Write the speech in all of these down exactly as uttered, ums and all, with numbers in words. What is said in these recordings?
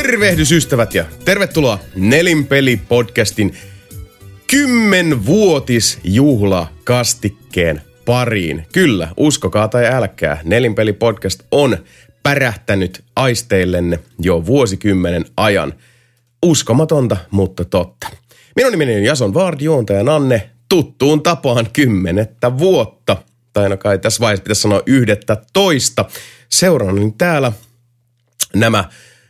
Tervehdys ystävät ja tervetuloa Nelinpeli-podcastin kymmenvuotisjuhlakastikkeen pariin. Kyllä, uskokaa tai älkää, Nelinpeli-podcast on pärähtänyt aisteillenne jo vuosikymmenen ajan. Uskomatonta, mutta totta. Minun nimeni on Jason Ward, juontaja Nanne, tuttuun tapaan kymmenettä vuotta. Tai aina kai tässä vaiheessa pitäisi sanoa yhdettä toista. Seuraani täällä nämä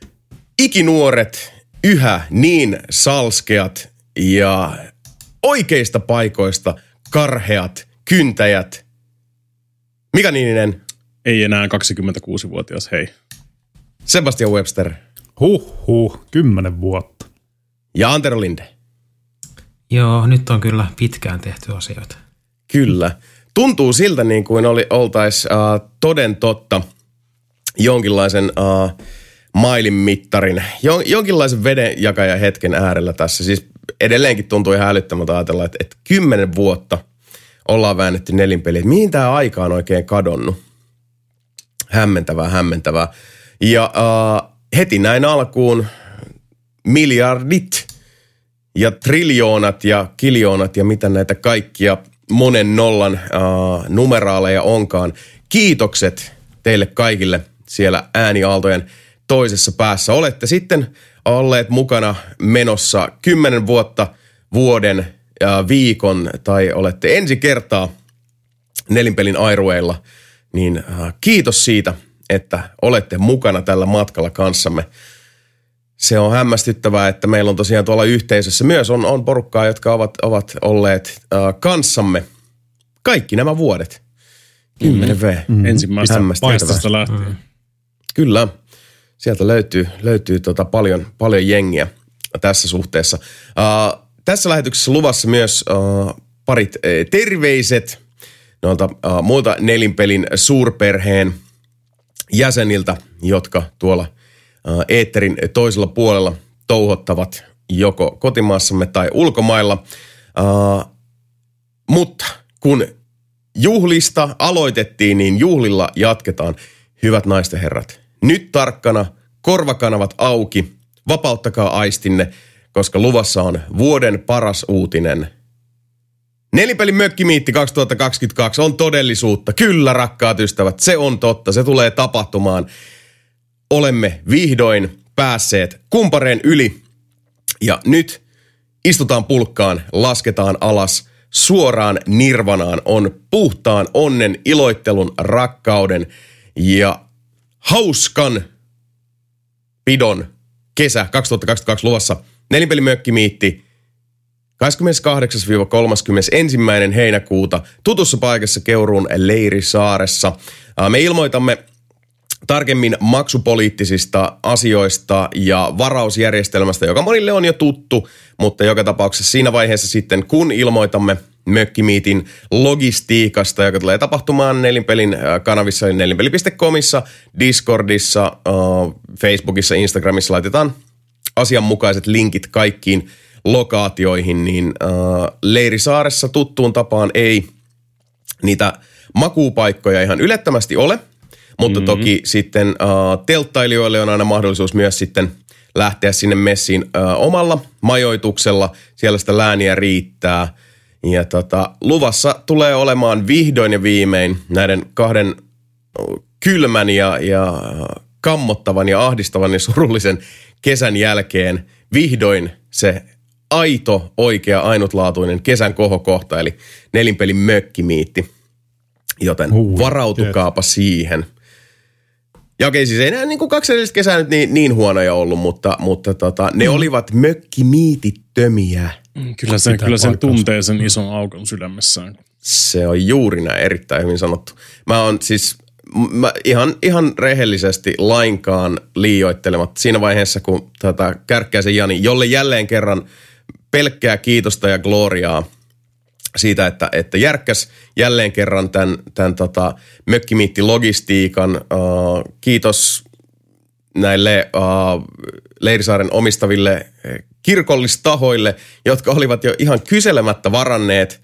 ikinuoret, yhä niin salskeat ja oikeista paikoista karheat kyntäjät. Mika Niininen? Ei enää kaksikymmentäkuusivuotias, hei. Sebastian Webster. Huh, huh, kymmenen vuotta. Ja Antero Linde. Joo, nyt on kyllä pitkään tehty asioita. Kyllä. Tuntuu siltä niin kuin oli, oltaisiin uh, toden totta jonkinlaisen uh, mailin mittarin, jon, jonkinlaisen vedenjakajan hetken äärellä tässä. Siis edelleenkin tuntuu ihan älyttömältä ajatella, että, että kymmenen vuotta ollaan väännetty nelinpeliä. Mihin tämä aika on oikein kadonnut? Hämmentävää, hämmentävää. Ja uh, heti näin alkuun miljardit ja triljoonat ja kiljoonat ja mitä näitä kaikkia monen nollan uh, numeraaleja onkaan. Kiitokset teille kaikille siellä ääniaaltojen toisessa päässä. Olette sitten olleet mukana menossa kymmenen vuotta, vuoden ja viikon tai olette ensi kertaa Nelinpelin airueilla. Niin uh, kiitos siitä, että olette mukana tällä matkalla kanssamme. Se on hämmästyttävää, että meillä on tosiaan tuolla yhteisössä myös on, on porukkaa, jotka ovat, ovat olleet uh, kanssamme kaikki nämä vuodet. kymmenen vuotta. Mm-hmm. Ensimmäistä paistosta lähtien. Mm. Kyllä. Sieltä löytyy, löytyy tota paljon, paljon jengiä tässä suhteessa. Uh, tässä lähetyksessä luvassa myös uh, parit uh, terveiset noilta uh, muilta Nelinpelin suurperheen jäseniltä, jotka tuolla uh, eetterin toisella puolella touhottavat joko kotimaassamme tai ulkomailla. Uh, mutta kun juhlista aloitettiin, niin juhlilla jatketaan. Hyvät naisten herrat, nyt tarkkana, korvakanavat auki, vapauttakaa aistinne, koska luvassa on vuoden paras uutinen. Nelinpelin mökkimiitti kaksituhattakaksikymmentäkaksi on todellisuutta. Kyllä, rakkaat ystävät, se on totta, se tulee tapahtumaan. Olemme vihdoin päässeet kumpareen yli ja nyt istutaan pulkkaan, lasketaan alas. Suoraan nirvanaan on puhtaan onnen, iloittelun, rakkauden ja hauskan pidon kesä kaksituhattakaksikymmentäkaksi luvassa. Nelinpelin mökkimiitti kahdeskymmeneskahdeksas kolmaskymmenesensimmäinen heinäkuuta tutussa paikassa Keuruun Leirisaaressa. Me ilmoitamme tarkemmin maksupoliittisista asioista ja varausjärjestelmästä, joka monille on jo tuttu, mutta joka tapauksessa siinä vaiheessa sitten, kun ilmoitamme mökkimiitin logistiikasta, joka tulee tapahtumaan Nelinpelin kanavissa, nelinpeli piste comissa, Discordissa, Facebookissa, Instagramissa laitetaan asianmukaiset linkit kaikkiin lokaatioihin, niin Leirisaaressa tuttuun tapaan ei niitä makuupaikkoja ihan ylettömästi ole, mutta mm-hmm. toki sitten uh, telttailijoille on aina mahdollisuus myös sitten lähteä sinne messiin uh, omalla majoituksella. Siellä sitä lääniä riittää. Ja tota, luvassa tulee olemaan vihdoin ja viimein näiden kahden uh, kylmän ja, ja kammottavan ja ahdistavan ja surullisen kesän jälkeen vihdoin se aito, oikea, ainutlaatuinen kesän kohokohta, eli Nelinpelin mökkimiitti. Joten uh, varautukaapa yes. siihen. Ja okei, siis ei nämä niin kuin kaksi edellistä kesää nyt niin, niin huonoja ollut, mutta, mutta tota, ne mm. olivat mökkimiitittömiä. Kyllä sen, kyllä sen tuntee sen ison aukon sydämessään. Se on juuri näin, erittäin hyvin sanottu. Mä oon siis mä ihan, ihan rehellisesti lainkaan liioittelematta siinä vaiheessa, kun tota, Kärkkäisen Jani, jolle jälleen kerran pelkkää kiitosta ja gloriaa siitä, että, että järkkäs jälleen kerran tämän, tämän tota, mökkimiitti-logistiikan. Uh, kiitos näille uh, Leirisaaren omistaville kirkollistahoille, jotka olivat jo ihan kyselemättä varanneet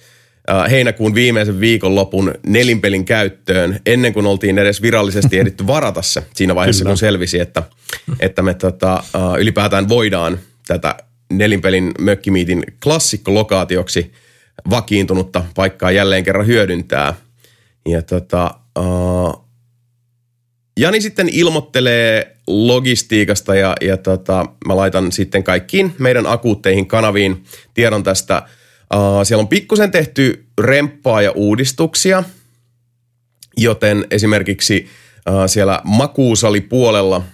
heinäkuun viimeisen viikonlopun nelinpelin käyttöön ennen kuin oltiin edes virallisesti ehditty varata se siinä vaiheessa, Kyllä. kun selvisi, että, että me tota, ylipäätään voidaan tätä nelinpelin mökkimiitin klassikkolokaatioksi vakiintunutta paikkaa jälleen kerran hyödyntää. Ja tota, uh, Jani sitten ilmoittelee logistiikasta ja, ja tota, mä laitan sitten kaikkiin meidän akuutteihin kanaviin tiedon tästä. Uh, siellä on pikkusen tehty remppaa ja uudistuksia, joten esimerkiksi uh, siellä makuusalipuolella uh,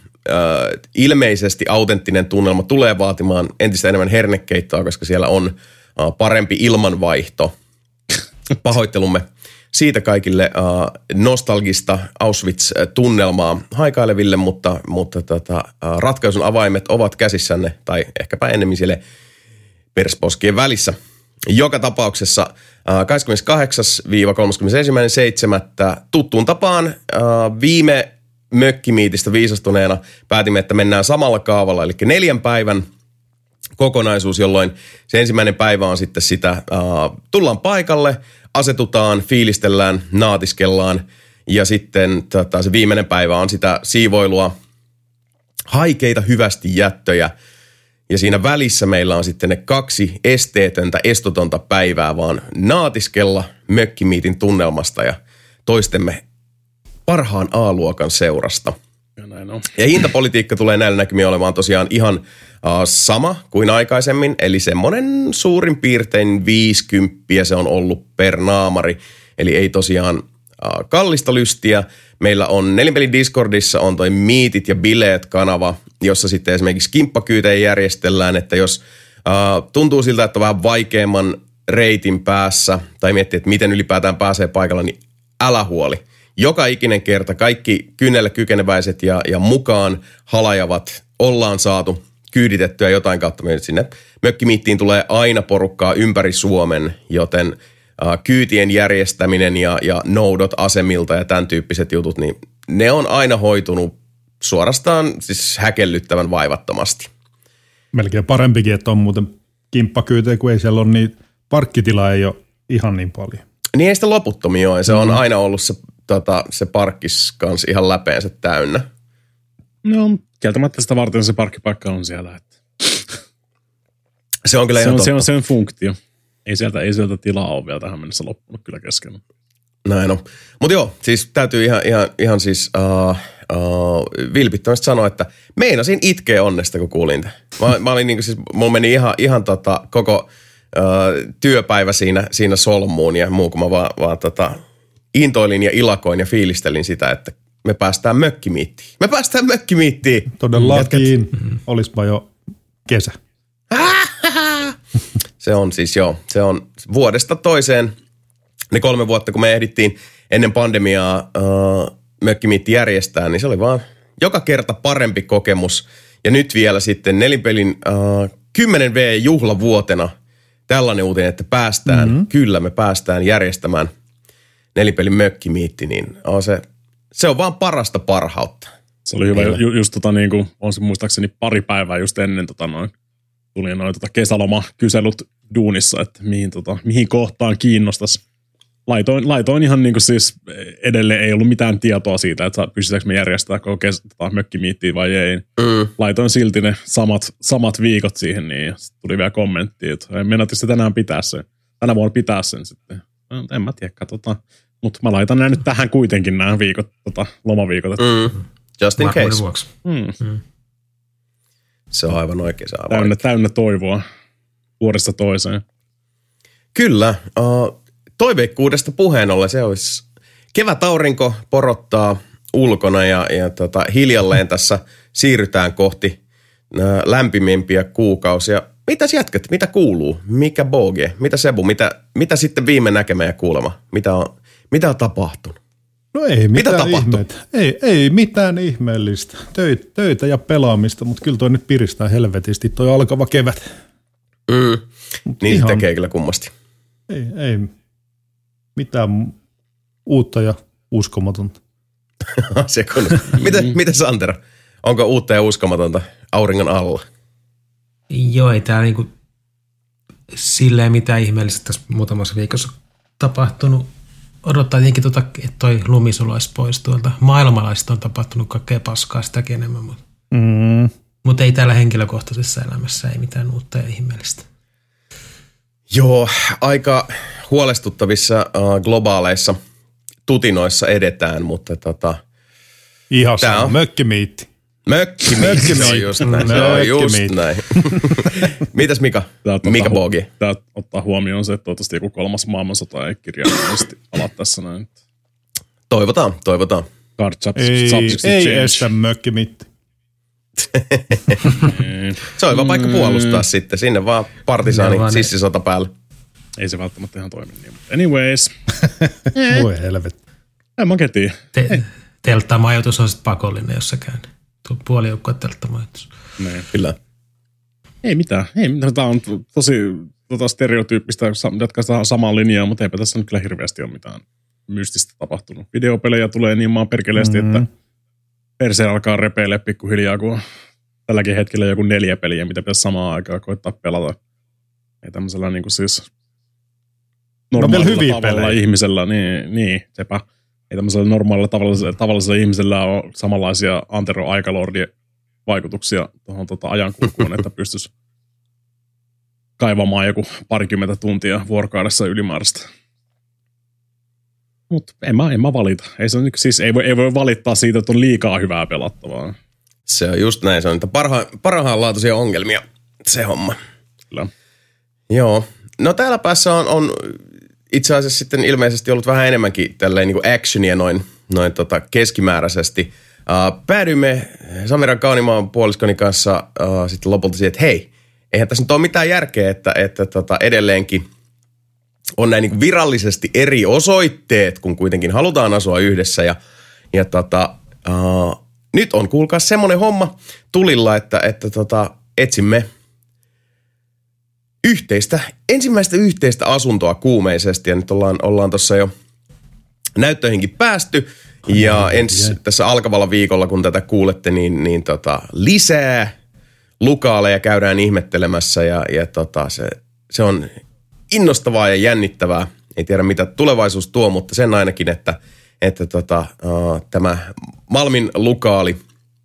ilmeisesti autenttinen tunnelma tulee vaatimaan entistä enemmän hernekeittoa, koska siellä on uh, parempi ilmanvaihto. Pahoittelumme siitä kaikille uh, nostalgista Auschwitz-tunnelmaa haikaileville, mutta, mutta tota, uh, ratkaisun avaimet ovat käsissänne tai ehkäpä enemmän siellä persposkien välissä. Joka tapauksessa uh, kahdeskymmeneskahdeksas kolmaskymmenesensimmäinen seitsemättä tuttuun tapaan uh, viime mökkimiitistä viisastuneena päätimme, että mennään samalla kaavalla, eli neljän päivän kokonaisuus, jolloin se ensimmäinen päivä on sitten sitä, uh, tullaan paikalle, asetutaan, fiilistellään, naatiskellaan ja sitten tota, se viimeinen päivä on sitä siivoilua, haikeita hyvästi jättöjä ja siinä välissä meillä on sitten ne kaksi esteetöntä, estotonta päivää vaan naatiskella mökkimiitin tunnelmasta ja toistemme parhaan A-luokan seurasta. Ja näin on. Ja hintapolitiikka tulee näillä näkymin olemaan tosiaan ihan uh, sama kuin aikaisemmin, eli semmoinen suurin piirtein viisikymppiä se on ollut per naamari, eli ei tosiaan uh, kallista lystiä. Meillä on Nelinpelin Discordissa on toi Miitit ja Bileet-kanava, jossa sitten esimerkiksi kimppakyytejä järjestellään, että jos uh, tuntuu siltä, että on vähän vaikeamman reitin päässä tai miettii, että miten ylipäätään pääsee paikalla, niin älä huoli. Joka ikinen kerta kaikki kynnelle kykeneväiset ja, ja mukaan halajavat ollaan saatu kyyditettyä jotain kautta. Sinne mökkimiittiin tulee aina porukkaa ympäri Suomen, joten uh, kyytien järjestäminen ja, ja noudot asemilta ja tämän tyyppiset jutut, niin ne on aina hoitunut suorastaan siis häkellyttävän vaivattomasti. Melkein parempikin, että on muuten kimppakyytejä, kun ei siellä ole niin, parkkitilaa ei ole ihan niin paljon. Niin ei sitä loputtomia ole, se on Mm. aina ollut se Tota, se parkkis kanssa ihan läpeensä täynnä. No, kieltämättä sitä varten se parkkipaikka on siellä. Että. Se on kyllä se ihan on, totta. se on sen funktio. Ei sieltä, ei sieltä tilaa ole vielä tähän mennessä loppunut kyllä kesken. Näin on. Mutta joo, siis täytyy ihan, ihan, ihan siis uh, uh, vilpittömästi sanoa, että meinasin itkeä onnesta, kun kuulin tämän. Mä, mä olin niinku siis, mulla meni ihan, ihan tota, koko uh, työpäivä siinä, siinä solmuun ja muu, kun mä vaan, vaan tota, intoilin ja ilakoin ja fiilistelin sitä, että me päästään mökkimiittiin. Me päästään mökkimiittiin. Todellakin. Olispa jo kesä. Se on siis joo, se on vuodesta toiseen. Ne kolme vuotta, kun me ehdittiin ennen pandemiaa uh, mökkimiitti järjestää, niin se oli vaan joka kerta parempi kokemus. Ja nyt vielä sitten Nelinpelin uh, kymmenen vuoden-juhlavuotena tällainen uutinen, että päästään, mm-hmm. kyllä me päästään järjestämään Nelinpelin mökkimiitti, niin on se, se on vaan parasta parhautta. Se oli hyvä, ju, just tota niin kuin, on se muistaakseni pari päivää just ennen tota noin, tuli noin tota kesälomakyselyt duunissa, että mihin, tota, mihin kohtaan kiinnostaisi. Laitoin, laitoin ihan niin kuin siis edelleen ei ollut mitään tietoa siitä, että pystytäänkö me järjestämään koko kes, tota, mökkimiittiä vai ei. Mm. Laitoin silti ne samat, samat viikot siihen, niin ja tuli vielä kommentti, että mennätkö se tänään pitää sen. Tänä vuonna pitää sen sitten. No, en mä tiedä, katsotaan. Mutta mä laitan nämä nyt tähän kuitenkin nämä viikot, tota, lomaviikot. Mm. Just in Varmuuden case. vuoksi. Mm. Mm. Se on aivan oikein. Se on aivan Täynnä, oikein. täynnä toivoa vuodesta toiseen. Kyllä. Uh, toiveikkuudesta puheen ollen se olisi kevätaurinko porottaa ulkona ja, ja tota, hiljalleen tässä siirrytään kohti uh, lämpimimpiä kuukausia. Mitäs jätkät? Mitä kuuluu? Mikä Boge? Mitä Sebu? Mitä, mitä sitten viime näkemä ja kuulema? Mitä on, mitä on tapahtunut? No ei mitään tapahtui? ihmeitä. Ei, ei mitään ihmeellistä. Töitä, töitä ja pelaamista, mutta kyllä toi nyt piristää helvetisti toi alkava kevät. Mm. Niin ihan, se tekee kyllä kummasti. Ei, ei mitään uutta ja uskomatonta. Se Miten, miten Santero? Onko uutta ja uskomatonta auringon alla? Joo, ei täällä niinku silleen mitään ihmeellistä tässä muutamassa viikossa tapahtunut, odottaa tietenkin, tota, että toi lumisulu olisi pois tuolta. Maailmanlaista on tapahtunut kaikkea paskaa sitäkin enemmän, mutta, Mm. mutta ei täällä henkilökohtaisessa elämässä ei mitään uutta ja ihmeellistä. Joo, aika huolestuttavissa uh, globaaleissa tutinoissa edetään, mutta tota... Ihan Tää sama. on- Mökkimiitti. Mökkimiitti, se on just näin. Se on just Mökkimiitti. näin. Mitäs Mika? Tää ottaa Mika hu- Bogi? Tää ottaa huomioon se, että toivottavasti joku kolmas maailmansota ei kirjaimellisesti ala tässä näin. Toivotaan, toivotaan. Card subs- Ei, subjects to ei change. estä mökkimitti. Se on hyvä paikka puolustaa sitten. Sinne vaan Ne partisaani vaan ne- sissisota päälle. Ei se välttämättä ihan toimi niin. Mutta anyways, Voi helvetti. en mä ketii. Te, telttamajoitus on sitten pakollinen, jos sä käyn. Tuo puolijoukkoa telttamajoitus. Niin. Kyllä. Ei mitään. Ei mitään. Tämä on tosi tota stereotyyppistä, jatkaa samaa linjaa, mutta eipä tässä nyt kyllä hirveästi ole mitään mystistä tapahtunut. Videopelejä tulee niin maan perkeleesti, mm-hmm. että perse alkaa repeilee pikkuhiljaa, kun tälläkin hetkellä joku neljä peliä, mitä pitäisi samaan aikaan koittaa pelata. Ei tämmöisellä niin kuin siis normaalilla hyviä tavalla pelejä. ihmisellä, niin, niin sepä. Ei tämmöisellä normaalilla tavallisella, tavallisella ihmisellä ole samanlaisia Antero Aikalordien vaikutuksia tuohon tota ajankulkuun, että pystyisi kaivamaan joku parikymmentä tuntia vuorokaudessa ylimääräistä. Mutta en mä, en mä valita. Ei, se, on- siis ei, voi, ei voi valittaa siitä, että on liikaa hyvää pelattavaa. Se on just näin. Se on niitä parha, parhaanlaatuisia ongelmia, se homma. Kyllä. Joo. No täällä päässä on, on itse asiassa sitten ilmeisesti ollut vähän enemmänkin tälleen niin kuin actionia noin, noin tota keskimääräisesti. Uh, päädyimme Samiran Kaunimaan puoliskoni kanssa uh, sitten lopulta siihen, että hei, eihän tässä nyt ole mitään järkeä, että, että tota edelleenkin on näin niin kuin virallisesti eri osoitteet, kun kuitenkin halutaan asua yhdessä. Ja, ja tota, uh, nyt on kuulkaa semmoinen homma tulilla, että, että tota, etsimme yhteistä, ensimmäistä yhteistä asuntoa kuumeisesti. Ja nyt ollaan, ollaan tuossa jo näyttöihinkin päästy. Ja ensi tässä alkavalla viikolla, kun tätä kuulette, niin, niin tota, lisää lukaaleja käydään ihmettelemässä. Ja, ja tota, se, se on innostavaa ja jännittävää. Ei tiedä, mitä tulevaisuus tuo, mutta sen ainakin, että, että tota, uh, tämä Malmin lukaali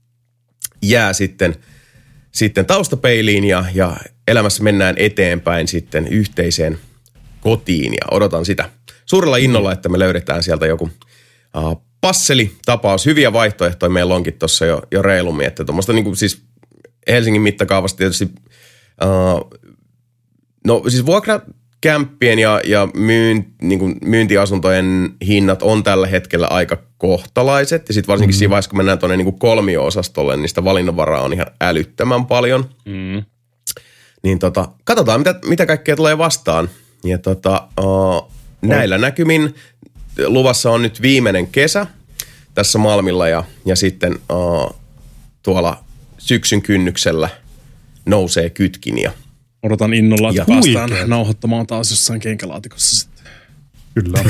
jää sitten, sitten taustapeiliin ja, ja elämässä mennään eteenpäin sitten yhteiseen kotiin. Ja odotan sitä suurella innolla, että me löydetään sieltä joku uh, passeli-tapaus. Hyviä vaihtoehtoja meillä onkin tuossa jo, jo reilummin. Että tuommoista niin kuin siis Helsingin mittakaavasta tietysti, uh, no siis vuokrakämppien ja, ja myyn, niin kuin myyntiasuntojen hinnat on tällä hetkellä aika kohtalaiset. Ja sitten varsinkin mm. siinä vaiheessa, kun mennään tuonne niin kolmio-osastolle, niin sitä valinnanvaraa on ihan älyttömän paljon. Mm. Niin tota, katsotaan, mitä, mitä kaikkea tulee vastaan. Ja tota, uh, näillä näkymin luvassa on nyt viimeinen kesä tässä Malmilla ja, ja sitten uh, tuolla syksyn kynnyksellä nousee kytkin. Ja Odotan innolla, että Ja päästään huikeet. nauhoittamaan taas jossain kenkälaatikossa sitten. Kyllä.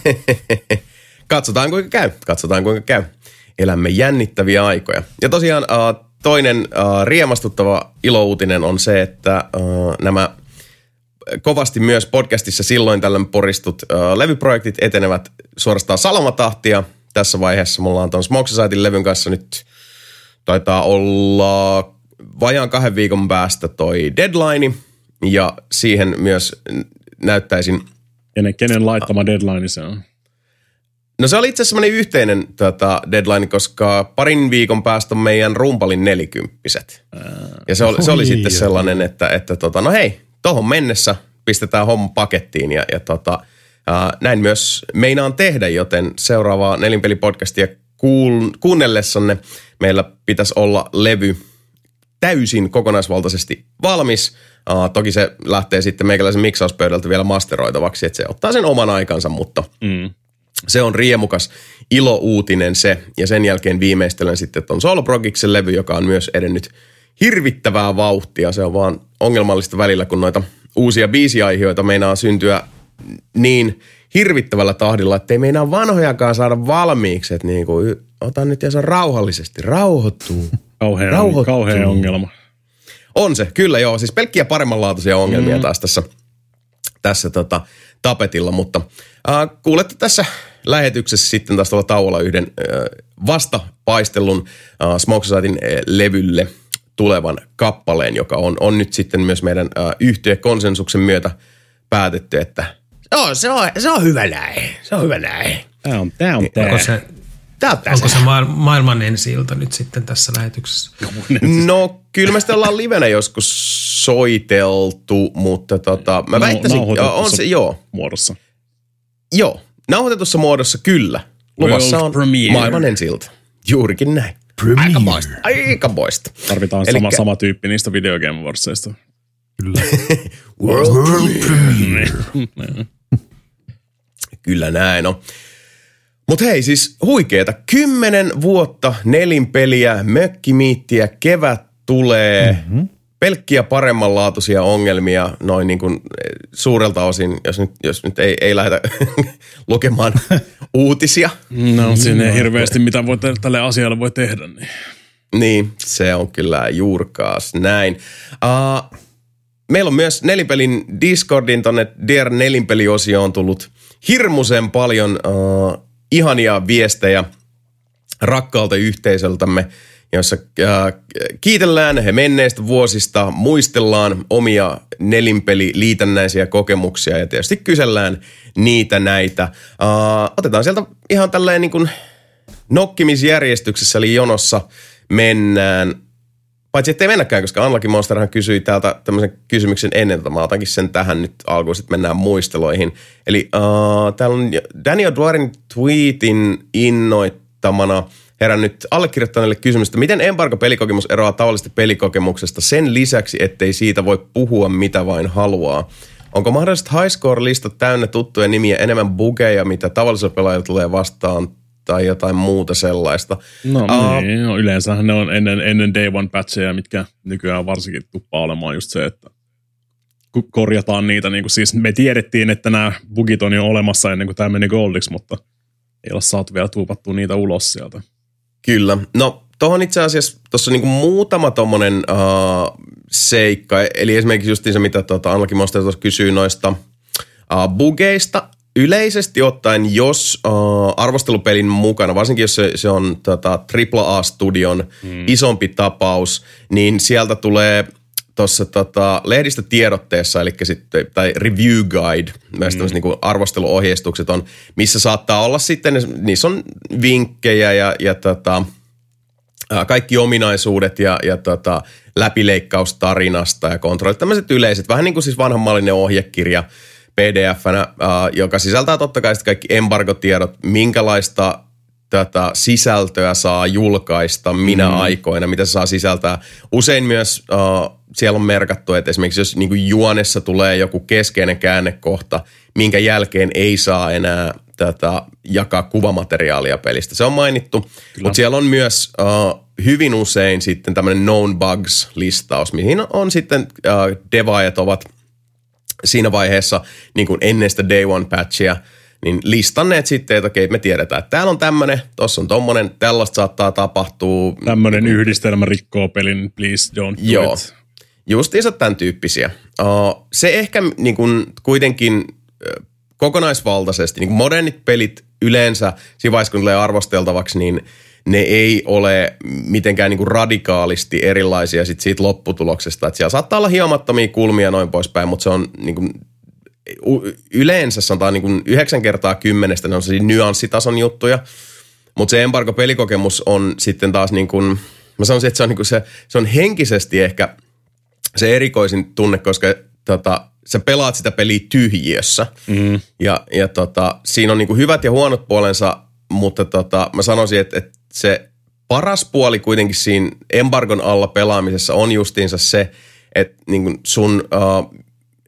katsotaan kuinka käy, katsotaan kuinka käy. Elämme jännittäviä aikoja. Ja tosiaan uh, toinen uh, riemastuttava ilouutinen on se, että uh, nämä kovasti myös podcastissa silloin tällöin poristut uh, levyprojektit etenevät suorastaan salamatahtia. Tässä vaiheessa me ollaan tuon Smoke Societyn levyn kanssa nyt taitaa olla vajaan kahden viikon päästä toi deadline ja siihen myös näyttäisin. Kenen, kenen laittama deadline se on? No se oli itse asiassa semmoinen yhteinen tota, deadline, koska parin viikon päästä on meidän rumpalin nelikymppiset. Ja se oli, se oli Oi, sitten joo. sellainen, että, että tota, no hei, tohon mennessä pistetään homma pakettiin ja, ja tota, ää, näin myös meinaan tehdä, joten seuraavaa Nelinpeli-podcastia kuul, kuunnellessanne meillä pitäisi olla levy täysin kokonaisvaltaisesti valmis. Uh, toki se lähtee sitten meikäläisen miksauspöydältä vielä masteroitavaksi, että se ottaa sen oman aikansa, mutta Mm. se on riemukas ilouutinen se. Ja sen jälkeen viimeistelen sitten ton Solo Progiksen levy, joka on myös edennyt hirvittävää vauhtia. Se on vaan ongelmallista välillä, kun noita uusia biisiaiheita meinaa syntyä niin hirvittävällä tahdilla, että ei meinaa vanhojakaan saada valmiiksi. Että niin kuin, ota nyt ja se on rauhallisesti, rauhoittuu. Kauhea, Rauhoittuu. kauhea ongelma. On se, kyllä joo. Siis pelkkiä paremmanlaatuisia ongelmia mm. taas tässä, tässä tota, tapetilla, mutta äh, kuulette tässä lähetyksessä sitten taas tuolla tauolla yhden äh, vastapaistellun äh, Smoke Societyn äh, levylle tulevan kappaleen, joka on, on nyt sitten myös meidän äh, yhtye-konsensuksen myötä päätetty, että joo, se on, se on hyvä näin, se on hyvä näin. Tämä on tämä. On tää. Onko se, onko se ma- maailman ensi-ilta nyt sitten tässä lähetyksessä? No kyllä me sitten ollaan livenä joskus soiteltu, mutta tota, mä väittäisin, on se, joo. muodossa. Joo, nauhoitetussa muodossa kyllä. Luvassa on premiere. Maailman ensi-ilta. Juurikin näin. Premiere. Aika boista. Aika boista. Tarvitaan Elikkä... sama, sama tyyppi niistä Video Game Awardsista. Kyllä. World, World Premiere. Kyllä näin on. Mutta hei, siis huikeeta. Kymmenen vuotta nelinpeliä, mökkimiittiä, kevät tulee, mm-hmm. pelkkiä paremmanlaatuisia ongelmia noin niin kuin suurelta osin, jos nyt, jos nyt ei, ei lähdetä lukemaan uutisia. No siinä ei hirveästi mitä voi te- tälle asialle voi tehdä. Niin, niin se on kyllä juurkaas näin. Uh, meillä on myös nelinpelin Discordin tonne D R nelinpeliosioon tullut hirmuisen paljon uh, ihania viestejä rakkaalta yhteisöltämme, jossa äh, kiitellään he menneistä vuosista, muistellaan omia nelinpeli-liitännäisiä kokemuksia ja tietysti kysellään niitä näitä. Äh, otetaan sieltä ihan tälleen niin kuin nokkimisjärjestyksessä, eli jonossa mennään. Paitsi ettei mennäkään, koska Unlucky Monsterhan kysyi täältä tämmöisen kysymyksen ennen, että mä otankin sen tähän nyt alkuun, sitten mennään muisteloihin. Eli uh, täällä on Daniel Dwarin tweetin innoittamana herännyt allekirjoittaneelle kysymystä, miten embargo-pelikokemus eroaa tavallisesta pelikokemuksesta sen lisäksi, ettei siitä voi puhua mitä vain haluaa. Onko mahdolliset highscore-listat täynnä tuttuja nimiä, enemmän bugeja, mitä tavallisella pelaajilla tulee vastaan, tai jotain muuta sellaista. No uh, niin, no, yleensähän ne on ennen, ennen day one patcheja, mitkä nykyään varsinkin tuppaa olemaan just se, että korjataan niitä. Niin kuin siis me tiedettiin, että nämä bugit on jo olemassa ennen kuin tämä meni goldiksi, mutta ei ole saatu vielä tuupattua niitä ulos sieltä. Kyllä. No tuohon itse asiassa tuossa niinku muutama tommonen uh, seikka, eli esimerkiksi just se, mitä tuota Unlucky Monster tuossa kysyy noista uh, bugeista. Yleisesti ottaen, jos uh, arvostelupelin mukana, varsinkin jos se, se on tota, Triple A-studion hmm. isompi tapaus, niin sieltä tulee tuossa tota, lehdistötiedotteessa, eli sitten, tai review guide, myös hmm. niin kuin arvosteluohjeistukset on, missä saattaa olla sitten, niissä on vinkkejä ja, ja tota, kaikki ominaisuudet ja, ja tota, läpileikkaustarinasta ja kontrollit, tämmöiset yleiset, vähän niin kuin siis vanhanmallinen ohjekirja, P D F-nä, uh, joka sisältää totta kai kaikki embargotiedot, minkälaista tätä sisältöä saa julkaista, minä mm. aikoina, mitä se saa sisältää. Usein myös uh, siellä on merkattu, että esimerkiksi jos niin kuin juonessa tulee joku keskeinen käännekohta, minkä jälkeen ei saa enää tätä jakaa kuvamateriaalia pelistä. Se on mainittu, mutta siellä on myös uh, hyvin usein sitten tämmöinen known bugs-listaus, mihin on sitten uh, devaajat ovat siinä vaiheessa niin kuin ennen sitä day one patchia, niin listanneet sitten, että okei, me tiedetään, että täällä on tämmöinen, tossa on tommonen, tällaista saattaa tapahtua. Tämmöinen yhdistelmä rikkoo pelin, please don't do Joo, it. justiinsa tämän tyyppisiä. Uh, se ehkä niin kuin kuitenkin uh, kokonaisvaltaisesti, niin kuin modernit pelit yleensä, siinä vaiheessa kun tulee arvosteltavaksi, niin ne ei ole mitenkään niin kuin radikaalisti erilaisia sit siitä lopputuloksesta. Että siellä saattaa olla hiomattomia kulmia noin poispäin, mutta se on niin kuin, yleensä sanotaan niin kuin yhdeksän kertaa kymmenestä, ne on sellaisia nyanssitason juttuja. Mutta se embargo-pelikokemus on sitten taas niin kuin, mä sanoisin, että se on, niin kuin se, se on henkisesti ehkä se erikoisin tunne, koska tota, sä pelaat sitä peliä tyhjiössä. Mm. Ja, ja tota, siinä on niin kuin hyvät ja huonot puolensa, mutta tota, mä sanoisin, että, että se paras puoli kuitenkin siinä embargon alla pelaamisessa on justiinsa se, että niin kuin sun uh,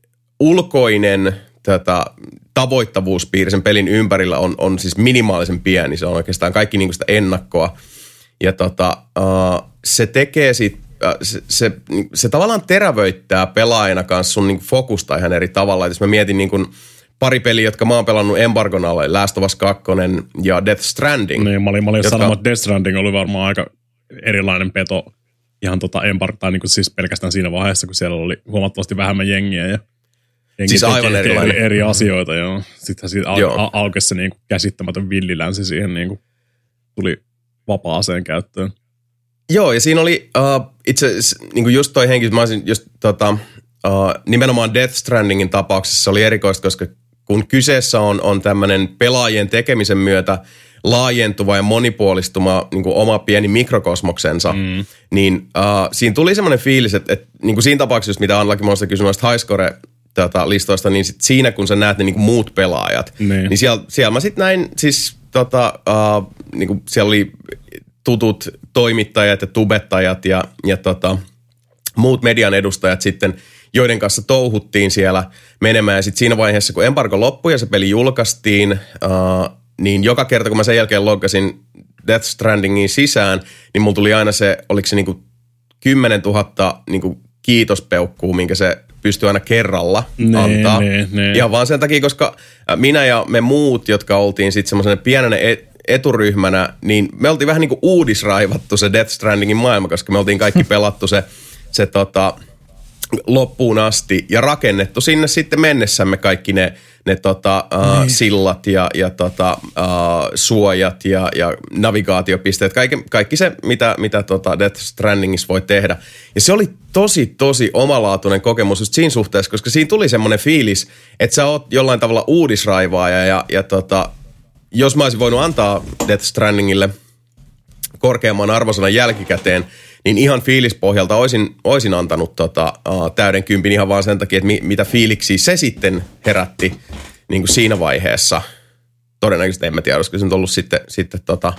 ulkoinen tätä, tavoittavuuspiiri sen pelin ympärillä on, on siis minimaalisen pieni. Se on oikeastaan kaikki niin kuin sitä ennakkoa. Ja tota, uh, se tekee siitä, uh, se, se, se tavallaan terävöittää pelaajana kanssa sun niin kuin fokusta ihan eri tavalla. Et jos mä mietin niin kuin pari peliä, jotka mä oon pelannut embargon alla, Last of Us kaksi ja Death Stranding. Niin, mä olin, mä olin jotka... sanomaan, että Death Stranding oli varmaan aika erilainen peto ihan tota embargo, tai niin kuin siis pelkästään siinä vaiheessa, kun siellä oli huomattavasti vähemmän jengiä. Ja... Siis aivan erilainen. Eri, eri asioita, joo. Sittenhän siitä au, au, aukesi se niin kuin käsittämätön villilänsi siihen, niin kuin tuli vapaa-aseen käyttöön. Joo, ja siinä oli uh, itse niin kuin just toi henki, mä olisin just tota, uh, nimenomaan Death Strandingin tapauksessa oli erikoista, koska kun kyseessä on, on tämmöinen pelaajien tekemisen myötä laajentuva ja monipuolistuma niin kuin oma pieni mikrokosmoksensa, mm. niin uh, siinä tuli semmoinen fiilis, että, että niin kuin siinä tapauksessa, mitä Anlakin monesta kysyi noista highscore tota, listoista, niin sit siinä kun sä näet ne niin kuin muut pelaajat, niin, niin siellä, siellä mä sitten näin, siis tota, uh, niin kuin siellä oli tutut toimittajat ja tubettajat ja, ja tota, muut median edustajat sitten, joiden kanssa touhuttiin siellä menemään. Ja sitten siinä vaiheessa, kun embargo loppui ja se peli julkaistiin, uh, niin joka kerta, kun mä sen jälkeen loggasin Death Strandingin sisään, niin mulla tuli aina se, oliko se niinku kymmenen tuhatta niinku kiitospeukkuu, minkä se pystyy aina kerralla nee, antaa. Nee, nee. Ihan vaan sen takia, koska minä ja me muut, jotka oltiin sitten semmoisena pienenä eturyhmänä, niin me oltiin vähän niin kuin uudisraivattu se Death Strandingin maailma, koska me oltiin kaikki pelattu se, se tota, loppuun asti ja rakennettu sinne sitten mennessämme kaikki ne, ne tota, uh, sillat ja, ja tota, uh, suojat ja, ja navigaatiopisteet, kaikki, kaikki se, mitä, mitä tota Death Strandingissa voi tehdä. Ja se oli tosi, tosi omalaatuinen kokemus just siinä suhteessa, koska siinä tuli semmoinen fiilis, että sä oot jollain tavalla uudisraivaaja ja, ja tota, jos mä olisin voinut antaa Death Strandingille korkeamman arvosanan jälkikäteen, niin ihan fiilispohjalta olisin, olisin antanut tota, uh, täyden kympin ihan vaan sen takia, että mi, mitä fiiliksiä se sitten herätti niin kuin siinä vaiheessa. Todennäköisesti en mä tiedä, olisiko se nyt ollut sitten, sitten tota,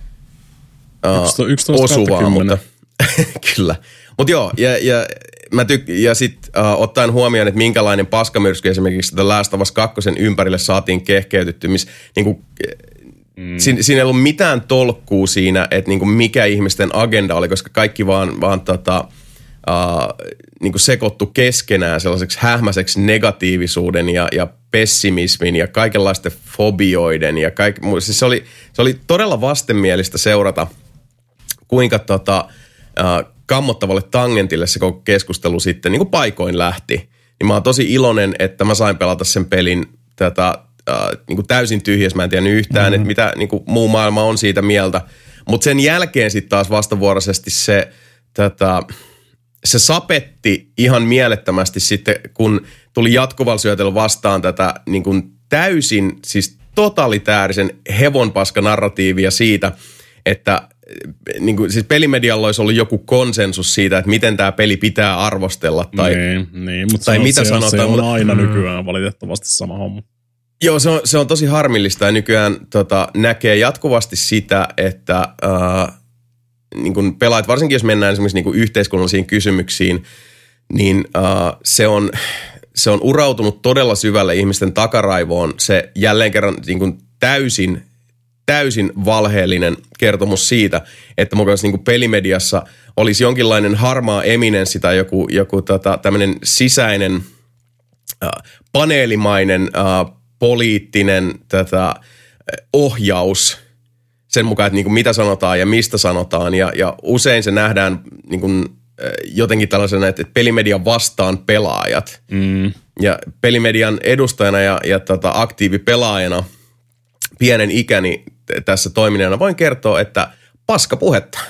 uh, osuvaa, mutta kyllä. Mutta joo, ja, ja, mä tyk- ja sitten uh, ottaen huomioon, että minkälainen paskamyrsky esimerkiksi The Last of Us kakkosen ympärille saatiin kehkeytytty, missä niin kuin, Mm. Siin, siinä ei ollut mitään tolkkuu siinä, että niinku mikä ihmisten agenda oli, koska kaikki vaan, vaan tota, uh, niinku sekoittu keskenään sellaiseksi hähmäiseksi negatiivisuuden ja, ja pessimismin ja kaikenlaisten fobioiden. Ja kaik, siis se, oli, se oli todella vastenmielistä seurata, kuinka tota, uh, kammottavalle tangentille se koko keskustelu sitten niinku paikoin lähti. Niin mä oon tosi iloinen, että mä sain pelata sen pelin tätä Uh, niin kuin täysin tyhjäs. Mä en tiedä yhtään, mm-hmm. että mitä niin kuin muu maailma on siitä mieltä. Mutta sen jälkeen sitten taas vastavuoroisesti se, tätä, se sapetti ihan mielettömästi sitten, kun tuli jatkuvalla syötellä vastaan tätä niin kuin täysin siis totalitäärisen hevonpaska-narratiivia siitä, että niin kuin, siis pelimedialla olisi ollut joku konsensus siitä, että miten tämä peli pitää arvostella tai, niin, niin, mutta tai se mitä on, sanotaan. Se on mutta, aina nykyään valitettavasti sama homma. Joo, se on, se on tosi harmillista ja nykyään tota, näkee jatkuvasti sitä, että äh, niin kun pelaat, varsinkin jos mennään esimerkiksi niin kun yhteiskunnallisiin kysymyksiin, niin äh, se, on, se on urautunut todella syvälle ihmisten takaraivoon se jälleen kerran niin kun täysin, täysin valheellinen kertomus siitä, että mukaan niin kun pelimediassa olisi jonkinlainen harmaa eminenssi tai joku, joku tota, tämmöinen sisäinen äh, paneelimainen äh, poliittinen tätä ohjaus sen mukaan, että niin kuin mitä sanotaan ja mistä sanotaan. Ja, ja usein se nähdään niin kuin jotenkin tällaisena, että pelimedian vastaan pelaajat. Mm. Ja pelimedian edustajana ja, ja tota aktiivipelaajana pienen ikäni tässä toimineena voin kertoa, että paska puhetta.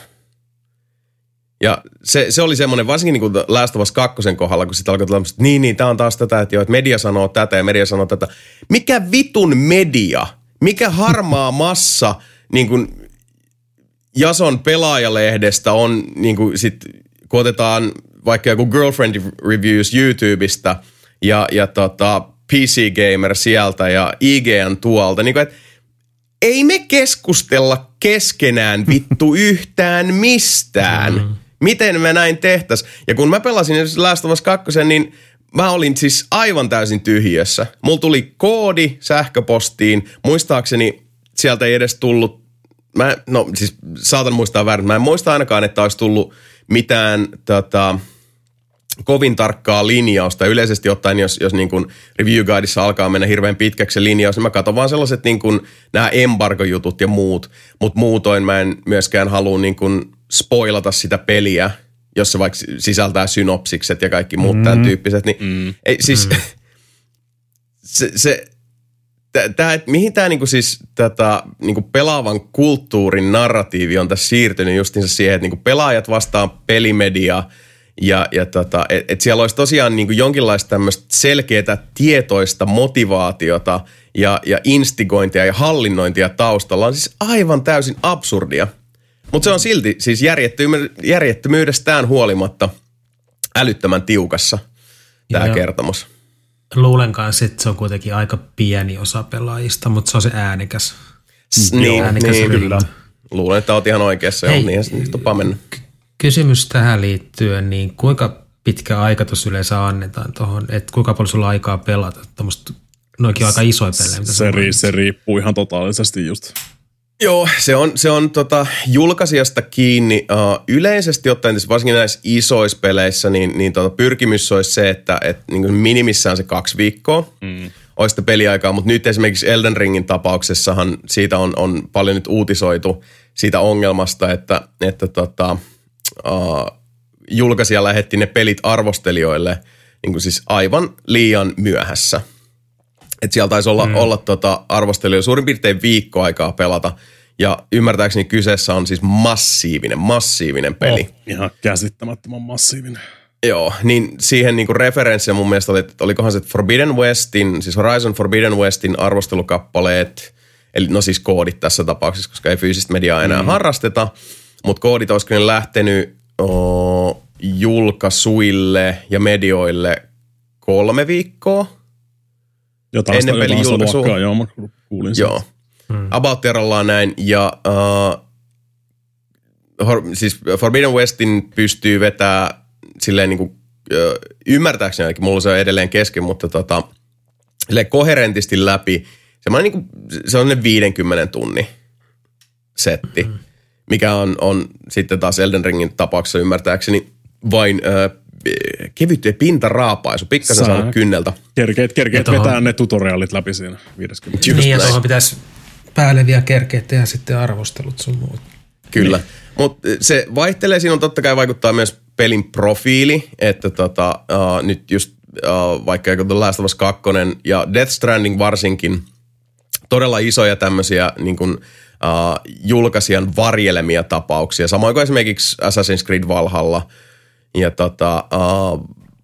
Ja se, se oli semmoinen, varsinkin niin kuin Last of Us kakkosen kohdalla, kun sitten alkoi tulla, että niin, niin, tämä on taas tätä, että, jo, että media sanoo tätä ja media sanoo tätä. Mikä vitun media? Mikä harmaa massa, niin kuin Jason Pelaajalehdestä on, niin kuin sit, kun otetaan vaikka joku Girlfriend Reviews YouTubesta ja, ja tota, P C Gamer sieltä ja I G N tuolta, niin kuin, että ei me keskustella keskenään vittu yhtään mistään. Mm. Miten me näin tehtäis? Ja kun mä pelasin Last of Us kaksi, niin mä olin siis aivan täysin tyhjössä. Mulla tuli koodi sähköpostiin. Muistaakseni sieltä ei edes tullut, mä, no siis saatan muistaa väärin, mä en muista ainakaan, että olisi tullut mitään tota, kovin tarkkaa linjausta. Yleisesti ottaen, jos, jos niin kuin review guideissa alkaa mennä hirveän pitkäksi se linjaus, niin mä katson vaan sellaiset niin kuin nämä embargo-jutut ja muut. Mutta muutoin mä en myöskään halua niin kuin spoilata sitä peliä, jos se vaikka sisältää synopsikset ja kaikki muut mm. tämän tyyppiset. Niin, mm. ei, siis, mm. se, se tää, et mihin tämä niinku siis tätä niinku pelaavan kulttuurin narratiivi on tässä siirtynyt justiinsa siihen, että niinku pelaajat vastaan pelimedia ja, ja tota, että et siellä olisi tosiaan niinku jonkinlaista tämmöistä selkeää tietoista motivaatiota ja, ja instigointia ja hallinnointia taustalla on siis aivan täysin absurdia. Mutta se on silti siis järjettömyydestään huolimatta älyttömän tiukassa tämä kertomus. Luulen kanssa, että se on kuitenkin aika pieni osa pelaajista, mutta se on se äänekäs. S- niin, äänekäs niin kyllä. Luulen, että olet ihan oikeassa. Hei, niin se tupaa mennä. K- kysymys tähän liittyen, niin kuinka pitkä aika tuossa yleensä annetaan tuohon, että kuinka paljon sulla aikaa pelata tuommoista noikin aika isoja pelejä? Se, ri, se riippuu ihan totaalisesti just. Joo, se on, se on tota, julkaisijasta kiinni. Uh, yleisesti ottaen, varsinkin näissä isoissa peleissä, niin, niin tota, pyrkimys olisi se, että et, niin minimissään se kaksi viikkoa mm. olisi sitä peliaikaa. Mutta nyt esimerkiksi Elden Ringin tapauksessahan siitä on, on paljon nyt uutisoitu siitä ongelmasta, että, että tota, uh, julkaisija lähetti ne pelit arvostelijoille niin kuin siis aivan liian myöhässä. Että siellä taisi olla, mm. olla tota arvostelijoilla suurin piirtein viikko aikaa pelata. Ja ymmärtääkseni kyseessä on siis massiivinen, massiivinen peli. Oh, ihan käsittämättömän massiivinen. Joo, niin siihen niinku referenssiä mun mielestä oli, että olikohan se Forbidden Westin, siis Horizon Forbidden Westin arvostelukappaleet, eli no siis koodit tässä tapauksessa, koska ei fyysistä mediaa enää mm. harrasteta, mutta koodit olisiko ne lähtenyt oh, julkaisuille ja medioille kolme viikkoa. Jotain ennen sitä, pelin julkaisua. Joo, mä kuulin sen. Joo. Hmm. About Terrallaan näin. Ja uh, hor, siis Forbidden Westin pystyy vetämään silleen niin kuin, uh, ymmärtääkseni ainakin, mulla se on edelleen kesken, mutta tota, silleen koherentisti läpi. Semmoinen niin kuin, se on ne viidenkymmenen tunnin setti, hmm. mikä on, on sitten taas Elden Ringin tapauksessa ymmärtääkseni vain uh, kevyt pintaraapaisu, pikkasen saanut kynneltä. Kerkeet, kerkeet tohon vetää ne tutoriaalit läpi siinä viisikymmentä. Niin, ja tuohon pitäisi päälle vielä kerkeet tehdä sitten arvostelut sun muut. Kyllä, niin. Mutta se vaihtelee, siinä on totta kai vaikuttaa myös pelin profiili, että tota, uh, nyt just uh, vaikka The Last of Us kaksi ja Death Stranding varsinkin, todella isoja tämmöisiä niin kuin, uh, julkaisijan varjelemia tapauksia, samoin kuin esimerkiksi Assassin's Creed Valhalla. Ja tota, uh,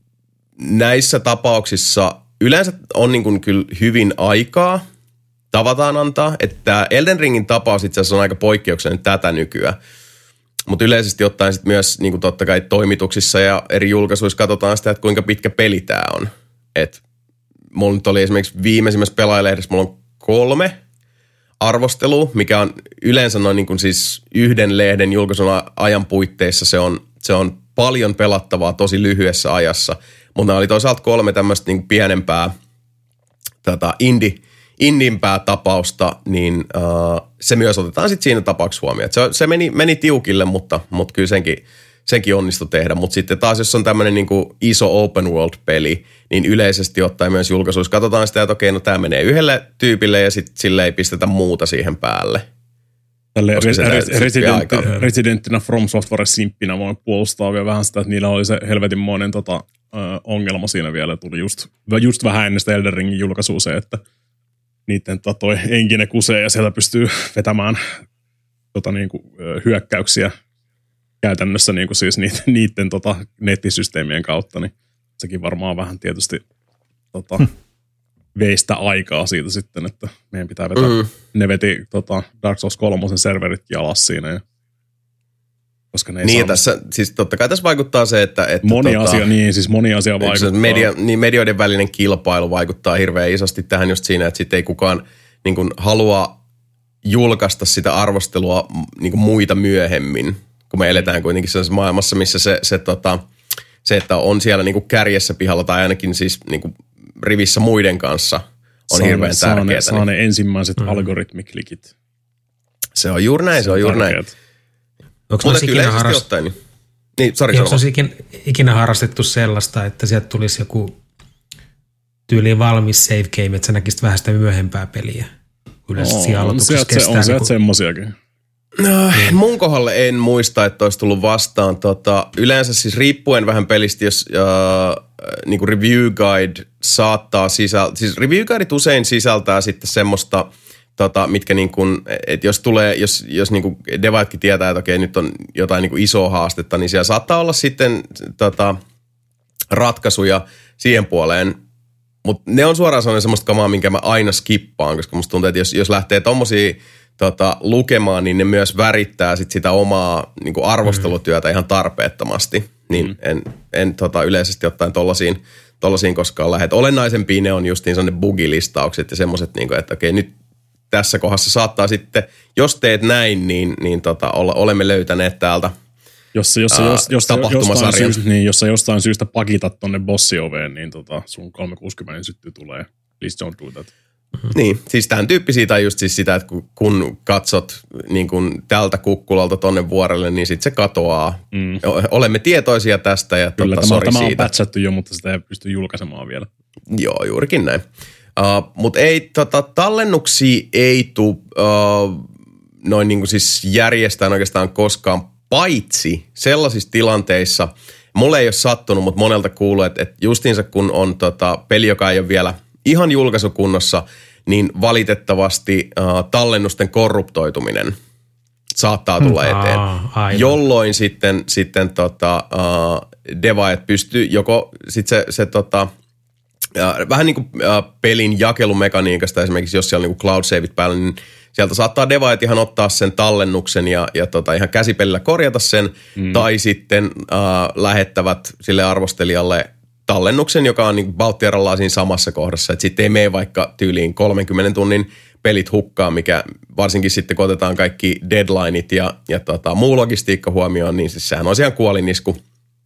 näissä tapauksissa yleensä on niin kuin kyllä hyvin aikaa tavataan antaa, että Elden Ringin tapaus itse asiassa on aika poikkeuksellinen tätä nykyään. Mutta yleisesti ottaen sit myös niin kuin totta kai toimituksissa ja eri julkaisuissa katsotaan sitä, että kuinka pitkä peli tämä on. Et mulla nyt oli esimerkiksi viimeisimmässä pelaajalehdessä, mulla on kolme arvostelua, mikä on yleensä noin niin kuin siis yhden lehden julkaisun ajan puitteissa se on, se on paljon pelattavaa tosi lyhyessä ajassa, mutta nämä oli toisaalta kolme tämmöistä niin pienempää tätä indie, indimpää tapausta, niin uh, se myös otetaan sitten siinä tapauksessa huomioon. Se, se meni, meni tiukille, mutta, mutta kyllä senkin, senkin onnistui tehdä. Mutta sitten taas, jos on tämmöinen niin kuin iso open world-peli, niin yleisesti ottaen myös julkaisuissa katsotaan sitä, että okei, no tämä menee yhdelle tyypille ja sitten sille ei pistetä muuta siihen päälle. Tälle Resident, Residenttinä From Software-simppinä voin puolustaa vielä vähän sitä, että niillä oli se helvetinmoinen tota, ö, ongelma siinä vielä. Tuli just, just vähän ennen sitä Elden Ringin julkaisua se, että niiden tota, toi enkine kusee ja sieltä pystyy vetämään tota, niinku, hyökkäyksiä käytännössä niinku, siis niiden, niiden tota, nettisysteemien kautta. Niin sekin varmaan vähän tietysti tota, hm. veistä aikaa siitä sitten, että meidän pitää vetää. Mm. Ne veti tota, Dark Souls kolmosen serverit jalas siinä. Ja, koska ne ei niin, saa... tässä, siis totta kai tässä vaikuttaa se, että... että moni tota, asia, niin siis moni asia vaikuttaa. Media, niin medioiden välinen kilpailu vaikuttaa hirveän isosti tähän just siinä, että sitten ei kukaan niin kuin, halua julkaista sitä arvostelua niin kuin muita myöhemmin, kun me eletään kuitenkin sellaisessa maailmassa, missä se, se, tota, se että on siellä niin kuin kärjessä pihalla tai ainakin siis niin kuin rivissä muiden kanssa on saa hirveän saa tärkeää. Ne, saa ne ensimmäiset mm. algoritmiklikit. Se on juuri näin, se, se on juuri tärkeät. Näin. Onko se ikinä, harrast... ottaen, niin... Niin, sorry, Onko se ikinä, ikinä harrastettu sellaista, että sieltä tulisi joku tyyliin valmis save game, että sä näkisit vähän sitä myöhempää peliä? Yleensä siellä aloituksessa kestää. On sieltä niin semmoisiakin. No, mun kohdalle en muista, että olisi tullut vastaan. Tota, yleensä siis riippuen vähän pelistä, jos äh, niin kuin review guide saattaa sisältää, siis review guideit usein sisältää sitten semmoista, tota, mitkä niin kuin, että jos tulee, jos, jos niin kuin devaitkin tietää, että okei, nyt on jotain niin kuin isoa haastetta, niin siellä saattaa olla sitten tota, ratkaisuja siihen puoleen. Mutta ne on suoraan sanoen semmoista kamaa, minkä mä aina skippaan, koska musta tuntuu, että jos, jos lähtee tommosia tota, lukemaan, niin ne myös värittää sit sitä omaa niin kuin arvostelutyötä ihan tarpeettomasti. Niin mm. en, en tota, yleisesti ottaen tollasiin, tollasiin koskaan lähde. Olennaisempia ne on just niin sellainen bugilistaukset ja semmoiset, niin kuin, että okei, nyt tässä kohdassa saattaa sitten, jos teet näin, niin, niin tota, olemme löytäneet täältä Jos, jos, ää, jos, jos, tapahtumasarjan. jostain syystä, niin, jos sä jostain syystä pakitat tonne bossioveen, niin tota, sun kolmesataakuusikymmentä syttyy tulee. Please don't do that. Mm-hmm. Niin, siis tämän tyyppisiä tai just siis sitä, että kun katsot niin kun tältä kukkulalta tonne vuorelle, niin sitten se katoaa. Mm. Olemme tietoisia tästä ja Kyllä, tota, tämä, sori tämä on siitä. patchattu jo, mutta sitä ei pysty julkaisemaan vielä. Joo, juurikin näin. Uh, mutta ei, tota, tallennuksia ei tule uh, noin niin kuin siis järjestään oikeastaan koskaan, paitsi sellaisissa tilanteissa, mulle ei ole sattunut, mutta monelta kuuluu, että, että justiinsa kun on tota, peli, joka ei ole vielä ihan julkaisukunnossa, niin valitettavasti uh, tallennusten korruptoituminen saattaa tulla mm, eteen. Aa, jolloin sitten, sitten tota, uh, devaajat pystyy joko sitten se, se tota, ja vähän niin kuin äh, pelin jakelumekaniikasta esimerkiksi, jos siellä on niin kuin cloud saveit päällä, niin sieltä saattaa devaajat ihan ottaa sen tallennuksen ja, ja tota, ihan käsipelillä korjata sen, mm. tai sitten äh, lähettävät sille arvostelijalle tallennuksen, joka on niin kuin Baltiarallaan siinä samassa kohdassa, että sitten ei mene vaikka tyyliin kolmenkymmenen tunnin pelit hukkaan, mikä varsinkin sitten kun otetaan kaikki deadlineit ja, ja tota, muu logistiikka huomioon, niin siis sehän on ihan kuolinisku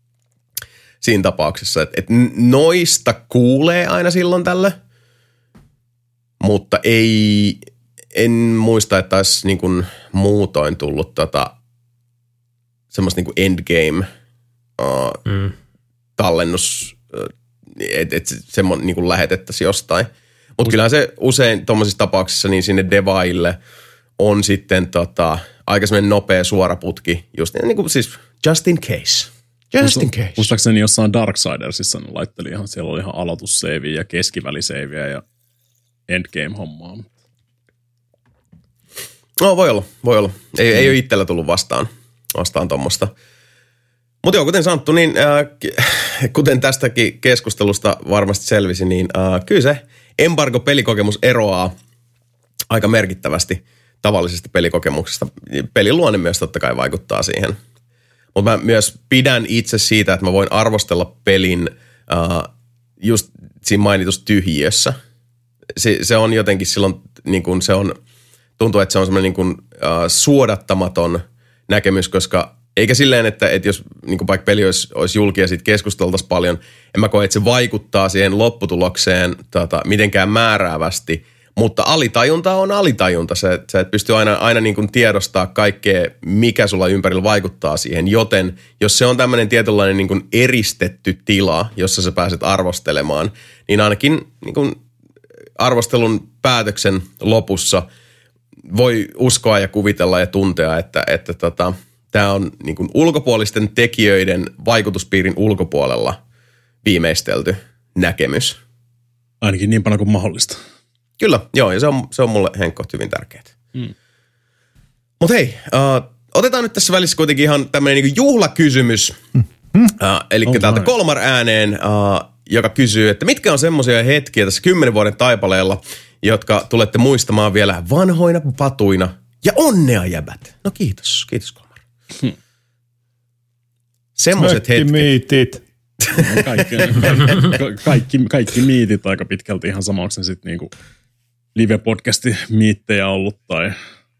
siinä tapauksessa, että, että noista kuulee aina silloin tällä, mutta ei, en muista, että olisi niin kuin muutoin tullut tota, semmoista niin kuin endgame uh, mm. tallennus, että et semmoinen niin kuin lähetettäisiin jostain. Mutta kyllähän se usein tuommoisissa tapauksissa niin sinne devaille on sitten tota, aika semmoinen nopea suora putki, just niin kuin siis just in case. Just in case. Muistaakseni jossain Darksidersissa ne laitteli ihan, siellä oli ihan aloitusseiviä ja keskiväliseiviä ja endgame-hommaa. No voi olla, voi olla. Ei, mm. ei ole itsellä tullut vastaan, vastaan tuommoista. Mutta joo, kuten sanottu, niin äh, kuten tästäkin keskustelusta varmasti selvisi, niin äh, kyllä se embargo-pelikokemus eroaa aika merkittävästi tavallisesta pelikokemuksesta. Pelin luonne myös totta kai vaikuttaa siihen. Mutta mä myös pidän itse siitä, että mä voin arvostella pelin uh, just siinä mainitussa tyhjiössä. Se, se on jotenkin silloin, niin kun se on, tuntuu, että se on semmoinen niin kun, uh, suodattamaton näkemys, koska eikä silleen, että, että jos niin vaikka peli olisi, olisi julki ja siitä keskusteltaisiin paljon, en mä koe, että se vaikuttaa siihen lopputulokseen tota, mitenkään määräävästi. Mutta alitajunta on alitajunta. Sä, sä et pysty aina, aina niin kuin tiedostaa kaikkea, mikä sulla ympärillä vaikuttaa siihen. Joten jos se on tämmöinen tietynlainen niin kuin eristetty tila, jossa sä pääset arvostelemaan, niin ainakin niin kuin arvostelun päätöksen lopussa voi uskoa ja kuvitella ja tuntea, että, että tota, tämä on niin kuin ulkopuolisten tekijöiden vaikutuspiirin ulkopuolella viimeistelty näkemys. Ainakin niin paljon kuin mahdollista. Kyllä, joo, ja se on, se on mulle Henkko hyvin tärkeää. Mm. Mutta hei, uh, otetaan nyt tässä välissä kuitenkin ihan tämmöinen niinku juhlakysymys. Mm-hmm. Uh, eli oh, täältä Kolmar ääneen, uh, joka kysyy, että mitkä on semmoisia hetkiä tässä kymmenen vuoden taipaleella, jotka tulette muistamaan vielä vanhoina patuina. Ja onnea jäbät. No kiitos, kiitos Kolmar. Hmm. Semmoiset hetket. Miitit. No, kaikki, kaikki, kaikki miitit aika pitkälti ihan samaksi sitten niinku live-podcasti-miittejä ollut tai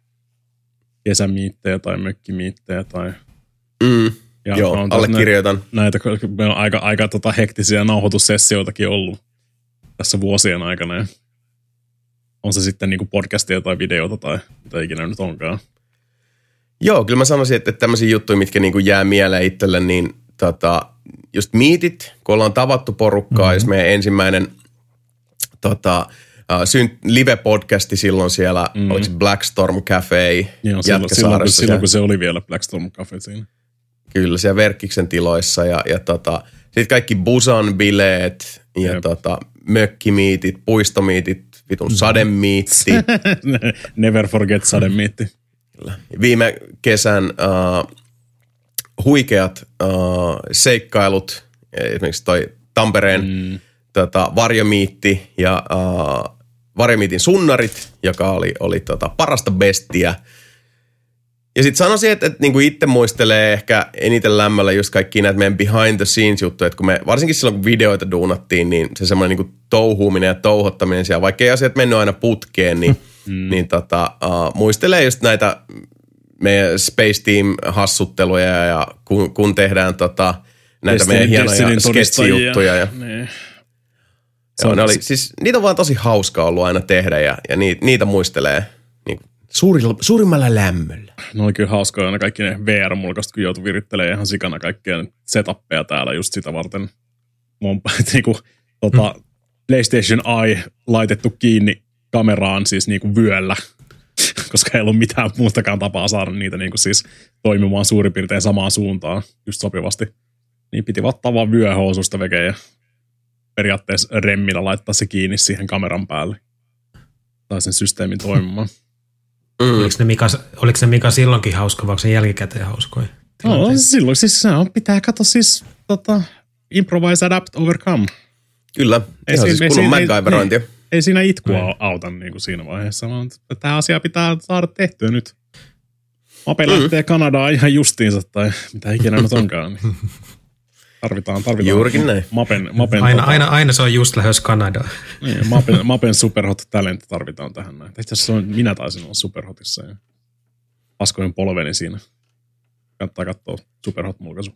kesämiittejä tai mökkimiittejä tai... Mm, joo, allekirjoitan. Näitä, meillä on aika, aika tota hektisiä nauhoitussessioitakin ollut tässä vuosien aikana. Ja on se sitten niinku podcastia tai videota tai mitä ikinä nyt onkaan. Joo, kyllä mä sanoisin, että tämmöisiä juttuja, mitkä niinku jää mieleen itselle, niin tota, just miitit, kun ollaan tavattu porukkaa, mm-hmm. jos meidän ensimmäinen tota, synt, live-podcasti silloin siellä, mm. oliko se Blackstorm Cafe Joo, silloin, silloin, kun, silloin kun se oli vielä Blackstorm Cafe siinä. Kyllä, siellä Verkkiksen tiloissa ja, ja tota, sitten kaikki Busan-bileet ja Jep. tota, mökkimiitit, puistomiitit, vitun sademiitti. Never forget sademiitti. Kyllä. Viime kesän uh, huikeat uh, seikkailut, esimerkiksi toi Tampereen mm. tota, varjomiitti ja uh, varjomiitin sunnarit, joka oli, oli tota, parasta bestiä. Ja sitten sanoisin, että, että niinku itse muistelee ehkä eniten lämmöllä just kaikki näitä meidän behind the scenes juttuja, että kun me, varsinkin silloin kun videoita duunattiin, niin se semmoinen niinku touhuuminen ja touhottaminen siellä, vaikka ei asiat mennyt aina putkeen, niin, mm. niin tota, uh, muistelee just näitä meidän Space Team-hassutteluja ja kun, kun tehdään tota, näitä Destiny, meidän hienoja sketsijuttuja. Ja, niin. Joo, ne oli, siis, niitä on vaan tosi hauska ollut aina tehdä ja, ja niitä, niitä muistelee niin suurilla, suurimmalla lämmöllä. No oli kyllä hauskaa aina kaikki ne V R-mulkasta, kun joutui virittelemään ihan sikana kaikkea setuppeja täällä just sitä varten. Mun niinku, tota, mm. PlayStation Eye laitettu kiinni kameraan siis niinku vyöllä, koska ei ollut mitään muustakaan tapaa saada niitä niinku siis toimimaan suurin piirtein samaan suuntaan just sopivasti. Niin piti ottaa vaan vyöhoususta vekeen ja periaatteessa remmillä laittaa se kiinni siihen kameran päälle. Tai sen systeemin toimimaan. Mm. Oliko, ne Mika, oliko se Mika silloinkin hauska, vaikka sen jälkikäteen hauskoja? No silloin siis se on, pitää katsoa siis tota, improvise, adapt, overcome. Kyllä, ei ihan siis kunnon MacGyverointia. Ei, ei siinä itkua mm. auta niin kuin siinä vaiheessa, vaan tämä asia pitää saada tehtyä nyt. Mape mm. lähtee Kanadaan ihan justiinsa tai mitä ikinä nyt onkaan. Niin. Tarvitaan, tarvitaan. Juurikin näin. Mapen, mapen aina, tota, aina, aina se on just lähes Kanadaan. Niin, mapen, mapen superhot talent tarvitaan tähän näin. Itse asiassa minä taisin olla superhotissa ja paskoin polveni siinä. Kannattaa katsoa superhot-mulkaisu.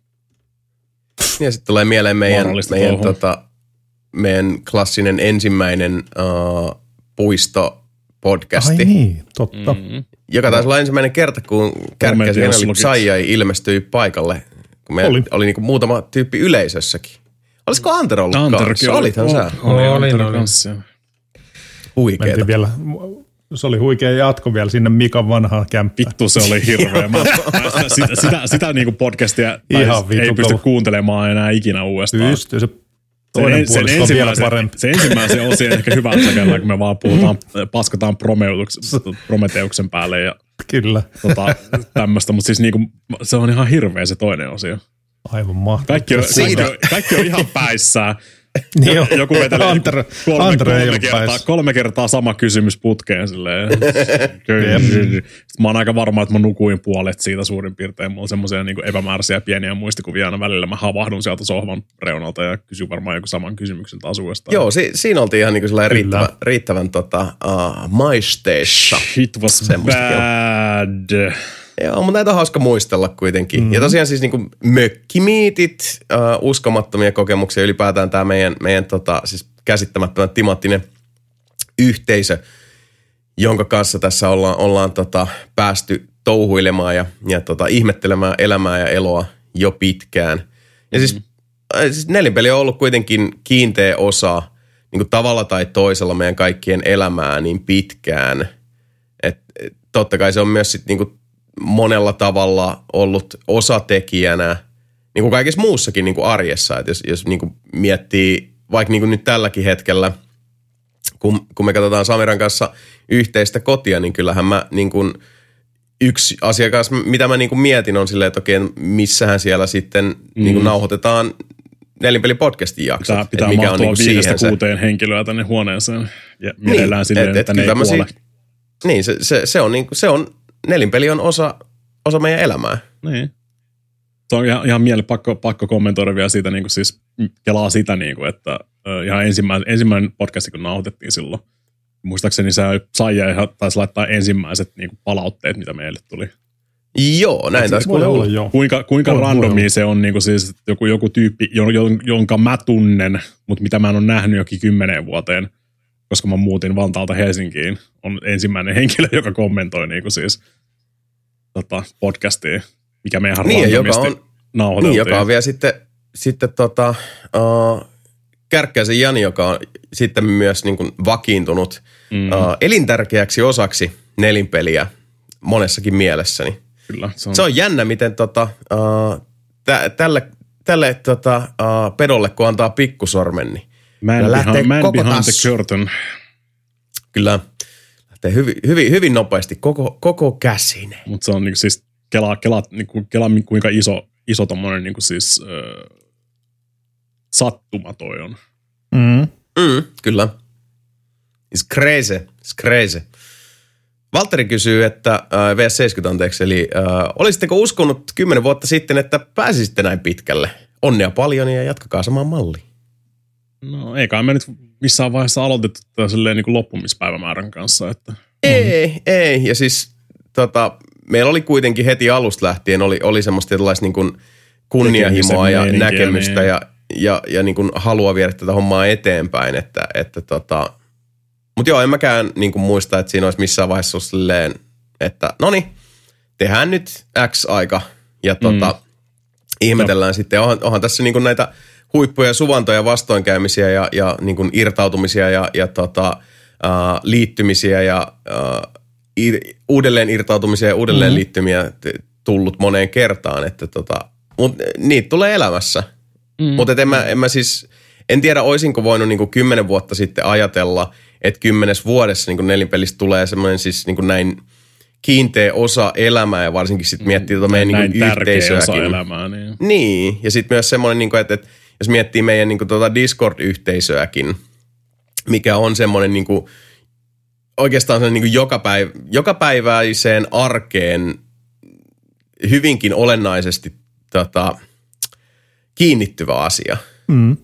Ja sitten tulee mieleen meidän, meidän, tota, meidän klassinen ensimmäinen uh, puisto-podcasti. Ai niin, totta. Mm-hmm. Joka taisi olla ensimmäinen kerta, kun Kärkkäs Eneli Saijai ilmestyi paikalle. Kun meillä oli, oli niinku muutama tyyppi yleisössäkin. Olisiko Antero ollut Antero, kanssa? Olithan sä. Oli, oli Antero kanssa. Huikeeta. Vielä, se oli huikea jatko vielä sinne Mikan vanhaan kämppään. Vittu, se oli hirveä. Mä, sitä sitä, sitä niinku podcastia ei pysty kuuntelemaan enää ikinä uudestaan. Pystyy, se toinen sen, puolisko on vielä parempi. Se ensimmäisen osin ehkä hyvältä säkellä, kun me vaan puhutaan, paskataan Prometeuksen päälle ja Kyllä. Tota, tämmöistä, mutta siis niinku, se on ihan hirveä se toinen osio. Aivan mahtavaa. Kaikki on, kaikki, on, kaikki on ihan päissään. Niin jo. Joku vetelee Antero, kolme, Antero kolme, kertaa, kolme kertaa sama kysymys putkeen. Silleen. Mä oon aika varma, että mä nukuin puolet siitä suurin piirtein. Mulla on semmoisia niin epämääräisiä pieniä muistikuvia aina välillä. Mä havahdun sieltä sohvan reunalta ja kysyn varmaan joku saman kysymyksen taas uudestaan. Joo, si- siinä oltiin ihan niin kuin riittävän, riittävän tota, uh, maisteessa. Shit was bad. Joo, mutta näitä on hauska muistella kuitenkin. Mm-hmm. Ja tosiaan siis niinku mökkimiitit, uh, uskomattomia kokemuksia, ylipäätään tämä meidän, meidän tota, siis käsittämättömän timanttinen yhteisö, jonka kanssa tässä ollaan, ollaan tota, päästy touhuilemaan ja, ja tota, ihmettelemään elämää ja eloa jo pitkään. Ja mm-hmm. siis, siis nelinpeli on ollut kuitenkin kiinteä osa niinku tavalla tai toisella meidän kaikkien elämää niin pitkään. Et, et, totta kai se on myös sit niinku monella tavalla ollut osatekijänä, niin kuin kaikessa muussakin niin kuin arjessa. Että jos, jos niin kuin miettii, vaikka niin kuin nyt tälläkin hetkellä, kun, kun me katsotaan Samiran kanssa yhteistä kotia, niin kyllähän mä niin kuin yksi asia kanssa, mitä mä niin kuin mietin, on silleen, että okei, missähän siellä sitten mm. niin kuin nauhoitetaan Nelinpeli-podcastin jaksot. Pitää, pitää mikä mahtua on niin viidestä kuuteen henkilöä tänne huoneeseen ja mielellään niin, silleen, et, että et, ne ei kuole. Si- niin, se, se, se on niin kuin, se on Nelinpeli on osa, osa meidän elämää. Niin. Se on ihan, ihan mieli pakko, pakko kommentoida vielä siitä, niin kuin siis kelaa sitä, niin kuin, että uh, ihan ensimmäinen, ensimmäinen podcast, kun nauhoitettiin silloin. Muistaakseni se Saija ihan taisi laittaa ensimmäiset niin kuin palautteet, mitä meille tuli. Joo, näin taisi kuule olla. Jo. Kuinka, kuinka randomia se on niin kuin siis joku, joku tyyppi, jonka mä tunnen, mutta mitä mä en ole nähnyt jokin kymmeneen vuoteen, koska mä muutin Vantaalta Helsinkiin, on ensimmäinen henkilö, joka kommentoi niin kuin siis tota, podcastia, mikä me ihan niin, randomisti joka on, nauhoiteltiin. Niin, joka on vielä sitten, sitten tota, uh, Kärkkäisen Jani, joka on sitten myös niin kuin vakiintunut mm. uh, elintärkeäksi osaksi nelinpeliä monessakin mielessäni. Kyllä. Se on, se on jännä, miten tota, uh, tä, tälle, tälle tota, uh, pedolle, kun antaa pikkusormen, niin man lähtee behind, man koko behind tassu. the curtain. Kyllä. Lähtee hyvin, hyvin, hyvin nopeasti koko, koko käsine. Mutta se on niinku siis, kela, kela, niinku, kela kuinka iso, iso tommonen niinku siis äh, sattuma toi on. Mm. Mm, kyllä. It's crazy, it's crazy. Valtteri kysyy, että äh, V S seitsemänkymmentä anteeksi, eli äh, olisitteko uskonut kymmenen vuotta sitten, että pääsisitte näin pitkälle? Onnea paljon ja jatkakaa samaan malliin. No ei kai me nyt missään vaiheessa aloitettu tätä silleen niin kuin loppumispäivämäärän kanssa. Että. Ei, mm. ei. Ja siis tota, meillä oli kuitenkin heti alusta lähtien oli, oli semmoista tietynlaista niin kuin kunnianhimoa ja näkemystä niin. ja, ja, ja niin kuin halua viedä tätä hommaa eteenpäin. Että, että tota, mutta joo, en mäkään niin kuin muista, että siinä olisi missään vaiheessa ollut silleen, että no niin, tehdään nyt X aika ja tota, mm. ihmetellään no. sitten. Onhan, onhan tässä niin kuin näitä huippuja, suvantoja, vastoinkäymisiä ja, ja niin kuin irtautumisia ja, ja tota, uh, liittymisiä ja uh, ir, uudelleen irtautumisia ja uudelleen mm-hmm. liittymiä tullut moneen kertaan. Että tota, mut niitä tulee elämässä. Mm-hmm. Mutta en mä, en mä siis, en tiedä olisinko voinut niin kuin kymmenen vuotta sitten ajatella, että kymmenes vuodessa niin kuin nelinpelistä tulee semmoinen siis niin kuin näin kiinteä osa elämää ja varsinkin sitten miettii tuota meidän näin niin yhteisöäkin. Osa elämää, niin. Niin, ja sitten myös semmoinen, niin kuin, että, että jos miettii meidän niin kuin, tuota Discord-yhteisöäkin, mikä on semmoinen niin kuin, oikeastaan semmoinen niin kuin jokapäiv- jokapäiväiseen arkeen hyvinkin olennaisesti tota, kiinnittyvä asia. Mm.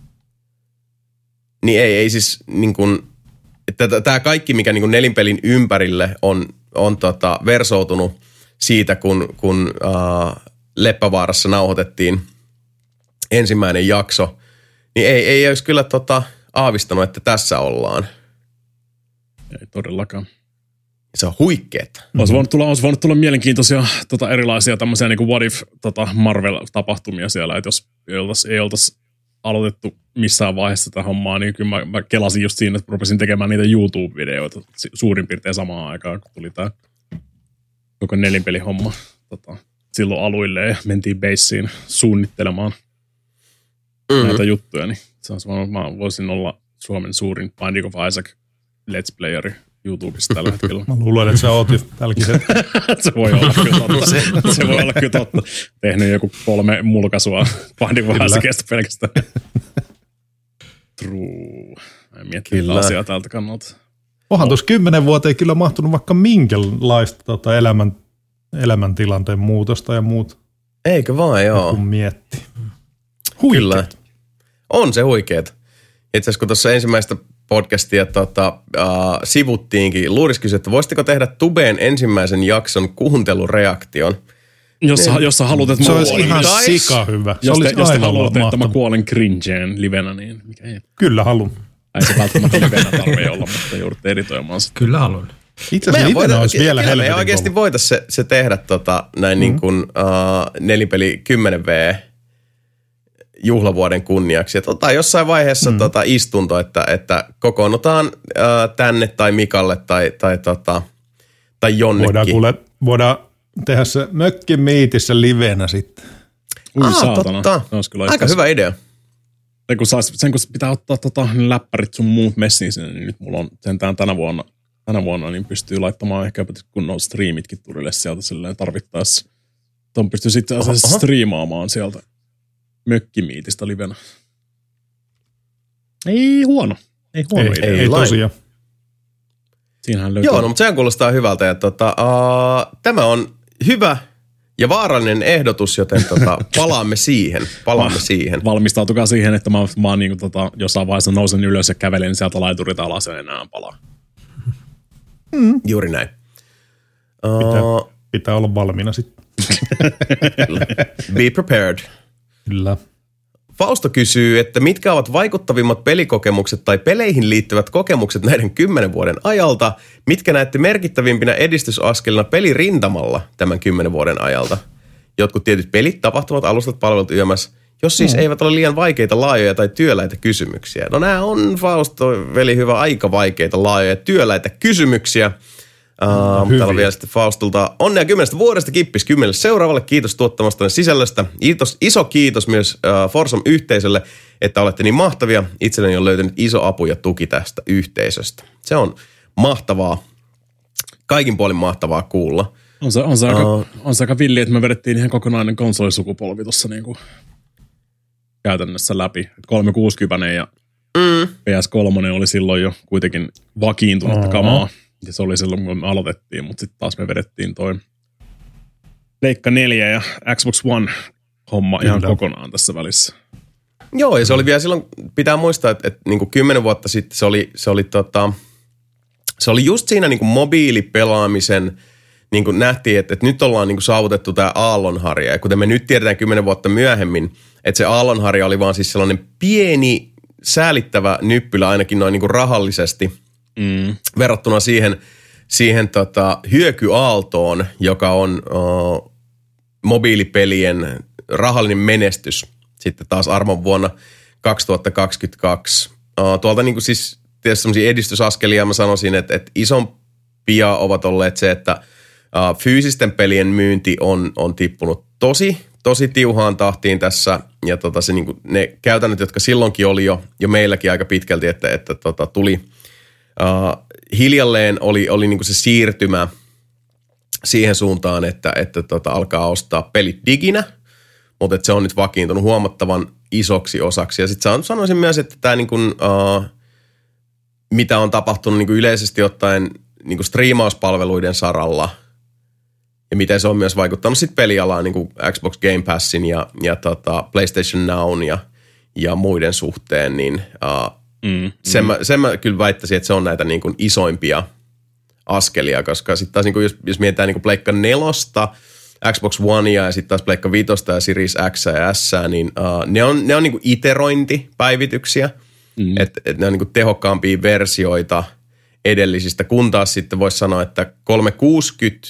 Niin ei, ei siis niin kuin, että tämä kaikki, mikä niin kuin nelinpelin ympärille on, on tota, versoutunut siitä, kun, kun uh, Leppävaarassa nauhoitettiin ensimmäinen jakso, niin ei, ei olisi kyllä tota, aavistanut, että tässä ollaan. Ei todellakaan. Se on huikeeta. Mm-hmm. Olisi voinut tulla, olisi voinut tulla mielenkiintoisia tota, erilaisia tämmöisiä niin kuin what if tota, Marvel-tapahtumia siellä, että jos ei oltaisi, ei oltaisi aloitettu missään vaiheessa tätä hommaa, niin kyllä mä, mä kelasin just siinä, että rupesin tekemään niitä YouTube-videoita suurin piirtein samaan aikaan, kun tuli tämä koko nelinpelihomma tota, silloin aluille ja mentiin baseen suunnittelemaan mm-hmm. näitä juttuja, niin se on semmoinen, mä voisin olla Suomen suurin Binding of Isaac Let's Playeri YouTubessa tällä hetkellä. Mä luulen, että sä oot jo tälläkin hetkellä. Se voi olla kyllä totta. se, se voi olla kyllä totta. Tehnyt joku kolme mulkaisua Binding of Isaacista pelkästään. True. Mä mietin tätä asiaa tältä kannalta. Onhan tuossa kymmenen vuoteen kyllä mahtunut vaikka minkälaista tota elämän, elämäntilanteen muutosta ja muut. Eikö vaan, joo. Kun miettii. Huikeet. Kyllä. On se huikeet. Itse asiassa kun tuossa ensimmäistä podcastia tota, äh, sivuttiinkin, Luuris kysyi, että voisitteko tehdä Tubeen ensimmäisen jakson kuuntelureaktion? Jossa, niin, jossa haluat, että se mä olisi kuolen. ihan sika hyvä. Jos te, jos te haluatte, että mä kuolen cringeen livenä, niin mikä ei. Kyllä haluan. Ei se välttämättä livenä tarvitse olla, mutta joudutte editoimaan sitä. Kyllä haluan. Itse asiassa livenä olisi vielä helvetin kova. Me oikeasti voitaisiin se, se tehdä tota, näin mm-hmm. niin kuin uh, nelipeli kymmenen vuotta juhlavuoden kunniaksi. Ja tota, jossain vaiheessa mm. tota, istunto, että, että kokoonnutaan uh, tänne tai Mikalle tai, tai, tota, tai jonnekin. Voidaan, kuule, voidaan tehdä se mökkimiitissä livenä sitten. Ui ah, saatana. Totta. Aika hyvä idea. Sen kun, sais, sen kun pitää ottaa tota, läppärit sun muut messiin sinne, niin nyt mulla on sentään tänä vuonna, tänä vuonna niin pystyy laittamaan ehkä kunnon striimitkin turille sieltä silleen tarvittaessa. Tuon pystyy sitten asiassa striimaamaan sieltä mökkimiitistä livenä. Ei huono. Ei huono ei, idea. Ei, ei tosiaan. Siinähän löytyy. Joo, no, mutta sehän kuulostaa hyvältä. Ja, tota, uh, tämä on hyvä ja vaarallinen ehdotus, joten tota, palaamme siihen. Palaamme Va- siihen. Valmistautukaa siihen, että mä, mä niin kuin, tota, jossain vaiheessa nousen ylös ja kävelen sieltä laiturit alas ja enää palaa. Mm. Juuri näin. Uh, pitää, pitää olla valmiina sitten. Be prepared. Kyllä. Fausto kysyy, että mitkä ovat vaikuttavimmat pelikokemukset tai peleihin liittyvät kokemukset näiden kymmenen vuoden ajalta? Mitkä näette merkittävimpinä edistysaskelina pelirintamalla tämän kymmenen vuoden ajalta? Jotkut tietyt pelit, tapahtumat, alustat, palvelut, yömäs, Jos siis Mm. eivät ole liian vaikeita, laajoja tai työläitä kysymyksiä. No nämä on, Fausto, veli hyvä, aika vaikeita, laajoja, työläitä kysymyksiä. Uh, mutta täällä on vielä sitten Faustulta onnea kymmenestä vuodesta, kippis kymmenelle seuraavalle. Kiitos tuottamastanne sisällöstä. Kiitos, iso kiitos myös uh, Forsom-yhteisölle, että olette niin mahtavia. Itselleni on löytynyt iso apu ja tuki tästä yhteisöstä. Se on mahtavaa, kaikin puolin mahtavaa kuulla. On se, on se, aika, Uh, on se aika villi, että me vedettiin ihan kokonainen konsolisukupolvi tuossa niinku käytännössä läpi. kolmesataakuusikymmentä ja mm. P S kolme oli silloin jo kuitenkin vakiintunutta Aha. kamaa. Ja se oli silloin, kun me aloitettiin, mutta sitten taas me vedettiin toi Pleikka neljä ja Xbox One homma Kyllä. ihan kokonaan tässä välissä. Joo, ja se oli vielä silloin, pitää muistaa, että, että niin kuin kymmenen vuotta sitten se oli, se oli, tota, se oli just siinä niin kuin mobiilipelaamisen, niin kuin nähtiin, että, että nyt ollaan niin kuin saavutettu tämä aallonharja. Ja kuten me nyt tiedetään kymmenen vuotta myöhemmin, että se aallonharja oli vaan siis sellainen pieni, säälittävä nyppylä ainakin noin niin kuin rahallisesti mm. verrattuna siihen, siihen tota, hyökyaaltoon, joka on uh, mobiilipelien rahallinen menestys sitten taas armon vuonna kaksituhattakaksikymmentäkaksi. Uh, tuolta niin kuin siis tietysti sellaisia edistysaskelia mä sanoisin, että, että isompia ovat olleet se, että uh, fyysisten pelien myynti on, on tippunut tosi, tosi tiuhaan tahtiin tässä. Ja tota, se, niin kuin, ne käytännöt, jotka silloinkin oli jo, jo meilläkin aika pitkälti, että, että tota, tuli uh, hiljalleen oli, oli niin kuin se siirtymä siihen suuntaan, että, että tota, alkaa ostaa pelit diginä, mutta se on nyt vakiintunut huomattavan isoksi osaksi. Ja sitten sanoisin myös, että tämä niin kuin, uh, mitä on tapahtunut niin kuin yleisesti ottaen niin kuin striimauspalveluiden saralla ja miten se on myös vaikuttanut sitten pelialaan niin kuin Xbox Game Passin ja, ja tota PlayStation Nown ja, ja muiden suhteen, niin uh, mm, sen, mm. Mä, sen mä kyllä väittäisin, että se on näitä niin kuin isoimpia askelia, koska sitten taas niin kuin jos, jos mietitään niin kuin Pleikka nelosta, Xbox Onea ja sitten taas Pleikka vitosta ja Series X ja S, niin uh, ne on, ne on niin kuin iterointipäivityksiä, mm. että et ne on niin kuin tehokkaampia versioita edellisistä, kun taas sitten voisi sanoa, että kolmesataakuusikymmentä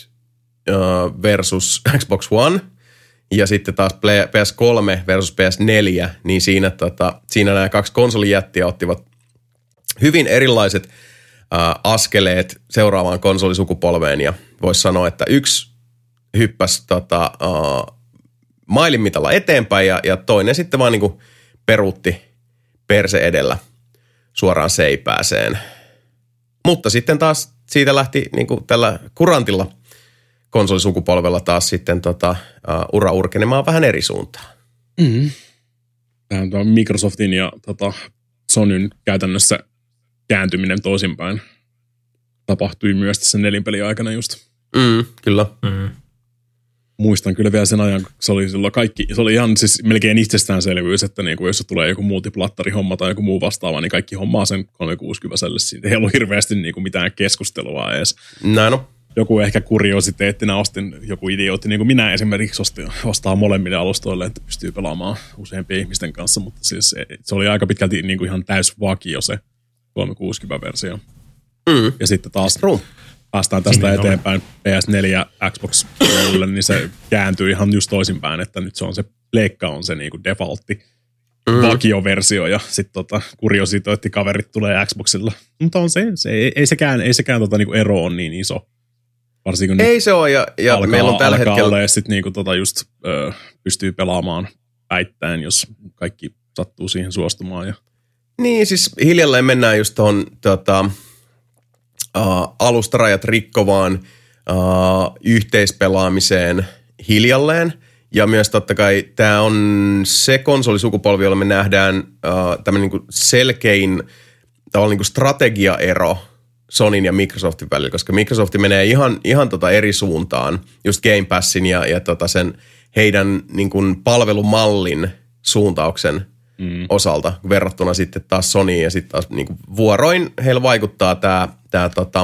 uh, versus Xbox One ja sitten taas P S kolme versus P S neljä, niin siinä, tota, siinä nämä kaksi konsolijättiä ottivat hyvin erilaiset uh, askeleet seuraavaan konsolisukupolveen ja voisi sanoa, että yksi hyppäsi tota, uh, mailin mitalla eteenpäin ja, ja toinen sitten vaan niin kuin peruutti perse edellä suoraan seipääseen. Mutta sitten taas siitä lähti niin kuin tällä kurantilla konsolisukupolvella taas sitten tota, uh, ura urkenemaan vähän eri suuntaan. Mm-hmm. Tämä on Microsoftin ja tota, Sonyn käytännössä kääntyminen toisinpäin tapahtui myös tässä nelinpelin aikana just. Mm, kyllä. Mm. Muistan kyllä vielä sen ajan, kun se oli silloin kaikki, se oli ihan siis melkein itsestäänselvyys, että niinku, jos tulee joku multiplattarihomma tai joku muu vastaava, niin kaikki hommaa sen kolmesataakuusikymmentä. Siitä ei ollut hirveästi niinku mitään keskustelua edes. Näin on. Joku ehkä kuriositeettina ostin, joku idiootti, niin kuin minä esimerkiksi ostin, ostaa molemmille alustoille, että pystyy pelaamaan useampien ihmisten kanssa, mutta siis se oli aika pitkälti niin kuin ihan täys vakio se kolmesataakuusikymmentä-versio. Mm. Ja sitten taas True. päästään tästä Sinne eteenpäin P S neljä Xbox puolelle, niin se kääntyy ihan just toisinpäin, että nyt se on se pleikka on se niin kuin defaultti mm. vakioversio ja sitten tota, kuriositeettikaverit tulee Xboxilla. Mutta on se, se ei, ei sekään, ei sekään tota, niin kuin ero on niin iso. Varsinkin ei se ole, ja, ja alkaa, meillä on tällä alkaa hetkellä olemaan sitten niinku tota just ö, pystyy pelaamaan päittäin, jos kaikki sattuu siihen suostumaan. Ja. Niin, siis hiljalleen mennään just tuohon tota, uh, alustarajat rikkovaan uh, yhteispelaamiseen hiljalleen. Ja myös totta kai tämä on se konsolisukupolvi, jolla me nähdään uh, tämmöinen niinku selkein tavallaan niinku strategiaero Sonyn ja Microsoftin välillä, koska Microsoft menee ihan, ihan tota eri suuntaan, just Game Passin ja, ja tota sen heidän niin kuin palvelumallin suuntauksen mm. osalta verrattuna sitten taas Sonyin ja sitten taas niin kuin vuoroin heillä vaikuttaa tämä, tämä tota,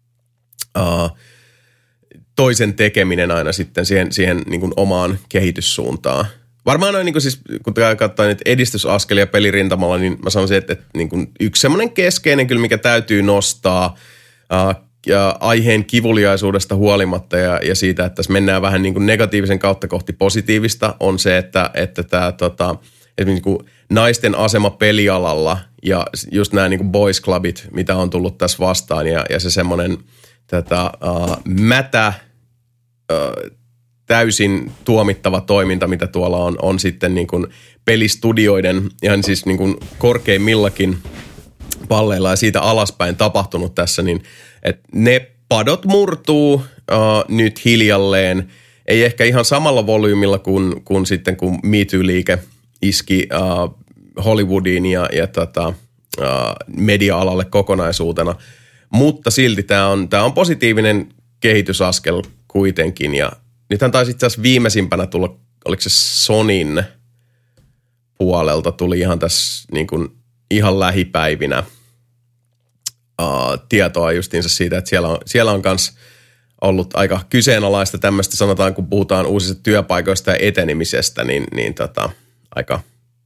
uh, toisen tekeminen aina sitten siihen, siihen niin kuin omaan kehityssuuntaan. Varmaan noin, niin kuin siis, kun katsoo nyt edistysaskelia pelirintamalla, niin mä sanoisin, että, että niin kuin yksi semmoinen keskeinen kyllä, mikä täytyy nostaa uh, aiheen kivuliaisuudesta huolimatta ja, ja siitä, että tässä mennään vähän niin kuin negatiivisen kautta kohti positiivista, on se, että, että tämä tota, niin kuin naisten asema pelialalla ja just nämä niin kuin boys clubit, mitä on tullut tässä vastaan ja, ja se semmoinen tätä, uh, mätä, uh, täysin tuomittava toiminta, mitä tuolla on, on sitten niin kuin pelistudioiden ihan siis niin kuin korkeimmillakin palleilla ja siitä alaspäin tapahtunut tässä, niin että ne padot murtuu uh, nyt hiljalleen. Ei ehkä ihan samalla volyymilla kuin, kuin sitten kun Me Too-liike iski uh, Hollywoodiin ja, ja tota, uh, media-alalle kokonaisuutena. Mutta silti tämä on, tää on positiivinen kehitysaskel kuitenkin. Ja nythän taisi itse asiassa viimeisimpänä tulla, oliko se Sonyn puolelta, tuli ihan tässä niin kuin ihan lähipäivinä uh, tietoa justiinsa siitä, että siellä on, siellä on kans ollut aika kyseenalaista tämmöistä, sanotaan kun puhutaan uusista työpaikoista ja etenemisestä, niin, niin tota, aika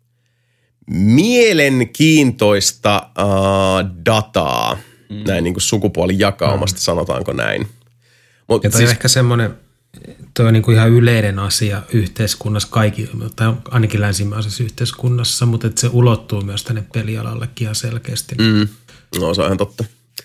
mielenkiintoista uh, dataa, mm. näin niin kuin sukupuolijakaumasta, mm. sanotaanko näin. Mut ja toi siis, on ehkä semmoinen, toi on niin kuin ihan yleinen asia yhteiskunnassa, kaikki, tai ainakin länsimaisessa yhteiskunnassa, mutta että se ulottuu myös tänne pelialallekin ihan selkeästi. Mm. No se on ihan totta.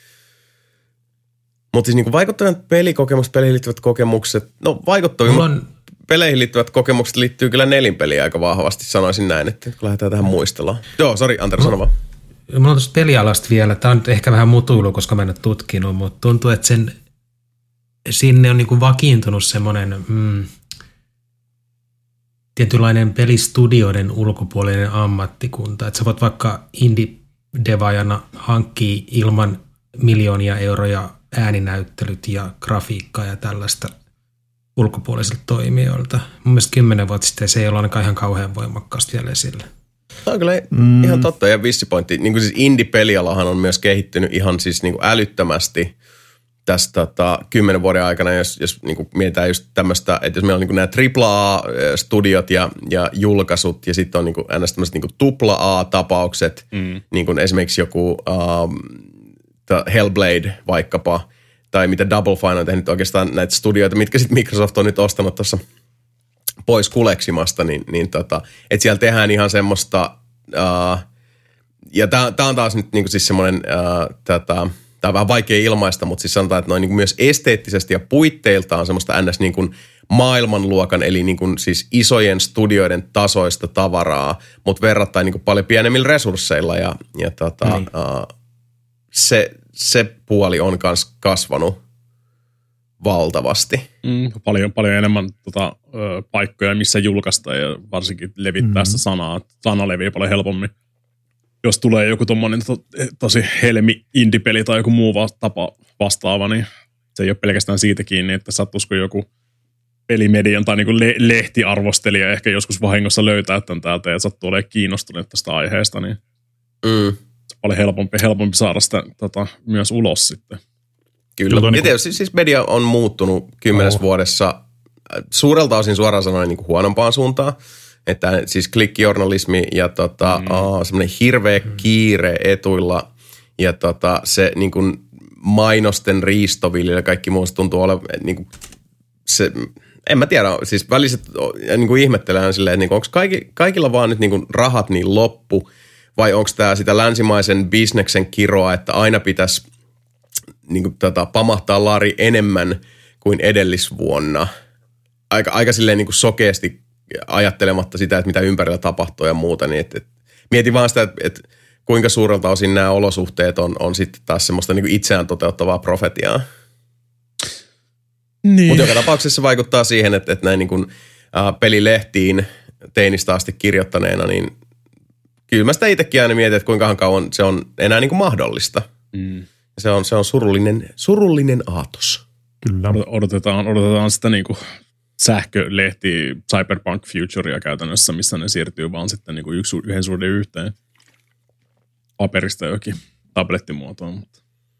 Mutta siis niin vaikuttavat pelikokemukset, peleihin liittyvät kokemukset, no vaikuttavimmat on... peleihin liittyvät kokemukset liittyy kyllä nelinpeliin aika vahvasti, sanoisin näin, että kun lähdetään tähän muistellaan. Joo, sori, Antero, sano vaan. Mulla on tuosta pelialasta vielä, tämä on nyt ehkä vähän mutuilu, koska mä en ole tutkinut, mutta tuntuu, että sen, sinne on niin kuin vakiintunut semmoinen mm, tietynlainen pelistudioiden ulkopuolinen ammattikunta, että sä voit vaikka indie-devaajana hankkia ilman miljoonia euroja ääninäyttelyt ja grafiikkaa ja tällaista ulkopuolisilta toimijoilta. Mun mielestä kymmenen vuotta sitten se ei ole ainakaan ihan kauhean voimakkaasti vielä esillä. Tämä on kyllä mm. ihan totta ja vissi pointti. Niin kuin siis indie-pelialahan on myös kehittynyt ihan siis niin kuin älyttömästi tässä tota, kymmenen vuoden aikana, jos, jos niin kuin mietitään just tämmöistä, että jos meillä on niin kuin nämä tripla A-studiot ja, ja julkaisut ja sitten on niin kuin ns. Tämmöiset niin kuin tupla A-tapaukset, mm. niin kuin esimerkiksi joku um, Hellblade vaikkapa, tai mitä Double Fine on tehnyt oikeastaan näitä studioita, mitkä sitten Microsoft on nyt ostanut tuossa pois kuleksimasta, niin, niin tota, että siellä tehdään ihan semmoista, uh, ja tämä on taas nyt niinku siis semmoinen, uh, tämä on vähän vaikea ilmaista, mutta siis sanotaan, että noin niinku myös esteettisesti ja puitteiltaan semmoista ns. Niinku maailmanluokan, eli niinku siis isojen studioiden tasoista tavaraa, mutta verrattain niinku paljon pienemmillä resursseilla, ja, ja tota, mm. uh, se, se puoli on myös kasvanut valtavasti. Mm, paljon, paljon enemmän tota, ö, paikkoja, missä julkaista ja varsinkin levittää mm. sitä sanaa. Sana leviää paljon helpommin. Jos tulee joku tommonen to, tosi helmi indie-peli tai joku muu tapa vastaava, niin se ei ole pelkästään siitä kiinni, että sattuisiko joku pelimedian tai niinku le- lehtiarvostelija ehkä joskus vahingossa löytää tämän täältä ja sattuu olemaan kiinnostunut tästä aiheesta, niin mm. se on paljon helpompi, helpompi saada sitä tota, myös ulos sitten. Kyllä. Ja tietysti siis media on muuttunut kymmenessä oh. vuodessa suurelta osin suoraan sanoen niin kuin huonompaan suuntaan. Että siis klikkijournalismi ja tota, mm. oh, semmoinen hirveä kiire etuilla ja tota, se niin kuin mainosten riistovili ja kaikki muusta tuntuu olevan niin kuin se, en mä tiedä, siis väliset niin kuin ihmettelään silleen, että niin onko kaikki, kaikilla vaan nyt niin kuin rahat niin loppu vai onko tämä sitä länsimaisen bisneksen kiroa, että aina pitäisi niin kuin, tota, pamahtaa laari enemmän kuin edellisvuonna. Aika, aika silleen niin kuin sokeasti ajattelematta sitä, että mitä ympärillä tapahtuu ja muuta. Niin et, et, mietin vaan sitä, että, että kuinka suurelta osin nämä olosuhteet on, on sitten taas semmoista niin kuin itseään toteuttavaa profetiaa. Niin. Mutta joka tapauksessa vaikuttaa siihen, että, että näin niin kuin, äh, pelilehtiin teinistä asti kirjoittaneena, niin kyllä mä sitä itsekin aina mietin, että kuinka kauan se on enää niin kuin mahdollista. Mm. Se on, se on surullinen, surullinen aatos. Kyllä. Odotetaan, odotetaan sitä niin kuin sähkölehti Cyberpunk Futurea käytännössä, missä ne siirtyy vaan sitten niin kuin yksi, yhden suhde yhteen paperista jokin tablettimuotoon, mutta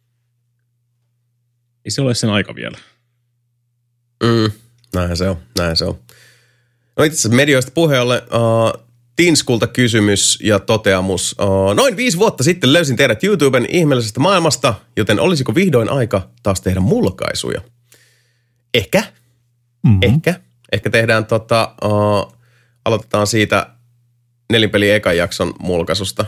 ei se ole sen aika vielä. Mm, näinhän se on, näinhän se on. No itse asiassa medioista puheelle, uh, Tinskulta kysymys ja toteamus. Uh, noin viisi vuotta sitten löysin teidät YouTuben ihmeellisestä maailmasta, joten olisiko vihdoin aika taas tehdä mulkaisuja? Ehkä. Mm-hmm. Ehkä. Ehkä tehdään tota, uh, aloitetaan siitä nelinpeli ekan jakson mulkaisusta.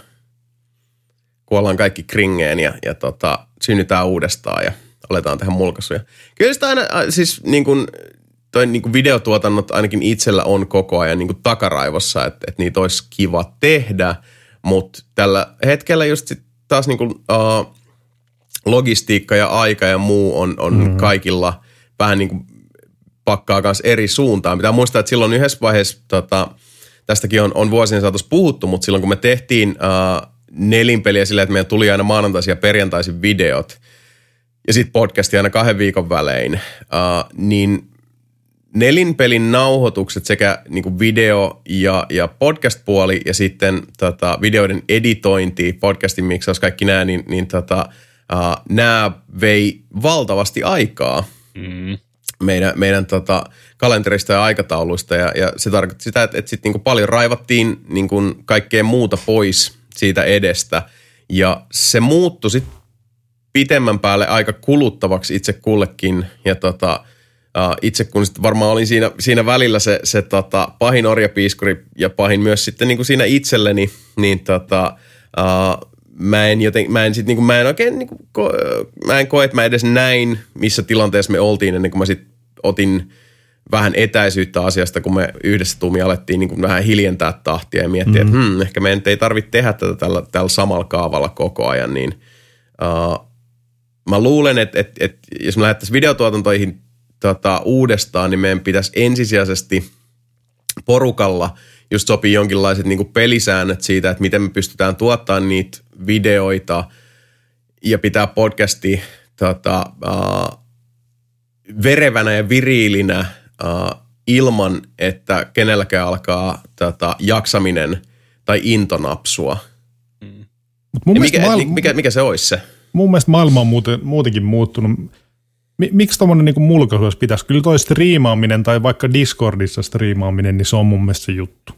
Kuollaan kaikki kringeen ja, ja tota, synnytään uudestaan ja aletaan tehdä mulkaisuja. Kyllä sitä aina, siis niin kuin, toi niin kuin videotuotannot ainakin itsellä on koko ajan niin kuin takaraivossa, että, että niitä olisi kiva tehdä, mutta tällä hetkellä just sit taas niin kuin, uh, logistiikka ja aika ja muu on, on mm-hmm. kaikilla vähän niin kuin pakkaa kanssa eri suuntaan. Pitää muistaa, että silloin yhdessä vaiheessa, tota, tästäkin on, on vuosien saatossa puhuttu, mutta silloin kun me tehtiin uh, nelinpeliä silleen, että meillä tuli aina maanantaisin ja perjantaisin videot ja sitten podcasti aina kahden viikon välein, uh, niin nelinpelin nauhoitukset sekä niinku video- ja, ja podcast-puoli ja sitten tota, videoiden editointi, podcastin miksaus, kaikki nämä, niin, niin tota, uh, nämä vei valtavasti aikaa mm. meidän, meidän tota, kalenterista ja aikatauluista ja, ja se tarkoitti sitä, että, että sitten niinku paljon raivattiin niinku kaikkea muuta pois siitä edestä ja se muuttui sitten pitemmän päälle aika kuluttavaksi itse kullekin ja tota, uh, itse kun sitten varmaan olin siinä, siinä välillä se, se tota, pahin orjapiiskuri ja pahin myös sitten niinku siinä itselleni, niin tota, uh, mä en joten, mä en sit niinku, mä en oikein niinku, ko, mä en koe, että mä edes näin, missä tilanteessa me oltiin ennen kuin mä sitten otin vähän etäisyyttä asiasta, kun me yhdessä tuumi alettiin niin kuin vähän hiljentää tahtia ja miettiä, mm-hmm. että hmm, ehkä meidän ei tarvitse tehdä tätä tällä, tällä samalla kaavalla koko ajan, niin uh, mä luulen, että, että, että jos me lähdettäisiin videotuotantoihin tota, uudestaan, niin meidän pitäisi ensisijaisesti porukalla just sopii jonkinlaiset niin kuin pelisäännöt siitä, että miten me pystytään tuottamaan niitä videoita ja pitää podcasti tota, uh, verevänä ja viriilinä uh, ilman, että kenelläkään alkaa tota, jaksaminen tai into napsua. Mm. Mikä, maailma, mikä, mikä se olisi se? Mun mielestä maailma on muuten, muutenkin muuttunut. Miksi tommoinen niinku mulkaisu pitäisi? Kyllä toi striimaaminen tai vaikka Discordissa striimaaminen, niin se on mun mielestä se juttu.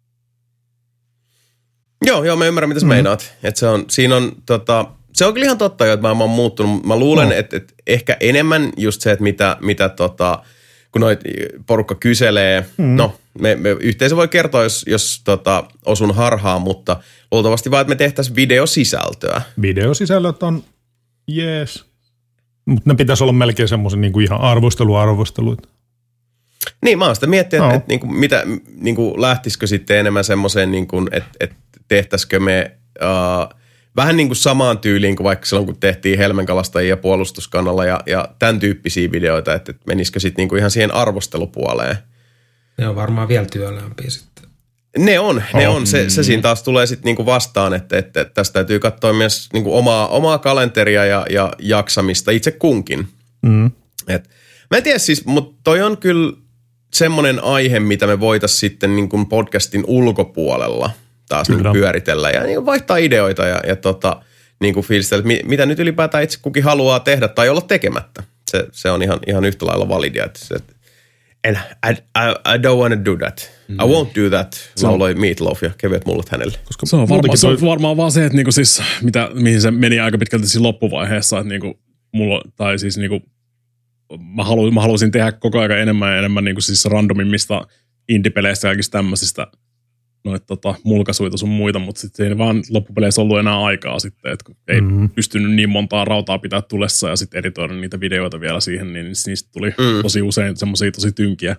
Joo, joo, mä ymmärrän, mitä sä mm. meinaat. Että se on, siinä on, tota, se on kyllä ihan totta jo, että mä, mä oon muuttunut. Mä luulen, no. että, että ehkä enemmän just se, että mitä, mitä tota, kun noit porukka kyselee, mm. no, me, me yhteisö voi kertoa, jos, jos tota, osun harhaan, mutta luultavasti vaan, että me tehtäisiin videosisältöä. Videosisällöt on jees, mutta ne pitäisi olla melkein semmoisen niin kuin ihan arvostelu-arvosteluita. Niin, mä oon sitä miettinyt, no. että, että niin kuin, mitä, niin kuin, lähtisikö sitten enemmän semmoiseen, niin kuin, että, että tehtäisikö me uh, vähän niin kuin samaan tyyliin kuin vaikka silloin, kun tehtiin Helmenkalastajia puolustuskannalla ja, ja tämän tyyppisiä videoita, että, että menisikö sitten niin kuin ihan siihen arvostelupuoleen. Ne on varmaan vielä työlämpiä sitten. Ne on, ne oh. on. Se, se siinä taas tulee sitten niinku vastaan, että, että tästä täytyy katsoa myös niinku omaa, omaa kalenteria ja, ja jaksamista itse kunkin. Mm. Et, mä en tiedä siis, mutta toi on kyllä semmoinen aihe, mitä me voitaisiin sitten niinku podcastin ulkopuolella taas niinku pyöritellä ja niinku vaihtaa ideoita ja, ja tota, niinku fiilistellä, että mitä nyt ylipäätään itse kukin haluaa tehdä tai olla tekemättä. Se, se on ihan, ihan yhtä lailla validia, että se, and I, I, I don't want to do that. Mm. I won't do that, lauloi Meatloaf ja kevyet mullat hänelle. Koska se on varmaan, se on varmaan vaan se, että niinku siis, mitä, mihin se meni aika pitkälti siinä loppuvaiheessa, että niinku mulla, tai siis niinku, mä, halu, mä halusin tehdä koko ajan enemmän ja enemmän niinku siis randomimmista indie-peleistä ja kaikista tämmöisistä noita tota, mulkaisuita sun muita, mutta sitten ei vaan loppupeleissä ollut enää aikaa sitten, että ei mm-hmm. pystynyt niin montaa rautaa pitää tulessa ja sitten editoida niitä videoita vielä siihen, niin niistä tuli mm. tosi usein semmoisia tosi tynkiä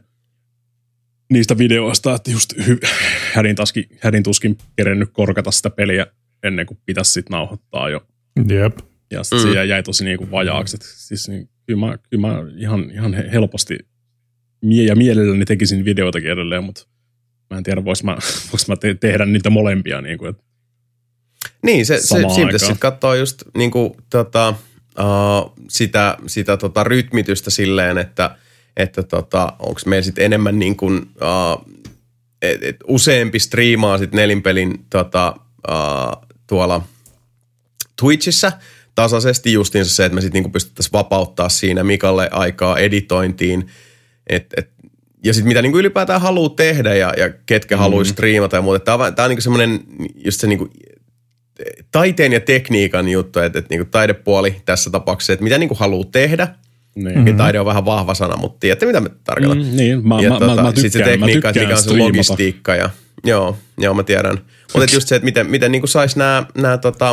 niistä videoista, että just hy- hädin, taski, hädin tuskin kerennyt korkata sitä peliä ennen kuin pitäisi sitten nauhoittaa jo. Jep. Ja sitten mm. se jäi tosi niinku vajaaksi. Et siis niin, kyllä mä, kyllä mä ihan, ihan helposti mie- ja mielelläni tekisin videoitakin edelleen, mutta mä en tiedä, vois mä, vois mä te- tehdä niitä molempia. Niin, kuin, niin se, se siinä pitäisi sitten katsoa just niin kuin, tota, uh, sitä, sitä tota, rytmitystä silleen, että että tota, onko meillä sitten enemmän niin kuin, uh, et, et useampi striimaa sitten nelinpelin tota, uh, tuolla Twitchissä tasaisesti justiinsa se, että me sitten niinku pystyttäisiin vapauttaa siinä Mikalle aikaa editointiin, että et, ja sitten mitä niin kuin ylipäätään haluaa tehdä ja, ja ketkä mm. haluaa striimata ja muuta. Tämä on, tämä on niin semmoinen just se niin kuin taiteen ja tekniikan juttu, että, että niin kuin taidepuoli tässä tapauksessa, että mitä niin kuin haluaa tehdä. Niin. Ja taide on vähän vahva sana, mutta tiedätte mitä me tarkoitan. Mm, niin, mä, ja mä, tota, mä, mä tykkään, sit se tekniikka, mä mikä on se logistiikka. Ja, joo, joo, mä tiedän. Mutta just se, että miten, miten niin saisi nämä tota,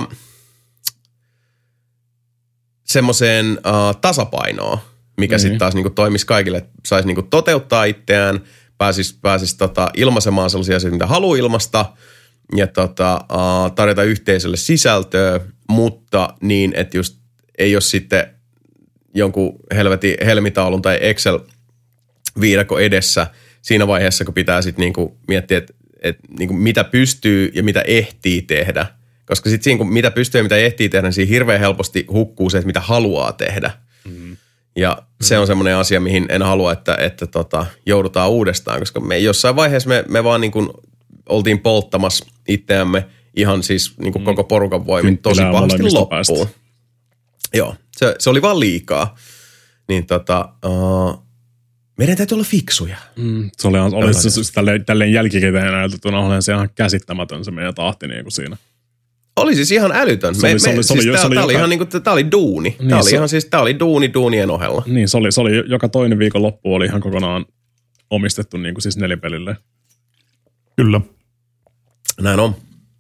semmoiseen uh, tasapainoon, mikä niin. sitten taas niin toimisi kaikille, että saisi niin toteuttaa itseään, pääsisi, pääsisi tota, ilmaisemaan sellaisia asioita, mitä haluaa ilmaista, ja tota, uh, tarjota yhteisölle sisältöä, mutta niin, että just ei ole sitten jonkun helvetin helmitaulun tai Excel-viidakko edessä siinä vaiheessa, kun pitää sitten niinku miettiä, että et niinku mitä pystyy ja mitä ehtii tehdä. Koska sitten siinä, kun mitä pystyy ja mitä ehtii tehdä, niin siinä hirveän helposti hukkuu se, että mitä haluaa tehdä. Mm. Ja se on semmoinen asia, mihin en halua, että, että tota, joudutaan uudestaan, koska me jossain vaiheessa me, me vaan niinku oltiin polttamassa itseämme ihan siis niinku koko porukan voimin tosi pahasti loppuun. Joo, se, se oli vaan liikaa. Niin tota, uh, meidän täytyy olla fiksuja. Mm, se oli, oli se, se, tälleen, tälleen jälkikäteen näytettynä, oli se ihan käsittämätön se meidän tahti niin kuin siinä. Oli siis ihan älytön. Se oli, me, se oli, me, se oli, siis se tää, oli tää joka... oli ihan niinku, tää oli duuni. Niin, tää oli se... ihan siis, tää oli duuni duunien ohella. Niin, se oli, se oli joka toinen viikon loppu oli ihan kokonaan omistettu niin kuin siis nelipelille. Kyllä. Näin on.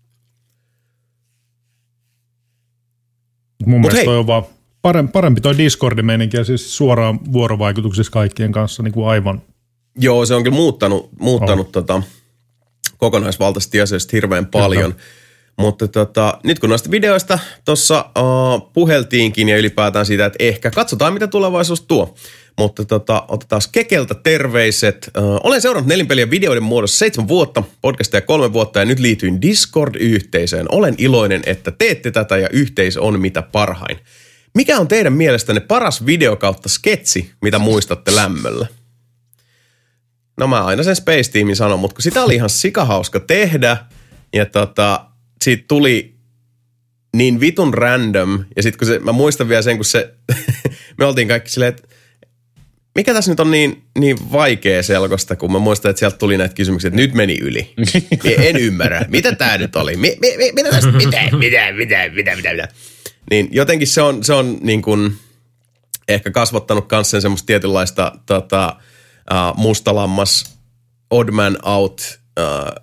Mun Mut mielestä hei. toi on vaan parempi, parempi toi Discord-meininki ja siis suoraan vuorovaikutuksessa kaikkien kanssa niin kuin aivan. Joo, se on kyllä muuttanut, muuttanut oh. tota, kokonaisvaltaisesti asioista hirveän paljon. Kyllä. Mutta tota, nyt kun noista videoista tuossa uh, puheltiinkin ja ylipäätään siitä, että ehkä katsotaan mitä tulevaisuus tuo. Mutta tota, otetaan Kekeltä terveiset. Uh, olen seurannut Nelinpeliä videoiden muodossa seitsemän vuotta, podcastia kolme vuotta ja nyt liityin Discord-yhteisöön. Olen iloinen, että teette tätä ja yhteisö on mitä parhain. Mikä on teidän mielestänne paras video kautta sketsi, mitä muistatte lämmöllä? No mä aina sen Space Teamin sanon, mutta kun sitä oli ihan sikahauska tehdä ja tota, siitä tuli niin vitun random ja sit kun se, mä muistan vielä sen, kun se, me oltiin kaikki silleen, että mikä tässä nyt on niin, niin vaikea selkosta, kun mä muistan, että sieltä tuli näitä kysymyksiä, että nyt meni yli. En ymmärrä. Mitä tää nyt oli? Mi, mi, mi, mitä tästä? Mitä, mitä, mitä, mitä, mitä, mitä? Niin jotenkin se on, se on niin kuin ehkä kasvattanut kans sen semmoista tietynlaista tota, uh, mustalammas odd man out uh,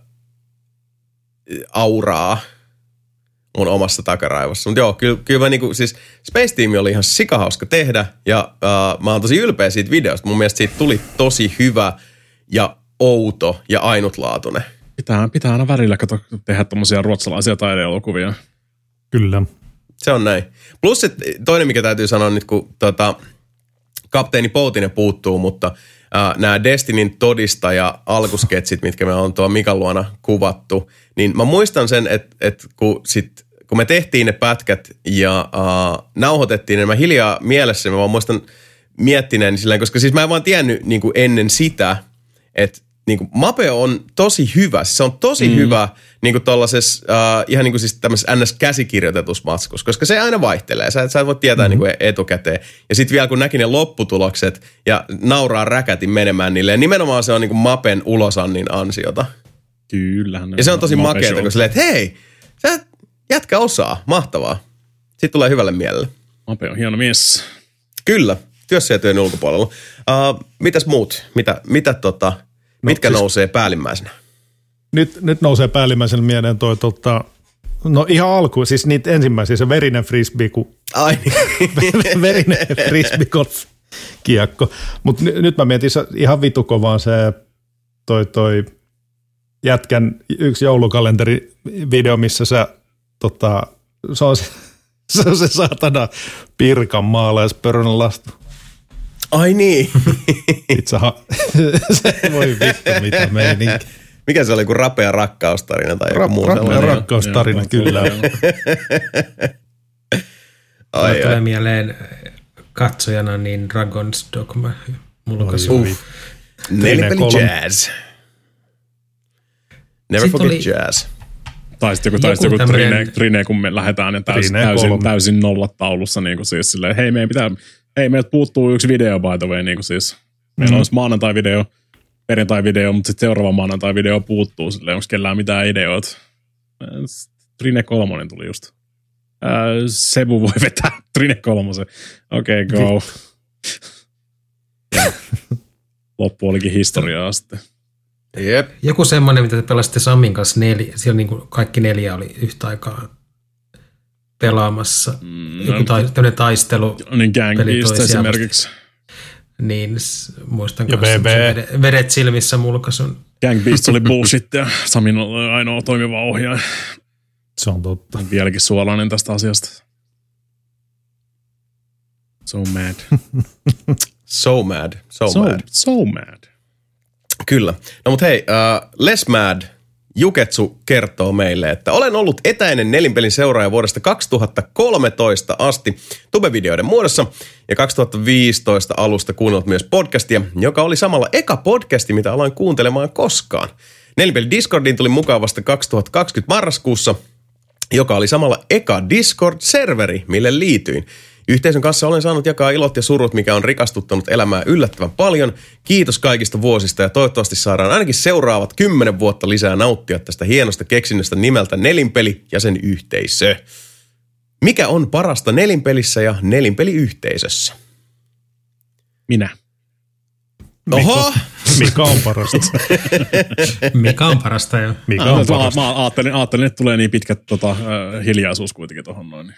auraa mun omassa takaraivossa. Mutta joo, kyllä, kyllä mä niinku, siis Space Team oli ihan sikahauska tehdä ja uh, mä oon tosi ylpeä siitä videosta. Mun mielestä siitä tuli tosi hyvä ja outo ja ainutlaatuinen. Pitää, pitää aina välillä kato, tehdä tommosia ruotsalaisia taideelokuvia. Kyllä. Se on näin. Plus että toinen, mikä täytyy sanoa nyt, kun tota, kapteeni Poutinen puuttuu, mutta uh, nämä Destinyn todistaja alkusketsit, mitkä me on tuo Mikan luona kuvattu, niin mä muistan sen, että, että kun, sit, kun me tehtiin ne pätkät ja uh, nauhoitettiin ne, mä hiljaa mielessä, mä vaan muistan miettineen sillä, koska siis mä en vaan tiennyt niin kuin ennen sitä, että niin kuin Mape on tosi hyvä. Se on tosi mm. hyvä niin kuin tollaisessa, uh, ihan niin kuin siis tämmöisessä N S-käsikirjoitetussa matskussa, koska se aina vaihtelee. Sä, sä et voi tietää mm. niin kuin etukäteen. Ja sitten vielä kun näki ne lopputulokset ja nauraa räkätin menemään niille, nimenomaan se on niin kuin Mapen ulosannin ansiota. Kyllä. Ja se on tosi makeata, kun silleen, että hei, sä jätkä osaa. Mahtavaa. Sitten tulee hyvälle mielelle. Mape on hieno mies. Kyllä. Työssä ja työn ulkopuolella. Uh, mitäs muut? Mitä, mitä tota... No, mitkä siis, nousee päällimmäisenä? Nyt, nyt nousee päällimmäisenä mieleen toi, tota, no ihan alku, siis niitä ensimmäisiä, se verinen frisbee, kun, Ai niin. verinen frisbee golf kiekko. Mutta n- nyt mä mietin ihan vitukovaan se toi, toi jätkän yksi joulukalenteri-video, missä sä, tota, se on se, se, on se saatana Pirkanmaalaispörön lastu. Ai niin. Itseha, se voi vittu mitä meininki. Mikä se oli, kuin rapea rakkaustarina tai joku Ra- muu rapea sellainen? rakkaustarina, joo, kyllä. Ai, tulee mieleen katsojana niin Dragon's Dogma. Mulkaisu. Nelipeli jazz. Never Sitten forget oli jazz. Tai sitten joku, joku, joku tämmönen... trine, trine, kun me lähdetään ja täys, täysin, täysin nollat taulussa. Niin kuin siis silleen, hei, meidän pitää... Hei, meiltä puuttuu yksi video by the way, niin kuin siis. Meillä mm-hmm. olisi maanantai-video, perjantai-video, mutta sitten seuraava maanantai-video puuttuu silleen, onko kellään mitään ideoita. Trine kolmonen tuli just. Ää, Sebu voi vetää Trine kolmosen. Okei, okay, go. Loppu olikin historiaa sitten. Jep. Joku semmoinen, mitä te pelasitte Samin kanssa neljä, siellä niin kuin kaikki neljä oli yhtä aikaa pelaamassa. Mm, Joku ta- tämmöinen taistelu. Niin Gang Beast esimerkiksi. Niin, muistan ja kanssa vedet, vedet silmissä mulkaisun. Gang Beast oli bullshit ja Samin oli ainoa toimiva ohjaaja. Se on totta. On vieläkin suolainen tästä asiasta. So mad. So mad. So, so mad. So mad. Kyllä. No mut hei, uh, Less Mad Juketsu kertoo meille, että olen ollut etäinen nelinpelin seuraaja vuodesta kaksituhattakolmetoista asti Tube-videoiden muodossa ja kaksituhattaviisitoista alusta kuunnellut myös podcastia, joka oli samalla eka podcasti, mitä aloin kuuntelemaan koskaan. Nelinpeli Discordiin tuli mukaan vasta kaksituhattakaksikymmentä marraskuussa, joka oli samalla eka Discord-serveri, mille liityin. Yhteisön kanssa olen saanut jakaa ilot ja surut, mikä on rikastuttanut elämää yllättävän paljon. Kiitos kaikista vuosista ja toivottavasti saadaan ainakin seuraavat kymmenen vuotta lisää nauttia tästä hienosta keksinnöstä nimeltä Nelinpeli ja sen yhteisö. Mikä on parasta nelinpelissä ja nelinpeliyhteisössä? Minä. Oho! Mikä on parasta? Mikä on parasta jo? Mikä on parasta? Mä, mä ajattelin, ajattelin, että tulee niin pitkät tota, äh, hiljaisuus kuitenkin tuohon noin.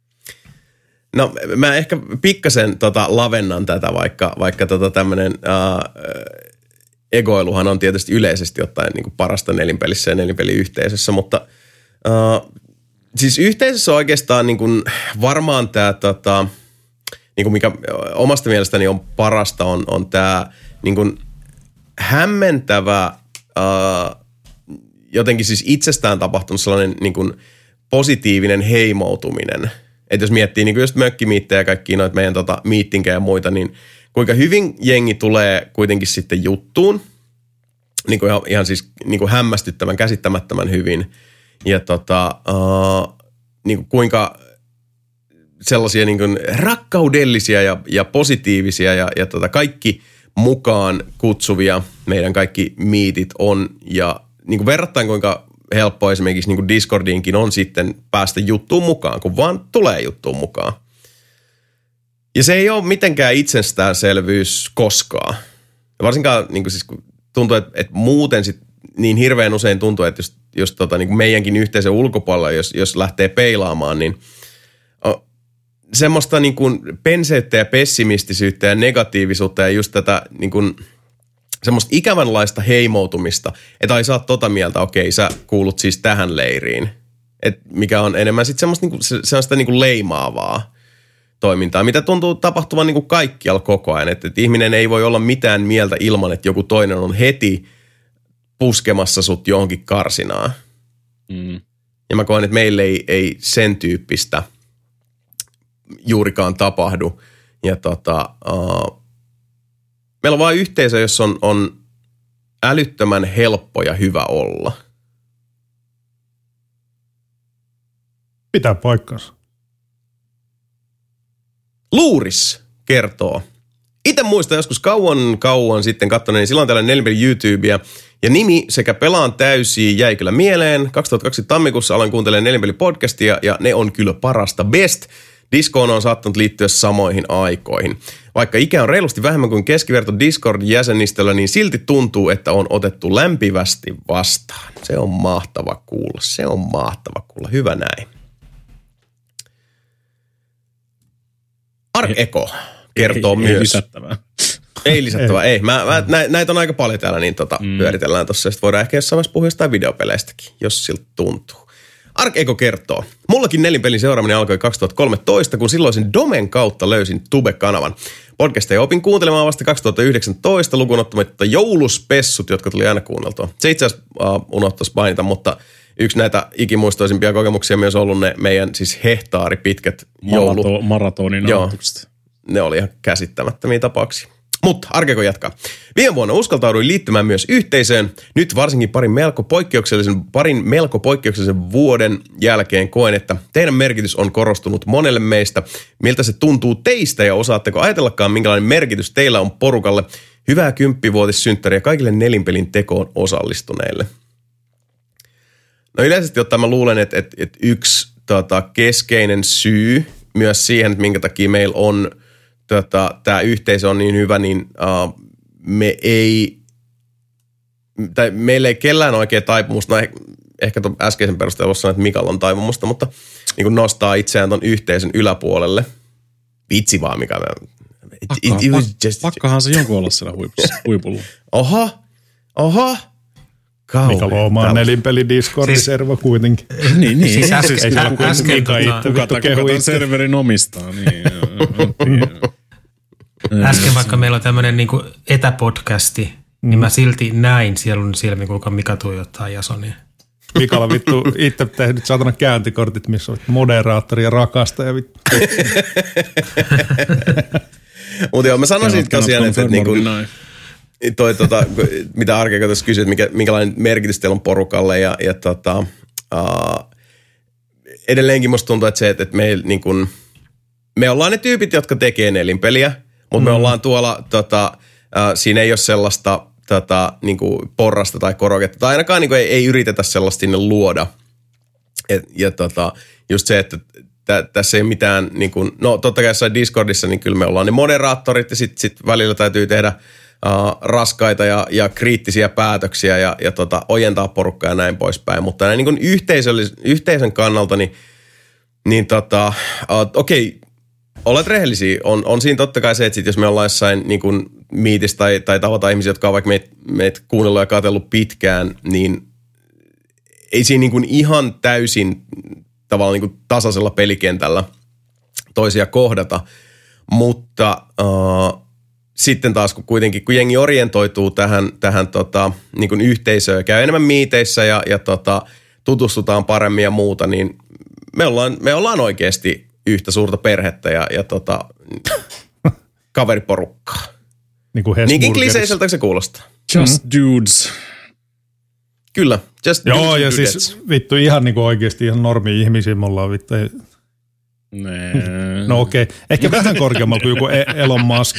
No mä ehkä pikkasen tota lavennan tätä, vaikka, vaikka tota tämmönen uh, egoiluhan on tietysti yleisesti ottaen niin kuin parasta nelinpelissä ja nelinpeliyhteisössä, mutta uh, siis yhteisössä on oikeastaan niin kuin varmaan tämä, tota, niin kuin mikä omasta mielestäni on parasta, on, on tämä niin kuin hämmentävä, uh, jotenkin siis itsestään tapahtunut sellainen niin kuin positiivinen heimoutuminen. Että jos miettii niin just mökkimiittejä ja kaikkia noita meidän tota, miittinkejä ja muita, niin kuinka hyvin jengi tulee kuitenkin sitten juttuun. Niin kuin ihan, ihan siis niin kuin hämmästyttävän, käsittämättömän hyvin. Ja tota, uh, niin kuin kuinka sellaisia niin kuin rakkaudellisia ja, ja positiivisia ja, ja tota kaikki mukaan kutsuvia meidän kaikki miitit on. Ja niin kuin verrattain kuinka helppoa esimerkiksi niin kuin Discordiinkin on sitten päästä juttuun mukaan, kun vaan tulee juttuun mukaan. Ja se ei ole mitenkään itsestäänselvyys koskaan. Ja varsinkaan niin kuin siis, kun tuntuu, että, että muuten sit niin hirveän usein tuntuu, että jos, jos tota, niin kuin meidänkin yhteisön ulkopuolella, jos, jos lähtee peilaamaan, niin semmoista niin kuin penseyttä ja pessimistisyyttä ja negatiivisuutta ja just tätä niin kuin semmoista ikävänlaista heimoutumista, että ai sä oot tota mieltä, okei, sä kuulut siis tähän leiriin. Et mikä on enemmän sitten semmoista niinku, sellaista niinku leimaavaa toimintaa, mitä tuntuu tapahtuvan niinku kaikkialla koko ajan. Että et ihminen ei voi olla mitään mieltä ilman, että joku toinen on heti puskemassa sut johonkin karsinaan. Mm. Ja mä koen, että meille ei, ei sen tyyppistä juurikaan tapahdu. Ja tota... Uh, meillä on vain yhteisö, jossa on, on älyttömän helppo ja hyvä olla. Pitää paikkansa. Luuris kertoo. Itse muistan joskus kauan kauan sitten katsoneeni silloin tällainen nelinpeli YouTubea ja nimi sekä Pelaan täysiä jäi kyllä mieleen. kaksituhattakaksikymmentä tammikuussa aloin kuuntelemaan nelinpeli-podcastia ja ne on kyllä parasta best. Discoon on saattanut liittyä samoihin aikoihin. Vaikka ikä on reilusti vähemmän kuin keskiverto Discord-jäsenistöllä, niin silti tuntuu, että on otettu lämpivästi vastaan. Se on mahtava kuulla. Se on mahtava kuulla. Hyvä näin. Ark Eko kertoo ei, myös. Ei lisättävää. Ei lisättävää, ei. ei. Mä, mä, nä, näitä on aika paljon täällä, niin tota, mm. pyöritellään tuossa. Sitten voidaan ehkä jossain vaiheessa puhua jostain videopeleistäkin, jos siltä tuntuu. Ark Eko kertoo. Mullakin nelinpelin seuraaminen alkoi kaksituhattakolmetoista, kun silloisen Domen kautta löysin Tube-kanavan. Podcasteja opin kuuntelemaan vasta kaksituhattayhdeksäntoista lukuun ottamatta jouluspessut, jotka tuli aina kuunneltua. Se itse asiassa uh, unohtaisi mainita, mutta yksi näitä ikimuistoisimpia kokemuksia myös ollut ne meidän siis hehtaari pitkät joulu... Marato, maratonin nauhoitukset. Ne oli ihan käsittämättömiä tapauksia. Mutta Ark Eko jatkaa. Viime vuonna uskaltauduin liittymään myös yhteisöön. Nyt varsinkin parin melko poikkeuksellisen, parin melko poikkeuksellisen vuoden jälkeen koen, että teidän merkitys on korostunut monelle meistä. Miltä se tuntuu teistä ja osaatteko ajatellakaan, minkälainen merkitys teillä on porukalle? Hyvää kymppivuotissynttäriä kaikille nelinpelin tekoon osallistuneille. No yleisesti ottaen mä luulen, että, että, että yksi tota, keskeinen syy myös siihen, että minkä takia meillä on tota, tämä yhteisö on niin hyvä, niin uh, me ei, tai meillä ei kellään oikein taipumusta, no ehkä tuon äskeisen perusteella voisi sanoa, että Mikalla on taipumusta, mutta niin kuin nostaa itseään ton yhteisön yläpuolelle. Vitsi vaan, Mika. Pakkohan, it, it was just, pakkohan se jonkun olla siellä huipussa, huipulla. Oho, oho. Mika Loomaa nelinpeli Discord-servo kuitenkin. Niin, niin. Siis äsken, ei siellä kukaan äsken, Mika itse vittu kehu itse. Serverin omistaa, niin. Äsken vaikka meillä on tämmöinen niinku etäpodcasti, mm. niin mä silti näin sielun silmin, kuinka Mika tuijottaa Jasonia. Mikalla vittu itse tehnyt saatana käyntikortit, missä on moderaattori ja rakastaja vittu. Mutta joo, mä sanoisin tosiaan, että niinku, toi, tota, mitä Arkea tuossa kysyt, mikä, minkälainen merkitys teillä on porukalle ja, ja tota, uh, edelleenkin musta tuntuu, että se, että, että me, niin kun, me ollaan ne tyypit, jotka tekee nelinpeliä, mutta mm. me ollaan tuolla, tota, uh, siinä ei ole sellaista tota, niin kuin porrasta tai koroketta, tai ainakaan niin kuin ei, ei yritetä sellaista sinne luoda. Et, ja tota, just se, että tä, tässä ei ole mitään, niin kuin, no totta kai jossain Discordissa, niin kyllä me ollaan ne moderaattorit, ja sitten sit välillä täytyy tehdä uh, raskaita ja, ja kriittisiä päätöksiä, ja, ja tota, ojentaa porukkaa ja näin poispäin. Mutta näin niin kuin yhteisön kannalta, niin, niin tota, uh, okei, okay, olet rehellisiä. On, on siinä totta kai se, että sit jos me ollaan jossain niin kuin miitissä tai, tai tavataan ihmisiä, jotka on vaikka meitä meit kuunnellut ja katsellut pitkään, niin ei siinä niin kuin ihan täysin tavallaan niin kuin tasaisella pelikentällä toisia kohdata. Mutta äh, sitten taas kun kuitenkin, kun jengi orientoituu tähän, tähän tota, niin kuin yhteisöön ja käy enemmän miiteissä ja, ja tota, tutustutaan paremmin ja muuta, niin me ollaan, me ollaan oikeasti yhtä suurta perhettä ja, ja tota, kaveriporukkaa. Niin kuin niinkin kliseiseltä se kuulostaa. Just mm. dudes. Kyllä, just joo, dudes. Ja dudes. Siis vittu ihan niin kuin oikeasti ihan normi-ihmisiä me ollaan vittu. Nee. No okei, okay. Ehkä vähän korkeammalla kuin joku Elon Musk.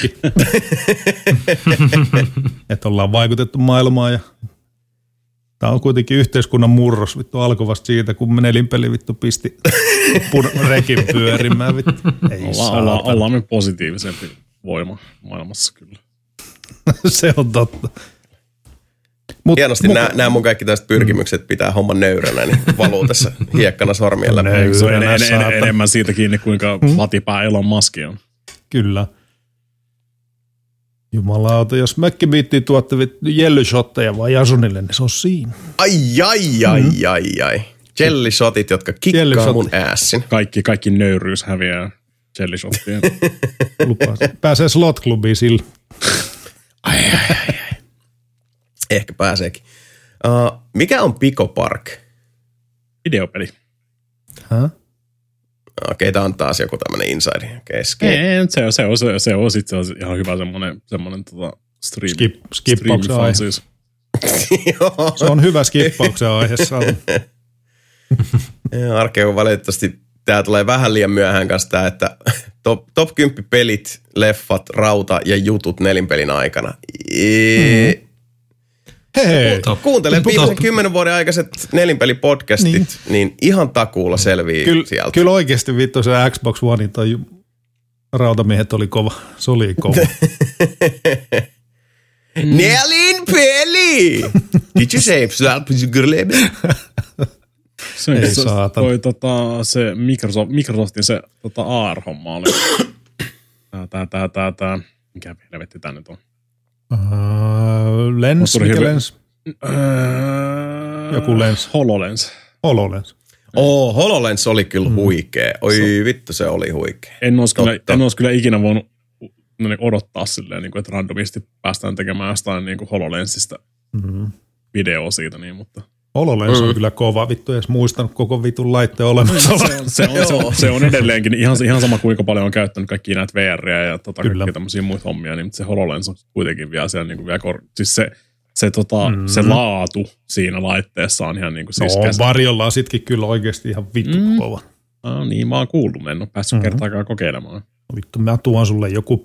Että ollaan vaikutettu maailmaan ja tämä on kuitenkin yhteiskunnan murros, vittu alkoi vasta siitä, kun nelinpeli vittu pisti pun- rekin pyörimään, vittu. Ei olla, olla, ollaan me positiivisempi voima maailmassa kyllä. Se on totta. Mut, hienosti muka... nämä mun kaikki tästä pyrkimykset pitää homman nöyränä, niin valuu tässä hiekkana sormien läpi. Se on en, en, en, enemmän siitä kiinni, kuinka hmm? latipää Elon Musk on. Kyllä. Jumalauta, jos Mäkki viittii tuotte jellishotteja vaan Jasonille, niin se on siinä. Ai, ai, ai, mm. ai, ai. Jellishotit, jotka kikkaa Jellishot. Mun ässin. Kaikki, kaikki nöyryys häviää jellishottien. Lupas. Pääsee slot-klubiin sillä. Ai, ai, ai, ai. Ehkä pääseekin. Uh, mikä on Pico Park? Videopeli. Häh? Okei, okay, tämä on taas joku tämmöinen inside kesken. Ei, se on, se on, se on, se on, sit se on ihan hyvä semmoinen, semmoinen tota, stream. Skip, skippauksen aihe. Siis. Se on hyvä skippauksen aihe. Arkea, valitettavasti tämä tulee vähän liian myöhään kanssa tämä, että top, top kymmenen pelit, leffat, rauta ja jutut nelinpelin aikana. E- mm-hmm. Hei, Ku, kuuntele viimeisen kymmenen vuoden aikaiset nelinpelipodcastit, niin. niin ihan takuulla selvii Kyllä, sieltä. kyllä oikeasti vittu se Xbox One tai rautamiehet oli kova. Se oli kova. Nelinpeli! Did you say se, ei se, saatana. toi, tota, se Microsoft, Microsoftin se tota, A R-homma oli. Tää, tää, tää, tää, tää. Mikä helvetti tää nyt on? Uh, lens, mikä hyvä. Lens? Uh, Joku lens. HoloLens. HoloLens. Oh, HoloLens oli kyllä huikea. Oi se, vittu, se oli huikea. En olisi, kyllä, en olisi kyllä ikinä voinut odottaa silleen, niin kuin, että randomisti päästään tekemään jostain niin kuin HoloLensista mm-hmm. videoa siitä. Niin, mutta HoloLens mm. on kyllä kova, vittu, edes muistanut koko vitun laitteen olemassa. se, on, se, on, se, on, se on edelleenkin ihan, ihan sama, kuinka paljon on käyttänyt kaikkia näitä V R:ää ja tota, kaikkia tämmöisiä muita hommia, niin se HoloLens on kuitenkin vielä siellä niin kuin vielä kor- siis se, se, tota, mm. se laatu siinä laitteessa on ihan niin kuin siis no, käs- varjolla sitkin kyllä oikeasti ihan vittu mm. kova. No niin, mä oon kuullut, mä en ole päässyt mm. kertaakaan kokeilemaan. Vittu, mä tuon sulle joku päivä.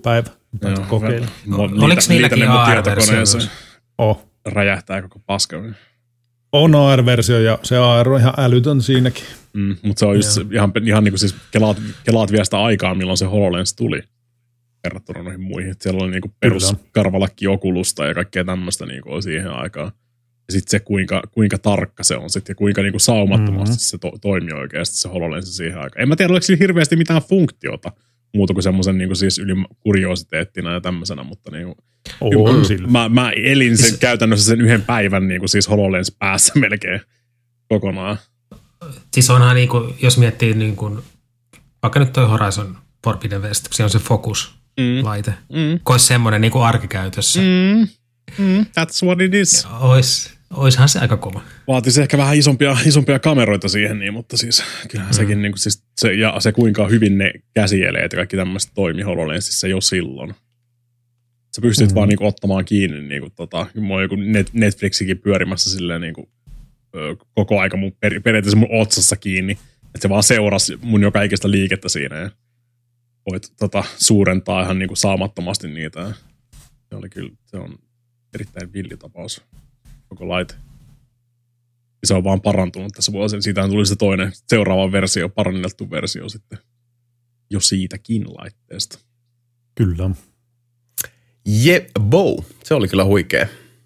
Kokeile. Oliko niilläkin A R-versio? Oh. Räjähtää koko paska. On A R-versio ja se A R on ihan älytön siinäkin. Mm, mutta se on just se, ihan, ihan niin kuin siis kelaat, kelaat vielä sitä aikaa, milloin se HoloLens tuli verrattuna noihin muihin. Et siellä oli niin kuin perus karvalakki Oculusta ja kaikkea tämmöistä niin kuin siihen aikaan. Ja sitten se, kuinka, kuinka tarkka se on sit, ja kuinka niin kuin saumattomasti mm-hmm. se to, toimii oikeasti se HoloLens siihen aikaan. En mä tiedä, oliko sillä hirveästi mitään funktiota muuta kuin semmoisen niin kuin siis yli kuriositeettina ja tämmöisenä, mutta niin kuin, on sillä. Mä, mä elin sen käytännössä sen yhden päivän niin kuin siis HoloLens päässä melkein kokonaan. Siis onhan niin kuin, jos miettii niin kuin, vaikka nyt toi Horizon Forbidden West, se on se Focus-laite. Mm. Mm. Kois semmoinen niin kuin arkikäytössä. Mm. Mm. That's what it is. Ois, oishan se aika kova. Vaatisi ehkä vähän isompia, isompia kameroita siihen, niin, mutta siis kyllähän mm. sekin, niin kuin, siis, se, ja se kuinka hyvin ne käsieleet ja kaikki tämmöiset toimi HoloLensissä jo silloin. Sä pystyt mm. vaan niin kuin, ottamaan kiinni, niin kuin, tota, mulla on joku net, Netflixikin pyörimässä silleen niin kuin, koko aika mun per, periaatteessa mun otsassa kiinni, että se vaan seurasi mun joka ikistä liikettä siinä ja voit tota, suurentaa ihan niin kuin saamattomasti niitä. Ja se oli kyllä, se on erittäin villitapaus koko laite. Ja se on vaan parantunut tässä vuosina. Siitähän tuli se toinen seuraava versio, paranneltu versio sitten jo siitäkin laitteesta. Kyllä. Jep, bo. Se oli kyllä huikea.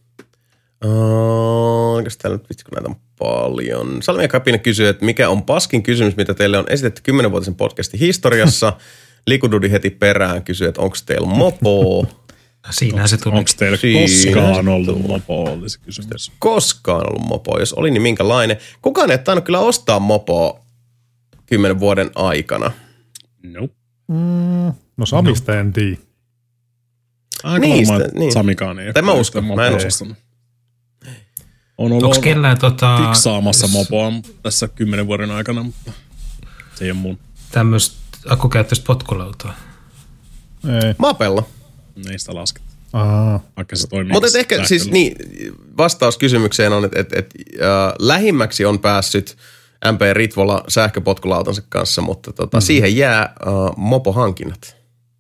Uh, Onko täällä nyt, vitsi kun näitä on paljon. Salmia Kapina kysyy, että mikä on paskin kysymys, mitä teille on esitetty kymmenvuotisen podcastin historiassa. Likududi heti perään kysyy, että onko teillä mopo? Siinähän se tuli. Onko teillä koskaan ollut mopo, oli se kysymys. Koskaan ollut mopo. Jos oli, niin minkälainen? Kukaan ei tainnut kyllä ostaa mopoa kymmenen vuoden aikana. Nope. Mm, no Samista no. en tiedä. Aika niin, varmaan, sitä, niin. Samikaan ei. Tämä uskon, mä en usko. On ollut Onko kellään tota... tiksaamassa mopoa tässä kymmenen vuoden aikana, mutta se ei ole mun. Tämmöistä akkukäyttöistä potkulautaa. Ei. Mapella. Ei sitä lasketa. Aa. Vaikka se toimii. Mutta ehkä siis niin, vastaus kysymykseen on, että et, et, äh, lähimmäksi on päässyt M P Ritvola sähköpotkulautansa kanssa, mutta tota, mm-hmm. siihen jää äh, mopohankinnat.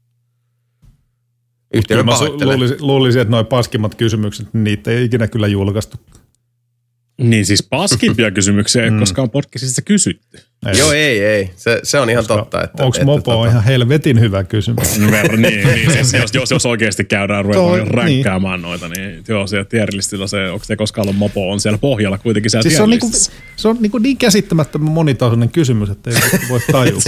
Kyllä mä luulisin, luulisin, että noin paskimmat kysymykset, niitä ei ikinä kyllä julkaistu. Niin siis paskimpia kysymyksiä ei mm. koskaan podcastissa kysytty. Ei. Joo, ei, ei. Se, se on ihan Koska totta. Että, onko mopo tota... ihan helvetin hyvä kysymys? niin, niin siis, jos, jos, jos oikeasti käydään ruvetaan ränkkäämään niin. noita, niin joo, siellä tierlistillä se, onko se koskaan ollut mopo, on siellä pohjalla kuitenkin siellä siis se on, niinku, se on niinku niin käsittämättömän monitasoinen kysymys, että ei voi tajua.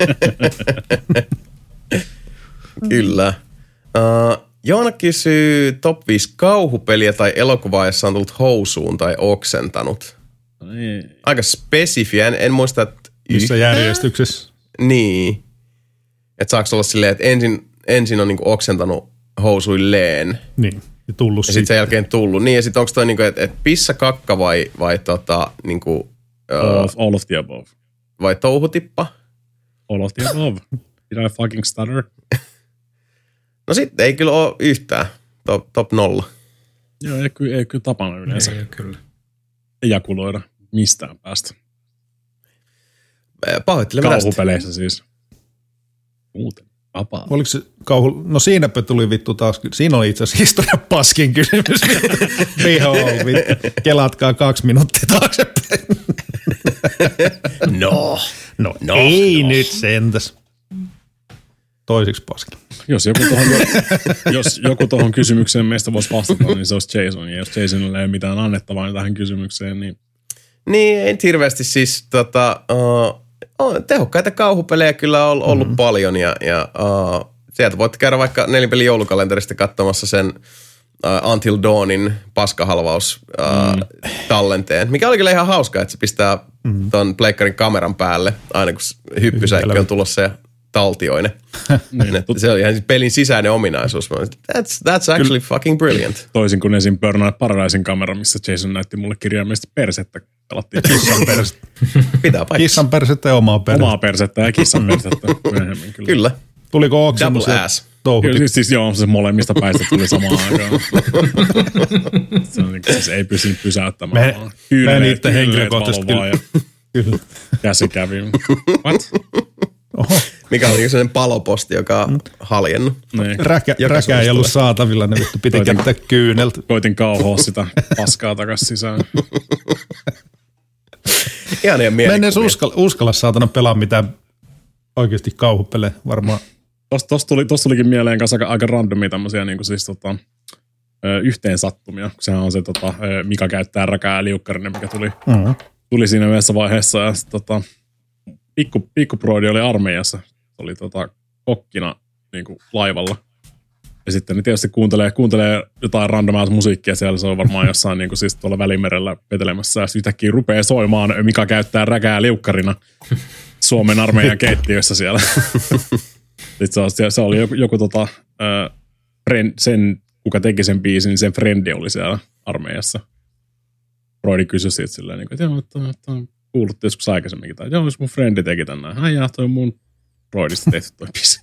Kyllä. Uh, Joona kysyy top viisi kauhupeliä tai elokuvaa, jossa on tullut housuun tai oksentanut. Ei. Aika spesifiä. En, en muista, että... Missä järjestyksessä? Niin. Että saako olla silleen, että ensin, ensin on niinku oksentanut housuilleen. Niin. Ja tullut ja sitten sen jälkeen tullut. Niin ja sitten onko toi niinku, että et pissa kakka vai, vai tota niinku... Uh, all, of, all of the above. Vai touhutippa? All of the above. Did I fucking stutter? No sitten ei kyllä ole yhtään. Top, top nolla. Joo, ei, ei, ei kyllä tapana yleensä. Ei, kyllä. Ejakuloida mistään päästä. Pahoittelemme tästä. Kauhupeleissä siis. Muuten. Vapaa. Oliko se kauhu? No siinäpä tuli vittu taas. Siinä oli itse asiassa historian paskin kysymys. Viho, vittu. Kelatkaa kaksi minuuttia taaksepäin. no. No, no ei no. Nyt sentäs. Toisiksi paski. Jos joku tuohon, jos joku tuohon kysymykseen meistä voisi vastata, niin se olisi Jason. Ja jos Jasonilla ei ole mitään annettavaa tähän kysymykseen, niin... Niin, ei hirveästi siis tota... Uh, tehokkaita kauhupelejä kyllä on ollut mm-hmm. paljon. Ja, ja uh, sieltä voitte käydä vaikka nelipelin joulukalenterista katsomassa sen uh, Until Dawnin paskahalvaus uh, mm. tallenteen. Mikä oli kyllä ihan hauska, että se pistää mm-hmm. ton pleikkarin kameran päälle, aina kun hyppysäikki on tulossa ja taltioinen. Se on ihan pelin sisäinen ominaisuus. That's, that's actually Kyllä. fucking brilliant. Toisin kuin esim. Burnout Paradisein kamera, missä Jason näytti mulle kirjaimellisesti persettä. Pelattiin kissan persettä. Pitää paikkaa. Kissan persettä ja omaa persettä. Omaa persettä ja kissan persettä myöhemmin. Kyllä. Kyllä. Tuliko oksennus ja touhutit? Siis, siis joo, se molemmista päistä tuli samaan aikaan. Se on, siis ei pystynyt pysäyttämään. Me, me niitä henkilökohtaisesti kyllä. Kyllä. Käsi kävi. What? Oho. mikä oli sellainen paloposti, joka on haljennut. Niin. Räkä, räkä ei ollut saatavilla, ne vittu piti Koitin- käyttää kyyneltä. Koitin kauhoa sitä paskaa takas sisään. Ihan ihan Mä en edes mielikuvia. uskalla, uskalla saatana pelaa mitään oikeasti kauhupelejä varmaan. Tuosta tos tuli, tos tulikin mieleen kanssa aika, aika randomia tämmöisiä niin siis, tota, ö, yhteensattumia. Sehän on se, tota, ö, Mika käyttää räkää liukkarinen, mikä tuli, Mm-hmm. tuli siinä yhdessä vaiheessa. Ja sit, tota, pikku, pikkuproidi oli armeijassa. Se oli tota, kokkina niin kuin laivalla. Ja sitten ne tietysti kuuntelee, kuuntelee jotain randomaa musiikkia siellä. Se on varmaan jossain niin kuin, siis tuolla Välimerellä vetelemässä. Ja sitten yhtäkkiä rupeaa soimaan, Mika käyttää räkää liukkarina Suomen armeijan keittiössä siellä. Sitten se, se oli joku, joku tota, äh, friend, sen, kuka teki sen biisin, niin sen frendi oli siellä armeijassa. Broidi kysyi siitä silleen, että joo, että on kuullut joskus aikaisemminkin. Tai joo, jos mun frendi teki tän näin. Hän jää, toi on mun Broidista tehty toi biisi.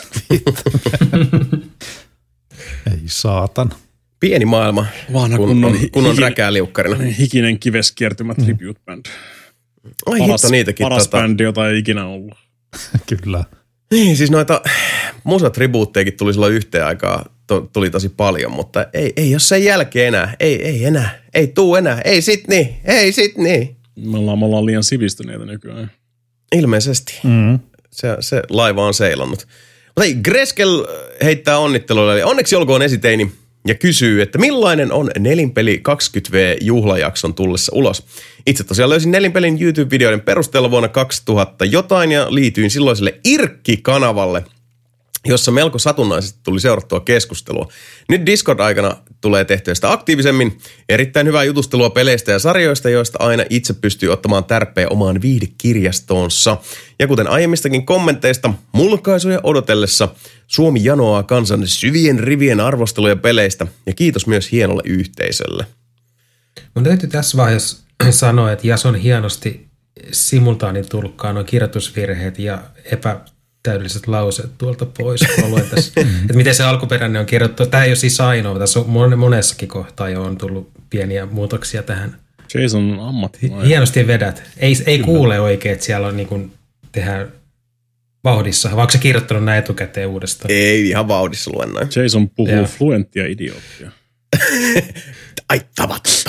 Ei saatan. Pieni maailma, Vanha kun, kunnon on, hi- kun on hiki- räkää liukkarina. Hikinen kiveskiertymä tribute band. Ai Paras, hitto niitäkin. paras Tota, bändi, jota ei ikinä ollut. Kyllä. niin, siis noita musatribuuttejakin tuli silloin yhteen aikaan, to, tuli tosi paljon, mutta ei, ei ole sen jälkeen enää. Ei, ei enää. Ei tuu enää. Ei sit niin. Ei sit niin. Me ollaan, me ollaan liian sivistyneitä nykyään. Ilmeisesti. Mm. Se, se laiva on seilannut. Mutta hei, Greskel heittää onnitteluille. Eli onneksi olkoon esiteini ja kysyy, että millainen on Nelinpeli kaksikymmentä vuotisjuhlajakson tullessa ulos. Itse tosiaan löysin Nelinpelin YouTube-videoiden perusteella vuonna kaksituhatta jotain ja liityin silloiselle Irkki-kanavalle, jossa melko satunnaisesti tuli seurattua keskustelua. Nyt Discord-aikana tulee tehtyä sitä aktiivisemmin. Erittäin hyvää jutustelua peleistä ja sarjoista, joista aina itse pystyy ottamaan tärpeä omaan viihdekirjastoonsa. Ja kuten aiemmistakin kommenteista, mulkaisuja odotellessa Suomi janoaa kansan syvien rivien arvosteluja peleistä. Ja kiitos myös hienolle yhteisölle. Mun täytyy tässä vaiheessa sanoa, että Jason hienosti simultaanitulkkaa nuo kirjoitusvirheet ja epätäydelliset lauseet tuolta pois. Tässä, että miten se alkuperäinen on kirjoittu. Tämä ei ole siis ainoa, tässä on monessakin kohtaa jo on tullut pieniä muutoksia tähän. Jason on ammattilainen. Hienosti vedät. Ei, ei kuule oikein, että siellä on niin kuin tehdään vauhdissa. Vai onko se kirjoittanut näin etukäteen uudestaan? Ei ihan vauhdissa luennoin. Jason puhuu Joo. fluenttia idioottia. Ai tavatonta.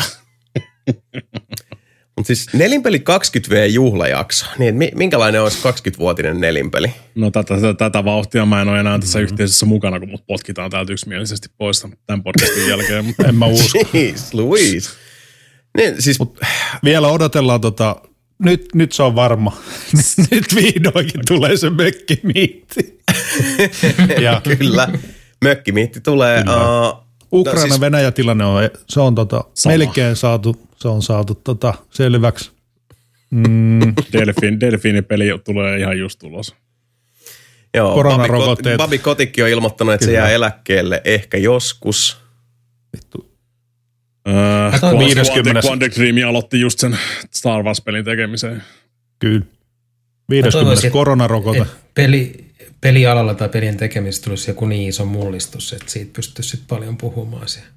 Mutta siis Nelinpeli kaksikymmentä vuotisjuhlajakso. Niin, että minkälainen olisi kaksikymmenvuotinen Nelinpeli? No tätä, tätä, tätä vauhtia mä en ole enää tässä mm-hmm. yhteisössä mukana, kun mut potkitaan täältä yksimielisesti pois tämän podcastin jälkeen. Mutta En mä usko. Jeez, Louise. Niin, siis, Vielä odotellaan tota, nyt, nyt se on varma. Nyt vihdoinkin tulee se mökkimiitti. ja kyllä. Mökkimiitti tulee. Uh, Ukraina-Venäjä-tilanne on, se on tota, melkein saatu, se on saatu tota, selväksi. Mm, Delfin, Delfiinipeli tulee ihan just tulos. Joo, Koronarokotteet. Babi Kotikki on ilmoittanut, että Kyllä. se jää eläkkeelle ehkä joskus. vittu. Öö, viideskymmenes Quantic Dream aloitti just sen Star Wars-pelin tekemiseen. Kyllä. viideskymmenes toivoisin, koronarokote. Et Peli, pelialalla tai pelien tekemistä tulisi joku niin iso mullistus, että siitä pystyisi sit paljon puhumaan siellä.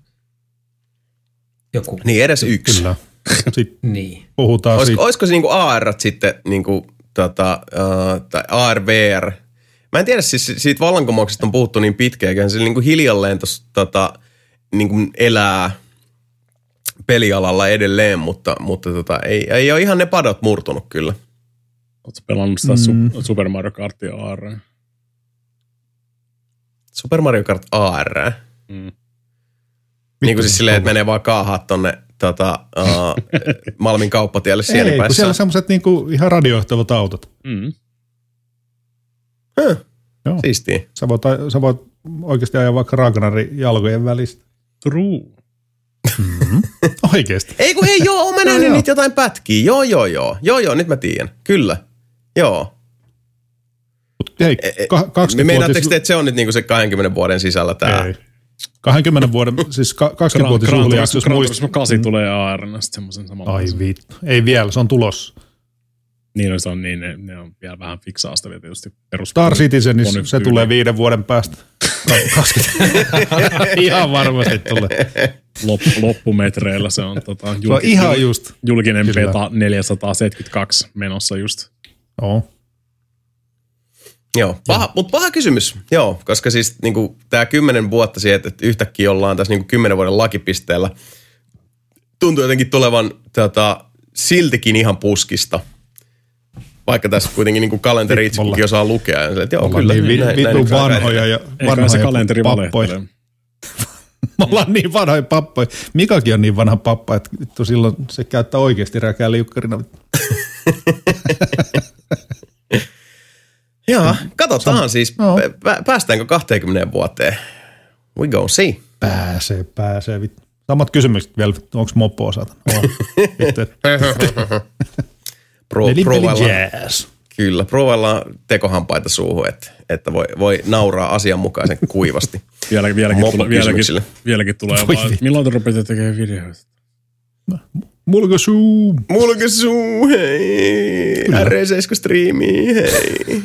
Joku. Niin edes yksi. Kyllä. Sitten Niin. puhutaan Olisiko, siitä. olisiko se niinku A R sitten niinku, tota, uh, tai A R V R? Mä en tiedä, siis siitä vallankumouksesta on puhuttu niin pitkään, eikä se niinku hiljalleen tossa, tota, niinku elää pelialalla edelleen, mutta, mutta tota, ei, ei ole ihan ne padot murtunut kyllä. Oletko pelannut sitä mm. Super Mario Kartia A R? Super Mario Kart A R. Mm. Niin kuin siis silleen, että menee vaan kaahaa tonne tota, uh, Malmin kauppatielle Ei, kun sienipäissä. siellä on semmoiset niinku ihan radiojohtavat autot. Mm. Huh, Joo. siistiä. Sä voit, sä voit oikeasti ajaa vaikka Ragnarin jalkojen välistä. True. Oikeasti. Ei kun hei, joo, mä nähnyt niitä jotain pätkiä. Joo, joo, joo. Joo, joo, nyt mä tiedän. Kyllä. Joo. Hei, ka- kaksikymmentä Meinaatteko te, että se on nyt niinku se kahdenkymmenen vuoden sisällä tää? Ei. kahdenkymmenen vuoden, siis kaksikymmenvuotisjuhlijakso, jos Gran muist... Turismo kahdeksan tulee A R, sitten semmoisen saman. Ai vittu. Ei vielä, se on tulossa. Niin, no, se on niin, ne, ne on vielä vähän fiksaastavia tietysti. Perus Star Citizenissa se tyyli. tulee viiden vuoden päästä. kaksikymmentä. Ihan varmasti tulee. Loppu, loppumetreillä se on, tota, julki, Se on ihan just. julkinen Kyllä. beta neljäsataaseitsemänkymmentäkaksi menossa just. Joo. Joo, paha, mutta paha kysymys. Joo, koska siis niinku, tämä kymmenen vuotta sieltä, että yhtäkkiä ollaan tässä niinku kymmenen vuoden lakipisteellä. Tuntuu jotenkin tulevan tota, siltikin ihan puskista. Vaikka tässä kuitenkin niinku kalenteri itsekin osaa lukea. Ja se, että joo, kyllä. Niin vi, näin, vitu näin, vanhoja ja vanhoja se kalenteri pappoja. Me ollaan niin vanhoja pappoja. Mikakin on niin vanha pappa, että vittu silloin se käyttää oikeasti räkää liukkarina. Joo, katsotaan Sam- siis, no. pä- päästäänkö kaksikymmentä vuoteen? We go see. Pääsee, pääsee. Vittu. Samat kysymykset vielä, onko mopoa saatana? Pro, Nelipeli provaillaan, jazz. kyllä, provaillaan tekohampaita suuhun, että, että voi, voi nauraa asianmukaisen kuivasti. Vieläkin, vieläkin, tule, vieläkin, Mopokysymyksille. vieläkin tulee Voi vaan, vittu. milloin te rupeatte tekemään videoita? Mulkasuu. Mulkasuu, hei. R seitsemän striimi, hei.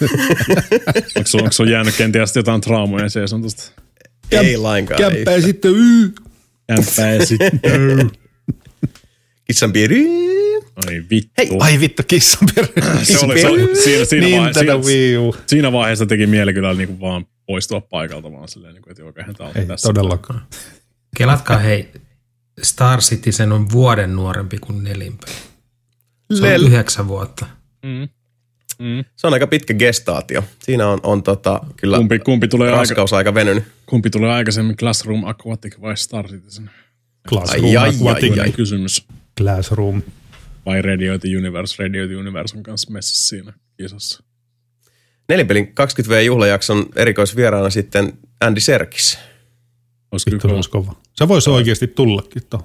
Onko sun, onko sun jäänyt kenties jotain traumoja Jason tuosta? Ei lainkaan. ei. Kämppää sitten yy. Kämppää sitten. Kissan piiri. Ai vittu. Hei, Ai vittu, kissan perään. Se oli, se, siinä, siinä, vaihe, Nintendo siinä, Wii U. siinä vaiheessa teki mieli kyllä niin vaan poistua paikalta vaan silleen, niin kuin, että oikein tämä Ei tässä. todellakaan. Kelatkaa hei, Star Citizen on vuoden nuorempi kuin nelinpeli. Se on Lel. yhdeksän vuotta. Mm. Mm. Se on aika pitkä gestaatio. Siinä on, on tota, kyllä Kumpi, kumpi, tulee aika, raskaus aika venynyt. kumpi tulee aikaisemmin, Classroom Aquatic vai Star Citizen? Classroom, Ai, ai, Aquatic, ai, ai. Kysymys. Classroom. Vai Radio the Universe? Radio the Universe on kanssa messissä siinä kisassa. Nelinpelin kaksikymmentä vuoden-juhlajakson erikoisvieraana sitten Andy Serkis. Olisiko Vittu, se kova? olisi kova. Se voisi oikeasti tullakin tuohon.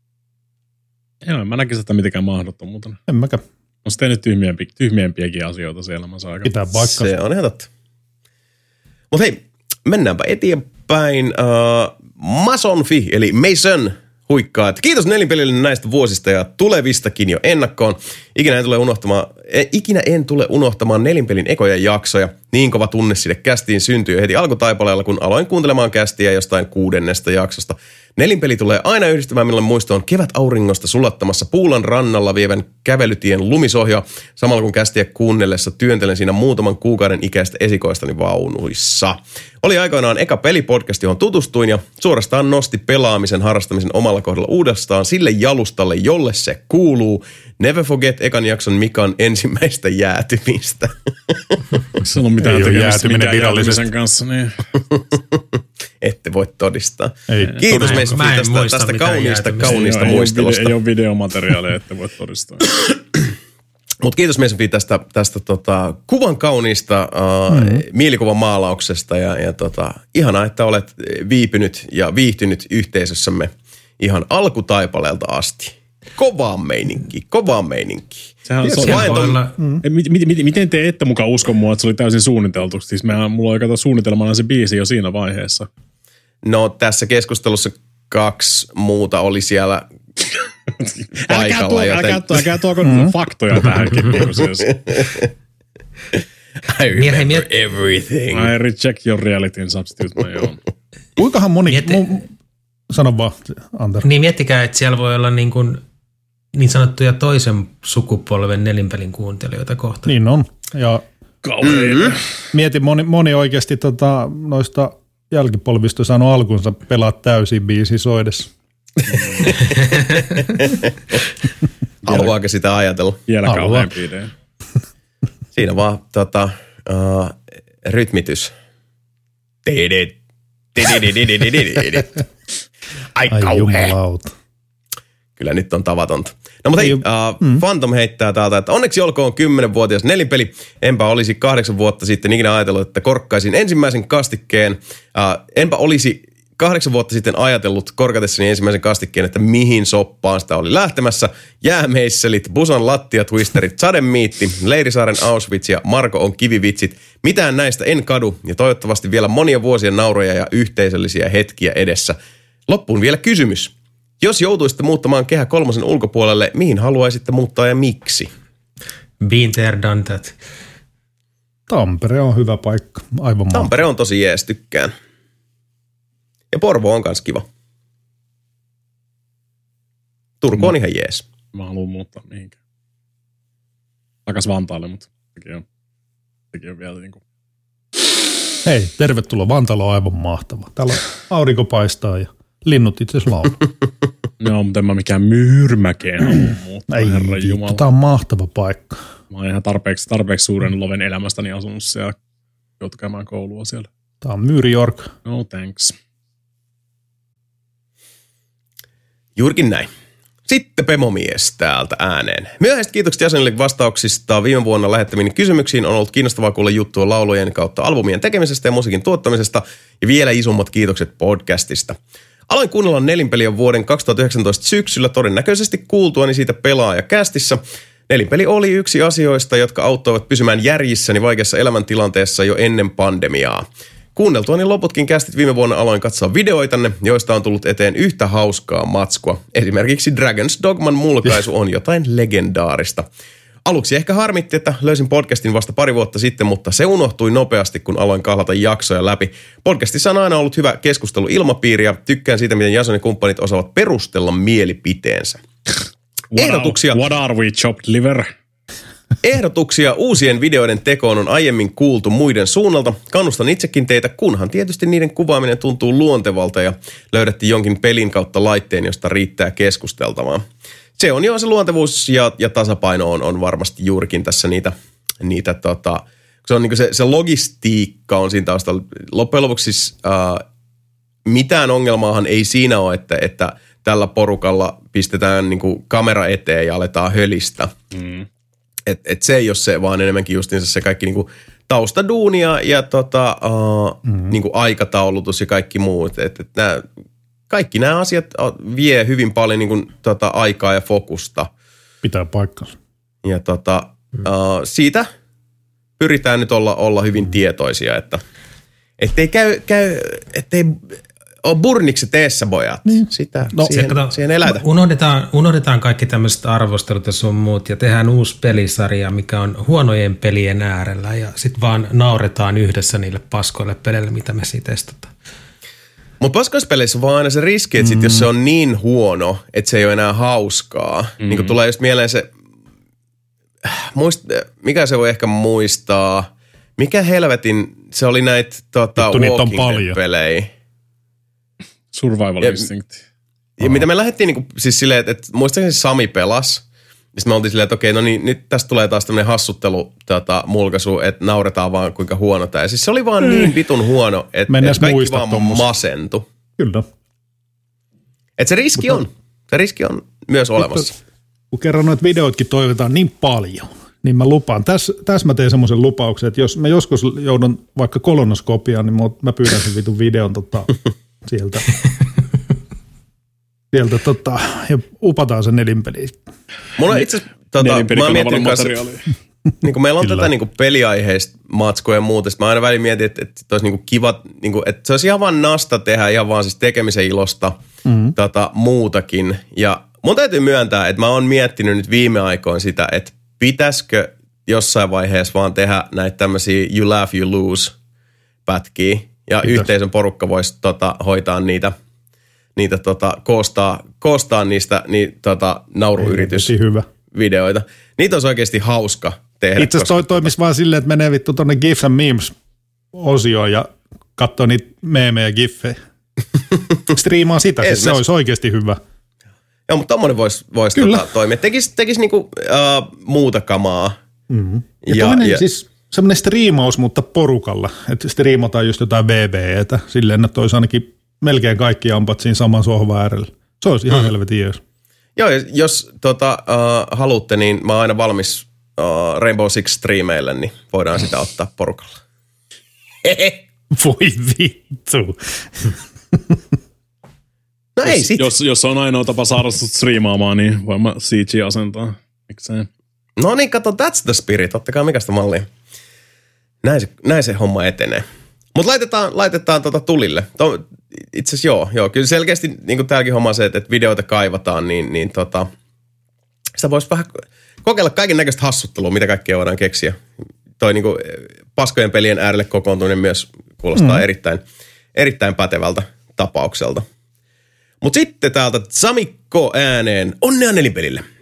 Joo, mä näkisin sitä mitenkään mahdottomuutena. En mäkään. On se tehnyt tyhmiempi, tyhmiempiäkin asioita siellä. Mä saan aika... Pitää paikkaa. Se on ihan totta. Mutta hei, mennäänpä eteenpäin. Uh, Masonfi, eli Mason, huikkaa, että kiitos Nelinpelille näistä vuosista ja tulevistakin jo ennakkoon. Ikinä en tule unohtamaan, eh, ikinä en tule unohtamaan Nelinpelin ekoja jaksoja. Niin kova tunne sille kästiin syntyi jo heti alkutaipaleella, kun aloin kuuntelemaan kästiä jostain kuudennesta jaksosta. Nelinpeli tulee aina yhdistämään minulle muistoon kevätauringosta sulattamassa Puulan rannalla vievän kävelytien lumisohja, samalla kun kästiä kuunnellessa työntelen siinä muutaman kuukauden ikäistä esikoistani vaunuissa. Oli aikoinaan eka pelipodcast, johon tutustuin ja suorastaan nosti pelaamisen harrastamisen omalla kohdalla uudestaan sille jalustalle, jolle se kuuluu. Never forget ekan jakson Mikan ensimmäistä jäätymistä. Se on mitään Ei ole tekemistä jäätyminen mitään virallisesti. jäätymisen kanssa. Niin. Ette voi todistaa. Ei. Kiitos Mä en- meistä mä en tästä, muista tästä mitään kauniista, jäätymistä. kauniista ei, ole, muistelusta. ei ole videomateriaalia, että voi todistaa. Mutta kiitos Mesofi tästä, tästä tota, kuvan kauniista uh, mm. mielikuvan maalauksesta ja, ja tota, ihanaa, että olet viipynyt ja viihtynyt yhteisössämme ihan alkutaipaleelta asti. Kovaa meininki, kovaa meininki. Sehän on, se on, Siellä vain voi ton- olla, miten, miten, miten te ette mukaan usko mua, että se oli täysin suunniteltu? Siis mehän, mulla oli kato suunnitelmana se biisi jo siinä vaiheessa. No tässä keskustelussa kaksi muuta oli siellä paikalla. Älkää tuo, joten... älkää, tuo, älkää tuoko mm. faktoja tähänkin. Niin siis. I remember miet- everything. I reject your reality and substitute my own. Kuinkahan moni... Mieti- Mu, sano vaan, Antero. niin miettikää, että siellä voi olla niin, kuin, niin sanottuja toisen sukupolven nelinpelin kuuntelijoita kohta. Niin on. Ja Kauheita. mieti, moni, moni oikeasti tota, noista jälkipolvista saanut alkunsa pelaa täysin biisi soidessa. Haluaako sitä ajatella? Vielä Haluaa. kauheampi idea. Siinä vaan tota, uh, rytmitys. Tidit, tidididididididididid. Ai Ai kauhea. jumalauta. Kyllä nyt on tavatonta. No mutta hei, Ei- uh, mm. Phantom heittää täältä, että onneksi olkoon kymmenvuotias nelinpeli. Enpä olisi kahdeksan vuotta sitten ikinä ajatellut, että korkkaisin ensimmäisen kastikkeen. Uh, enpä olisi kahdeksan vuotta sitten ajatellut korkatessani ensimmäisen kastikkeen, että mihin soppaan sitä oli lähtemässä. Jäämeisselit, Busan lattiatwisterit, sademiitti, Leirisaaren Auschwitz ja Marko on kivivitsit. Mitään näistä en kadu ja toivottavasti vielä monia vuosien nauroja ja yhteisöllisiä hetkiä edessä. Loppuun vielä kysymys. Jos joutuisitte muuttamaan Kehä kolmosen ulkopuolelle, mihin haluaisitte muuttaa ja miksi? Been there, done that. Tampere on hyvä paikka. Aivan mahtavaa. Tampere on tosi jees, tykkään. Ja Porvo on kans kiva. Turku on ihan jees. Mä haluan muuttaa mihinkään. Takas Vantaalle, mutta sekin on. Sekin on vielä niin kuin... Hei, tervetuloa. Vantalo on aivan mahtava. Täällä aurinko paistaa ja linnut itse asiassa laulaa. No, mutta en mä mikään myyrmäkeen ollut, mutta ei, herra jumala. Tämä on mahtava paikka. Mä oon ihan tarpeeksi, tarpeeksi suuren loven elämästäni asunut siellä, joudut käymään koulua siellä. Tämä on Myri York. No thanks. Juurikin näin. Sitten Pemomies täältä ääneen. Myöhäiset kiitokset jäsenille vastauksista. Viime vuonna lähettämiin kysymyksiin on ollut kiinnostavaa kuulla juttua laulujen kautta albumien tekemisestä ja musiikin tuottamisesta. Ja vielä isommat kiitokset podcastista. Aloin kuunnella Nelinpeliä vuoden kaksituhattayhdeksäntoista syksyllä todennäköisesti kuultuani siitä pelaajakästissä. Nelinpeli oli yksi asioista, jotka auttoivat pysymään järjissäni vaikeassa elämäntilanteessa jo ennen pandemiaa. Kuunneltuani loputkin kästit viime vuonna aloin katsoa videoitanne, joista on tullut eteen yhtä hauskaa matskua. Esimerkiksi Dragon's Dogman mulkaisu on jotain legendaarista. Aluksi ehkä harmitti, että löysin podcastin vasta pari vuotta sitten, mutta se unohtui nopeasti, kun aloin kahlata jaksoja läpi. Podcastissa on aina ollut hyvä keskusteluilmapiiri ja tykkään siitä, miten Jason ja kumppanit osaavat perustella mielipiteensä. Ehdotuksia. What are we, chopped liver? Ehdotuksia uusien videoiden tekoon on aiemmin kuultu muiden suunnalta. Kannustan itsekin teitä, kunhan tietysti niiden kuvaaminen tuntuu luontevalta ja löydätte jonkin pelin kautta laitteen, josta riittää keskusteltavaa. Se on jo se luontevuus ja, ja tasapaino on, on varmasti juurikin tässä niitä, niitä tota, se on niin kuin se, se logistiikka on siinä taustalla. Loppujen lopuksi siis, äh, mitään ongelmaahan ei siinä ole, että, että tällä porukalla pistetään niin kuin kamera eteen ja aletaan hölistä. Mm. Että et se ei ole se, vaan enemmänkin justiinsa se kaikki niinku taustaduunia ja tota, uh, mm-hmm. niinku aikataulutus ja kaikki muut. Et, et nää, kaikki nämä asiat vie hyvin paljon niinku, tota, aikaa ja fokusta. Pitää paikkansa. Ja tota, uh, siitä pyritään nyt olla, olla hyvin tietoisia, että ettei käy, käy ettei on burnikset eessä, pojat. Mm. Sitä, no, siihen, kato, siihen elätä. Unohdetaan, unohdetaan kaikki tämmöiset arvostelut ja sun muut ja tehdään uusi pelisarja, mikä on huonojen pelien äärellä ja sitten vaan nauretaan yhdessä niille paskoille peleille, mitä me siitä testataan. Mutta paskoissa peleissä on vaan aina se riski, että sit mm. jos se on niin huono, että se ei ole enää hauskaa, mm. niin kun tulee just mieleen se, muist, mikä se voi ehkä muistaa, mikä helvetin, se oli näitä tota, Walking Dead-pelejä. Survival Instinct. Ja, ja mitä me lähdettiin niinku, siis silleen, että, että muistaakseni Sami pelasi. Sitten me oltiin silleen, että okei, no niin, nyt tästä tulee taas tämmöinen hassuttelu tota, mulkaisu, että nauretaan vaan kuinka huono tämä. Siis se oli vaan mm. niin vitun huono, että, että kaikki vaan tommosia. Masentu. Kyllä. Että se riski mutta, on. Se riski on myös olemassa. Mutta, kun kerran noita videoitkin toivotaan niin paljon, niin mä lupaan. Tässä täs mä teen semmoisen lupauksen, että jos mä joskus joudun vaikka kolonoskopiaan, niin mä pyydän sen vitun videon tota, sieltä. Sieltä tota, ja upataan se nelinpeliin. Mulla itse asiassa, tota, mä oon miettinyt kanssa, niin kun meillä on tätä niin peliaiheista matskoja ja muuta, mä aina välillä mietin, että, että olisi niin kiva, niin kuin, että se olisi ihan vaan nasta tehdä, ihan vaan siis tekemisen ilosta mm-hmm. tota, muutakin. Ja mun täytyy myöntää, että mä oon miettinyt nyt viime aikoina sitä, että pitäisikö jossain vaiheessa vaan tehdä näitä tämmöisiä you laugh, you lose pätkiä. Ja Kiitos. Yhteisön porukka voisi tota, hoitaa niitä, niitä tota, koostaa, koostaa niistä niin, tota, nauruyritysvideoita. Niitä olisi oikeasti hauska tehdä. Itse asiassa toi toimisi vaan silleen, että menee vittu tuonne GIFs and Memes-osioon ja katsoo niitä meemejä giffejä. Striimaa sitä, siis se olisi oikeasti hyvä. Joo, mutta tommoinen voisi vois tota, toimia. Tekisi tekis niinku uh, muuta kamaa. Mm-hmm. Ja, ja toinen ja, siis semmoinen striimaus, mutta porukalla. Että striimataan just jotain V B-tä silleen, että olisi ainakin melkein kaikki ampat siinä saman sohvan äärellä. Se olisi ihan mm. helvetin jees. Joo, jos tota, uh, haluatte, niin mä oon aina valmis uh, Rainbow Six striimeille, niin voidaan sitä ottaa porukalla. Voi vittu. No ei jos, sit. Jos, jos on ainoa tapa saada sut striimaamaan, niin voin mä C G asentaa. Miksei? No niin, kato, that's the spirit. Ottakaa mikä sitä mallia. Näin se, näin se homma etenee. Mutta laitetaan, laitetaan tota tulille. To, itse asiassa joo, joo. Kyllä selkeästi, niin kuin täälläkin homma se, että, että videoita kaivataan, niin, niin tota, sitä voisi vähän kokeilla kaiken näköistä hassuttelua, mitä kaikkea voidaan keksiä. Toi niin kuin paskojen pelien äärelle kokoontuminen myös kuulostaa mm. erittäin, erittäin pätevältä tapaukselta. Mutta sitten täältä Samikko ääneen. Onnea nelinpelille.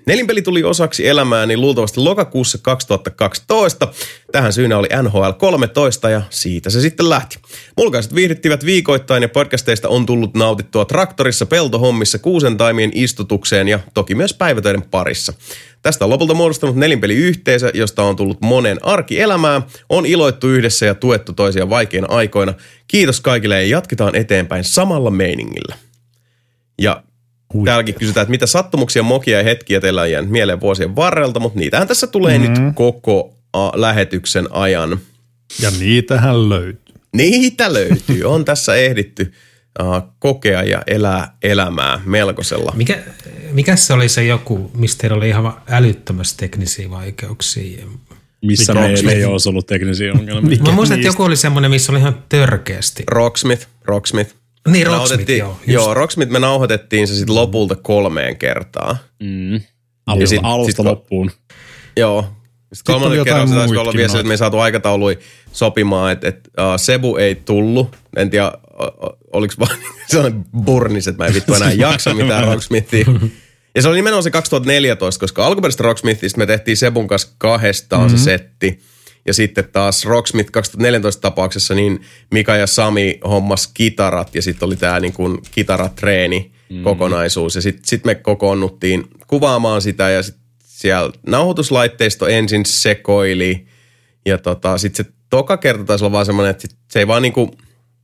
Nelinpeli tuli osaksi elämääni luultavasti lokakuussa kaksituhattakaksitoista. Tähän syynä oli N H L kolmetoista ja siitä se sitten lähti. Mulkaiset viihdyttivät viikoittain ja podcasteista on tullut nautittua traktorissa, peltohommissa, kuusentaimien istutukseen ja toki myös päivätöiden parissa. Tästä on lopulta muodostunut nelinpeliyhteisö, josta on tullut monen arkielämää, on iloittu yhdessä ja tuettu toisia vaikeina aikoina. Kiitos kaikille ja jatketaan eteenpäin samalla meiningillä. Ja Ui. täälläkin kysytään, että mitä sattumuksia, mokia ja hetkiä teillä on jäänyt mieleen vuosien varrelta, mutta niitähän tässä tulee mm. nyt koko a, lähetyksen ajan. Ja niitähän löytyy. Niitä löytyy. On tässä ehditty uh, kokea ja elää elämää melkoisella. Mikä, mikä se oli se joku, mistä teillä oli ihan älyttömästi teknisiä vaikeuksia? Missä meillä ei olisi ollut teknisiä ongelmia. Mä muistan, että joku oli semmoinen, missä oli ihan törkeästi. Rocksmith, Rocksmith. Niin, Rocksmith, joo. Joo, Rocksmith me nauhoitettiin se sitten lopulta kolmeen kertaan. Mm. Alusta, sit, alusta sit, loppuun. Joo. Sitten kolmannen kerran se taisi olla vielä se, että me ei saatu aikataului sopimaan, että, että uh, Sebu ei tullut. En tiedä, oliko vaan sellainen burnis, että mä en vittu enää jaksa mitään Rocksmithia. Ja se oli nimenomaan se kaksituhattaneljätoista, koska alkuperäistä Rocksmithista me tehtiin Sebun kanssa kahdestaan mm-hmm. se setti. Ja sitten taas Rocksmith kaksituhattaneljätoista tapauksessa niin Mika ja Sami hommas kitarat ja sitten oli tämä niin kuin kitaratreeni mm. kokonaisuus. Ja sitten sit me kokoonnuttiin kuvaamaan sitä ja sitten siellä nauhoituslaitteisto ensin sekoili. Ja tota, sitten se toka kerta taisi olla vaan semmoinen, että se ei vaan niin kuin,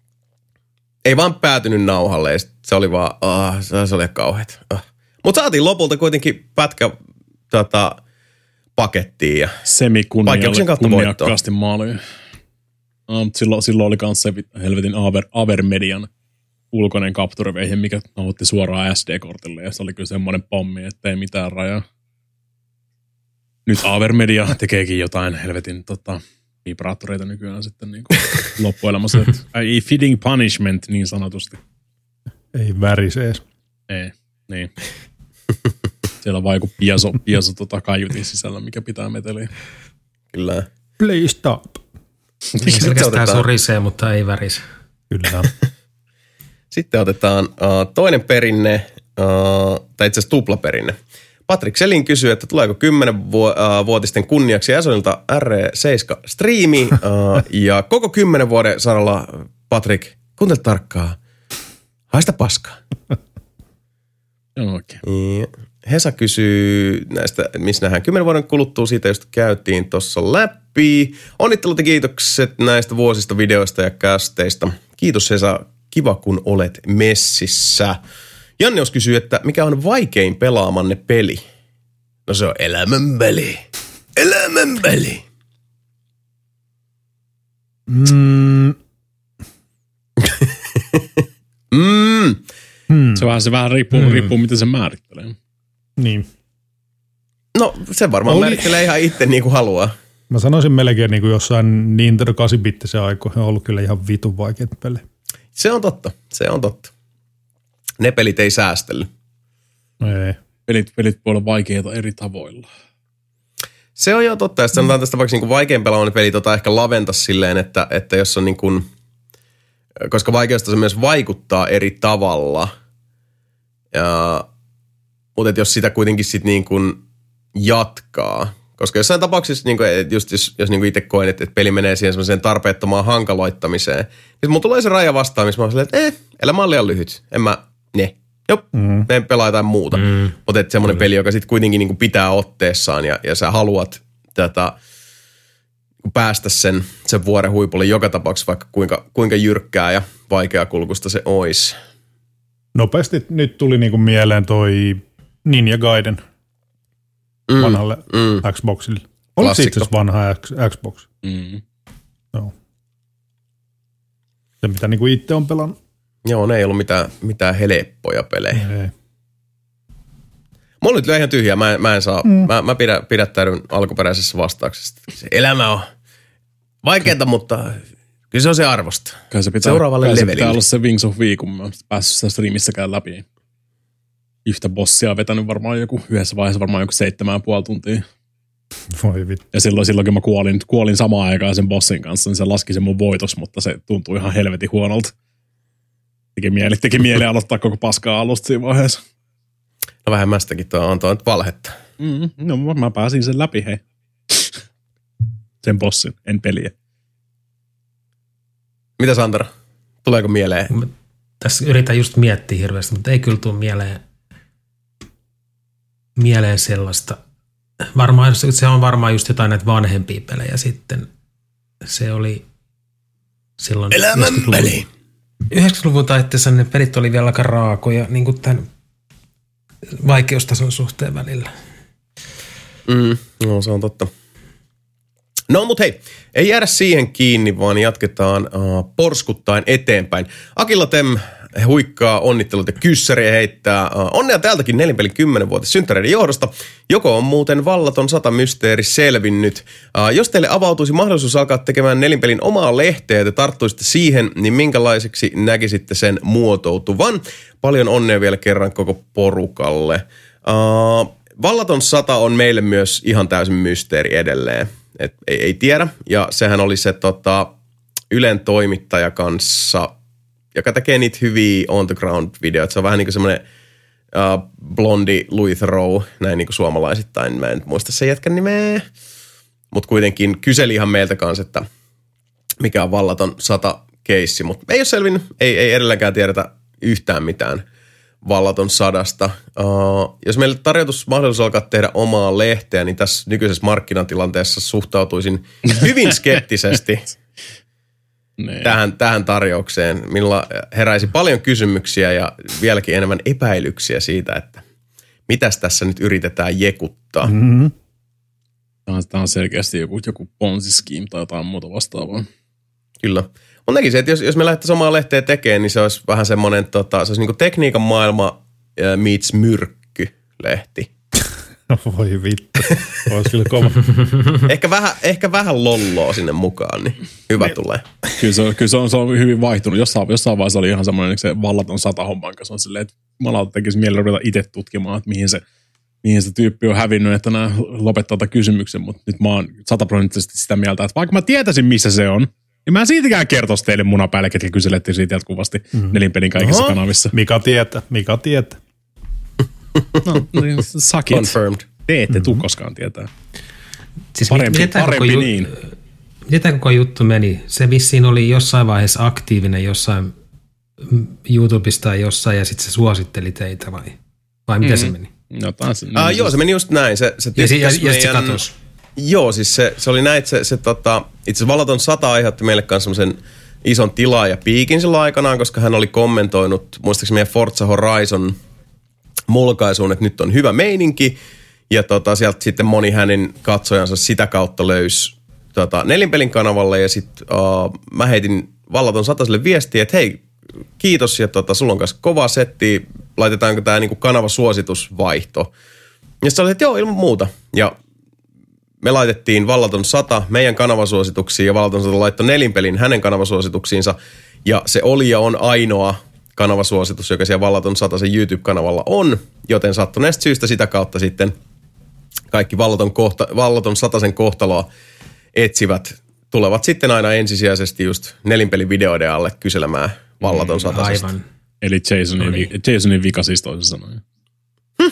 ei vaan päätynyt nauhalle. Ja se oli vaan, ah, se oli kauheat. Ah. Mutta saatiin lopulta kuitenkin pätkä tota, pakettiin ja semi-kunniakkaasti maaliin. No, silloin, silloin oli myös se helvetin Aver, Avermedian ulkoinen kapturiveihin, mikä nauhoitti suoraan S D-kortille ja se oli kyllä semmoinen pommi, että ei mitään rajaa. Nyt Avermedia tekeekin jotain helvetin tota, vibraattoreita nykyään sitten niin kuin loppuelämässä. Ei fitting punishment niin sanotusti. Ei värise edes. Ei, niin. Siellä on vaan joku pieso, pieso tota kaiutin sisällä, mikä pitää meteliä. Kyllä. Please stop. Selkeästään sorisee, mutta ei värise. Kyllä. Sitten otetaan uh, toinen perinne, uh, tai itse asiassa tuplaperinne. Patrik Selin kysyy, että tuleeko kymmenvuotisten kunniaksi Jasonilta R seitsemän striimi. Uh, ja koko kymmenen vuoden saralla, Patrik, kuuntele tarkkaa. Haista paskaa. Okay. Hesa kysyy näistä, missä nähdään kymmenen vuoden kuluttua, siitä just käytiin tuossa läpi. Onnittelut ja kiitokset näistä vuosista videoista ja kästeistä. Kiitos Hesa, kiva kun olet messissä. Janneus kysyy, että mikä on vaikein pelaamanne peli? No se on elämänpeli. Elämänpeli. Mm. mm. Hmm. Se vähän, se vähän riippuu, hmm. riippuu, miten se määrittelee. Niin. No, se varmaan Oli. määrittelee ihan itse niin kuin haluaa. Mä sanoisin melkein niin kuin jossain Nintendo kahdeksan-bittisen aikoihin on ollut kyllä ihan vitun vaikeita pelejä. Se on totta, se on totta. Ne pelit ei säästellyt. Ei. Pelit, pelit voi olla vaikeita eri tavoilla. Se on jo totta. Ja sanotaan tästä vaikka niin kuin vaikein pelaaminen peli tota ehkä laventa silleen, että, että jos on niin kuin, koska vaikeusta se myös vaikuttaa eri tavalla. Ja, mutta jos sitä kuitenkin sitten niin kuin jatkaa. Koska jossain tapauksessa, niin kuin, just jos, jos niin kuin itse koen, että, että peli menee siihen semmoiseen tarpeettomaan hankaloittamiseen, niin mun tulee se raja vastaan, missä mä oon silleen, että eh, elämä on liian lyhyt. En mä, ne. Jop, mm. me pelaa jotain muuta. Mm. Mutta että semmoinen mm. peli, joka sitten kuitenkin niin kuin pitää otteessaan ja, ja sä haluat tätä, päästä sen, sen vuoren huipulle joka tapauksessa, vaikka kuinka, kuinka jyrkkää ja vaikeakulkusta se olisi. Nopeasti nyt tuli niinku mieleen toi Ninja Gaiden mm. vanhalle mm. Xboxille. Oliko se itse asiassa vanha X, Xbox? Mm. No. Se mitä niinku itse on pelannut. Joo, ne ei ollut mitään, mitään helppoja pelejä. Ei. Mulla nyt lyö ihan tyhjää. Mä, mä en saa, mm. mä, mä pidä, pidättäydyn alkuperäisessä vastauksessa. Se elämä on vaikeaa, mutta kyllä se on se arvosta. Kai se pitää, seuraavalle kai levelille. Se pitää olla se Wings of V, kun mä oon päässyt sitä streamissäkään läpi. Yhtä bossia vetänyt varmaan joku, yhdessä vaiheessa varmaan joku seitsemän ja puoli tuntia. Voi vittu. Ja silloin, silloinkin mä kuolin, kuolin samaan aikaan sen bossin kanssa, niin se laski sen mun voitos, mutta se tuntui ihan helvetin huonolta. Teki mieli, teki mieli aloittaa koko paskaa alusta siinä vaiheessa. No vähemmästäkin tuo on tuo nyt valhetta. Mm, no mä pääsin sen läpi, hei. Sen bossin, en peliä. Mitä Santara? Tuleeko mieleen? Mä tässä yritän just miettiä hirveästi, mutta ei kyllä tule mieleen, mieleen sellaista. Varmaan, se on varmaan just jotain näitä vanhempia pelejä sitten. Se oli silloin Elämänpeli. yhdeksänkymmentäluvun taitteessa ne pelit oli vielä aika raakoja, niin kuin tämän vaikeustason suhteen välillä. Mm, no se on totta. No mut hei, ei jäädä siihen kiinni, vaan jatketaan uh, porskuttaen eteenpäin. Akilla Tem huikkaa onnittelut ja kyssäriä heittää. Uh, onnea täältäkin nelinpelin kymmenvuotis synttäreiden johdosta. Joko on muuten vallaton sata mysteeri selvinnyt. Uh, jos teille avautuisi mahdollisuus alkaa tekemään nelinpelin omaa lehteä ja te tarttuisitte siihen, niin minkälaiseksi näkisitte sen muotoutuvan? Paljon onnea vielä kerran koko porukalle. Uh, vallaton sata on meille myös ihan täysin mysteeri edelleen. Et ei, ei tiedä. Ja sehän oli se tota, Ylen toimittaja kanssa, joka tekee niitä hyviä on the ground videoita. Se on vähän niin kuin semmoinen uh, blondi Louis Theroux, näin niin kuin suomalaisittain. Mä en muista sen jätkän nimeä. Mutta kuitenkin kyseli ihan meiltä kanssa, että mikä on vallaton sata keissi. Mutta ei ole selvinnyt. Ei, ei edelleenkään tiedetä yhtään mitään vallaton sadasta. Uh, jos meille tarjoutus mahdollisuus alkaa tehdä omaa lehteä, niin tässä nykyisessä markkinatilanteessa suhtautuisin hyvin skeptisesti tähän, tähän tarjoukseen. Minulla heräisi paljon kysymyksiä ja vieläkin enemmän epäilyksiä siitä, että mitäs tässä nyt yritetään jekuttaa. Mm-hmm. Tämä on selkeästi joku, joku Ponzi-scheme tai jotain muuta vastaavaa. Kyllä. Mutta näkisin, että jos, jos me lähdettäisiin omaa lehteä tekemään, niin se olisi vähän semmoinen, tota, se olisi niin kuin tekniikan maailma meets myrkky-lehti. Voi vittu, olisi kyllä kova. ehkä, vähän, ehkä vähän lolloa sinne mukaan, niin hyvä niin. Tulee. Kyllä, se on, kyllä se, on, se on hyvin vaihtunut. Jossain, jossain vaiheessa oli ihan semmoinen se vallaton sata homman kanssa. On silleen, että malauta tekisi mielellä ruveta itse tutkimaan, että mihin se, mihin se tyyppi on hävinnyt, että nämä lopettaa tätä kysymyksen. Mutta nyt mä oon sataprosenttisesti sitä mieltä, että vaikka mä tietäisin, missä se on, niin mä en siitäkään kertoisi teille munapäälle, ketkä kyselettiin siitä jatkuvasti mm. nelinpelin kaikissa Oho. kanavissa. Mika tietää, Mika tietää. No, niin sakit. Confirmed. Te ette mm-hmm. tuu koskaan tietää. Siis parempi miten parempi koko niin. Ju- miten koko juttu meni? Se vissiin oli jossain vaiheessa aktiivinen jossain YouTubesta tai jossain ja sitten se suositteli teitä vai, vai miten mm-hmm. se meni? No, taas, niin ah, joo, se meni just näin. Se, se ja, ja, ja meidän... se katosi. Joo, siis se, se oli näin, että se, se tota, itse asiassa vallaton sata aiheutti meille kanssa semmoisen ison tilaa ja piikin sillä aikanaan, koska hän oli kommentoinut, muistaakseni meidän Forza Horizon mulkaisuun, että nyt on hyvä meininki. Ja tota, sieltä sitten moni hänen katsojansa sitä kautta löysi tota, nelinpelin kanavalle. Ja sitten uh, mä heitin vallaton sataselle viestiä, että hei, kiitos ja tota, sulla on kanssa kova setti. Laitetaanko tämä niinku kanavasuositusvaihto? Ja sitten oli, että joo, ilman muuta. Ja me laitettiin vallaton sata meidän kanavasuosituksiin ja vallaton sata laittoi nelinpelin hänen kanavasuosituksiinsa. Ja se oli ja on ainoa kanavasuositus, joka siellä vallaton sata sen YouTube-kanavalla on. Joten sattuneesta syystä sitä kautta sitten kaikki vallaton, kohta, vallaton satasen kohtaloa etsivät tulevat sitten aina ensisijaisesti just nelinpelin videoiden alle kyselemään vallaton satasesta. Aivan. Eli Jasonin, no niin. Jasonin vika siis toisin sanoen. Hm.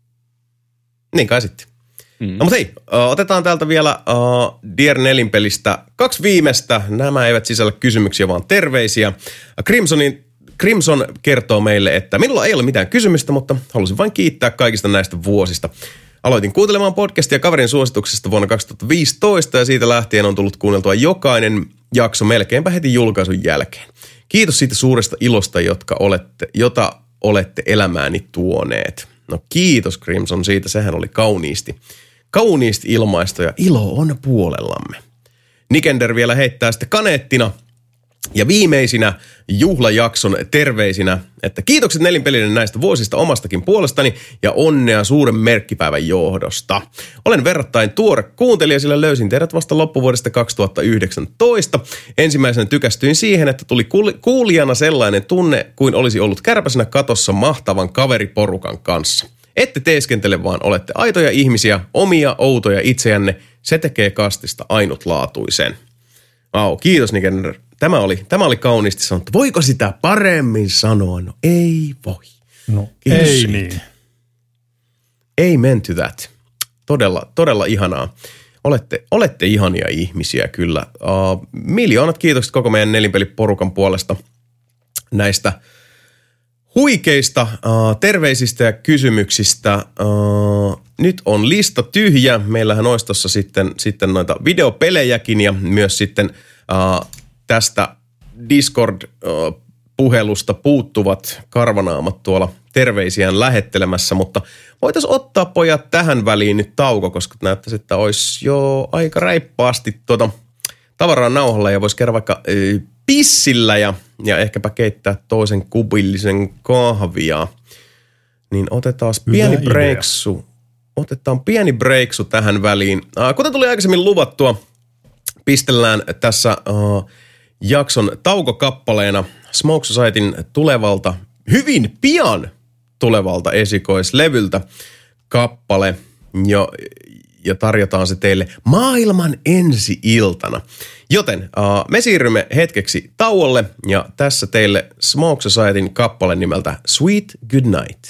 Niin kai sitten. Mm. No mutta hei, otetaan täältä vielä uh, Dear nelinpelistä kaksi viimeistä. Nämä eivät sisällä kysymyksiä, vaan terveisiä. Crimsonin, Crimson kertoo meille, että minulla ei ole mitään kysymystä, mutta halusin vain kiittää kaikista näistä vuosista. Aloitin kuuntelemaan podcastia kaverin suosituksesta vuonna kaksituhattaviisitoista ja siitä lähtien on tullut kuunneltua jokainen jakso melkeinpä heti julkaisun jälkeen. Kiitos siitä suuresta ilosta, jotka olette, jota olette elämääni tuoneet. No kiitos Crimson siitä, sehän oli kauniisti. Kauniisti ilmaista ja ilo on puolellamme. Nikender vielä heittää sitten kaneettina ja viimeisinä juhlajakson terveisinä, että kiitokset nelinpelinen näistä vuosista omastakin puolestani ja onnea suuren merkkipäivän johdosta. Olen verrattain tuore kuuntelija, sillä löysin teidät vasta loppuvuodesta kaksituhattayhdeksäntoista. Ensimmäisenä tykästyin siihen, että tuli kuulijana sellainen tunne, kuin olisi ollut kärpäsenä katossa mahtavan kaveriporukan kanssa. Ette teeskentele, vaan olette aitoja ihmisiä, omia, outoja itseänne. Se tekee kastista ainutlaatuisen. Au, kiitos Nikender. Tämä oli, tämä oli kauniisti sanottu. Voiko sitä paremmin sanoa? No ei voi. No kiitos ei siitä. niin. Amen to that. Todella, todella ihanaa. Olette, olette ihania ihmisiä kyllä. Uh, miljoonat kiitokset koko meidän nelinpeliporukan puolesta näistä huikeista uh, terveisistä ja kysymyksistä. Uh, nyt on lista tyhjä. Meillähän olisi tuossa sitten, sitten noita videopelejäkin ja myös sitten uh, tästä Discord-puhelusta puuttuvat karvanaamat tuolla terveisiään lähettelemässä, mutta voitaisiin ottaa pojat tähän väliin nyt tauko, koska näyttäisi, että olisi jo aika reippaasti tuota tavaraa nauhalla ja voisi käydä vaikka ö, pissillä ja, ja ehkäpä keittää toisen kupillisen kahvia. Niin otetaan pieni breaksu. Otetaan pieni breaksu tähän väliin. Äh, kuten tuli aikaisemmin luvattua, pistellään tässä äh, jakson taukokappaleena Smoke Societyn tulevalta, hyvin pian tulevalta esikoislevyltä kappale ja, ja tarjotaan se teille maailman ensi-iltana. Joten uh, me siirrymme hetkeksi tauolle ja tässä teille Smoke Societyn kappale nimeltä Sweet Good Night.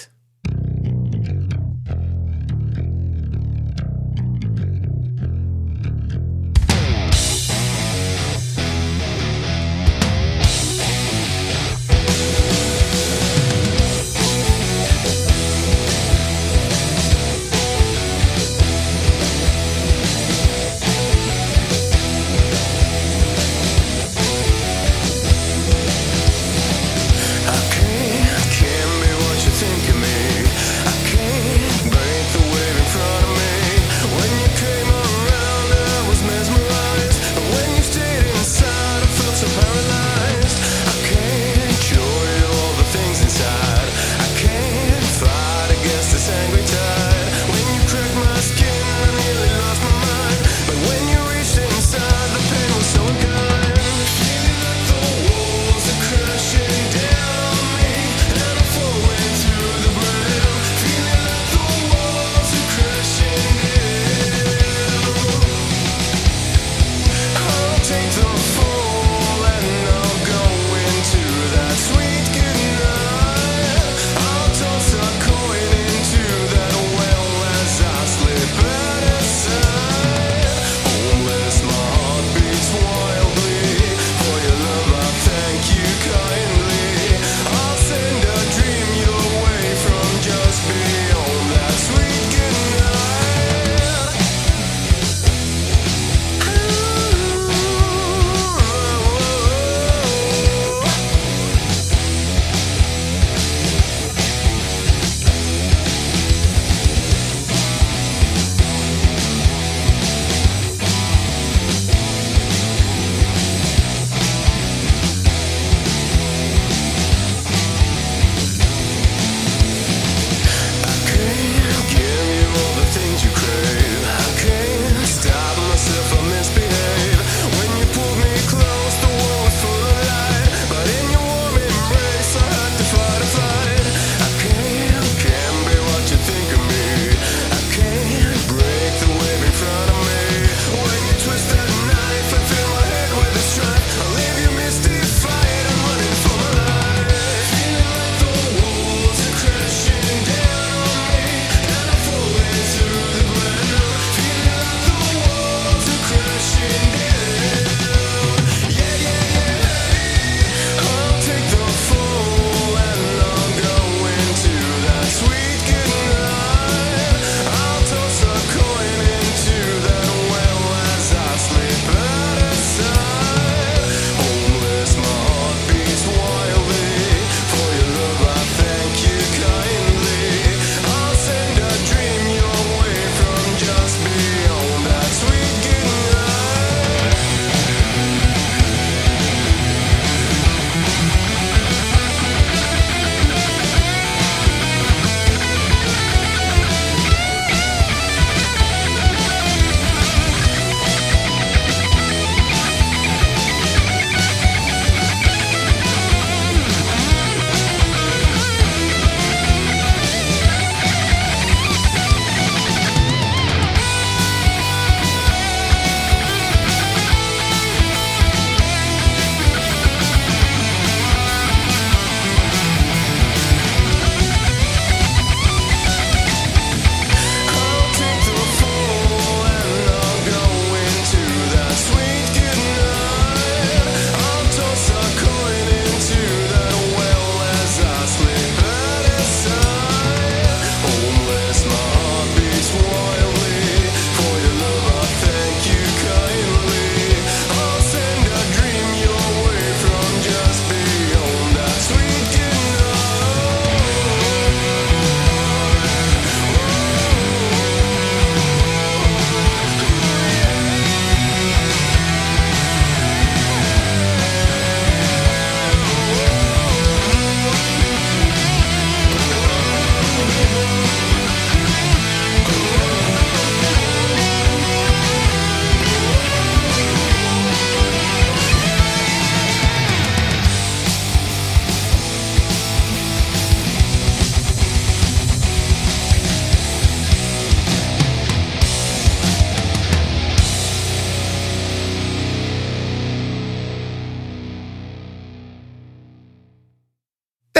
Can't be what you think of me.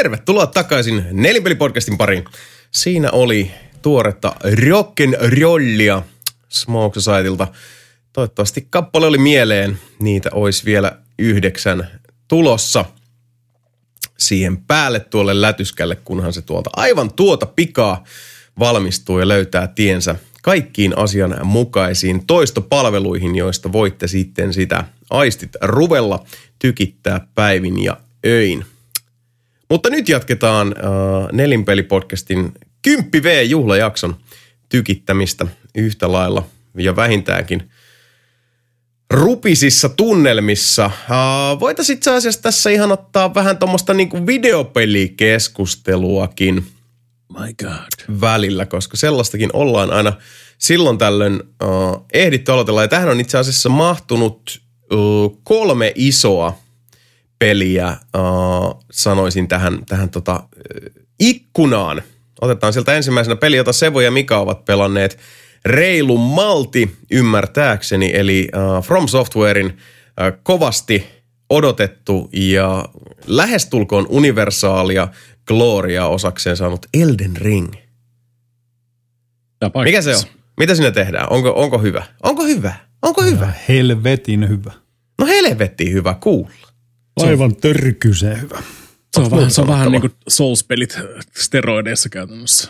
tervetuloa takaisin Nelinpeli-podcastin pariin. Siinä oli tuoretta rock'n'rollia Smoke Societylta. Toivottavasti kappale oli mieleen. Niitä olisi vielä yhdeksän tulossa siihen päälle tuolle lätyskälle, kunhan se tuolta aivan tuota pikaa valmistuu ja löytää tiensä kaikkiin asianmukaisiin toistopalveluihin, joista voitte sitten sitä aistit ruvella tykittää päivin ja öin. Mutta nyt jatketaan äh, Nelinpeli-podcastin kymmenen V-juhlajakson tykittämistä yhtä lailla ja vähintäänkin rupisissa tunnelmissa. Uh, voitaisiin itse asiassa tässä ihan ottaa vähän tuommoista niinku videopelikeskusteluakin My God. välillä, koska sellaistakin ollaan aina silloin tällöin uh, ehditty aloitella. Ja tähän on itse asiassa mahtunut uh, kolme isoa peliä, uh, sanoisin tähän, tähän tota, uh, ikkunaan. Otetaan sieltä ensimmäisenä peli, jota Sevo ja Mika ovat pelanneet reilun malti ymmärtääkseni, eli uh, From Softwaren uh, kovasti odotettu ja lähestulkoon universaalia gloriaa osakseen saanut Elden Ring. Mikä se on? Mitä sinne tehdään? Onko, onko hyvä? Onko hyvä? Onko hyvä? Helvetin hyvä. No helvetin hyvä, kuulla. Aivan törkyiseen hyvä. Se on, vähän, se on vähän niin kuin Souls-pelit steroideissa käytännössä.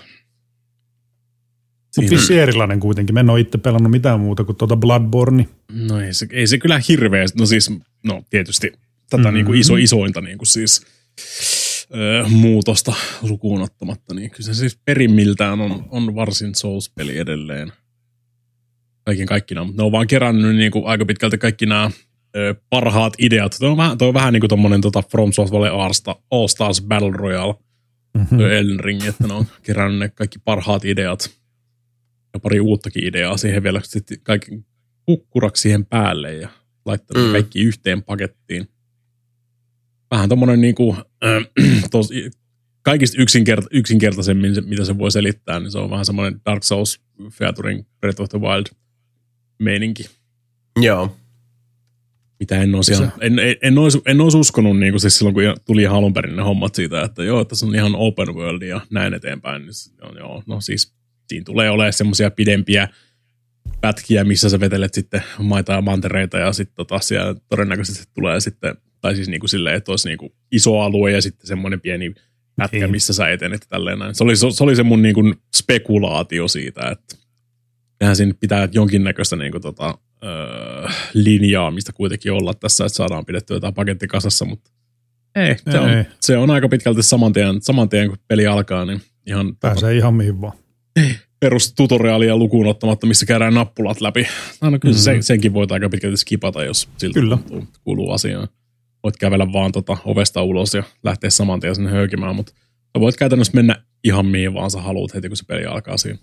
Mutta vissiin erilainen kuitenkin. Mä en ole itse pelannut mitään muuta kuin tuota Bloodborne. No ei se, ei se kyllä hirveä. No siis, no tietysti tätä mm-hmm. niin kuin iso, isointa niin kuin siis ö, muutosta lukuun ottamatta. Niin kyllä se siis perimmiltään on, on varsin Souls-peli edelleen. Kaiken kaikkinaan. Ne on vaan kerännyt niin kuin aika pitkälti kaikki nämä ö, parhaat ideat. Tuo on vähän, toi on vähän niin kuin tommonen tota From Software All Stars Battle Royale. Mm-hmm. Elden Ring, että ne on kerännyt ne kaikki parhaat ideat. Ja pari uuttakin ideaa siihen vielä sitten kaikki kukkuraksi siihen päälle ja laittanut mm. kaikki yhteen pakettiin. Vähän tommonen niinku, äh, tos, kaikista yksinkerta, yksinkertaisemmin, mitä se voi selittää, niin se on vähän semmoinen Dark Souls featuring Breath of the Wild meininki. Joo. Mitä en olisi, ihan, en, en, en olisi, en olisi uskonut niin kuin siis silloin, kun tuli ihan alun perin ne hommat siitä, että joo, tässä on ihan open world ja näin eteenpäin. Niin, joo, no siis siinä tulee olemaan semmoisia pidempiä pätkiä, missä sä vetelet sitten maita ja mantereita ja sitten tota, siellä todennäköisesti tulee sitten, tai siis niin kuin silleen, että olisi niin kuin iso alue ja sitten semmoinen pieni pätkä, missä sä etenet tälleen näin. Se oli se, oli se mun niin kuin spekulaatio siitä, että eihän siinä pitää jonkinnäköistä niin kuin tota, öö, linjaa, mistä kuitenkin olla tässä, että saadaan pidettyä jotain paketti kasassa, mutta ei, se, ei. On, se on aika pitkälti saman tien, saman tien kun peli alkaa, niin ihan... Pääsee tota, ihan mihin vaan. Perustutoriaalia lukuun ottamatta, missä käydään nappulat läpi. No kyllä mm-hmm. senkin voit aika pitkälti skipata, jos siltä tuntuu, kuuluu asiaan. Voit kävellä vaan tota ovesta ulos ja lähteä saman tien sinne höykimään, mutta sä voit käytännössä mennä ihan mihin vaan sä haluat heti, kun se peli alkaa siinä.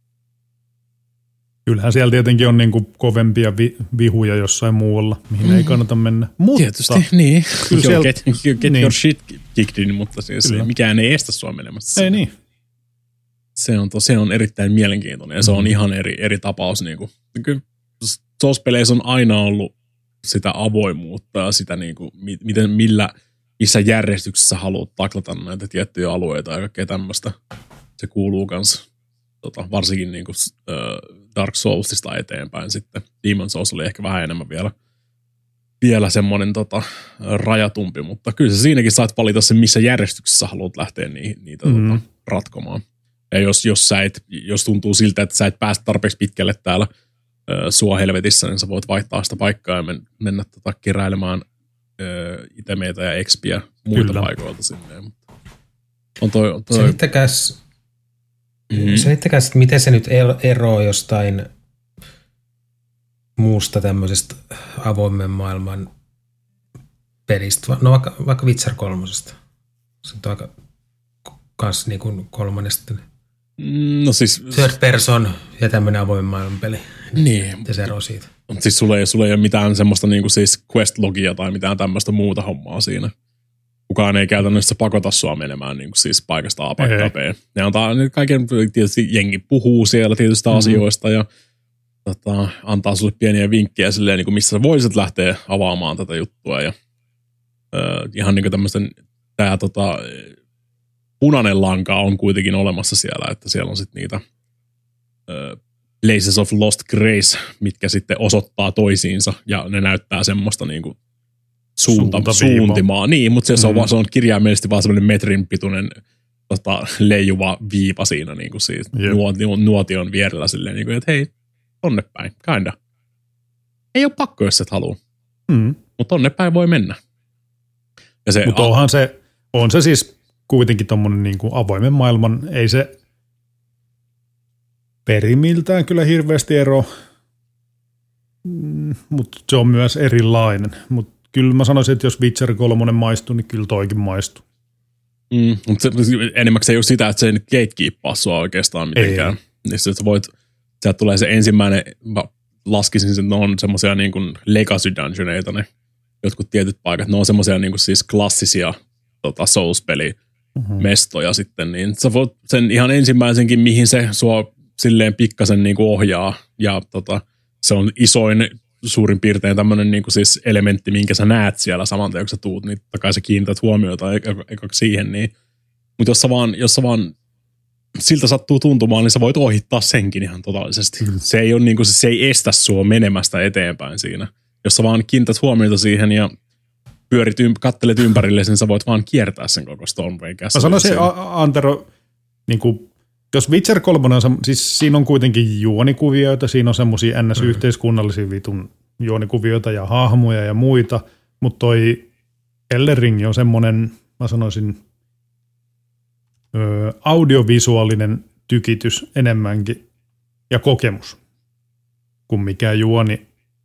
Kyllähän siellä tietenkin on niinku kovempia vi- vihuja jossain muualla, mihin mm-hmm. ei kannata mennä. Mutta, tietysti, niin. Kyllä siellä, get get niin. your shit kicked in, mutta siis mikään ei estä sua menemässä. Ei niin. Se on, to, se on erittäin mielenkiintoinen ja se on ihan eri, eri tapaus. Niin kuin, kyllä Souls-peleissä on aina ollut sitä avoimuutta ja sitä, niin kuin, miten, millä, missä järjestyksessä haluat taklata näitä tiettyjä alueita ja kaikkea tämmöistä. Se kuuluu myös tota, varsinkin niin kuin, äh, Dark Soulsista eteenpäin sitten. Demon's Souls oli ehkä vähän enemmän vielä, vielä semmoinen tota, rajatumpi, mutta kyllä sä siinäkin saat valita sen, missä järjestyksessä haluat lähteä niitä, niitä mm-hmm. tota, ratkomaan. Ja jos, jos, sä et, jos tuntuu siltä, että sä et pääse tarpeeksi pitkälle täällä ö, sua helvetissä, niin sä voit vaihtaa sitä paikkaa ja men, mennä tota, keräilemään ö, itemeitä ja expiä muilta Kyllä. paikoilta sinne. On toi, on toi... Selittäkäs, mm-hmm. selittäkäs, miten se nyt eroaa jostain muusta tämmöisestä avoimen maailman pelistä. No vaikka, vaikka Witcher kolmosesta. Se on aika kans niin kuin kolmannesta. No siis... Third person ja tämmöinen avoin maailman peli. Niin. Ja se eroaa siitä. Mutta siis sulla ei, sulla ei ole mitään semmoista niinku siis quest-logia tai mitään tämmöistä muuta hommaa siinä. Kukaan ei käytännössä pakota sua menemään niinku siis paikasta A paikkaan B. Ne antaa kaiken, tietysti jengi puhuu siellä tietystä mm-hmm. asioista ja tota, antaa sulle pieniä vinkkejä silleen, niinku missä sä voisit lähteä avaamaan tätä juttua. Ja, äh, ihan niinku tämmöisten, tää tota... punainen lanka on kuitenkin olemassa siellä, että siellä on sitten niitä ö, Places of Lost Grace, mitkä sitten osoittaa toisiinsa ja ne näyttää semmoista niinku suunta, suuntimaa. Niin, mutta se, mm. se on kirjaimellisesti vaan semmoinen metrin pituinen tota, leijuva viipa siinä niinku siitä nuotion, nuotion vierellä silleen, niinku, että hei, tonne päin, kinda. Ei ole pakko, jos et halua. Mm. Mutta tonne päin voi mennä. Mutta onhan se, on se siis kuitenkin tommonen niinku avoimen maailman, ei se perimiltään kyllä hirveästi ero, mm, mutta se on myös erilainen. Mutta kyllä mä sanoisin, että jos Witcher kolme maistuu, niin kyllä toikin maistuu. Mm, mutta enimmäkseen just sitä, että se ei nyt gatekeepaa sua oikeastaan mitenkään. Niin sä voit, sieltä tulee se ensimmäinen, mä laskisin, että ne on semmoisia niin kuin legacy dungeoneita, ne jotkut tietyt paikat. Ne on semmoisia niin kuin siis klassisia tota, Souls-peli mm-hmm. mestoja sitten, niin sä voit sen ihan ensimmäisenkin, mihin se sua silleen pikkasen niin kuin ohjaa, ja tota, se on isoin suurin piirtein tämmöinen niin kuin siis elementti, minkä sä näet siellä saman teon, kun sä tuut, niin totta kai sä kiinnität huomiota eikä siihen, niin. Mutta jos sä vaan, jos sä vaan siltä sattuu tuntumaan, niin sä voit ohittaa senkin ihan totaalisesti. Mm. Se ei ole niin kuin, se ei estä sua menemästä eteenpäin siinä. Jos sä vaan kiinnität huomiota siihen ja pyörit, kattelet ympärille, niin sä voit vaan kiertää sen koko Stormway Castle. Mä sanoisin, Antero, niin kuin jos Witcher kolme on, siis siinä on kuitenkin juonikuvioita, siinä on semmoisia N S-yhteiskunnallisia vitun juonikuvioita ja hahmoja ja muita, mutta toi Elden Ring on semmoinen, mä sanoisin, ö, audiovisuaalinen tykitys enemmänkin ja kokemus kuin mikään juoni,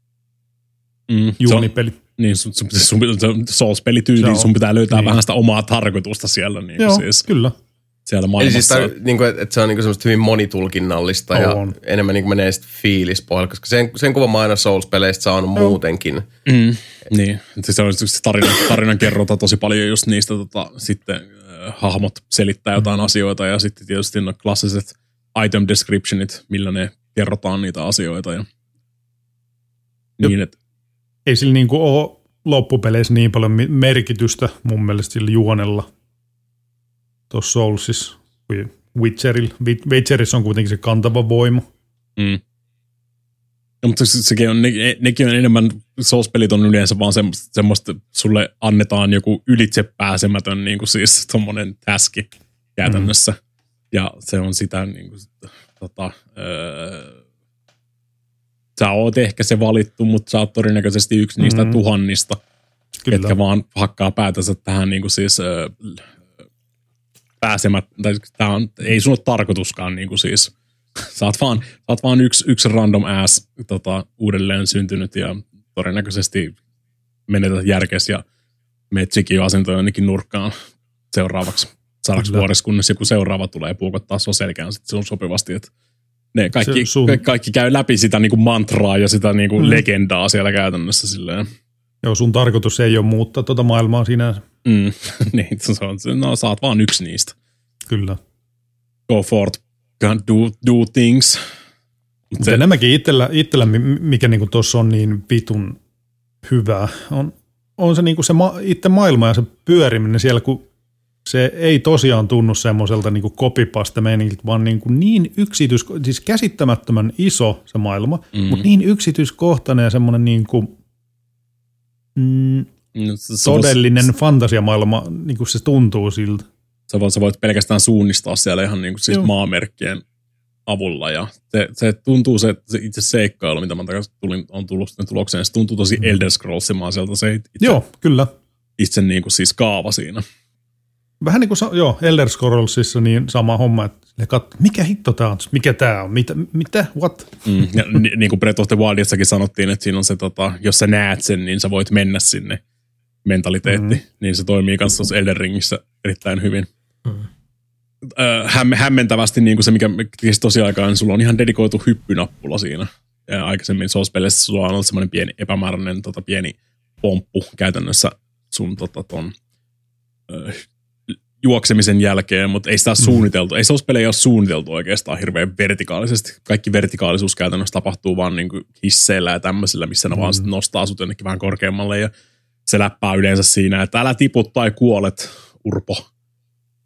mm, juonipeli. On, niin, sun, sun, sun, sun Souls-pelityyli, sun pitää löytää niin vähän sitä omaa tarkoitusta siellä. Niin Joo, siis. kyllä. Siellä maailmassa. Eli siis niin kuin, että se on niin kuin semmoista hyvin monitulkinnallista on. Ja enemmän niin kuin menee sitten fiilispohjalle, koska sen, sen kuvan mä aina Souls-peleistä saanut no. muutenkin. Mm, niin, se on se tarinan, tarinan kerrota tosi paljon just niistä tota, sitten äh, hahmot selittää jotain mm. asioita ja sitten tietysti no klassiset item descriptionit, millä ne kerrotaan niitä asioita. Ja niin, et, ei sillä niin kuin ole loppupeleissä niin paljon merkitystä mun mielestä sillä juonella. Tuossa Soulsissa, Witcherilla. Witcherissa on kuitenkin se kantava voima. Mm. No, mutta sekin on, ne, nekin on enemmän, Souls-pelit on yleensä vaan semmoista, semmoista sulle annetaan joku ylitsepääsemätön niin kuin siis tommonen taski käytännössä. Mm. Ja se on sitä niin kuin, tota, öö, sä oot ehkä se valittu, mutta sä oot todennäköisesti yksi niistä mm. tuhannista, Kyllä. ketkä vaan hakkaa päätänsä tähän niin kuin siis öö, pääsemät, tai tää on, ei sun ole tarkoituskaan niin kuin siis, sä oot vaan, sä oot vaan yksi, yksi random ass tota, uudelleen syntynyt ja todennäköisesti menetät järkes ja meet sikiö-asentoon jonnekin nurkkaan seuraavaksi sadaksi vuodessa, kunnes joku seuraava tulee ja puukottaa sua selkään sitten se on sopivasti, että ne kaikki, sun... kaikki, kaikki käy läpi sitä niin kuin mantraa ja sitä niin kuin mm. legendaa siellä käytännössä silleen. Joo, sun tarkoitus ei ole muuttaa tuota maailmaa sinänsä. Mm. niin, se on, no sä oot vaan yksi niistä. Kyllä. Go forth, do, do things. Mutta se... enemmänkin itsellä, itsellä mikä niinku tuossa on niin vitun hyvä, on, on se, niinku se ma, itse maailma ja se pyöriminen siellä, kun se ei tosiaan tunnu semmoiselta niinku copypaste-meiningiltä, vaan niinku niin yksityis, siis käsittämättömän iso se maailma, mm. mutta niin yksityiskohtainen ja semmoinen niinku, mm, no, se todellinen vois... fantasiamaailma, niin kuin se tuntuu siltä. Sä voit, sä voit pelkästään suunnistaa siellä ihan niin kuin siis maamerkkien avulla. Ja se, se tuntuu, se, se itse seikkailu, mitä mä takaisin tulin, on tullut tulokseen, se tuntuu tosi mm. Elder Scrollsimaiselta se itse, joo, kyllä. itse niin kuin siis kaava siinä. Vähän niin kuin joo, Elder Scrollsissa niin sama homma, että katso, mikä hitto tää on, mikä tää on, mitä, mitä what? Mm, ja, ni, niin kuin Breath of the Wildissakin sanottiin, että siinä on se, tota, jos sä näet sen, niin sä voit mennä sinne mentaliteetti, mm-hmm. niin se toimii myös tuossa Elden Ringissä erittäin hyvin. Mm-hmm. Öö, häm, hämmentävästi niin kuin se, mikä kesti tosiaikaan, niin sulla on ihan dedikoitu hyppynappula siinä. Ja aikaisemmin Souls-peleissä sulla on ollut semmoinen pieni epämääräinen tota, pieni pomppu käytännössä sun tota, ton, öö, juoksemisen jälkeen, mutta ei sitä ole suunniteltu. Ei Souls-pelejä ole suunniteltu oikeastaan hirveän vertikaalisesti. Kaikki vertikaalisuus käytännössä tapahtuu vaan niin kuin hisseillä ja tämmöisillä, missä ne mm. vaan nostaa sut jonnekin vähän korkeammalle ja se läppää yleensä siinä, että älä tipu tai kuolet, urpo.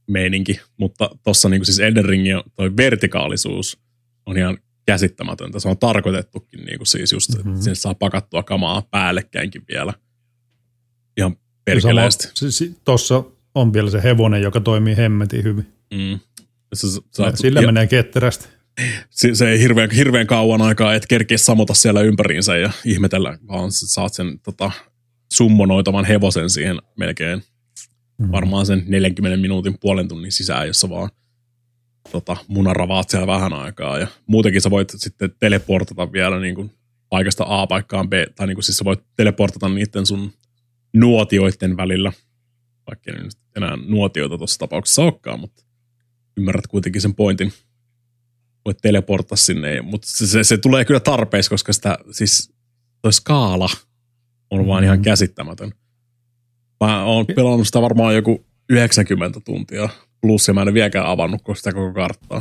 meininki, mutta tossa niinku siis Elden Ringin toi vertikaalisuus on ihan käsittämätöntä. Se on tarkoitettukin niinku siis just, mm-hmm. että sinne saa pakattua kamaa päällekkäinkin vielä. Ihan perkeleesti. Tuossa on vielä se hevonen, joka toimii hemmetin hyvin. Mm. Se, se, Sillä ja, menee ketterästi. Se, se ei hirveän, hirveän kauan aikaa, et kerkeä samota siellä ympäriinsä ja ihmetellä, vaan saat sen tota, summonoitavan hevosen siihen melkein mm. varmaan sen neljänkymmenen minuutin puolen tunnin sisään, jossa vaan tota, munaravaat siellä vähän aikaa. Ja muutenkin sä voit sitten teleportata vielä niin kuin paikasta A paikkaan B, tai niin kuin siis sä voit teleportata niiden sun nuotioiden välillä, vaikka ei nyt enää nuotioita tuossa tapauksessa olekaan, mutta ymmärrät kuitenkin sen pointin. Voit teleporttaa sinne, mutta se, se, se tulee kyllä tarpeeksi, koska sitä, siis toi skaala on vaan ihan käsittämätön. Mä oon pelannut sitä varmaan joku yhdeksänkymmentä tuntia plus, ja mä en vieläkään avannut sitä koko karttaa.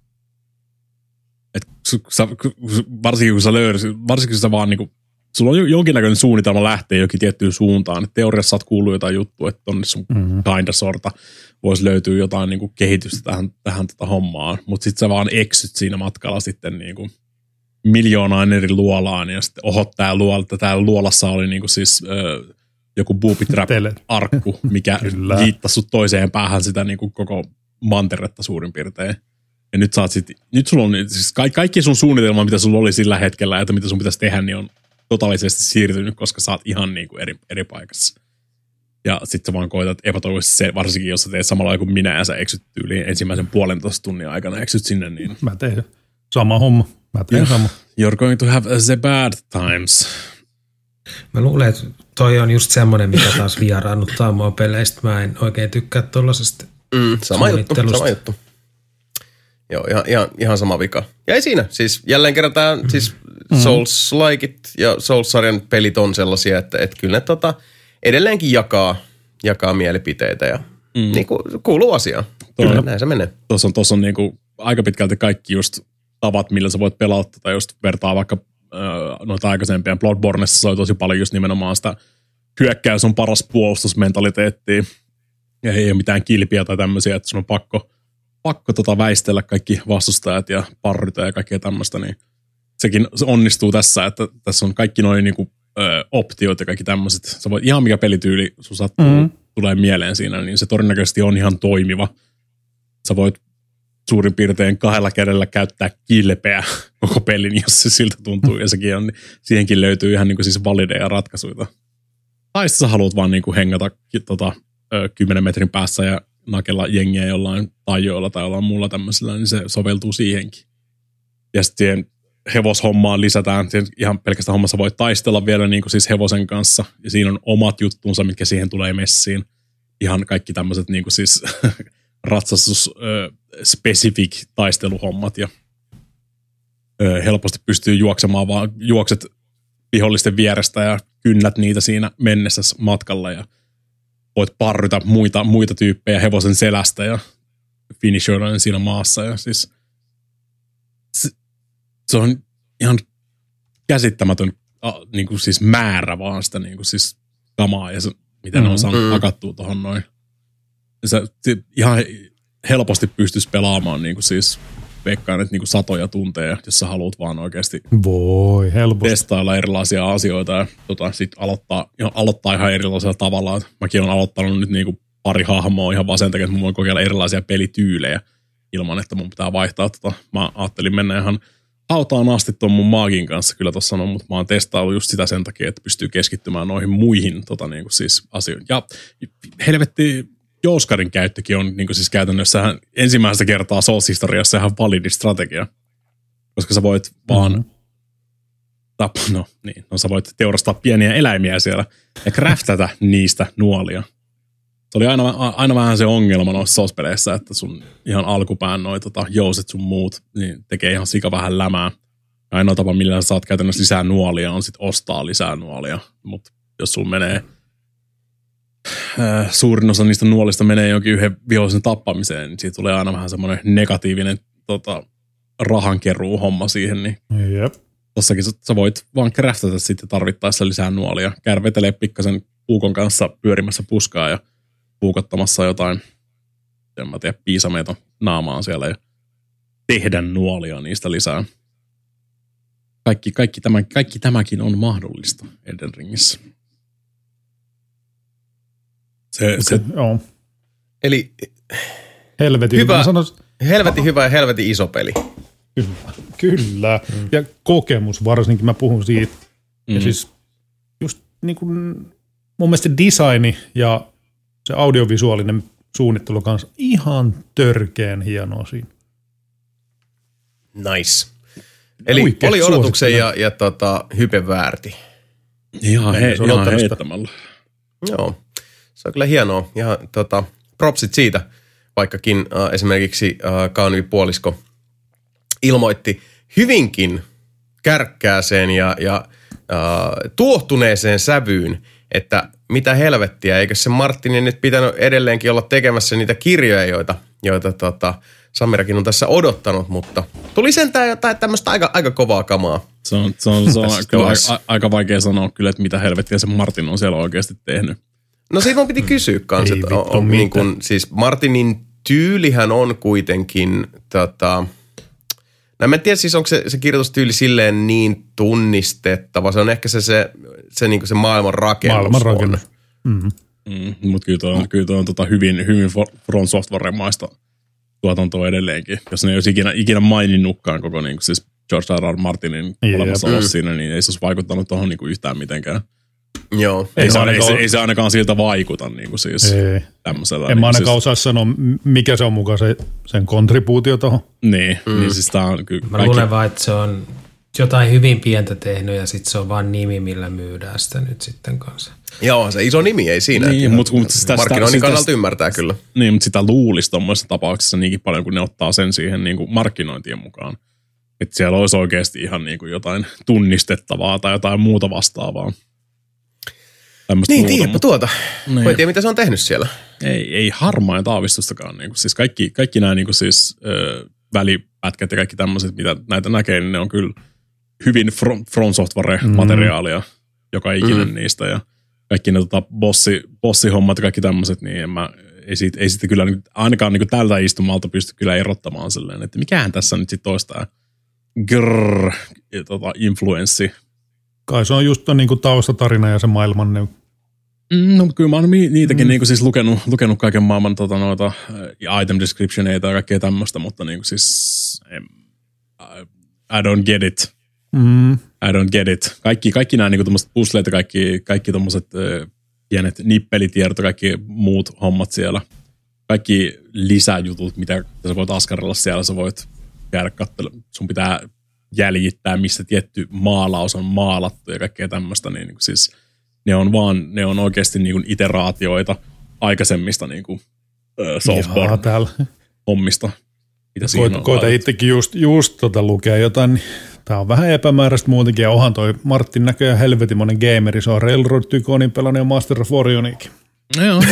Et, sä, varsinkin kun sä löysit, varsinkin kun sä vaan niinku, sulla on jonkinnäköinen suunnitelma lähteä jokin tiettyyn suuntaan. Et teoriassa sä oot kuullut jotain juttua, että tonne sun mm-hmm. kinda sorta voisi löytyä jotain niinku kehitystä tähän, tähän tota hommaan. Mutta sitten sä vaan eksyt siinä matkalla sitten niinku miljoonaan eri luolaan. Ja sitten oho, tää luola, täällä luolassa oli niinku siis ö, joku booby trap-arkku, mikä liittasi sut toiseen päähän sitä niinku koko manteretta suurin piirtein. Ja nyt saat sit, nyt sulla on siis kaikki sun suunnitelma, mitä sulla oli sillä hetkellä, että mitä sun pitäisi tehdä, niin on totaalisesti siirtynyt, koska sä oot ihan niinku eri, eri paikassa. Ja sit sä vaan koetat epätoivoisesti se, varsinkin jos sä teet samalla kuin minä ja sä eksyt tyyliin ensimmäisen puolentoista tunnin aikana eksyt sinne. Niin mä teen sama homma. Mä teen sama. You're going to have the bad times. Mä luulen, että toi on just semmoinen, mikä taas vieraannuttaa mua peleistä. Mä en oikein tykkää tollasesta mm, sama juttu, sama juttu. Joo, ihan, ihan, ihan sama vika. Ja ei siinä. Siis jälleen kerran tämä mm. siis Souls-likeit ja Souls-sarjan pelit on sellaisia, että, että kyllä ne tota, edelleenkin jakaa, jakaa mielipiteitä ja mm. niin kuin kuuluu asiaan. Kyllä, on, näin se menee. Tuossa on, tuossa on niin kuin aika pitkälti kaikki just tavat, millä sä voit pelata tai just vertaa vaikka äh, noita aikaisempia. Bloodborneissa se oli tosi paljon just nimenomaan sitä hyökkäys on paras puolustusmentaliteettia ja ei ole mitään kilpiä tai tämmöisiä, että sun on pakko pakko tota väistellä kaikki vastustajat ja parrytä ja kaikkea tämmöistä, niin sekin se onnistuu tässä, että tässä on kaikki noin niinku, ö, optiot ja kaikki tämmöiset. Sä voit ihan mikä pelityyli sun sattuu, mm-hmm. tulee mieleen siinä, niin se todennäköisesti on ihan toimiva. Sä voit suurin piirtein kahdella kädellä käyttää kilpeä koko pelin, jos se siltä tuntuu, ja sekin on, siihenkin löytyy ihan niinku siis valideja ratkaisuja. Tai sitten sä haluat vaan niinku hengata tota, ö, kymmenen metrin päässä ja nakella jengiä jollain tajoilla tai jollain muulla tämmöisellä, niin se soveltuu siihenkin. Ja sitten siihen hevoshommaan lisätään, ihan pelkästään hommassa voi taistella vielä niin kuin siis hevosen kanssa, ja siinä on omat juttunsa, mitkä siihen tulee messiin. Ihan kaikki tämmöiset niin kuin siis ratsastus-specific taisteluhommat, ja ö, helposti pystyy juoksemaan, vaan juokset vihollisten vierestä ja kynnät niitä siinä mennessä matkalla, ja voit parrytä muita, muita tyyppejä hevosen selästä ja finishoida siinä maassa. Ja siis, se, se on ihan käsittämätön niin kuin siis määrä vaan sitä niin kuin siis kamaa ja se, mitä mm-hmm. ne on saanut hakattua tuohon noin. Se, se ihan helposti pystyisi pelaamaan niin kuin siis veikkaan, että niin kuin satoja tunteja, jos sä haluat vaan oikeasti Voi, helposti. testailla erilaisia asioita ja tota, sit aloittaa, aloittaa ihan erilaisella tavalla. Mäkin olen aloittanut nyt niin kuin pari hahmoa ihan vaan sen takia, että mä voin kokeilla erilaisia pelityylejä ilman, että mun pitää vaihtaa. Tota. Mä ajattelin mennä ihan hautaan asti tuon mun maagin kanssa kyllä tuossa sanon, mutta mä oon testaillut just sitä sen takia, että pystyy keskittymään noihin muihin tota, niin kuin siis asioihin. Ja helvetti, Jouskarin käyttökin on niin kuin siis käytännössä ensimmäistä kertaa Souls-historiassa ihan validi strategia, koska sä voit vaan mm-hmm. tap, no, niin, no, sä voit teurastaa pieniä eläimiä siellä ja craftata niistä nuolia. Se oli aina, aina vähän se ongelma noissa Souls-peleissä, että sun ihan alkupään noi tota, jouset sun muut niin tekee ihan sika vähän lämää. Ja ainoa tapa, millä sä saat käytännössä lisää nuolia, on sit ostaa lisää nuolia, mutta jos sun menee suurin osa niistä nuolista menee jonkin yhden vihollisen tappamiseen, niin siitä tulee aina vähän semmoinen negatiivinen tota, rahankeruu homma siihen. Niin Jep. tossakin sä, sä voit vaan craftata sitten tarvittaessa lisää nuolia. Käydä vetelee pikkasen puukon kanssa pyörimässä puskaa ja puukottamassa jotain sitten, mä tiedän, piisameita naamaan siellä ja tehdä nuolia niistä lisää. Kaikki, kaikki, tämän, kaikki tämäkin on mahdollista Elden Ringissä. Se, se, Joo. Eli Helvetin hyvä, hyvä. Sanois, helvetin hyvä ja helvetin iso peli. kyllä. Kyllä. Mm. Ja kokemus varsinkin, mä puhun siitä. Mm. Ja siis just niin kuin mun mielestä designi ja se audiovisuaalinen suunnittelu kanssa ihan törkeän hienoa siinä. Nice. Eli Oikein oli odotuksen suosittelen. ja, ja tota, hypen väärti. ihan he, se on ihan ottanut sitä. heittämällä. Joo, se on kyllä hienoa. Ja tota, propsit siitä, vaikkakin äh, esimerkiksi äh, Kaunivi puolisko ilmoitti hyvinkin kärkkääseen ja, ja äh, tuohtuneeseen sävyyn, että mitä helvettiä, eikö se Martinin nyt pitänyt edelleenkin olla tekemässä niitä kirjoja, joita, joita tota, Samirakin on tässä odottanut, mutta tuli sentään jotain tämmöistä aika, aika kovaa kamaa. Se on, se on, se on Tässä kyllä tulossa. a, aika vaikea sanoa kyllä, että mitä helvettiä se Martin on siellä oikeasti tehnyt. No siitä mun piti kysyä kanssa, Ei että on, vittu on, niin kun, mitään. siis Martinin tyylihän on kuitenkin, tota, no mä en tiedä siis onko se, se kirjoitustyyli silleen niin tunnistettava, se on ehkä se, se, se, niin se maailman rakennus. Maailman rakennus. on. Mm-hmm. Mm, mutta kyllä tuo on, kyllä tuo on tota hyvin, hyvin From Software-maista tuotantoa edelleenkin. Jos ne ei olisi ikinä, ikinä maininnutkaan koko niin kuin, siis George R. R. Martinin Jep. olemassaolo Mm. siinä, niin ei se olisi vaikuttanut tuohon niin kuin yhtään mitenkään. Joo. Ei, Ei se, ainakaan ei, se, ole- ei se ainakaan siltä vaikuta niin kuin siis Ei. tämmöisellä. En niin mä kuin ainakaan siis, osaa sanoa, m- mikä se on mukaan se, sen kontribuutio tuohon. Niin, mm. niin siis tää on kyllä Mä kaikki, luulen vaan, että se on jotain hyvin pientä tehnyt ja sitten se on vaan nimi, millä myydään sitä nyt sitten kanssa. Joo, se iso nimi ei siinä. Niin, että mut- mut sitä- markkinoinnin sitä- kannalta sitä- ymmärtää kyllä. niin, mutta sitä luulisi tuommoisessa tapauksessa niinkin paljon, kun ne ottaa sen siihen niin kuin markkinointien mukaan. Että siellä olisi oikeasti ihan niin kuin jotain tunnistettavaa tai jotain muuta vastaavaa. Tämmöistä Niin, muuta, tiedäpä mut- tuota. Niin. Mä en tiedä, mitä se on tehnyt siellä. Ei, ei harmain taavistustakaan. Niin kuin, siis kaikki, kaikki nämä niin kuin siis, ö, välipätkät ja kaikki tämmöiset, mitä näitä näkee, niin ne on kyllä hyvin From, from Software-materiaalia, mm. joka ikinen mm. niistä. Ja kaikki ne tota, bossi, bossihommat ja kaikki tämmöiset, niin en mä, ei, siitä, ei siitä kyllä niin, ainakaan niin tältä istumalta pysty kyllä erottamaan silleen, että mikähän tässä nyt sitten olisi tämä grrr, tota, influenssi. Kai se on just ton niinku taustatarina ja se maailman ne. Mm, no, kyllä mä oon ni- niitäkin mm. niinku siis lukenut, lukenut kaiken maailman tota, noita, äh, item descriptioneita ja kaikkea tämmöistä, mutta niinku siis em, I, I don't get it. Mm. I don't get it. Kaikki, kaikki nämä niinku tommoset puzzlet ja kaikki, kaikki tommoset äh, pienet nippelitiedot ja kaikki muut hommat siellä. Kaikki lisäjutut, mitä sä voit askarella siellä, sä voit käydä katselemaan. Sun pitää jäljittää, missä tietty maalaus on maalattu ja kaikkea tämmöistä, niin, niin siis ne on vaan, ne on oikeasti niin kuin iteraatioita aikaisemmista niin kuin äh, Jaa, Soulsborne-hommista. täällä. Mitä siinä Koita, on koita laitettu. itsekin just, just tota lukea jotain. Niin tää on vähän epämääräistä muutenkin. Ja onhan toi Martin näköjään helvetimoinen gameri. Se on Railroad Tyconin pelannut ja Master of Orionikin. No joo.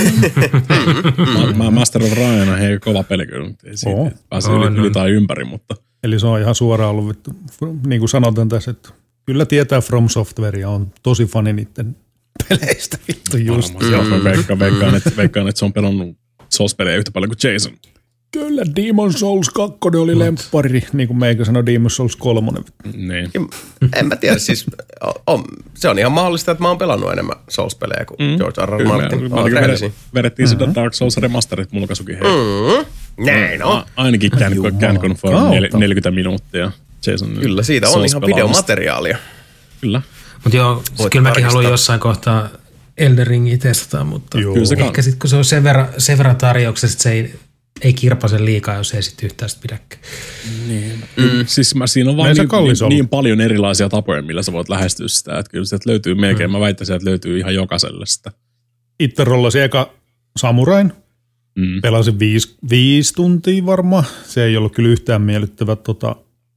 mä, mä Master of Ryan on hei kova peli kyllä. Ei siitä Oo. pääse On, yli, yli on. tai ympäri, mutta Eli se on ihan suoraan ollut, vittu, niin kuin sanotaan tässä, että kyllä tietää From Software ja on tosi fani niiden peleistä. Vittu just. varmaan se on. Mä veikkaan, veikkaan, että, veikkaan, että se on pelannut Souls-pelejä yhtä paljon kuin Jason. Kyllä Demon Souls kaksi oli lemppari, niin kuin meikä sanoi Demon Souls kolme. Niin. En mä tiedä, siis on, se on ihan mahdollista, että mä oon pelannut enemmän Souls-pelejä kuin mm. George R. R. Martin. Kyllä, Oon me rehellisiä. vedettiin mm-hmm. sitä Dark Souls Remasterit mulkaisukin hei. Mm. Näin on. A- ainakin can, can confirm kautta. nel- neljäkymmentä minuuttia. Jason Kyllä, siitä on ihan Souls-pelaamista. videomateriaalia. Kyllä. Mutta joo, Voit kyllä mäkin haluan tarkistaa. jossain kohtaa Elden Ringia testata, mutta Joo. Kyllä se ehkä sitten kun se on sen verran, sen verran tarjouksessa, että se ei, ei kirpase liikaa, jos ei sitten yhtään sitä pidäkään. Niin. Mm. Siis mä, siinä on vaan Ei se niin, kallis niin, ollut. niin paljon erilaisia tapoja, millä sä voit lähestyä sitä. Että kyllä sieltä löytyy melkein, mm. mä väittäisin, että löytyy ihan jokaiselle sitä. Itse rollasin eka Samurain. Mm. Pelasin viisi, viisi tuntia varmaan. Se ei ollut kyllä yhtään miellyttävä. Tota,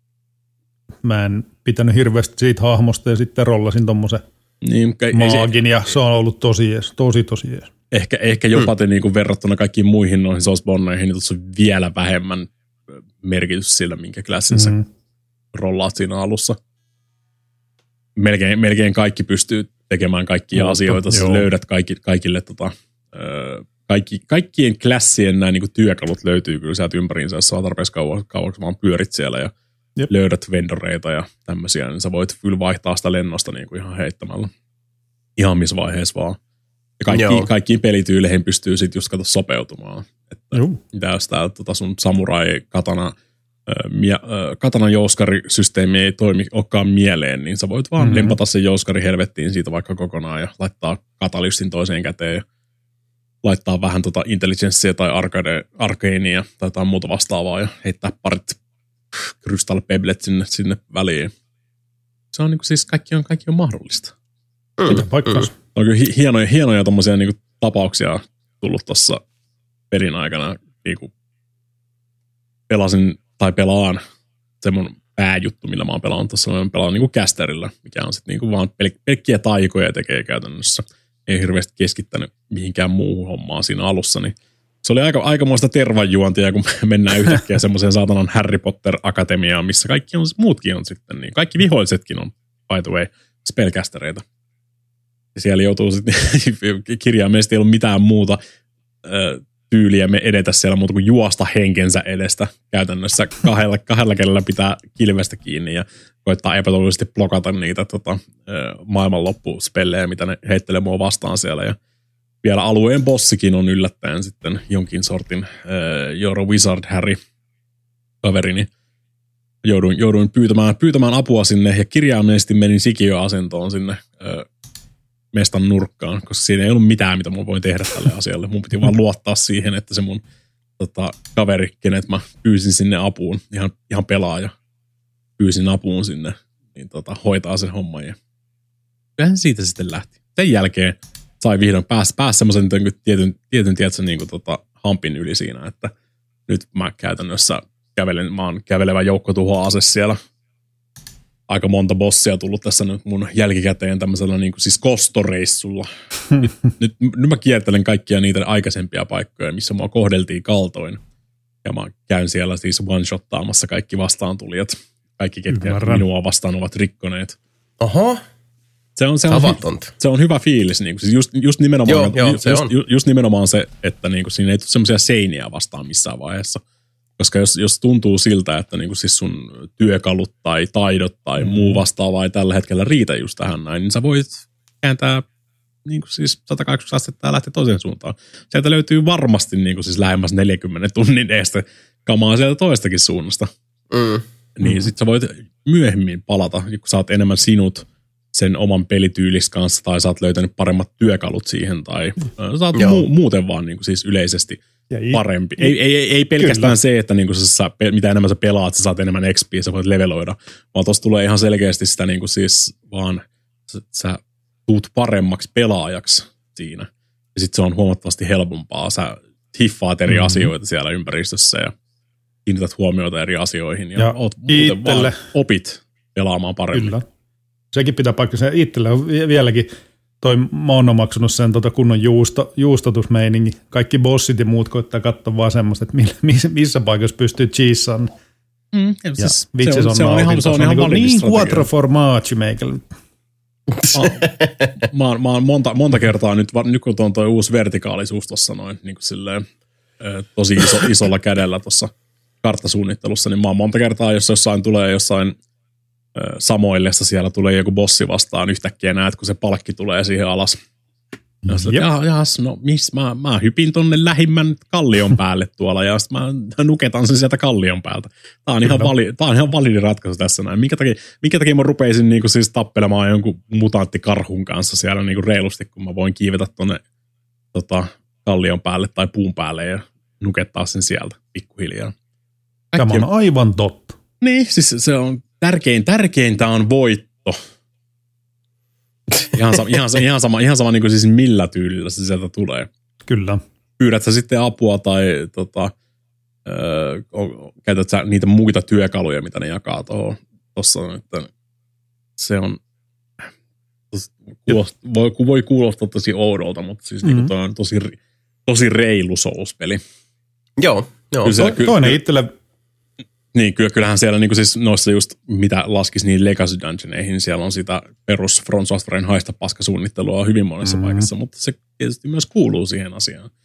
mä en pitänyt hirveästi siitä hahmosta ja sitten rollasin tommosen Niin, ei, ei, se, maagin ja se on ollut tosi jees, tosi tosi jees. ehkä, ehkä jopa te, niin kuin verrattuna kaikkiin muihin noihin Soulsborneihin, niin tuossa on vielä vähemmän merkitys sillä, minkä klassin sä Mm. rollaat siinä alussa. Melkein, melkein kaikki pystyy tekemään kaikkia Mutta, asioita. Sä joo. löydät kaikki, kaikille tota, ö, kaikki, kaikkien klassien nämä niin työkalut löytyy kyllä sieltä ympäriinsä, jos saa tarpeeksi kauan, kauan vaan pyörit siellä ja Jep. löydät vendoreita ja tämmöisiä, niin sä voit kyllä vaihtaa sitä lennosta niin kuin ihan heittämällä. Ihan missä vaiheessa vaan. Ja kaikki, kaikkiin pelityyleihin pystyy sitten just kato sopeutumaan. Että mitä jos tää tota sun samurai katana, mie, katana jouskarisysteemi ei toimi olekaan mieleen, niin sä voit vaan mm-hmm. lempata sen jouskari helvettiin siitä vaikka kokonaan ja laittaa katalystin toiseen käteen ja laittaa vähän tota intelligenssia tai arcade, arcania tai jotain muuta vastaavaa ja heittää parit crystal pebblet sinne, sinne väliin. Se on niinku siis kaikki on, kaikki on mahdollista. Mm, paikkaus. On kyllä hienoja, hienoja tommosia niinku tapauksia tullut tuossa pelin aikana. Niinku pelasin tai pelaan se mun pääjuttu, millä mä oon pelannut tuossa. Mä pelaan niinku kästärillä, mikä on sitten niinku vaan pel- pelkkiä taikoja tekee käytännössä. Ei hirveästi keskittänyt mihinkään muuhun hommaan siinä alussa. Niin se oli aika, aikamoista tervanjuontia, kun mennään yhtäkkiä semmoiseen saatanan Harry Potter-akatemiaan, missä kaikki on, muutkin on sitten. Niin kaikki vihoisetkin on, by the way, spellcastereita. Ja siellä joutuu sitten, kirjaimellisesti ei ollut mitään muuta ö, tyyliä me edetä siellä muuta kuin juosta henkensä edestä. Käytännössä kahdella, kahdella kädellä pitää kilvestä kiinni ja koittaa epätoivoisesti blokata niitä tota, maailmanloppuspellejä, mitä ne heittelee mua vastaan siellä. Ja vielä alueen bossikin on yllättäen sitten jonkin sortin ö, You're a Wizard Harry kaverini. Jouduin, jouduin pyytämään, pyytämään apua sinne ja kirjaimellisesti menin sikiöasentoon sinne ö, mestan nurkkaan, koska siinä ei ollut mitään, mitä mun voin tehdä tälle asialle. Mun piti vaan luottaa siihen, että se mun tota, kaveri, kenet mä pyysin sinne apuun, ihan, ihan pelaaja, pyysin apuun sinne, niin tota, hoitaa sen homman. Ja kyllähän siitä sitten lähti. Sen jälkeen sai vihdoin päässä pääs semmoisen tietyn, tietyn tiedätkö, niin kuin, tota, hampin yli siinä, että nyt mä käytännössä kävelen, mä oon kävelevä joukkotuhoase siellä. Aika monta bossia tullut tässä nyt mun jälkikäteen tämmöisellä niin kuin siis kostoreissulla. nyt, nyt, nyt mä kiertelen kaikkia niitä aikaisempia paikkoja, missä mua kohdeltiin kaltoin. Ja mä käyn siellä siis one-shottaamassa kaikki vastaantulijat. Kaikki, ketkä Ymmärrän. minua vastaan ovat rikkoneet. Oho. Se on, se on, se on hyvä fiilis. Niin kuin, siis just, just, nimenomaan, joo, joo, just, just, just nimenomaan se, että niin kuin, siinä ei tule semmoisia seiniä vastaan missään vaiheessa. Koska jos, jos tuntuu siltä, että niinku siis sun työkalut tai taidot tai mm. muu vastaava ei tällä hetkellä riitä just tähän näin, niin sä voit kääntää niinku siis sata kahdeksankymmentä astetta ja lähteä toiseen suuntaan. Sieltä löytyy varmasti niinku siis lähemmäs neljänkymmenen tunnin edestä kamaa sieltä toistakin suunnasta. Mm. Niin mm. sit sä voit myöhemmin palata, kun sä oot enemmän sinut sen oman pelityylis kanssa tai sä oot löytänyt paremmat työkalut siihen tai mm. sä oot mu- muuten vaan niinku siis yleisesti parempi. Ei, ei, ei, ei pelkästään Kyllä. se, että niinku sä, mitä enemmän sä pelaat, sä saat enemmän X P, sä voit leveloida, vaan tossa tulee ihan selkeästi sitä niinku siis vaan, sä, sä tuut paremmaksi pelaajaksi siinä. Ja sit se on huomattavasti helpompaa. Sä hiffaat eri mm-hmm. asioita siellä ympäristössä ja kiinnität huomiota eri asioihin ja, ja oot muuten vaan opit pelaamaan paremmin. Kyllä. Sekin pitää paikkansa. Itselle on vieläkin toi, mä oon omaksunut sen tota kunnon juusto, juustotusmeiningin. Kaikki bossit ja muut koittaa katsoa vaan semmoista, että missä, missä paikassa pystyy cheesaan. Mm, ja siis vitsi, se on, se on ihan, se on ihan validi niin quattro formaggi meikällä. Mä, mä, mä oon monta, monta kertaa nyt, nyt kun on toi uusi vertikaalisuus tuossa noin niin kuin silleen, tosi iso, isolla kädellä tuossa karttasuunnittelussa, niin mä oon monta kertaa, jos jossain tulee jossain samoillessa siellä tulee joku bossi vastaan yhtäkkiä näet, kun se palkki tulee siihen alas. Ja sitten, että jahas, no miss, mä, mä hypin tonne lähimmän kallion päälle tuolla ja sitten mä nuketan sen sieltä kallion päältä. Tää on ihan, vali, tää on ihan validi ratkaisu tässä näin. Minkä takia, minkä takia mä rupeisin niinku siis tappelemaan jonkun mutanttikarhun kanssa siellä niinku reilusti, kun mä voin kiivetä tonne tota, kallion päälle tai puun päälle ja nukettaa sen sieltä pikkuhiljaa. Tämä on aivan totta. Niin, siis se on tärkein, tärkeintä on voitto. Ihan sama, ihan, ihan sama, ihan sama niin kuin siis millä tyylillä se sieltä tulee. Kyllä. Pyydät sä sitten apua tai tota, öö, käytät sä niitä muita työkaluja, mitä ne jakaa tuossa. Se on, kuulost, voi, voi kuulostaa tosi oudolta, mutta siis mm-hmm. niin toi on tosi, tosi reilu Souls-peli. Joo, joo. To, toinen itselle. Niin, kyllähän siellä niin siis noissa just, mitä laskisi niin Legacy Dungeoneihin, siellä on sitä perus From Softwaren haista paskasuunnittelua hyvin monessa mm-hmm. paikassa, mutta se tietysti myös kuuluu siihen asiaan.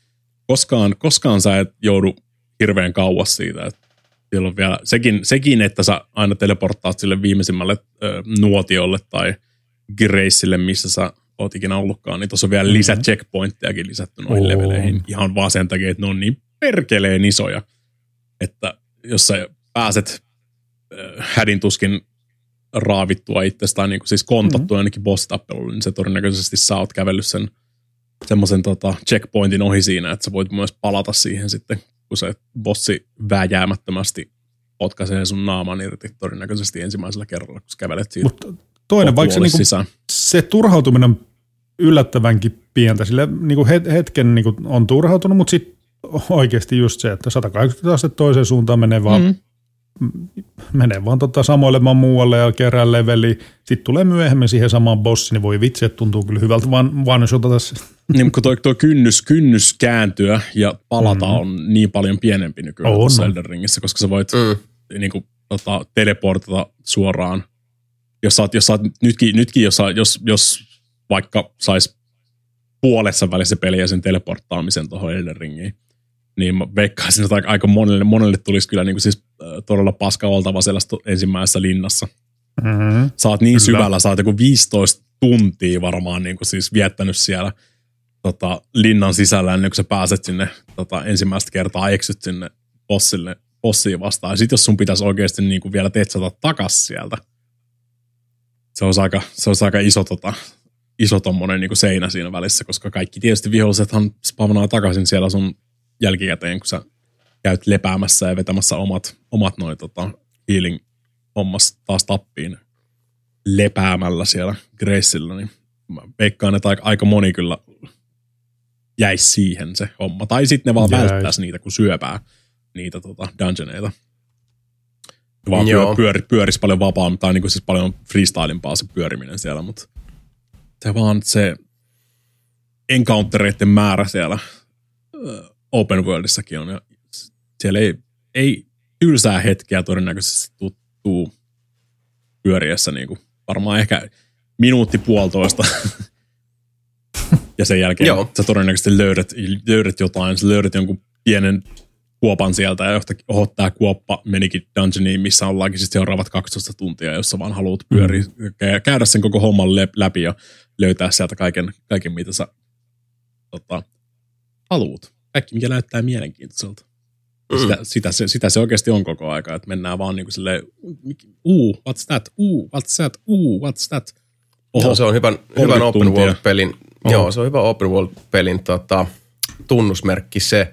koskaan, koskaan sä et joudu hirveän kauas siitä, että siellä on vielä sekin, sekin, että sä aina teleporttaat sille viimeisimmälle ö, nuotiolle tai Graceille, missä sä oot ikinä ollutkaan, niin tuossa on vielä mm-hmm. lisä checkpointtejakin lisätty noihin oh. leveleihin. Ihan vaan sen takia, että ne on niin perkeleen isoja, että jos sä pääset ö, hädintuskin raavittua itsestään, niin kuin siis kontattua mm-hmm. ainakin boss-tappelulle, niin se todennäköisesti sä oot kävellyt sen semmoisen tota, checkpointin ohi siinä, että sä voit myös palata siihen sitten, kun se bossi vääjäämättömästi potkaisee sun naaman irti todennäköisesti ensimmäisellä kerralla, kun sä kävelet siitä. Mutta toinen, vaikka se, niinku, se turhautuminen on yllättävänkin pientä, sille niinku hetken niinku on turhautunut, mutta sitten oikeasti just se, että sata kahdeksankymmentä astetta toiseen suuntaan menee vaan, mm. menee vaan tota samoilemaan muualle ja kerää leveli. Sitten tulee myöhemmin siihen samaan bossiin, niin voi vitsi, että tuntuu kyllä hyvältä vaan one-shota tässä. Niin, kun tuo, tuo kynnys, kynnys kääntyä ja palata mm. on niin paljon pienempi nykyään oh, tuossa no. Elden Ringissä, koska sä voit mm. niin kuin, tota, teleportata suoraan. Jos sä oot, jos sä oot, nytkin, nytkin jos, sä, jos, jos vaikka sais puolessa välissä peliä sen teleporttaamisen tuohon Elden Ringiin, niin mä veikkaisin, että aika monelle, monelle tulisi kyllä niin kuin siis, äh, todella paska oltava sellaista ensimmäisessä linnassa. Mm-hmm. Sä oot niin kyllä. syvällä, sä oot joku viisitoista tuntia varmaan niin kuin siis viettänyt siellä tota, linnan sisällä, ennen kuin sä pääset sinne tota, ensimmäistä kertaa, eksyt sinne bossille, bossiin vastaan. Ja sit jos sun pitäisi oikeasti niin kuin vielä tetsata takas sieltä, se olisi aika, se olisi aika iso, tota, iso tommonen niin kuin seinä siinä välissä, koska kaikki tietysti vihollisethan spavnaa takaisin siellä sun jälkikäteen, kun sä käyt lepäämässä ja vetämässä omat, omat noi tota, healing-hommas taas tappiin lepäämällä siellä Gracella, niin mä veikkaan, että aika, aika moni kyllä jäisi siihen se homma. Tai sitten ne vaan Jäi. välttäisi niitä, kun syöpää niitä tota, dungeoneita. Vaan pyör, pyör, pyörisi paljon vapaammin, tai niinku siis paljon freestylimpaa se pyöriminen siellä, mutta se vaan se encountereiden määrä siellä open worldissakin on, ja siellä ei, ei tylsää hetkeä todennäköisesti tuu pyöriessä niinku varmaan ehkä minuutti puolitoista. Ja sen jälkeen Joo. sä todennäköisesti löydät, löydät jotain, sä löydät jonkun pienen kuopan sieltä, ja oho, tää kuoppa menikin dungeoniin, missä ollaankin sitten seuraavat kaksitoista tuntia, jos sä vaan haluat pyöriä, mm. käydä sen koko homman läpi ja löytää sieltä kaiken, kaiken mitä sä tota, haluut. Kaikki, mikä näyttää mielenkiintoiselta. Mm. Sitä, sitä, se, sitä se oikeasti on koko aika, että mennään vaan niin kuin silleen, uu, what's that, uu, what's that, uu, what's that. Oho, Joo, se on hyvän, hyvän open world-pelin, Oho. Joo, se on hyvä open world-pelin tota, tunnusmerkki se.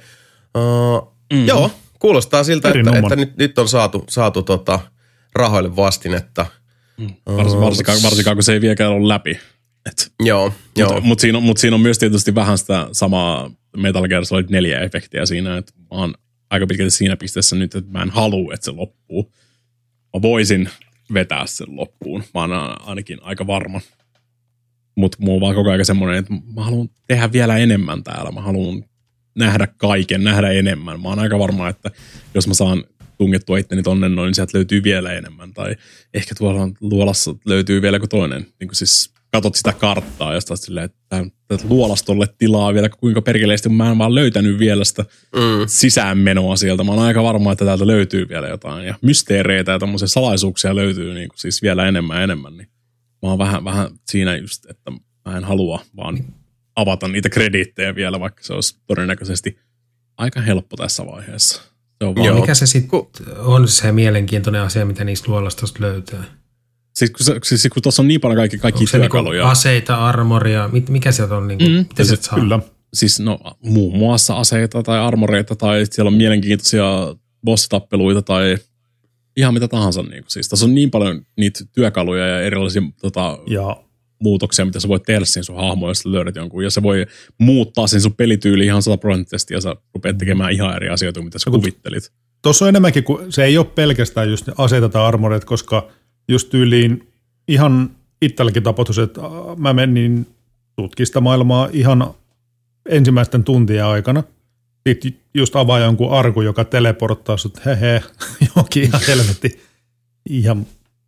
Uh, mm-hmm. Joo, kuulostaa siltä, että, että nyt, nyt on saatu, saatu tota, rahoille vastinetta. Mm. Vars, varsinkaan, varsinkaan, kun se ei vieläkään ole läpi. Et, joo, joo. Mutta mut siinä, mut siinä on myös tietysti vähän sitä samaa Metal Gear Solid neljä efektiä siinä, että mä oon aika pitkälti siinä pisteessä nyt, että mä en halua, että se loppuu. Mä voisin vetää sen loppuun. Mä oon ainakin aika varma. Mutta mulla on vaan koko ajan semmoinen, että mä haluan tehdä vielä enemmän täällä. Mä haluan nähdä kaiken, nähdä enemmän. Mä oon aika varma, että jos mä saan tungettua itteni tonne noin, niin sieltä löytyy vielä enemmän. Tai ehkä tuolla luolassa löytyy vielä kuin toinen. Niin kuin siis katot sitä karttaa ja sitä silleen, että luolastolle tilaa vielä kuinka perkeleesti, mä en vaan löytänyt vielä sitä mm. sisäänmenoa sieltä. Mä oon aika varma, että täältä löytyy vielä jotain. Ja mysteereitä ja tommosia salaisuuksia löytyy niin kuin siis vielä enemmän ja enemmän. Niin mä oon vähän, vähän siinä just, että mä en halua vaan avata niitä krediittejä vielä, vaikka se olisi todennäköisesti aika helppo tässä vaiheessa. Se on vaan... Mikä se sitten on se mielenkiintoinen asia, mitä niistä luolastosta löytää? Siis kun, se, siis kun tuossa on niin paljon kaikki, kaikki työkaluja. Niinku aseita, armoria, mit, mikä sieltä on? Niinku, mm. Mitä sieltä saa? Kyllä. Siis no muun muassa aseita tai armoreita tai siellä on mielenkiintoisia bossitappeluita tai ihan mitä tahansa. Niin siis tässä on niin paljon niitä työkaluja ja erilaisia tota, ja. muutoksia, mitä sä voit tehdä siinä sun hahmoon, jos löydät jonkun. Ja se voi muuttaa sen sun pelityyli ihan sataprosenttisesti ja sä rupeat tekemään ihan eri asioita, mitä sä kuvittelit. Tuossa on enemmänkin, kun se ei ole pelkästään just aseita tai armoreita, koska just tyyliin ihan itselläkin tapahtui, että mä menin tutkista maailmaa ihan ensimmäisten tuntien aikana. Sitten just avaa jonkun arku, joka teleporttaa sut, hehe, johonkin ihan helvetti ihan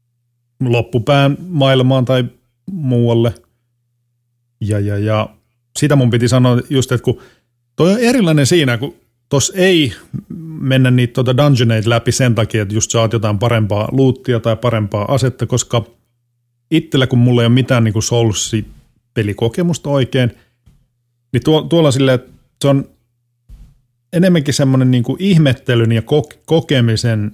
loppupään maailmaan tai muualle. Ja, ja, ja sitä mun piti sanoa just, että kun Toi on erilainen siinä, kun tuossa ei mennä niitä tuota dungeoneita läpi sen takia, että just saat jotain parempaa loottia tai parempaa asetta, koska itsellä, kun mulla ei ole mitään niin kuin Souls-pelikokemusta oikein, niin tuo, tuolla silleen, että se on enemmänkin semmoinen niin kuin ihmettelyn ja kok- kokemisen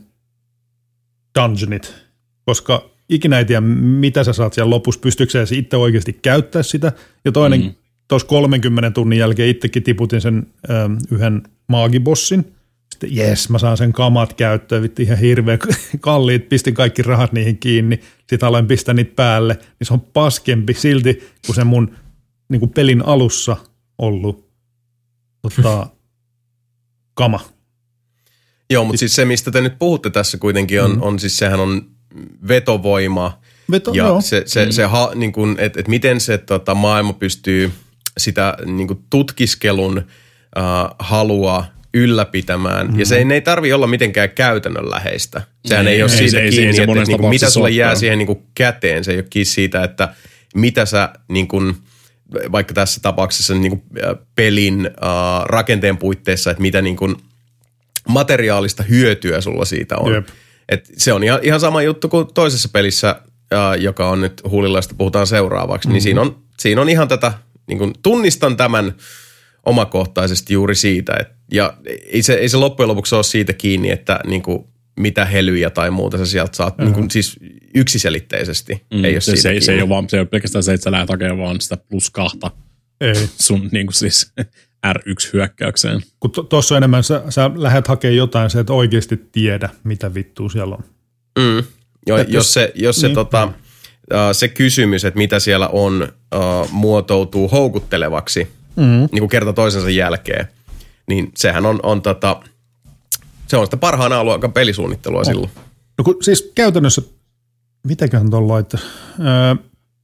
dungeonit, koska ikinä ei tiedä, mitä sä saat siellä lopussa, pystyykö sä itse oikeasti käyttää sitä, ja toinen mm. tuossa kolmenkymmenen tunnin jälkeen itsekin tiputin sen ö, yhden maagibossin, sitten jes, mä saan sen kamat käyttöön, vitti ihan hirveän kalliit, pistin kaikki rahat niihin kiinni, sitten aloin pistää niitä päälle, niin se on paskempi silti, kuin se mun niin kuin pelin alussa ollut tota, kama. Joo, mutta siis se, mistä te nyt puhutte tässä kuitenkin, on, mm. on siis sehän on vetovoima. Veto, ja joo. se, se, se ha, niin kuin, että et miten se tota, maailma pystyy sitä niin kuin tutkiskelun äh, halua ylläpitämään. Mm. Ja se ei, ei tarvitse olla mitenkään käytännönläheistä. Sehän ei, ei ole siitä se, kiinni, ei, se, että, että niin kuin, mitä sulle jää siihen niin kuin käteen. Se ei ole kiinni siitä, että mitä sä niin kuin, vaikka tässä tapauksessa niin kuin pelin äh, rakenteen puitteissa, että mitä niin kuin materiaalista hyötyä sulla siitä on. Jep. Et se on ihan, ihan sama juttu kuin toisessa pelissä, äh, joka on nyt Huulilaista puhutaan seuraavaksi, mm-hmm. niin siinä on, siinä on ihan tätä, niin kuin tunnistan tämän omakohtaisesti juuri siitä, et, ja ei se, ei se loppujen lopuksi ole siitä kiinni, että niin kuin, mitä helyjä tai muuta sä sieltä saat, mm-hmm. niin kuin, siis yksiselitteisesti mm, ei ole se, siitä se, kiinni. Se ei ole, vaan, se ei ole pelkästään se, että sä lähdet hakemaan vaan sitä plus kahta ei. sun niin kuin siis R yksi hyökkäykseen. Kun tuossa to, on enemmän, sä, sä lähdet hakemaan jotain, sä et oikeasti tiedä, mitä vittua siellä on. Mm. Jo, jos, jos se, jos se, niin. tota, uh, se kysymys, että mitä siellä on, uh, muotoutuu houkuttelevaksi mm. niin kuin kerta toisensa jälkeen, niin sehän on, on, tota, se on sitä parhaana luokan pelisuunnittelua oh. silloin. No kun siis käytännössä, mitäköhän tuolla laittaa? Öö,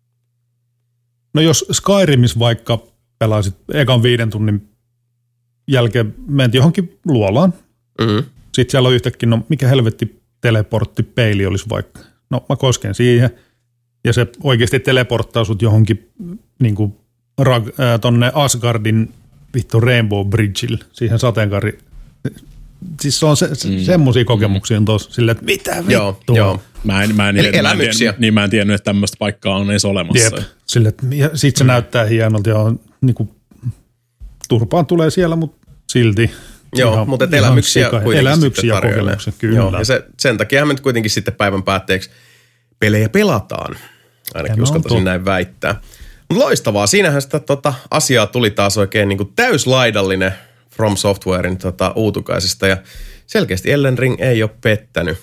no jos Skyrimis vaikka pelaisit ekan viiden tunnin jälkeen, mentiin johonkin luolaan. Mm-hmm. Sitten siellä on yhtäkkiä, no mikä helvetti teleporttipeili olisi vaikka. No mä kosken siihen. Ja se oikeasti teleporttaa sut johonkin niin kuin, rag, äh, tonne Asgardin vittu Rainbow Bridgeille, siihen sateenkaari. Siis se on se, mm. semmosia kokemuksia mm. tuossa silleen, että mitä vittua. Joo, joo. Mä en, mä en, Eli mä en tiedä, niin mä en tiennyt, että tämmöistä paikkaa on edes olemassa. Jep. Sille, ja sit se mm. näyttää hienolta ja on, niin kuin, turpaan tulee siellä, mutta silti. Joo, ihan, mutta elämyksiä kuitenkin elämyksiä ja kokemuksia, kyllä. Joo, ja se, sen takia me nyt kuitenkin sitten päivän päätteeksi pelejä pelataan. Ainakin uskaltaisin näin väittää. Mutta loistavaa, siinähän sitä tota, asiaa tuli taas oikein niin kuin täyslaidallinen From Softwarein tota, uutukaisesta ja selkeästi Elden Ring ei ole pettänyt.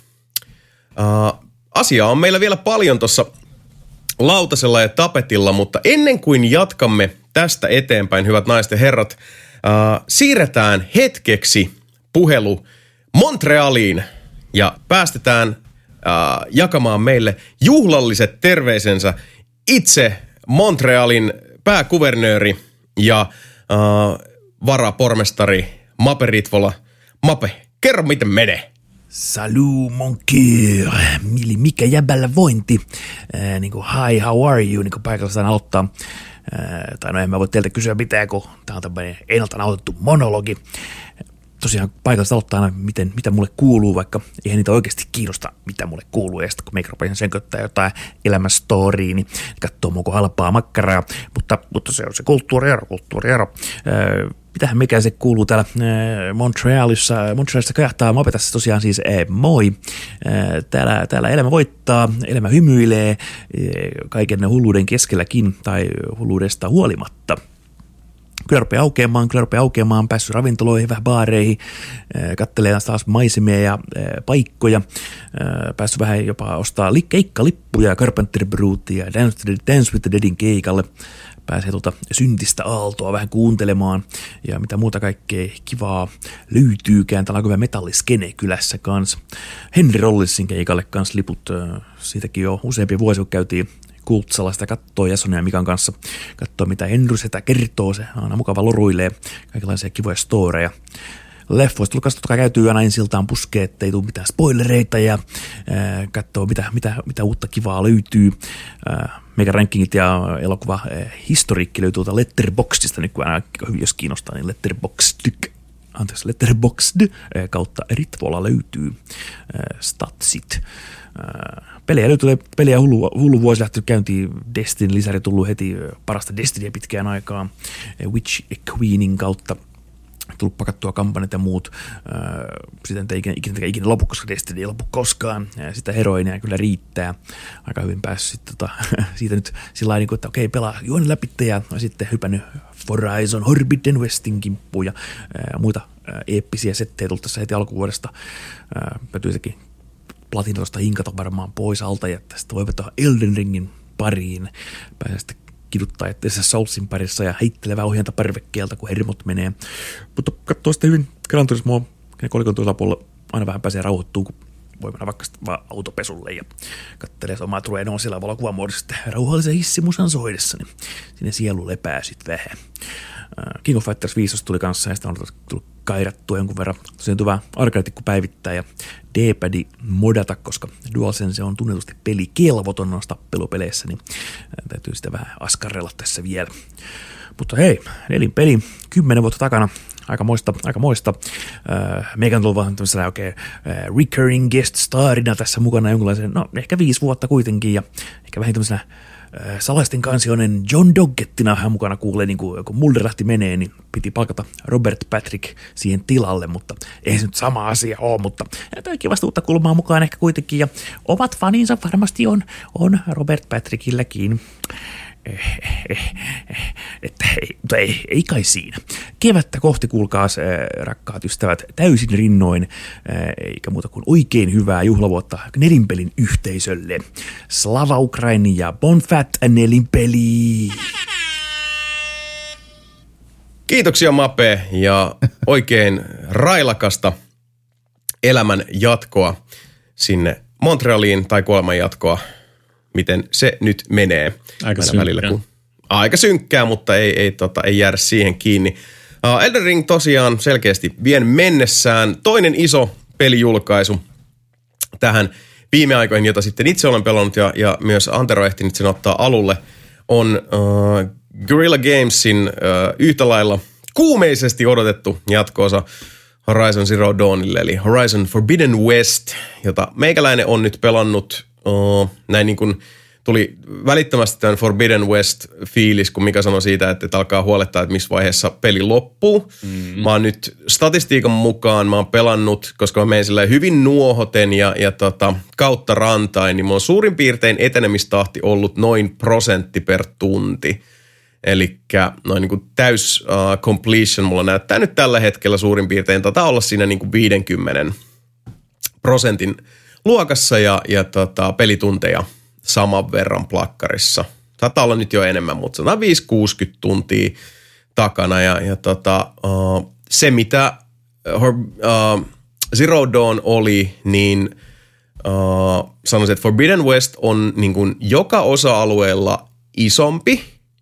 Uh, asiaa on meillä vielä paljon tuossa lautasella ja tapetilla, mutta ennen kuin jatkamme tästä eteenpäin, hyvät naiset ja herrat, uh, siirretään hetkeksi puhelu Montrealiin ja päästetään uh, jakamaan meille juhlalliset terveisensä itse Montrealin pääkuvernööri ja uh, varapormestari Mape Ritvola. Mape, kerro miten menee. Salut mon cœur, Mili, mikä jäbällä vointi? Äh, niin kuin hi, how are you, niin kuin paikallistaan aloittaa. Äh, tai no en mä voi teiltä kysyä mitään, kun tää on tämmöinen ennalta nauhoitettu monologi. Tosiaan paikallista aloittaa aina, miten, mitä mulle kuuluu, vaikka eihän niitä oikeasti kiinnosta, mitä mulle kuuluu. Ja sitten kun mikrofonin senköttää jotain elämästoriin, niin katsoo muoko halpaa makkaraa. Mutta, mutta se on se kulttuuriero, kulttuuriero. Öö, mitähän mikä se kuuluu täällä Montrealissa. Montrealissa kajahtaa Mapetassa tosiaan siis ee, moi. Ee, täällä, täällä elämä voittaa, elämä hymyilee ee, kaiken hulluuden keskelläkin tai hulluudesta huolimatta. Kyllä rupeaa aukeamaan, kyllä rupeaa aukeamaan, päässyt ravintoloihin, vähän baareihin, kattelee taas maisemia ja paikkoja, päässyt vähän jopa ostaa keikkalippuja Carpenter Brutia ja Dance with the Deadin keikalle. Pääsee tuolta syntistä aaltoa vähän kuuntelemaan ja mitä muuta kaikkea kivaa löytyykään. Täällä on hyvä metalliskene kylässä kanssa. Henry Rollinsin keikalle kanssa liput, siitäkin jo useampi vuosi kun käytiin Kultsalla sitä kattoo Jasonen ja Mikan kanssa, kattoo mitä Henry sitä kertoo, se aina mukava loruilee, kaikenlaisia kivoja storeja. leffoista. Tullut katsotaan käytyy aina ensiltaan puskee, ettei tule mitään spoilereita ja ää, katsoo mitä, mitä, mitä uutta kivaa löytyy. Ää, Mega rankingit ja elokuva ää, historiikki löytyy tuolta Letterboxdista, nyt kun aina hyvin jos kiinnostaa, niin Letterboxd, anteeksi, Letterboxd kautta Ritvola löytyy ää, statsit. Ää, pelejä löytyy, pelejä hullu, hullu vuosi lähtenyt käyntiin, Destiny-lisäri tullut heti parasta Destinyä pitkään aikaan, Witch Queenin kautta tullut pakattua kampanjat ja muut. Sitten ei ikinä, ikinä, ikinä lopu, koska Destiny ei lopu koskaan. Sitä heroinia kyllä riittää. Aika hyvin päässyt sit, tota, siitä nyt sillä lailla, että okei, pelaa juon läpi ja sitten hypännyt Horizon Forbidden Westin kimppuun ja ää, muita ää, eeppisiä settejä tullut tässä heti alkuvuodesta. Täytyy sekin platinatosta hinkata varmaan pois alta ja tästä voi vetää Elden Ringin pariin. Pääsee sitten kiduttaa etteensä Soulsin parissa ja heittelevää ohjanta parvekkeelta, kun hermot menee. Mutta katsoo sitten hyvin Gran Turismoa, kolikon tuolla puolella aina vähän pääsee rauhoittumaan, kun voi mennä vaikka vaan autopesulle ja katselee omaa Truenoa siellä valokuvamuodossa sitten rauhallisen hissimusan soidessa, niin sinne sielu lepää sitten vähän. King of Fighters viisi tuli kanssa ja sitä on tullut kairattua jonkun verran. Tosiaan tuli vähän arcade-tikku päivittää ja D-padi modata, koska DualSense on tunnetusti pelikelvoton noissa tappelupeleissä, niin täytyy sitä vähän askarrella tässä vielä. Mutta hei, nelin peli, kymmenen vuotta takana, aika moista, aika moista. Äh, meikä on tullut vaan tämmöisenä oikein äh, recurring guest starina tässä mukana jonkunlaisen, no ehkä viisi vuotta kuitenkin ja ehkä vähän tämmöisenä äh, salaisten kansioinen John Doggettina hän mukana kuulee, niin kun, kun Mulder lähti menee, niin piti palkata Robert Patrick siihen tilalle, mutta ei se nyt sama asia ole, mutta täytyy vasta uutta kulmaa mukaan ehkä kuitenkin ja omat faninsa varmasti on, on Robert Patrickilläkin. Eh, eh, eh, että ei, mutta ei, ei kai siinä. Kevättä kohti, kuulkaas, äh, rakkaat ystävät, täysin rinnoin, äh, eikä muuta kuin oikein hyvää juhlavuotta nelinpelin yhteisölle. Slava Ukraini ja Bonfat nelinpeli! Kiitoksia Mape ja oikein railakasta elämän jatkoa sinne Montrealiin tai kuoleman jatkoa. Miten se nyt menee. Aika synkkää. Välillä, kun... Aika synkkää, mutta ei, ei, tota, ei jäädä siihen kiinni. Uh, Elden Ring tosiaan selkeästi vien mennessään. Toinen iso pelijulkaisu tähän viime aikoihin, jota sitten itse olen pelannut ja, ja myös Antero ehtinyt sen ottaa alulle, on uh, Guerrilla Gamesin uh, yhtä lailla kuumeisesti odotettu jatko-osa Horizon Zero Dawnille, eli Horizon Forbidden West, jota meikäläinen on nyt pelannut. Oh, näin niin kuin tuli välittömästi tämän Forbidden West-fiilis, kun Mika sanoi siitä, että, että alkaa huolettaa, että missä vaiheessa peli loppuu. Mm. Mä oon nyt statistiikan mukaan, mä oon pelannut, koska mä menen sillä hyvin nuohoten ja, ja tota, kautta rantain, niin mulla on suurin piirtein etenemistahti ollut noin prosentti per tunti. Elikkä noin niin kuin täys uh, completion mulla näyttää nyt tällä hetkellä suurin piirtein, taitaa olla siinä niin kuin viidenkymmenen prosentin luokassa ja, ja tota, pelitunteja saman verran plakkarissa. Saattaa olla nyt jo enemmän, mutta sanotaan viisi kuusikymmentä tuntia takana. Ja, ja tota, uh, se, mitä uh, Zero Dawn oli, niin uh, sanoisin, että Forbidden West on niin kuin joka osa-alueella isompi.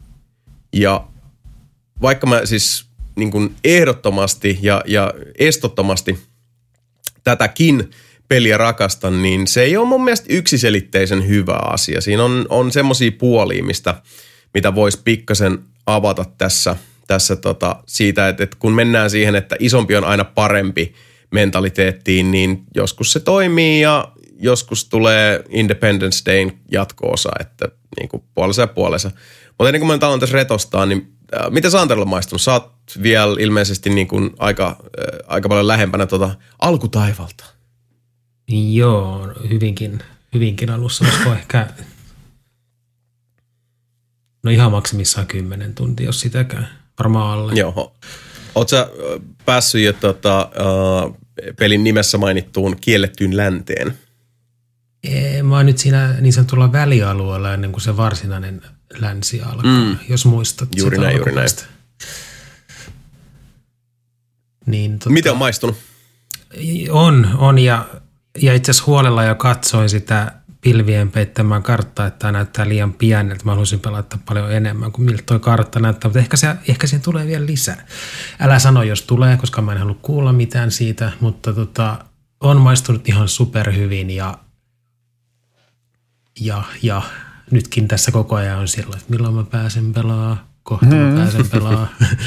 Ja vaikka mä siis niin kuin ehdottomasti ja, ja estottomasti tätäkin peliä rakastan, niin se ei ole mun mielestä yksiselitteisen hyvä asia. Siinä on, on semmosia puolia, mistä, mitä voisi pikkasen avata tässä, tässä tota, siitä, että, että kun mennään siihen, että isompi on aina parempi mentaliteettiin, niin joskus se toimii ja joskus tulee Independence Dayn jatko-osa, että niin kuin puolessa ja puolessa. Mutta ennen kuin mä aloin tässä retostaa, niin äh, mitä sä Anterolla maistunut? Sä oot vielä ilmeisesti niin kuin aika, äh, aika paljon lähempänä tota alkutaivalta. Joo, hyvinkin, hyvinkin alussa, olisiko ehkä, no ihan maksimissaan kymmenen tuntia, jos sitäkään, varmaan alle. Joo. Oot sä päässyt jo tota, uh, pelin nimessä mainittuun kiellettyyn länteen? Ee, mä oon nyt siinä niin sanotulla välialueella ennen kuin se varsinainen länsi alkaa, mm. jos muistat. Juuri näin, juuri näin. Niin, tota, miten on maistunut? On, on ja Ja itse asiassa huolella jo katsoin sitä pilvien peittämään karttaa, että tämä näyttää liian pieneltä. Mä haluaisin pelata paljon enemmän kuin miltä toi kartta näyttää, mutta ehkä, se, ehkä siihen tulee vielä lisää. Älä sano, jos tulee, koska mä en halua kuulla mitään siitä, mutta tota, on maistunut ihan superhyvin ja, ja, ja nytkin tässä koko ajan on sillä, että milloin mä pääsen pelaa, kohta mä hmm. pääsen pelaa.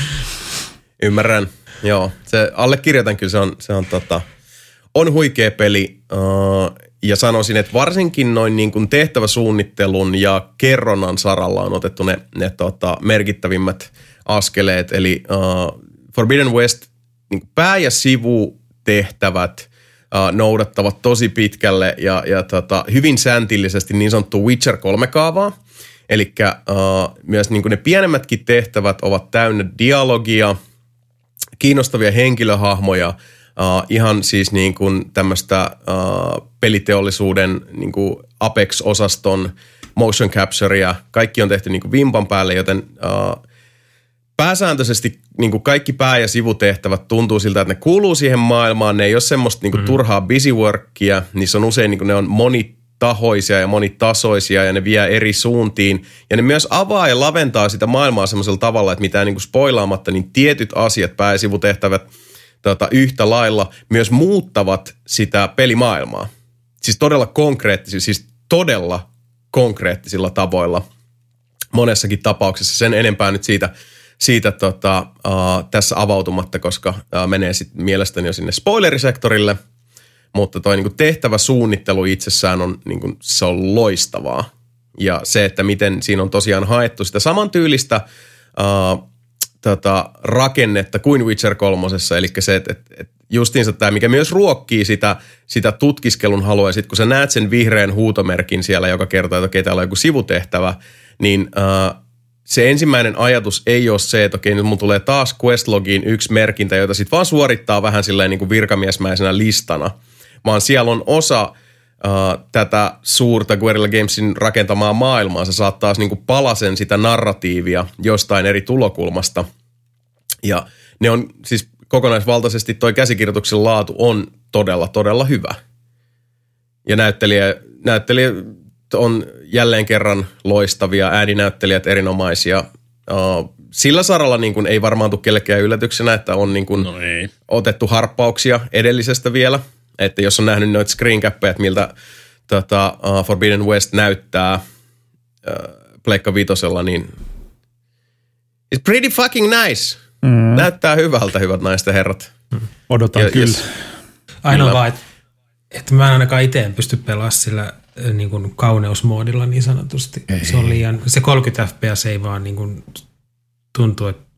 Ymmärrän, joo. Se allekirjoitan kyllä, se on, se on, tota, on huikea peli. Uh, Ja sanoisin, että varsinkin noin niin kuin tehtäväsuunnittelun ja kerronnan saralla on otettu ne, ne tota, merkittävimmät askeleet. Eli uh, Forbidden West niin kuin pää- ja sivutehtävät uh, noudattavat tosi pitkälle ja, ja tota, hyvin sääntillisesti niin sanottu Witcher kolme-kaavaa. Eli uh, myös niin kuin ne pienemmätkin tehtävät ovat täynnä dialogia, kiinnostavia henkilöhahmoja, Uh, ihan siis niin kuin tämmöistä uh, peliteollisuuden niin kuin Apex-osaston motion capturea. Kaikki on tehty niin kuin vimpan päälle, joten uh, pääsääntöisesti niin kuin kaikki pää- ja sivutehtävät tuntuu siltä, että ne kuuluu siihen maailmaan. Ne ei ole semmoista niin kuin mm. turhaa busyworkia. Niissä on usein niin kuin ne on monitahoisia ja monitasoisia ja ne vie eri suuntiin. Ja ne myös avaa ja laventaa sitä maailmaa semmoisella tavalla, että mitään niin kuin spoilaamatta, niin tietyt asiat, pää- ja sivutehtävät Tota, yhtä lailla myös muuttavat sitä pelimaailmaa. Siis todella konkreettisilla, siis todella konkreettisilla tavoilla monessakin tapauksessa. Sen enempää nyt siitä, siitä tota, uh, tässä avautumatta, koska uh, menee sitten mielestäni jo sinne spoilerisektorille. Mutta toi niinku tehtäväsuunnittelu itsessään on, niinku, se on loistavaa. Ja se, että miten siinä on tosiaan haettu sitä samantyylistä uh, Tota, rakennetta kuin Witcher kolmosessa, eli se, että et, et justiinsa tämä, mikä myös ruokkii sitä, sitä tutkiskelun halua, ja sitten kun sä näet sen vihreän huutomerkin siellä, joka kertoo, että okei, täällä on joku sivutehtävä, niin äh, se ensimmäinen ajatus ei ole se, että okei, nyt mun tulee taas questlogiin yksi merkintä, jota sitten vaan suorittaa vähän silleen niin kuin virkamiesmäisenä listana, vaan siellä on osa Uh, tätä suurta Guerrilla Gamesin rakentamaa maailmaa. Se saat taas niinku palasen sitä narratiivia jostain eri tulokulmasta. Ja ne on siis kokonaisvaltaisesti toi käsikirjoituksen laatu on todella, todella hyvä. Ja näyttelijä, näyttelijä on jälleen kerran loistavia, ääninäyttelijät erinomaisia. Uh, sillä saralla niin kun ei varmaan tule kellekään yllätyksenä, että on niin kun no ei. otettu harppauksia edellisestä vielä. Että jos on nähnyt noita screencappeja, että miltä tota, uh, Forbidden West näyttää uh, Pleikka Vitosella, niin it's pretty fucking nice. Mm. Näyttää hyvältä, hyvät naiset ja herrat. Odotan ja, kyllä. Ainoa vaan, että et mä en ainakaan itse en pysty pelaamaan sillä niin kuin kauneusmoodilla niin sanotusti. Ei. Se on liian, se kolmekymmentä F P S ei vaan niin kuin tuntuu, että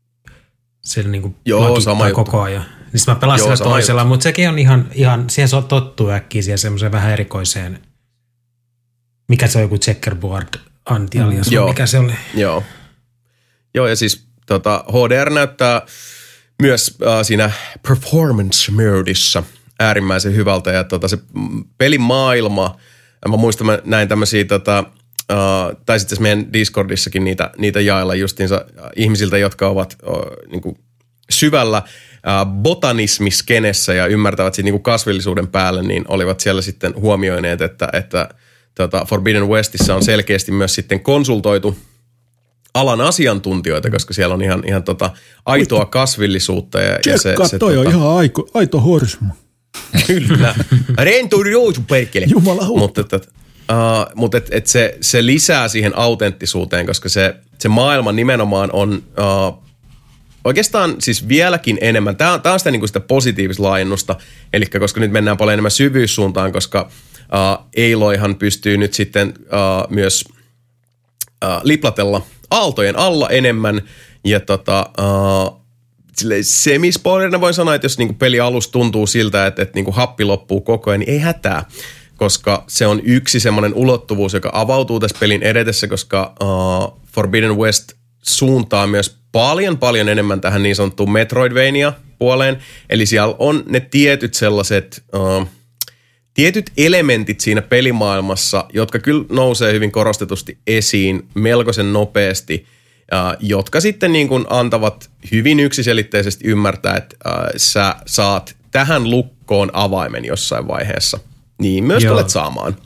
se niin kuin lakittaa koko ajan. Niin mä pelaan sillä toisella, juttu. Mutta sekin on ihan, ihan siihen on tottuu äkkiä siihen semmoiseen vähän erikoiseen, mikä se on joku checkerboard anti-alias, mm, mikä se oli. Joo, joo ja siis tota, H D R näyttää myös äh, siinä performance modeissa äärimmäisen hyvältä ja tota, se pelimaailma, mä muistan mä näin tämmöisiä tota, äh, tai sitten meidän Discordissakin niitä, niitä jaella justiinsa ihmisiltä, jotka ovat äh, niinku syvällä botanismiskenessä ja ymmärtävät sitten niinku kasvillisuuden päälle, niin olivat siellä sitten huomioineet, että, että tota Forbidden Westissä on selkeästi myös sitten konsultoitu alan asiantuntijoita, koska siellä on ihan, ihan tota aitoa kasvillisuutta. Ja, ja se, se, toi tota, on ihan aiko, aito horsma. Kyllä. Rentu joutu perkele. Jumalauta. Mutta että, uh, mutta et, et se, se lisää siihen autenttisuuteen, koska se, se maailma nimenomaan on uh, oikeastaan siis vieläkin enemmän. Tämä on, tämä on sitä, niin kuin sitä positiivista laajennusta, eli koska nyt mennään paljon enemmän syvyyssuuntaan, koska uh, Aloyhan pystyy nyt sitten uh, myös uh, liplatella aaltojen alla enemmän, ja tota, uh, semispoilerina voin sanoa, että jos niinku peli alussa tuntuu siltä, että, että niinku happi loppuu koko ajan, niin ei hätää, koska se on yksi semmoinen ulottuvuus, joka avautuu tässä pelin edetessä, koska uh, Forbidden West suuntaa myös paljon, paljon enemmän tähän niin sanottuun Metroidvania-puoleen. Eli siellä on ne tietyt sellaiset, uh, tietyt elementit siinä pelimaailmassa, jotka kyllä nousee hyvin korostetusti esiin melkoisen nopeasti, uh, jotka sitten niin kuin antavat hyvin yksiselitteisesti ymmärtää, että uh, sä saat tähän lukkoon avaimen jossain vaiheessa. Niin myös Joo. tulet saamaan.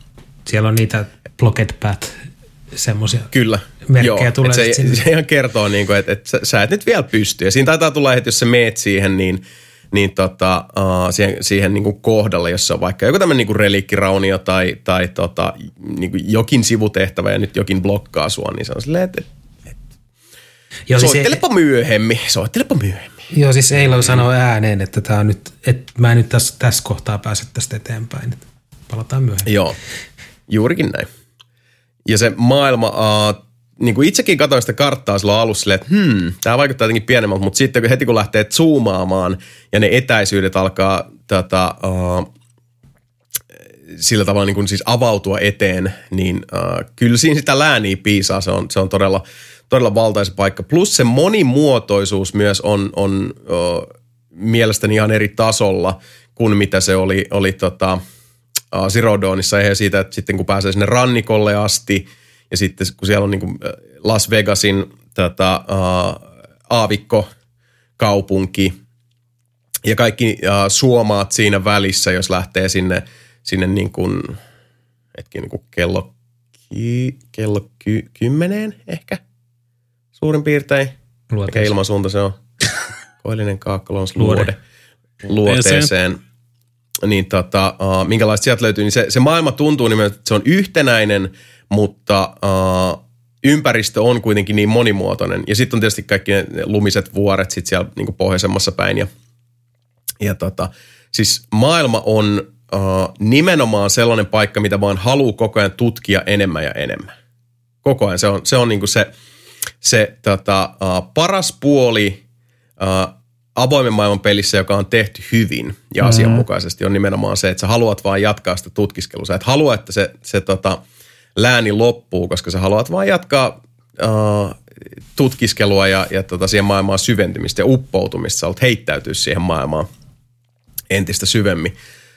Siellä on niitä Blocked Path, semmoisia Kyllä. merkkejä Joo, tulee se, sinne. se ihan kertoo, niin kuin, että, että sä, sä et nyt vielä pysty. Ja siinä taitaa tulla, että jos sä meet siihen, niin, niin tota, uh, siihen, siihen niin kuin kohdalle, jossa on vaikka joku tämmöinen niin kuin reliikkiraunio tai, tai tota, niin kuin jokin sivutehtävä ja nyt jokin blokkaa sua, niin se on silleen, että, että Joo, siis soittelepa ei- myöhemmin, soittelepa myöhemmin. Joo, siis Eilo sanoi ääneen, että, tää on nyt, että mä en nyt tässä, tässä kohtaa pääse tästä eteenpäin. Että palataan myöhemmin. Joo, juurikin näin. Ja se maailma, uh, niin kuin itsekin katsoin sitä karttaa silloin alussa silleen, että hmm, tämä vaikuttaa jotenkin pienemmältä, mutta sitten kun heti kun lähtee zoomaamaan ja ne etäisyydet alkaa tota, uh, sillä tavalla niin kuin siis avautua eteen, niin uh, kyllä siinä sitä lääniä piisaa, se on, se on todella, todella valtaisa paikka. Plus se monimuotoisuus myös on, on uh, mielestäni ihan eri tasolla kuin mitä se oli, oli tota, uh, Zero Dawnissa, eihän siitä, että sitten kun pääsee sinne rannikolle asti ja sitten kun siellä on niin kuin Las Vegasin tota, uh, aavikkokaupunki ja kaikki uh, suomaat siinä välissä, jos lähtee sinne, sinne niin kuin, hetki, niin kuin kello, ky, kello ky, kymmeneen ehkä suurin piirtein. Mikä ilmansuunta se on? Koillinen kaakkolons luode. Luoteeseen. Niin tota, uh, minkälaista sieltä löytyy, niin se, se maailma tuntuu nimenomaan, että se on yhtenäinen, mutta uh, ympäristö on kuitenkin niin monimuotoinen. Ja sitten on tietysti kaikki ne lumiset vuoret sit siellä niin kuin pohjoisemmassa päin. Ja, ja tota, siis maailma on uh, nimenomaan sellainen paikka, mitä vaan haluaa koko ajan tutkia enemmän ja enemmän. Koko ajan. Se on, se on niin kuin se, se tota, uh, paras puoli uh, avoimen maailman pelissä, joka on tehty hyvin ja asianmukaisesti, on nimenomaan se, että sä haluat vaan jatkaa sitä tutkiskelua. Sä et halua, että se, se tota, lääni loppuu, koska sä haluat vaan jatkaa uh, tutkiskelua ja, ja tota, siihen maailmaan syventymistä ja uppoutumista. Sä haluat heittäytyä siihen maailmaan entistä syvemmin.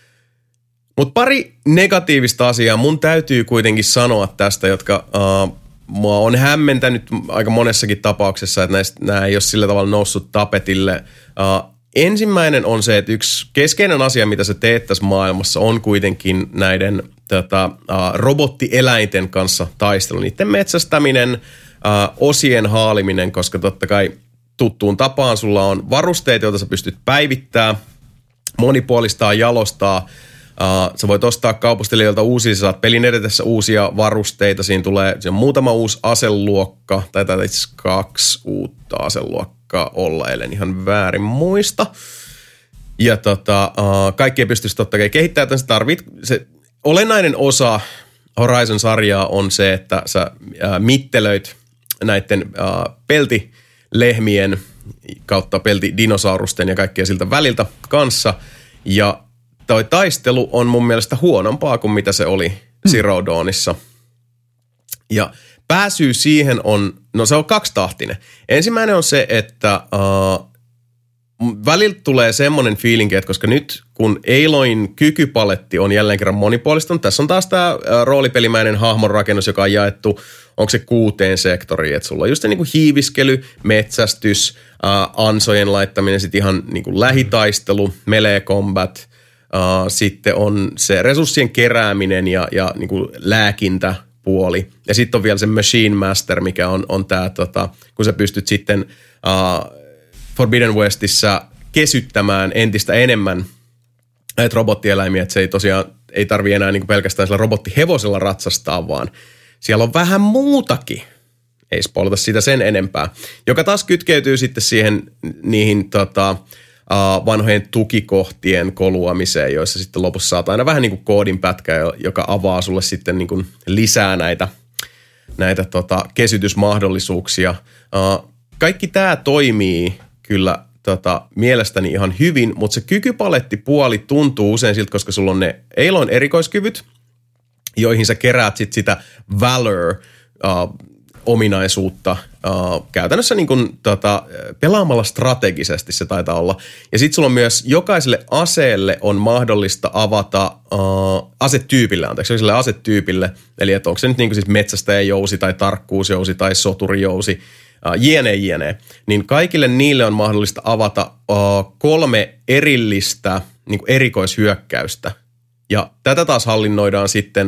Mutta pari negatiivista asiaa mun täytyy kuitenkin sanoa tästä, jotka uh, mua on hämmentänyt aika monessakin tapauksessa, että näistä, nämä ei ole sillä tavalla noussut tapetille. Uh, ensimmäinen on se, että yksi keskeinen asia, mitä sä teet tässä maailmassa, on kuitenkin näiden tota, uh, robottieläinten kanssa taistelu. Niiden metsästäminen, uh, osien haaliminen, koska totta kai tuttuun tapaan sulla on varusteita, joita sä pystyt päivittämään, monipuolistaa, jalostaa. Uh, sä voit ostaa kaupustelijoilta uusia, sä saat pelin edetessä uusia varusteita. Siinä tulee siinä on muutama uusi aseluokka, tai taitaa itse kaksi uutta aseluokkaa olla, ellen ihan väärin muista. Ja tota, uh, kaikki ei pystyisi totta kai kehittämään, joten sä tarvit, se olennainen osa Horizon-sarjaa on se, että sä uh, mittelöit näiden uh, peltilehmien kautta peltidinosaurusten ja kaikkea siltä väliltä kanssa, ja toi taistelu on mun mielestä huonompaa kuin mitä se oli Zero Dawnissa. Ja pääsyy siihen on, no se on kaksitahtinen. Ensimmäinen on se, että uh, välillä tulee semmoinen fiilinki, että koska nyt kun Aloyn kykypaletti on jälleen kerran monipuolistunut, tässä on taas tämä uh, roolipelimäinen hahmonrakennus, joka on jaettu, onko se kuuteen sektoriin, että sulla on just se niin kuin hiiviskely, metsästys, uh, ansojen laittaminen, sitten ihan niin kuin lähitaistelu, melee combat. Uh, sitten on se resurssien kerääminen ja, ja niin kuin lääkintäpuoli. Ja sitten on vielä se Machine Master, mikä on, on tämä, tota, kun sä pystyt sitten uh, Forbidden Westissä kesyttämään entistä enemmän näitä robottieläimiä, että se ei tosiaan, ei tarvitse enää niin kuin pelkästään sillä robottihevosella ratsastaa, vaan siellä on vähän muutakin. Ei spoilata sitä sen enempää. Joka taas kytkeytyy sitten siihen niihin tota, Uh, vanhojen tukikohtien koluamiseen, joissa sitten lopussa saat aina vähän niin kuin koodin pätkä, joka avaa sulle sitten niin kuin lisää näitä, näitä tota, kesytysmahdollisuuksia. Uh, kaikki tämä toimii kyllä tota, mielestäni ihan hyvin, mutta se kykypalettipuoli tuntuu usein siltä, koska sulla on ne Aloyn erikoiskyvyt, joihin sä keräät sit sitä valor, uh, ominaisuutta uh, käytännössä niin kuin, tota, pelaamalla strategisesti se taitaa olla. Ja sitten sulla on myös jokaiselle aseelle on mahdollista avata uh, asetyypille, anteeksi, sille asetyypille, eli että onko se nyt niin kuin siis metsästäjäjousi tai tarkkuusjousi tai soturijousi, uh, jne, jne. Niin kaikille niille on mahdollista avata uh, kolme erillistä niin kuin erikoishyökkäystä. Ja tätä taas hallinnoidaan sitten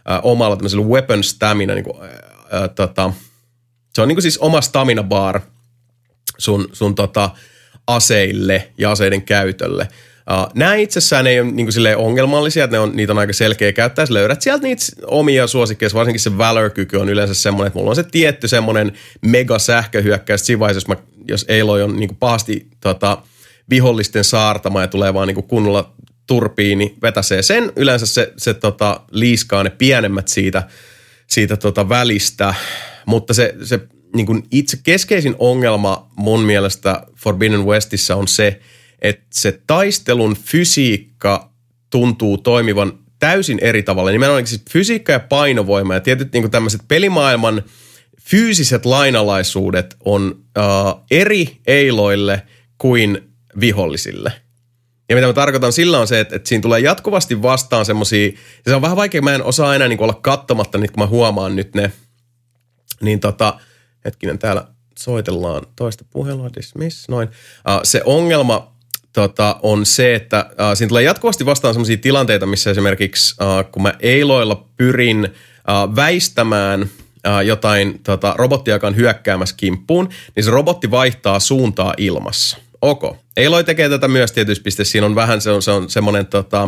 äh, omalla tämmöisellä weapon stamina, niin kuin, äh, tota, se on niin kuin siis oma stamina bar sun, sun tota, aseille ja aseiden käytölle. Uh, nämä itsessään ei ole niin kuin silleen ongelmallisia, että ne on, niitä on aika selkeä käyttää. Sä löydät sieltä niitä omia suosikkeja, varsinkin se Valor-kyky on yleensä semmoinen, että mulla on se tietty semmoinen mega sähköhyökkäys. Siinä vaiheessa, jos, mä, jos Aloy on niin kuin pahasti tota, vihollisten saartama ja tulee vaan niin kuin kunnolla turpiin, niin vetäsee sen. Yleensä se, se tota, liiskaa ne pienemmät siitä, siitä tota välistä, mutta se, se niin kuin itse keskeisin ongelma mun mielestä Forbidden Westissä on se, että se taistelun fysiikka tuntuu toimivan täysin eri tavalla. Nimenomaan siis fysiikka ja painovoima ja tietyt niin kuin tämmöiset pelimaailman fyysiset lainalaisuudet on uh, eri Aloylle kuin vihollisille. Ja mitä mä tarkoitan sillä on se, että, että siinä tulee jatkuvasti vastaan semmosia, ja se on vähän vaikea, mä en osaa enää niin kuin olla katsomatta niitä, kun mä huomaan nyt ne, niin tota, hetkinen, täällä soitellaan toista puhelua, dismiss, noin. Uh, se ongelma Tota, on se, että äh, siinä tulee jatkuvasti vastaan sellaisia tilanteita, missä esimerkiksi äh, kun mä Aloylla pyrin äh, väistämään äh, jotain tota, robottia, joka on hyökkäämässä kimppuun, niin se robotti vaihtaa suuntaa ilmassa. Ok. Aloy tekee tätä myös tietysti piste. Siinä on vähän se on, se on semmoinen tota,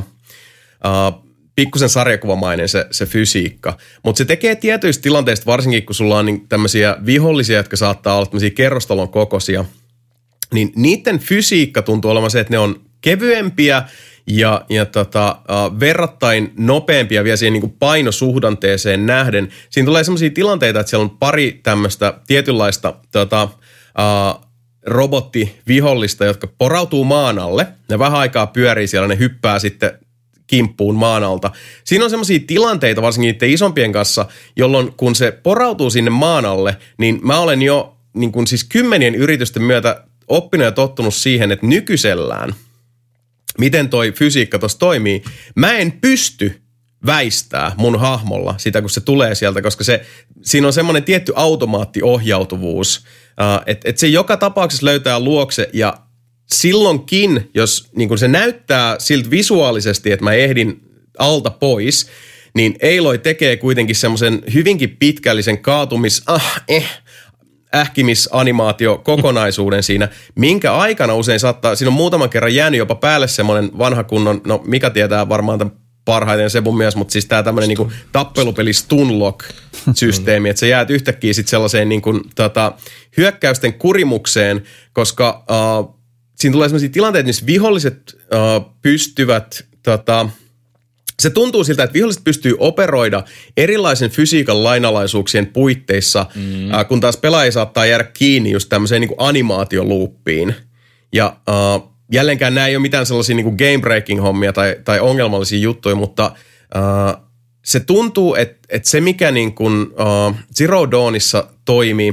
äh, pikkusen sarjakuvamainen se, se fysiikka. Mutta se tekee tietyistä tilanteista, varsinkin kun sulla on niin tämmöisiä vihollisia, jotka saattaa olla tämmöisiä kerrostalon kokoisia, niin niiden fysiikka tuntuu olevan se, että ne on kevyempiä ja, ja tota, uh, verrattain nopeampia vielä siihen niin kuin painosuhdanteeseen nähden. Siinä tulee sellaisia tilanteita, että siellä on pari tämmöistä tietynlaista tota, uh, robottivihollista, jotka porautuu maan alle. Ne vähän aikaa pyörii siellä, ne hyppää sitten kimppuun maan alta. Siinä on sellaisia tilanteita, varsinkin niiden isompien kanssa, jolloin kun se porautuu sinne maan alle, niin mä olen jo niin kuin siis kymmenien yritysten myötä oppinut ja tottunut siihen, että nykyisellään, miten toi fysiikka tuossa toimii, mä en pysty väistää mun hahmolla sitä, kun se tulee sieltä, koska se, siinä on semmoinen tietty automaattiohjautuvuus, uh, että et se joka tapauksessa löytää luokse ja silloinkin, jos niin kun se näyttää siltä visuaalisesti, että mä ehdin alta pois, niin Aloy tekee kuitenkin semmoisen hyvinkin pitkällisen kaatumis, ah, eh, ähkimisanimaatio kokonaisuuden siinä, minkä aikana usein saattaa, siinä on muutaman kerran jäänyt jopa päälle semmoinen vanha kunnon, no mikä tietää varmaan tämän parhaiten se mun mies, mutta siis tää tämmönen niinku tappelupeli Stunlock-systeemi, että sä jäät yhtäkkiä sit sellaiseen niinku tota, hyökkäysten kurimukseen, koska uh, siinä tulee sellaisia tilanteita, missä viholliset uh, pystyvät tota, se tuntuu siltä, että viholliset pystyy operoida erilaisen fysiikan lainalaisuuksien puitteissa, mm. äh, kun taas pelaaja saattaa jäädä kiinni just tämmöiseen niin kuin animaatioluuppiin. Ja äh, jälleenkään nämä ei ole mitään sellaisia niin kuin game-breaking-hommia tai, tai ongelmallisia juttuja, mutta äh, se tuntuu, että, että se mikä niin kuin, äh, Zero Dawnissa toimi,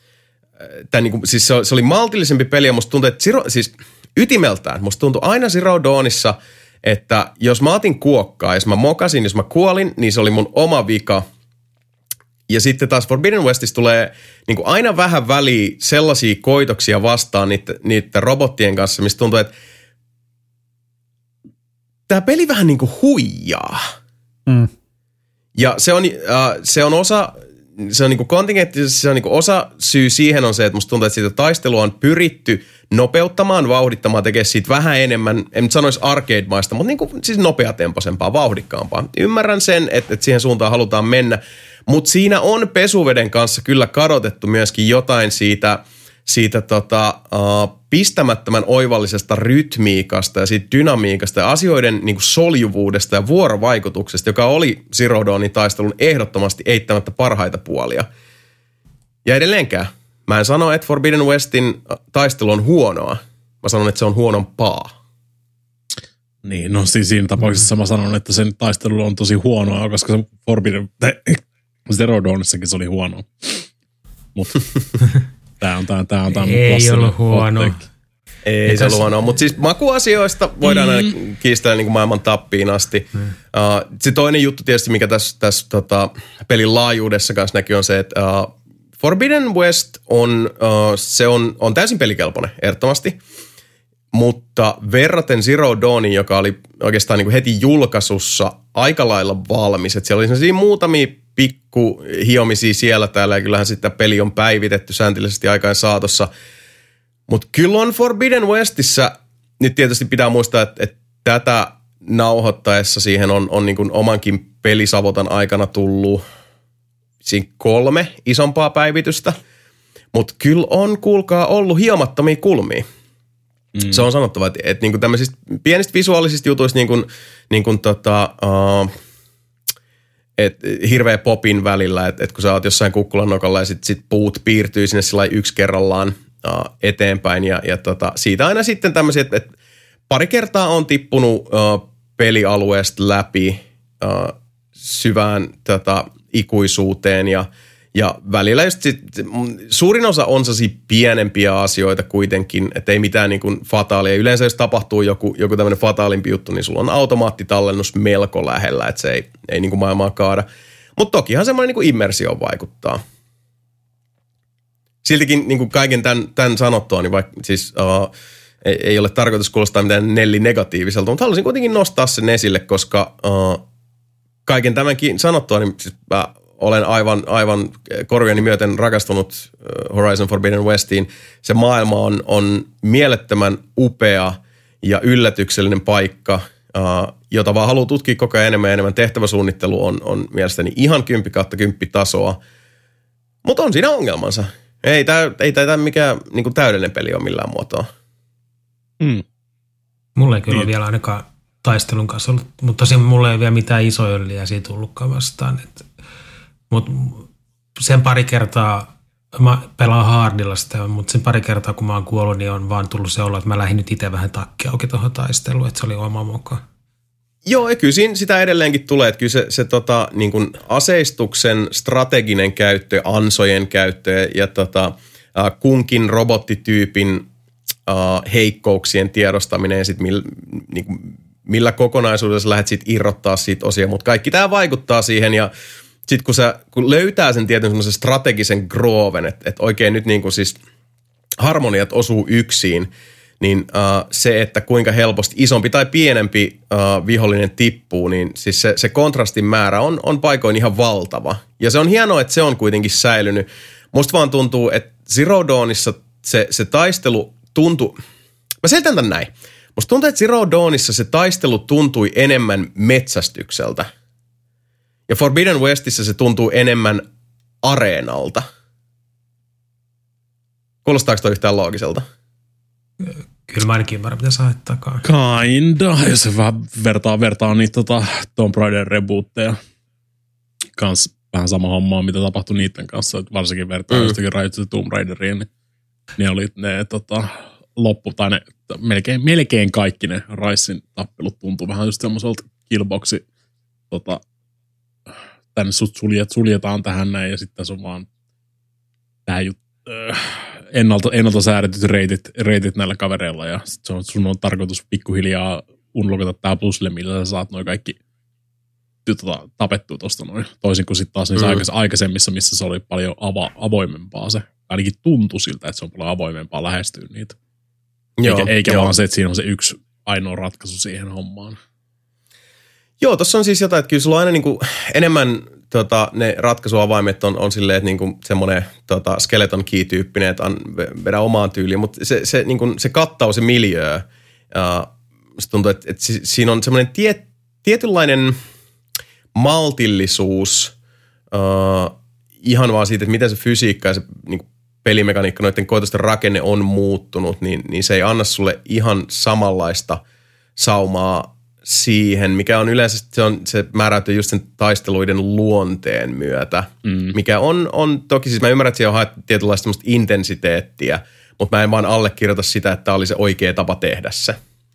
äh, niin kuin, siis se, se oli maltillisempi peli ja musta tuntuu, että Zero, siis ytimeltään musta tuntui aina Zero Dawnissa, että jos mä otin kuokkaa, jos mä mokasin, jos mä kuolin, niin se oli mun oma vika. Ja sitten taas Forbidden Westissä tulee niin kuin aina vähän väliä sellaisia koitoksia vastaan niiden, niiden robottien kanssa, mistä tuntuu, että tämä peli vähän niin kuin huijaa. Mm. Ja se on, äh, se on osa, se on niin kuin kontingentti, se on niin kuin osa syy siihen on se, että musta tuntuu, että siitä taistelua on pyritty nopeuttamaan, vauhdittamaan, tekee siitä vähän enemmän, en nyt sanoisi arcade-maista, mutta niin kuin, siis nopeatempoisempaa, vauhdikkaampaa. Ymmärrän sen, että, että siihen suuntaan halutaan mennä, mutta siinä on pesuveden kanssa kyllä kadotettu myöskin jotain siitä, siitä tota, uh, pistämättömän oivallisesta rytmiikasta ja siitä dynamiikasta ja asioiden niin kuin soljuvuudesta ja vuorovaikutuksesta, joka oli Zero Dawnin taistelun ehdottomasti eittämättä parhaita puolia. Ja edelleenkään. Mä en sano, että Forbidden Westin taistelu on huonoa. Mä sanon, että se on huonompaa. Niin, no siis siinä tapauksessa mä sanon, että sen taistelu on tosi huonoa, koska se Forbidden... Zero Dawnissakin se oli huonoa. Mutta tää on tää, tää on tää ei ollut huono. Ei ja se ollut huonoa, mutta siis makuasioista voidaan mm. aina kiistellä niin kuin maailman tappiin asti. Mm. Uh, se toinen juttu tietysti, mikä tässä, tässä tota, pelin laajuudessa kanssa näkyy, on se, että uh, Forbidden West on, uh, se on, on täysin pelikelpoinen, ehdottomasti. mutta verraten Zero Dawniin, joka oli oikeastaan niin kuin heti julkaisussa aika lailla valmis. Että siellä oli sellaisia muutamia pikku hiomisia siellä täällä ja kyllähän sitten peli on päivitetty säntillisesti aikaan saatossa. Mutta kyllä on Forbidden Westissä, nyt tietysti pitää muistaa, että, että tätä nauhoittaessa siihen on, on niin kuin omankin pelisavotan aikana tullut siinä kolme isompaa päivitystä. Mutta kyllä on, kuulkaa, ollut hiomattomia kulmia. Mm. Se on sanottava, että, että niin kuin tämmöisistä pienistä visuaalisista jutuista, niin kuin, niin kuin tota, uh, et hirveä popin välillä, että, että kun sä oot jossain kukkulan nokalla ja sit, sit puut piirtyy sinne sillä yksi kerrallaan uh, eteenpäin. Ja, ja tota, siitä aina sitten tämmöisiä, että, että pari kertaa on tippunut uh, pelialueesta läpi uh, syvään tota, ikuisuuteen ja Ja välillä just sit, suurin osa on sellaisia pienempiä asioita kuitenkin, että ei mitään niin kuin fataalia. Yleensä jos tapahtuu joku, joku tämmöinen fataalimpi juttu, niin sulla on automaattitallennus melko lähellä, että se ei, ei niin kuin maailmaa kaada. Mutta tokihan semmoinen niin kuin immersio vaikuttaa. Siltikin niin kuin kaiken tämän, tämän sanottua, niin vaikka siis uh, ei, ei ole tarkoitus kuulostaa mitään nelli negatiiviselta, mutta halusin kuitenkin nostaa sen esille, koska uh, kaiken tämänkin sanottua, niin siis mä olen aivan, aivan korviani myöten rakastunut Horizon Forbidden Westiin. Se maailma on, on mielettömän upea ja yllätyksellinen paikka, jota vaan haluaa tutkia koko ajan enemmän ja enemmän. Tehtäväsuunnittelu on, on mielestäni ihan kymppi kautta kymppi tasoa, mutta on siinä ongelmansa. Ei tämä ei tää mikään niinku täydellinen peli ole millään muotoa. Mm. Mulla ei kyllä niin. ole vielä ainakaan taistelun kanssa ollut, mutta tosiaan mulla ei vielä mitään isoja siitä tullutkaan vastaan, että mutta sen pari kertaa, mä pelaan hardilla sitä, mutta sen pari kertaa kun mä oon kuollut, niin on vaan tullut se olo, että mä lähdin nyt itse vähän takki auki tuohon taisteluun, että se oli oma moka. Joo, ja kyllä siinä sitä edelleenkin tulee, että kyllä se, se tota, niin kuin aseistuksen strateginen käyttö, ansojen käyttö ja tota, äh, kunkin robottityypin äh, heikkouksien tiedostaminen ja sitten millä, niin kuin, millä kokonaisuudessa lähdet sit irrottaa siitä osia, mutta kaikki tämä vaikuttaa siihen ja sitten kun, sä, kun löytää sen tietyn semmoisen strategisen grooven, että et oikein nyt niin kuin siis harmoniat osuu yksin, niin uh, se, että kuinka helposti isompi tai pienempi uh, vihollinen tippuu, niin siis se, se kontrastin määrä on, on paikoin ihan valtava. Ja se on hienoa, että se on kuitenkin säilynyt. Musta vaan tuntuu, että Zero Dawnissa se, se taistelu tuntui, mä selitän tämän näin. Musta tuntuu, että Zero Dawnissa se taistelu tuntui enemmän metsästykseltä. Ja Forbidden Westissä se tuntuu enemmän areenalta. Kuulostaako toi yhtään loogiselta? Kyllä mä ainakin ymmärrän, mitä sä haet takaa. Kinda, jos se vähän vertaa, vertaa niitä tota, Tomb Raider rebootteja. Kans vähän sama hommaa, mitä tapahtui niiden kanssa. Että varsinkin vertaa mm. jostakin rajoitettu Tomb Raideriin. Niin ne oli ne tota, loppu, tai ne melkein, melkein kaikki ne Ricein tappelut tuntuu vähän just semmoiselta killboxi tota, tänne sut suljet, suljetaan tähän näin ja sitten tässä on vaan tää jut, äh, ennalta, ennalta säädetyt reitit, reitit näillä kavereilla ja se on, sun on tarkoitus pikkuhiljaa unlokata tää puzzle, millä sä saat noin kaikki tota, tapettua tosta noin. Toisin kuin sitten taas niissä mm. aikaisemmissa, missä se oli paljon ava, avoimempaa se. Ainakin tuntui siltä, että se on paljon avoimempaa lähestyä niitä. Joo, eikä eikä joo. vaan se, että siinä on se yksi ainoa ratkaisu siihen hommaan. Joo, tuossa on siis jotain, että kyllä sulla on aina niin kuin enemmän tota, ne ratkaisuavaimet on, on silleen, että niin kuin semmoinen tota, skeleton key-tyyppinen, että on, vedä omaan tyyliin, mutta se, se, niin kuin, se kattaus ja miljöö, ja musta tuntuu, että, että siinä on semmoinen tie, tietynlainen maltillisuus uh, ihan vaan siitä, että miten se fysiikka ja se niin kuin pelimekaniikka, noiden koitosten rakenne on muuttunut, niin, niin se ei anna sulle ihan samanlaista saumaa siihen, mikä on yleensä, se, on, se määräytyy just sen taisteluiden luonteen myötä, mm. mikä on, on toki, siis mä ymmärrän, että siellä on haettu tietynlaista semmoista intensiteettiä, mutta mä en vaan allekirjoita sitä, että tämä oli se oikea tapa tehdä se.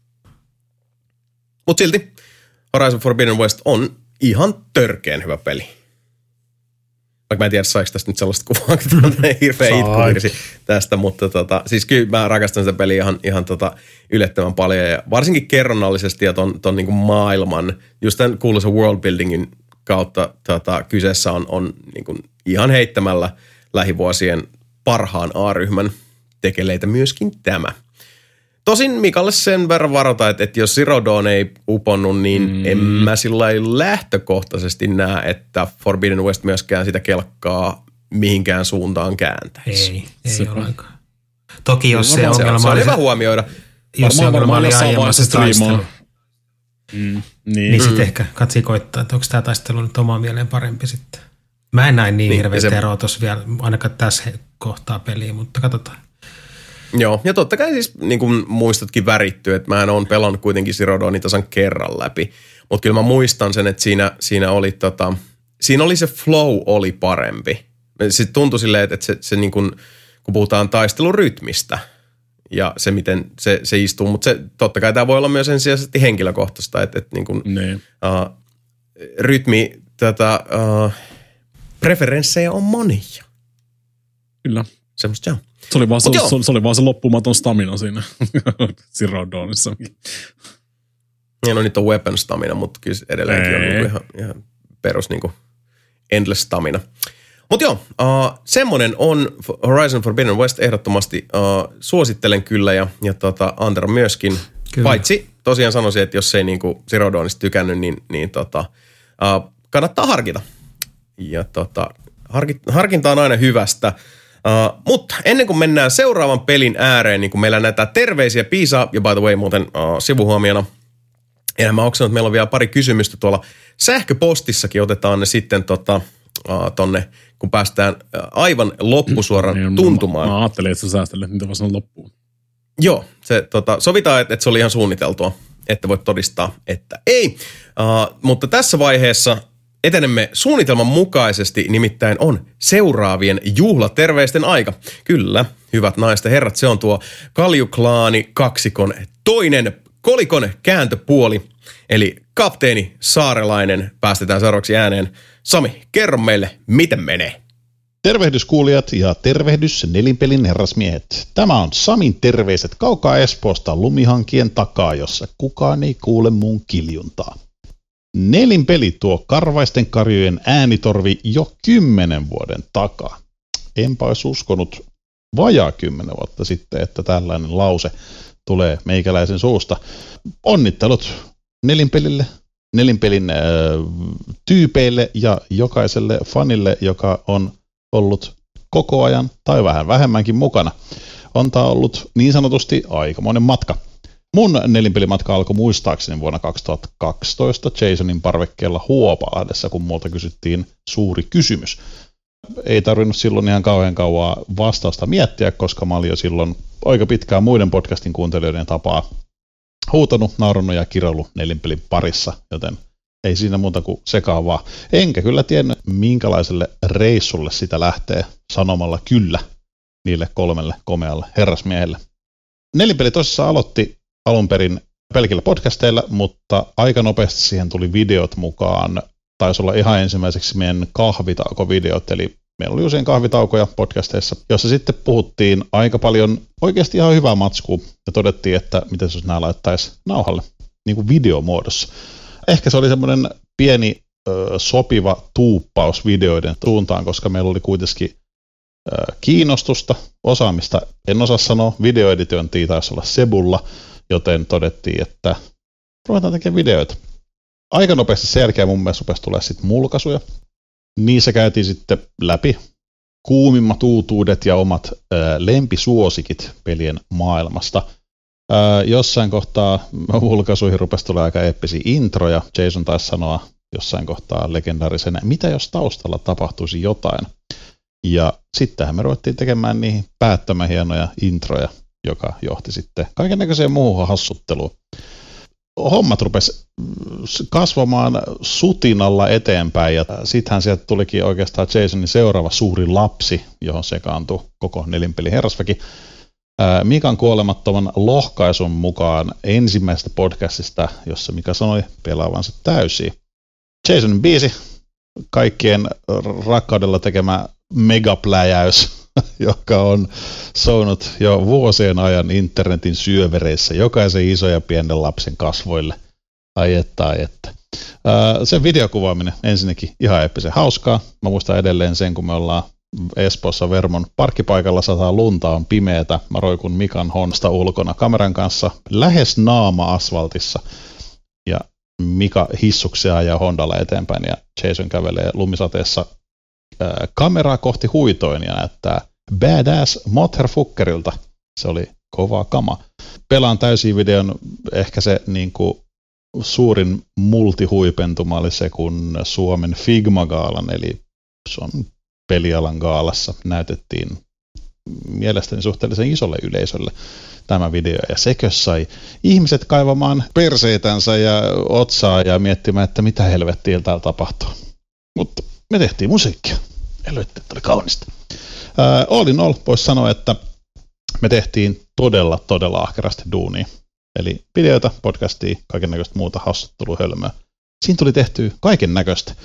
Mutta silti Horizon Forbidden West on ihan törkeän hyvä peli. Vaikka mä en tiedä, saiko tästä nyt sellaista kuvaa, kun on hirveä itkuvirsi tästä, mutta tota, siis kyllä mä rakastan sitä peliä ihan, ihan tota yllättävän paljon ja varsinkin kerronnallisesti ja ton, ton niinku maailman, just tämän kuuluisen worldbuildingin kautta tota, kyseessä on, on niinku ihan heittämällä lähivuosien parhaan A-ryhmän tekeleitä myöskin tämä. Tosin Mikalle sen verran varota, että, että jos Zero Dawn ei uponnut, niin mm. en mä sillä lähtökohtaisesti näe, että Forbidden West myöskään sitä kelkkaa mihinkään suuntaan kääntäisi. Ei, ei ollenkaan. Toki jos se, se ongelma se on oli... hyvä huomioida. Jos se ongelma oli aiemmassa taistelu, mm, niin, niin sitten mm. ehkä katsi koittaa, että onko tämä taistelu nyt omaan mieleen parempi sitten. Mä en näe niin, niin hirveä se... eroa tuossa vielä, ainakaan tässä kohtaa peliä, mutta katsotaan. Joo, ja totta kai siis niin kuin muistatkin värittyy, että mä oon pelannut kuitenkin Zero Dawnin tasan kerran läpi. Mutta kyllä mä muistan sen, että siinä, siinä, oli, tota, siinä oli se flow oli parempi. Se tuntui silleen, että se, se niin kuin, kun puhutaan taistelurytmistä ja se, miten se, se istuu. Mutta se, totta kai tämä voi olla myös ensisijaisesti henkilökohtaista, että, että niin kuin, uh, rytmi, tätä, uh, preferenssejä on monia. Kyllä. Semmosta joo. Se oli, vaan se, se, se oli vaan se loppumaton stamina siinä Zero Dawnissa. No niitä on weapon stamina, mutta kyllä edelleenkin Ei. on niinku ihan, ihan perus niinku endless stamina. Mutta joo, uh, semmoinen on Horizon Forbidden West ehdottomasti. Uh, suosittelen kyllä ja, ja tota, Antero myöskin. Kyllä. Paitsi tosiaan sanoisin, että jos ei niinku Zero Dawnista tykännyt, niin, niin tota, uh, kannattaa harkita. Ja tota, harki, harkinta on aina hyvästä. Uh, mutta ennen kuin mennään seuraavan pelin ääreen, niin kun meillä näitä terveisiä piisaa, ja by the way muuten uh, sivuhuomiona, enhän mä oksanut, että meillä on vielä pari kysymystä tuolla sähköpostissakin, otetaan ne sitten tota, uh, tonne, kun päästään uh, aivan loppusuoran niin, tuntumaan. Mä, mä ajattelin, että sä säästelet, mitä vaan sanoa loppuun. Joo, se, tota, sovitaan, että, että se oli ihan suunniteltua, että voit todistaa, että ei, uh, mutta tässä vaiheessa etenemme suunnitelman mukaisesti, nimittäin on seuraavien juhlaterveisten aika. Kyllä, hyvät naiset ja herrat, se on tuo Kaljuklaani kaksikon toinen kolikon kääntöpuoli. Eli kapteeni Saarelainen päästetään seuraavaksi ääneen. Sami, kerro meille, miten menee. Tervehdys kuulijat ja tervehdys nelinpelin herrasmiehet. Tämä on Samin terveiset kaukaa Espoosta lumihankien takaa, jossa kukaan ei kuule mun kiljuntaa. Nelinpeli tuo karvaisten karjojen äänitorvi jo kymmenen vuoden takaa. Enpä olisi uskonut vajaa kymmenen vuotta sitten, että tällainen lause tulee meikäläisen suusta. Onnittelut nelinpelille, nelinpelin äh, tyypeille ja jokaiselle fanille, joka on ollut koko ajan tai vähän vähemmänkin mukana. On tämä ollut niin sanotusti aikamoinen matka. Mun nelinpelimatka alkoi muistaakseni vuonna kaksituhattakaksitoista Jasonin parvekkeella Huopalahdessa, kun multa kysyttiin suuri kysymys. Ei tarvinnut silloin ihan kauhean kauan vastausta miettiä, koska mä olin jo silloin aika pitkään muiden podcastin kuuntelijoiden tapaa huutanut, naurannut ja kirjoillut nelinpelin parissa, joten ei siinä muuta kuin sekaavaa. Enkä kyllä tiennyt, minkälaiselle reissulle sitä lähtee sanomalla kyllä niille kolmelle komealle herrasmiehelle. Nelinpeli tosissaan aloitti alun perin pelkillä podcasteilla, mutta aika nopeasti siihen tuli videot mukaan. Taisi olla ihan ensimmäiseksi meidän kahvitaukovideot, eli meillä oli usein kahvitaukoja podcasteissa, jossa sitten puhuttiin aika paljon oikeasti ihan hyvää matskua ja todettiin, että miten jos nämä laittaisi nauhalle niin kuin videomuodossa. Ehkä se oli semmoinen pieni ö, sopiva tuuppaus videoiden suuntaan, koska meillä oli kuitenkin ö, kiinnostusta, osaamista. En osaa sanoa, videoeditointia taisi olla Sebulla, joten todettiin, että ruvetaan tekemään videoita. Aika nopeasti sen jälkeen mun mielestä rupesi tulee sitten mulkaisuja. Niissä käytiin sitten läpi kuumimmat uutuudet ja omat ää, lempisuosikit pelien maailmasta. Ää, jossain kohtaa mulkaisuihin rupesi tulee aika eeppisiä introja. Jason taisi sanoa jossain kohtaa legendaarisena, mitä jos taustalla tapahtuisi jotain. Ja sittenhän me ruvettiin tekemään niihin päättömän hienoja introja, joka johti sitten kaikennäköiseen muuhun hassutteluun. Hommat rupesi kasvamaan sutinalla eteenpäin ja sittenhän sieltä tulikin oikeastaan Jasonin seuraava suuri lapsi, johon sekaantui koko nelinpelin herrasväki. Mikan kuolemattoman lohkaisun mukaan ensimmäisestä podcastista, jossa Mika sanoi pelaavansa täysiä. Jasonin biisi, kaikkien rakkaudella tekemä megapläjäys, joka on sounut jo vuosien ajan internetin syövereissä jokaisen ison ja pienen lapsen kasvoille. Ai että, ai että. Ää, sen videokuvaaminen ensinnäkin ihan eeppisen hauskaa. Mä muistan edelleen sen, kun me ollaan Espoossa Vermon parkkipaikalla sataa lunta, on pimeätä. Mä roikun Mikan Honsta ulkona kameran kanssa lähes naama asfaltissa. Ja Mika hissuksia ajaa Hondalla eteenpäin ja Jason kävelee lumisateessa ää, kameraa kohti huitoin ja näyttää badass motherfuckerilta. Se oli kovaa kama. Pelaan täysin videon, ehkä se niin kuin suurin multihuipentuma oli se, kun Suomen Figma-gaalan, eli Suomen pelialan gaalassa näytettiin mielestäni suhteellisen isolle yleisölle tämä video, ja sekö sai ihmiset kaivamaan perseitänsä ja otsaa ja miettimään, että mitä helvettiä täällä tapahtuu. Mutta me tehtiin musiikkia. Helvetti, että oli kaunista. Ää, all in all voisi sanoa, että me tehtiin todella, todella ahkerasti duunia. Eli videoita, podcastia, kaiken näköistä muuta hassutteluhölmöä. Siinä tuli tehtyä kaiken näköistä.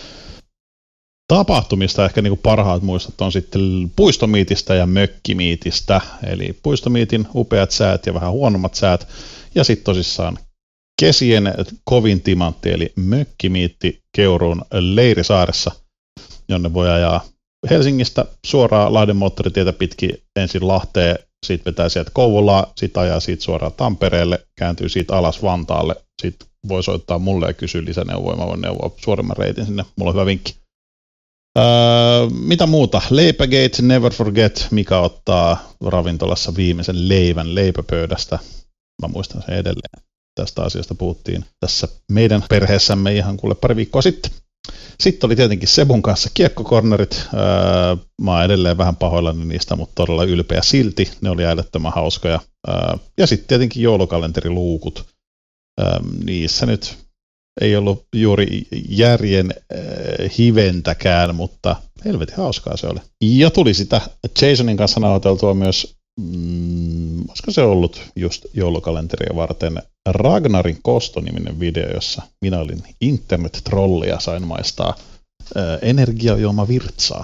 Tapahtumista ehkä niin kuin parhaat muistot on sitten puistomiitistä ja mökkimiitistä. Eli puistomiitin upeat säät ja vähän huonommat säät. Ja sitten tosissaan kesien kovin timantti, eli mökkimiitti Keuruun Leirisaaressa, jonne voi ajaa Helsingistä suoraan Lahden moottoritietä pitkin ensin Lahteen, sitten vetää sieltä Kouvolaa, sitten ajaa siitä suoraan Tampereelle, kääntyy siitä alas Vantaalle, sitten voi soittaa mulle ja kysyä lisäneuvoja, mä voin neuvoa suoremman reitin sinne, mulla on hyvä vinkki. Öö, mitä muuta? Leipägate, never forget, mikä ottaa ravintolassa viimeisen leivän leipäpöydästä. Mä muistan sen edelleen. Tästä asiasta puhuttiin tässä meidän perheessämme ihan kuule pari viikkoa sitten. Sitten oli tietenkin Sebun kanssa kiekkokornerit. Öö, mä oon edelleen vähän pahoillani niistä, mutta todella ylpeä silti. Ne oli älyttömän hauskoja. Öö, ja sitten tietenkin joulukalenteriluukut. Öö, niissä nyt ei ollut juuri järjen äh, hiventäkään, mutta helvetin hauskaa se oli. Ja tuli sitä Jasonin kanssa nauhoiteltua myös, mm, olisiko se ollut just joulukalenteria varten, Ragnarin Kosto-niminen video, jossa minä olin internet-trolli ja sain maistaa äh, energiajuomavirtsaa.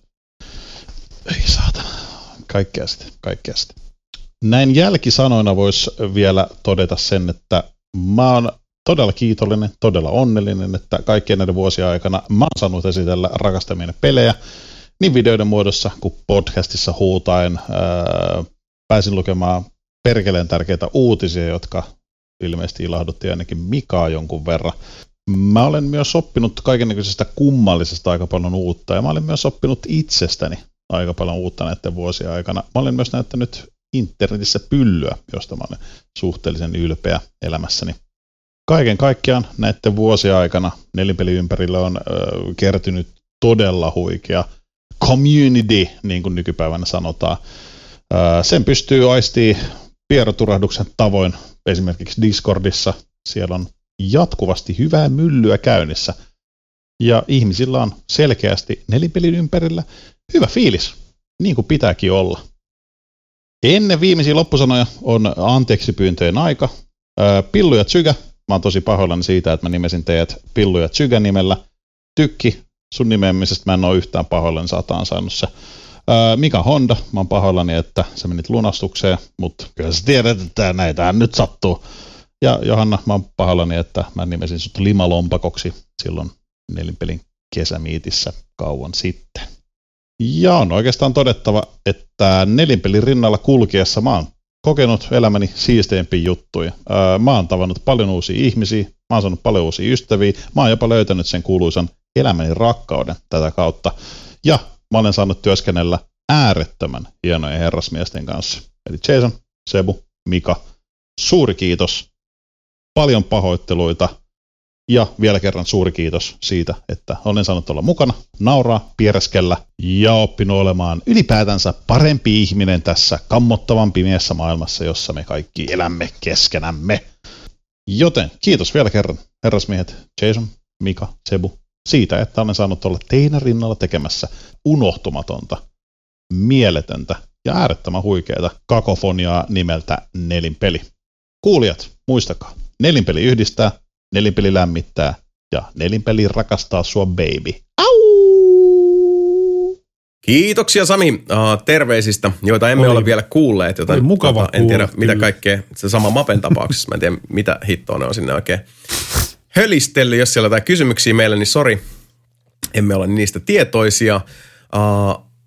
Ei saatana, kaikkea sitten, kaikkea sitten. Näin jälkisanoina voisi vielä todeta sen, että mä oon todella kiitollinen, todella onnellinen, että kaikkien näiden vuosien aikana mä oon saanut esitellä rakastamieni pelejä niin videoiden muodossa kuin podcastissa huutaen. Ää, pääsin lukemaan perkeleen tärkeitä uutisia, jotka ilmeisesti ilahdutti ainakin Mikaa jonkun verran. Mä olen myös oppinut kaikennäköisestä kummallisesta aika paljon uutta, ja mä olen myös oppinut itsestäni aika paljon uutta näiden vuosien aikana. Mä olen myös näyttänyt internetissä pyllyä, josta mä olen suhteellisen ylpeä elämässäni. Kaiken kaikkiaan näiden vuosien aikana nelinpelin ympärille on ö, kertynyt todella huikea community, niin kuin nykypäivänä sanotaan. Ö, sen pystyy aistimaan pieroturahduksen tavoin esimerkiksi Discordissa. Siellä on jatkuvasti hyvää myllyä käynnissä. Ja ihmisillä on selkeästi nelinpelin ympärillä hyvä fiilis, niin kuin pitääkin olla. Ennen viimeisiä loppusanoja on anteeksi pyyntöjen aika. Ö, Pillu ja Tsygä. Mä oon tosi pahoillani siitä, että mä nimesin teidät Pillu ja Tsygä nimellä. Tykki, sun nimeämisestä mä en oo yhtään pahoillani, sä oot ansainnut se. Öö, Mika Honda, mä oon pahoillani, että sä menit lunastukseen, mutta kyllä sä tiedät, että näitähän nyt sattuu. Ja Johanna, mä oon pahoillani, että mä nimesin sut Limalompakoksi silloin nelinpelin kesämiitissä kauan sitten. Ja on oikeastaan todettava, että nelinpelin rinnalla kulkiessa mä oon kokenut elämäni siisteimpiä juttuja. Öö, mä oon tavannut paljon uusia ihmisiä, mä oon saanut paljon uusia ystäviä, mä oon jopa löytänyt sen kuuluisan elämäni rakkauden tätä kautta. Ja mä olen saanut työskennellä äärettömän hienojen herrasmiesten kanssa. Eli Jason, Sebu, Mika, suuri kiitos, paljon pahoitteluita ja vielä kerran suuri kiitos siitä, että olen saanut olla mukana, nauraa, piereskellä ja oppinut olemaan ylipäätänsä parempi ihminen tässä kammottavan pimeässä maailmassa, jossa me kaikki elämme keskenämme. Joten kiitos vielä kerran, herrasmiehet, Jason, Mika, Sebu, siitä, että olen saanut olla teidän rinnalla tekemässä unohtumatonta, mieletöntä ja äärettömän huikeata kakofoniaa nimeltä Nelinpeli. Kuulijat, muistakaa, Nelinpeli yhdistää, Nelinpeli lämmittää ja Nelinpeli rakastaa sua, baby. Au! Kiitoksia Sami uh, terveisistä, joita emme oli, ole vielä kuulleet. Joten, mukava tota, en tiedä kuulla, mitä kyllä. kaikkea, se sama Mapen tapauksessa, mä en tiedä mitä hittoa ne on sinne oikein hölistellyt. Jos siellä on jotain kysymyksiä meille, niin sori, emme ole niistä tietoisia. Uh,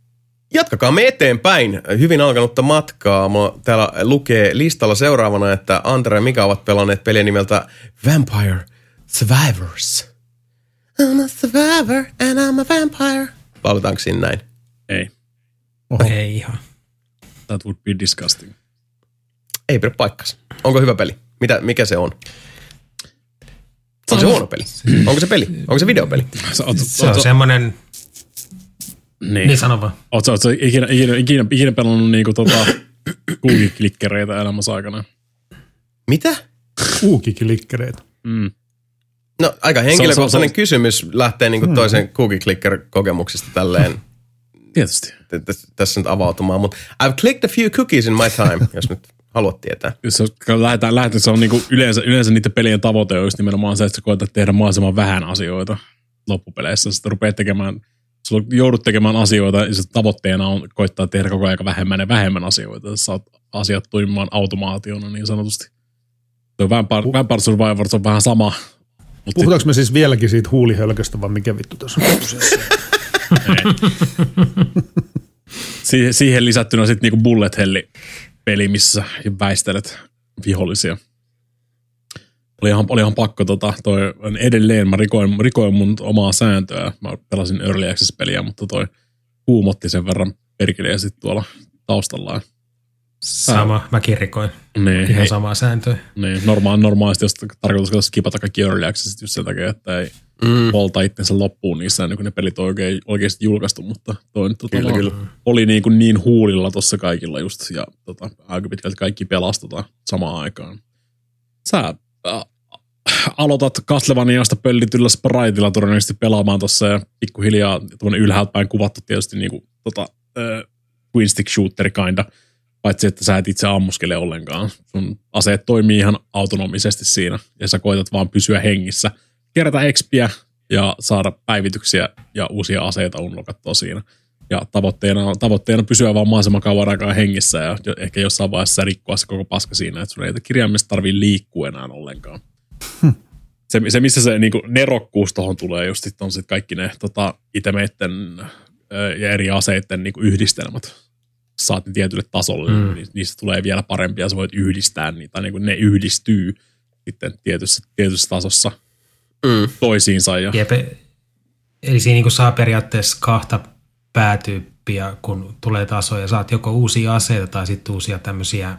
Jatkakaamme eteenpäin. Hyvin alkanutta matkaa. Mulla täällä lukee listalla seuraavana, että Antero ja Mika ovat pelanneet peliä nimeltä Vampire Survivors. I'm a survivor and I'm a vampire. Lauletaanko siinä näin? Ei. Oho. Ei ihan. That would be disgusting. Ei pidä paikkansa. Onko hyvä peli? Mitä, mikä se on? On se huono peli? Onko se peli? Onko se videopeli? Sä, oot, Se oot, on semmoinen, niin. niin sano vaan. Oot, oot, oot ikinä, ikinä, ikinä, ikinä pelannut niinku tota kuukiklikkereitä elämässä aikana? Mitä? Uukiklikkereitä. Mm. No aika henkilökohtainen Se on- se on- kysymys lähtee niinku toisen cookie clicker kokemuksesta tälleen Tietysti. t- t- tässä nyt avautumaan, mutta I've clicked a few cookies in my time, jos nyt haluat tietää. Jos lähdetään, lähdetään, se on niinku yleensä, yleensä niiden pelien tavoite on just nimenomaan se, että sä koetat tehdä mahdollisimman vähän asioita loppupeleissä. Sitten rupeat tekemään, sulla joudut tekemään asioita ja sit tavoitteena on koittaa tehdä koko ajan vähemmän ja vähemmän asioita. Sä saat asiat toimimaan automaationa niin sanotusti. Tuo Vampire, Vampire Survivors on vähän sama. Mut Puhutaanko me siis vieläkin siitä huulihölköstä, vai mikä vittu tässä on kyseessä? siihen, siihen lisättynä sitten niinku bullet helli peli, missä väistelet vihollisia. Oli ihan, oli ihan pakko tota, toi edelleen, mä rikoin, rikoin mun omaa sääntöä. Mä pelasin Early Access-peliä, mutta toi kuumotti sen verran perkeleä sit tuolla taustallaan. Sama, mäkin rikoin. Niin, Ihan ei, samaa sääntöä. niin normaali, normaalisti, jos tarkoitus skipata kaikki Early Accessit just sen takia, että ei mm. polta itsensä loppuun niissä, niin kun ne pelit on oikein, oikeasti julkaistu, mutta toi nyt tota, Kyllä, kyllä. oli niin, kuin niin huulilla tossa kaikilla just, ja tota, aika pitkälti kaikki pelastetaan samaan aikaan. Sä äh, aloitat Castlevaniasta pöllityllä spriteilla todennäköisesti pelaamaan tossa, ja pikkuhiljaa tuonne ylhäältä päin kuvattu tietysti niinku tota, äh, twin stick shooteri kinda, paitsi että sä et itse ammuskele ollenkaan. Sun aseet toimii ihan autonomisesti siinä, ja sä koetat vaan pysyä hengissä, kerätä expiä ja saada päivityksiä ja uusia aseita unlockattua siinä. Ja tavoitteena, tavoitteena pysyä vaan mahdollisimman kauan aikaa hengissä ja ehkä jossain vaiheessa rikkoa se koko paska siinä, että sun ei kirjaimellisesti tarvii liikkua enää ollenkaan. Hmm. Se, se, missä se niin kuin nerokkuus tuohon tulee just sit on sit kaikki ne tota, itemeitten ja eri aseiden niin kuin yhdistelmät. Saat ne tietylle tasolle, mm. niin niistä tulee vielä parempia, sä voit yhdistää niitä, tai niin kuin ne yhdistyy sitten tietyssä, tietyssä tasossa mm. toisiinsa. Ja Jep, eli siinä niin saa periaatteessa kahta päätyyppiä, kun tulee tasoja. Saat joko uusia aseita tai sitten uusia tämmöisiä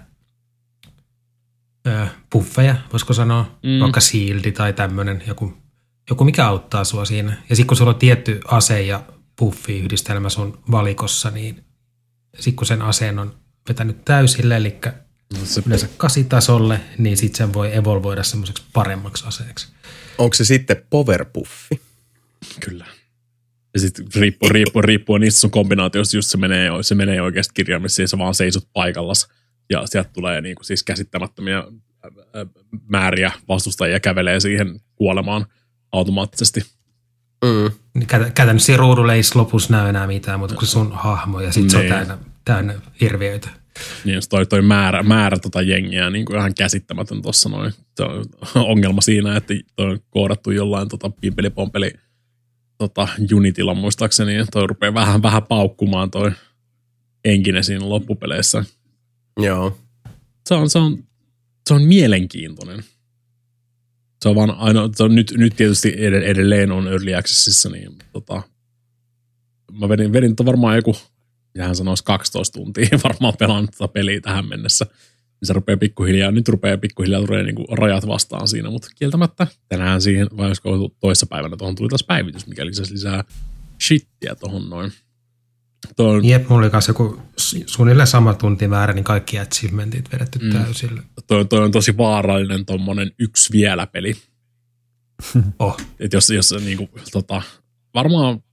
ö, buffeja, voisiko sanoa, mm. vaikka shieldi tai tämmöinen, joku, joku mikä auttaa sua siinä. Ja sitten kun sulla on tietty ase ja buffi-yhdistelmä sun valikossa, niin sitten kun sen aseen on vetänyt täysille, eli se yleensä kasitasolle, niin sitten sen voi evolvoida semmoiseksi paremmaksi aseeksi. Onko se sitten power buffi? Kyllä. Ja sitten riippuu, riippuu, riippuu niistä sun kombinaatioista, just se menee, se menee oikeasti kirjaimellisesti, ja sä vaan seisot paikallas, ja sieltä tulee niinku siis käsittämättömiä määriä vastustajia kävelee siihen kuolemaan automaattisesti. Mm. Käytännössä siinä ruudulla ei lopussa näy enää mitään, mutta kun sun hahmo, ja sitten se on täynnä, täynnä hirviöitä. Niin, toi, toi määrä, määrä tota jengiä niin kuin ihan käsittämätön tuossa noin. Se on ongelma siinä, että toi on koodattu jollain tota, pimpeli-pompeli tota, Unitylla muistaakseni, ja toi rupeaa vähän, vähän paukkumaan toi enkinen siinä loppupeleissä. Joo. Se on, se on, se on mielenkiintoinen. Se on vaan ainoa, se on nyt, nyt tietysti edelleen on Early Accessissa, niin tota, mä vedin, vedin varmaan joku, mitähän sanoisi kaksitoista tuntia varmaan pelannut tätä peliä tähän mennessä. Niin se rupeaa pikkuhiljaa, nyt rupeaa pikkuhiljaa tulee niinku rajat vastaan siinä, mutta kieltämättä tänään siihen, vai olisiko toissa päivänä tuohon tuli taas päivitys, mikä lisäsi lisää shittiä tuohon noin. Tuon, Jep, mulla oli kanssa joku suunnilleen sama tuntimäärä, niin kaikki achievementit vedetty mm. täysille. Toi, toi on tosi vaarallinen tommonen yksi vielä peli. Oh. Et jos, jos niinku, tota, varmaan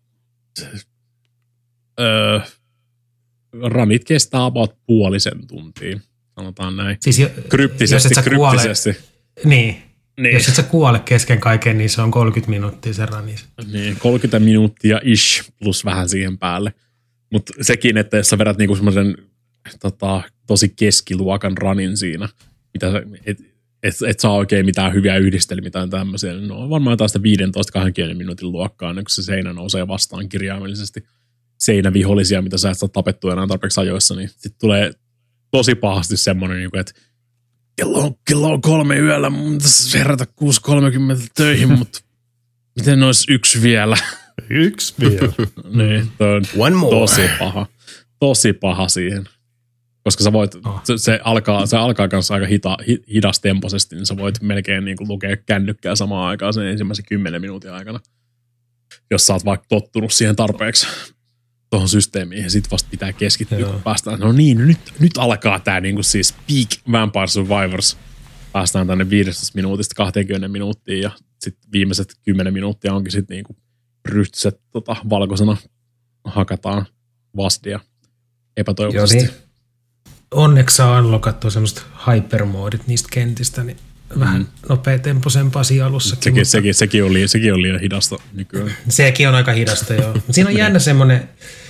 öö, ranit kestää about puolisen tuntia, sanotaan näin. Siis jo, kryptisesti, jos kryptisesti. Kuole, niin. niin. Jos et sä kuole kesken kaiken, niin se on kolmekymmentä minuuttia se rani. Niin, kolmekymmentä minuuttia ish plus vähän siihen päälle. Mutta sekin, että jos sä vedät niinku semmoisen tota, tosi keskiluokan ranin siinä, mitä et, et, et saa oikein mitään hyviä yhdistelmiä tai tämmöisiä, niin no on varmaan jotain sitä viisitoista kaksikymmentä minuutin luokkaa, niin kun se seinä nousee vastaan kirjaimellisesti. seinävihollisia, mitä sä et saa tapettua enää tarpeeksi ajoissa, niin sitten tulee tosi pahasti semmoinen, niin kuin, että kello on, kello on kolme yöllä, mun pitäisi herätä kuusi kolmekymmentä töihin, mutta miten olisi yksi vielä? Yksi vielä. Niin, toi on One more. tosi paha. Tosi paha siihen. Koska sä voit, Oh. se, se, alkaa, se alkaa kanssa aika hita, hi, hidastempoisesti, niin sä voit melkein niin kuin lukea kännykkää samaan aikaan sen ensimmäisen kymmenen minuutin aikana. Jos sä oot vaikka tottunut siihen tarpeeksi tuohon systeemiin, ja sit vasta pitää keskittyä, Joo. kun päästään. No niin, nyt, nyt alkaa tää niin kuin siis Peak Vampire Survivors. Päästään tänne viidestätoista minuutista kaksikymmentä minuuttiin, ja sitten viimeiset kymmenen minuuttia onkin sitten niin kuin ryhtyset tota, valkoisena hakataan vastia epätoivoisesti. Joo, niin. Onneksi saa unlockattua semmoista hypermoodit niistä kentistä, niin vähän nopeatempoisempaa siinä alussakin. Sekin, mutta sekin, sekin, on liian, sekin on liian hidasta nykyään. sekin on aika hidasta, joo. Mutta siinä on jännä semmoinen,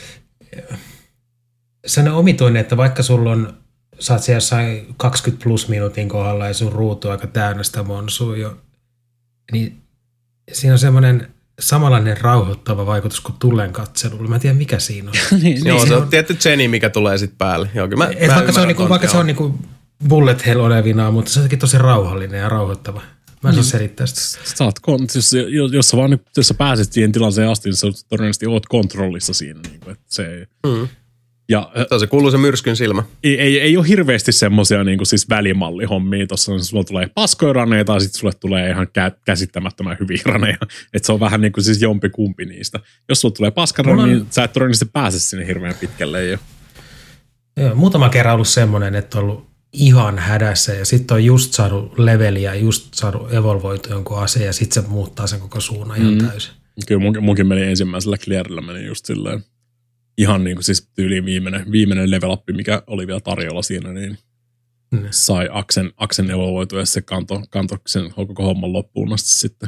semmoinen omituinen, että vaikka sulla on, sä oot siellä jossain kaksikymmentä plus minuutin kohdalla ja sun ruutu on aika täynnä sitä monsua jo, niin siinä on semmoinen samanlainen rauhoittava vaikutus kuin tulen katselulla. Mä en tiedä, mikä siinä on. niin, Joo, se se on on- tietty Jenny, mikä tulee sitten päälle. Joo, kyllä mä, Et mä vaikka se on, ymmärrän niinku, ton, vaikka se joo. on niinku bullet hell olevinaan, mutta se on jotenkin tosi rauhallinen ja rauhoittava. Mä en saa selittää sitä. Sä oot, kon- jos, jos, jos, sä vaan, nyt- jos sä pääset siihen tilanteeseen asti, niin sä todennäköisesti oot kontrollissa siinä. Niin kuin, että se, Mm. ja Se on se kuuluu se myrskyn silmä. ei, ei, ei ole hirveästi semmoisia niin siis välimallihommia. Tuossa sulla tulee paskoja raneja tai sitten sulle tulee ihan kä- käsittämättömän hyviä raneja. Että se on vähän niin kuin siis jompi kumpi niistä. Jos sulla tulee paskarane, Mulla on- niin sä et todennäköisesti pääse sinne hirveän pitkälle. Jo. Joo, muutama kerran ollut semmoinen, että on ollut ihan hädässä ja sitten on just saanut leveliä, just saanut evolvoitu jonkun aseen ja sitten se muuttaa sen koko suunnan ihan Mm. täysin. Kyllä munkin, munkin meni ensimmäisellä clearilla meni just silleen. Ihan niin kuin siis tyyliin viimeinen, viimeinen level up, mikä oli vielä tarjolla siinä, niin Mm. sai Aksen, Aksen evolvoitua ja se kantoi kanto sen koko homman loppuun asti sitten.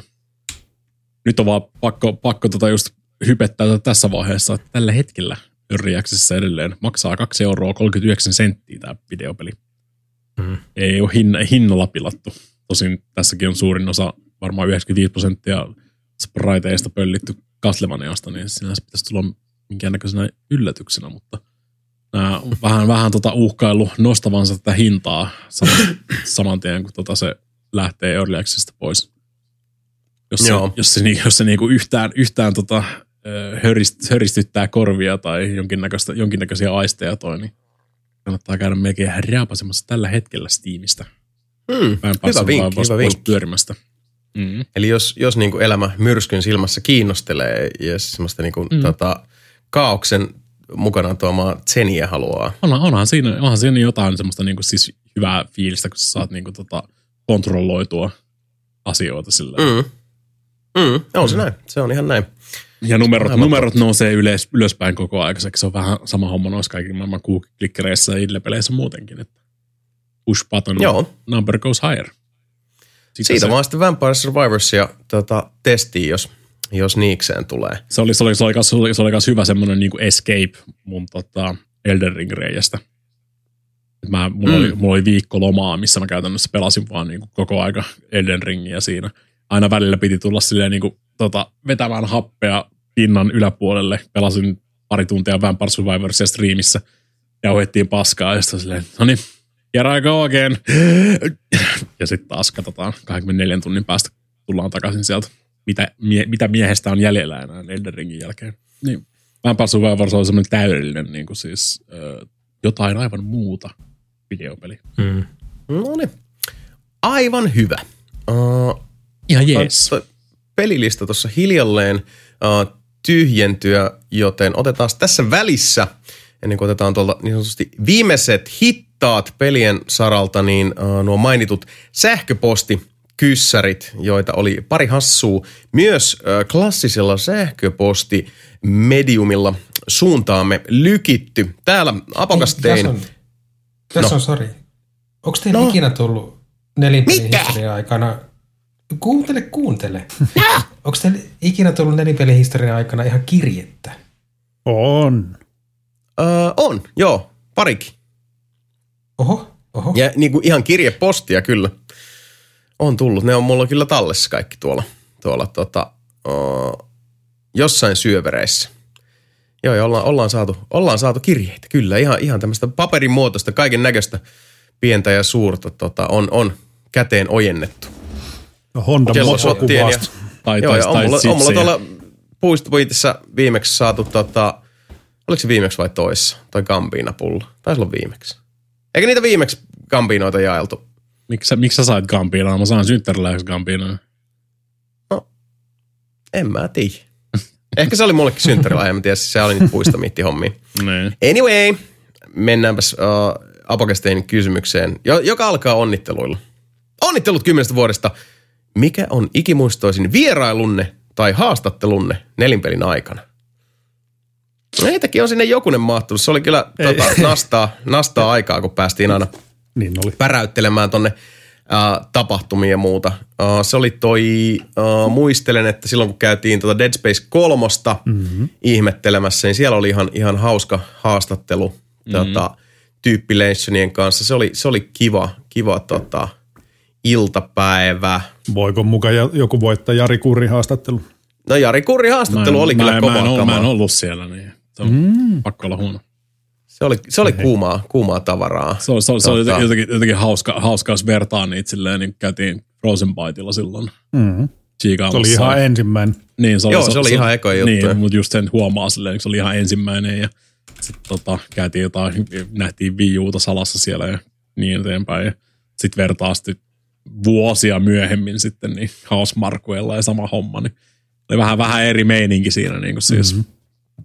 Nyt on vaan pakko, pakko tota just hypettää tässä vaiheessa, että tällä hetkellä Early Accessissa edelleen maksaa kaksi euroa kolmekymmentäyhdeksän senttiä tämä videopeli. Mm. Ei ole hinna, hinnalla pilattu. Tosin tässäkin on suurin osa, varmaan yhdeksänkymmentäviisi prosenttia spriteista pöllitty Castlevaniasta, niin sinänsä pitäisi tulla minkäännäköisenä yllätyksenä, mutta nää on vähän, vähän tota uhkailu nostavansa tätä hintaa saman, saman tien, kun tota se lähtee Early Accessista pois. Jos se, Joo. jos se, niinku- jos se niinku yhtään, yhtään tota, ö, hörist, höristyttää korvia tai jonkinnäköistä, jonkinnäköisiä aisteja toi, niin kannattaa käydä melkein raapasemassa tällä hetkellä Steamista. Hmm. Hyvä vinkki, hyvä vinkki. pyörimästä. Mm. Eli jos, jos niinku elämä myrskyn silmässä kiinnostelee ja semmoista niinku, Mm. tota, kaaoksen mukanaan tuomaa tseniä haluaa. Onhan, onhan, siinä, onhan siinä jotain semmoista niinku siis hyvää fiilistä, kun sä saat niinku tota kontrolloitua asioita sillä. Mm. Mm. Mm. On se näin. Se on ihan näin. Ja numerot, Aivan numerot nousee ylös, ylöspäin koko aikaiseksi. Se on vähän sama homma noissa kaikilla maailman klikkereissä ja idle-peleissä muutenkin. Että push button, Joo. number goes higher. Sitä Siitä se, vaan sitten Vampire Survivorsia tota, testiin, jos, jos niikseen tulee. se oli, se oli, se oli, kas, se oli, se oli kas hyvä semmoinen niinku escape mun tota Elden Ring-reijästä. Et Mä, mulla, Mm. oli, mulla oli viikko lomaa, missä mä käytännössä pelasin vaan niinku koko aika Elden Ringiä siinä. Aina välillä piti tulla silleen niinku, tota, vetämään happea pinnan yläpuolelle. Pelasin pari tuntia Vampire Survivorsia striimissä. Jauhettiin paskaa ja sitten silleen, no niin, here I go again. Ja sitten taas katsotaan kaksikymmentäneljän tunnin päästä tullaan takaisin sieltä, mitä, mie, mitä miehestä on jäljellä enää Elden Ringin jälkeen. Niin, Vampire Survivors on semmoinen täydellinen niin kuin siis, ö, jotain aivan muuta videopeli. Mm. No niin. Aivan hyvä. Uh, Ihan jees. Toi pelilista tuossa hiljalleen uh, tyhjentyä, joten otetaan tässä välissä, ennen kuin otetaan tuolta niin sanotusti viimeiset hittaat pelien saralta, niin uh, nuo mainitut sähköpostikyssärit, joita oli pari hassua, myös uh, klassisella sähköpostimediumilla suuntaamme lykitty. Täällä Apokas tein. Tässä on, tässä No. on sori. Onko teillä No. ikinä tullut nelinpelin Mikä? historian aikana... Kuuntele, kuuntele. Onko teillä ikinä tullut nelinpelin historian aikana ihan kirjettä? On. Uh, on, joo, parikin. Oho, oho. Ja niin kuin ihan kirjepostia kyllä on tullut. Ne on mulla kyllä tallessa kaikki tuolla, tuolla tota, uh, jossain syövereissä. Joo, ja ollaan, ollaan, saatu, ollaan saatu kirjeitä, kyllä. Ihan, ihan tämmöistä paperin muotoista, kaiken näköistä pientä ja suurta tota, on, on käteen ojennettu. No Honda Kelloshottien kuvasta. Tai, joo, tai, ja on tai mulla, on mulla sitsejä. tuolla puistopuitissa viimeksi saatu, tota, oliko se viimeksi vai toissa, toi Gambina-pullo? Taisi olla viimeksi. Eikä niitä viimeksi Gambinoita jaeltu? Miksi sä, miksi sä sait Gambinaa? Mä saan synttäriläiseksi Gambinaa. No, en mä tiedä. Ehkä se oli mullekin synttärilahja, mä tiedän, se oli niitä puistomiittihommia. Niin. Anyway, mennäänpäs uh, Apokesteinin kysymykseen, joka alkaa onnitteluilla. Onnittelut kymmenestä vuodesta. Mikä on ikimuistoisin vierailunne tai haastattelunne nelinpelin aikana? Heitäkin on sinne jokunen mahtunut. Se oli kyllä tota, nastaa, nastaa aikaa, kun päästiin aina Niin oli. päräyttelemään tonne uh, tapahtumia ja muuta. Uh, se oli toi, uh, muistelen, että silloin kun käytiin tota Dead Space kolmosta mm-hmm. ihmettelemässä, niin siellä oli ihan, ihan hauska haastattelu mm-hmm. tota, tyyppilenssonien kanssa. Se oli, se oli kiva, kiva tota, iltapäivä. Voiko mukaan joku voittaa Jari Kurrin haastattelu? No Jari Kurrin haastattelu Mä, oli mä, kyllä mä, kovaa mä, en, kamaa. mä en ollut siellä, niin se on mm. pakko olla huono. Se oli, se oli kuumaa, kuumaa tavaraa. Se, oli- se, oli- se oli Tota- jotenkin, jotenkin hauska, hauska, jos vertaa niitä silleen, niin käytiin Rosenbiteilla silloin. Mm-hmm. Se Chicagossa. oli ihan ensimmäinen. Niin, se oli, Joo, se oli ihan ekoja juttuja. Niin, mutta just sen huomaa silleen, se oli ihan ensimmäinen ja sitten tota, käytiin jotain, nähtiin Wii Uta salassa siellä ja niin eteenpäin. Ja sitten vertaa sitten vuosia myöhemmin sitten niin Hausmarkuella ja sama homma, niin oli vähän, vähän eri meininki siinä niin kuin siis. Mm-hmm.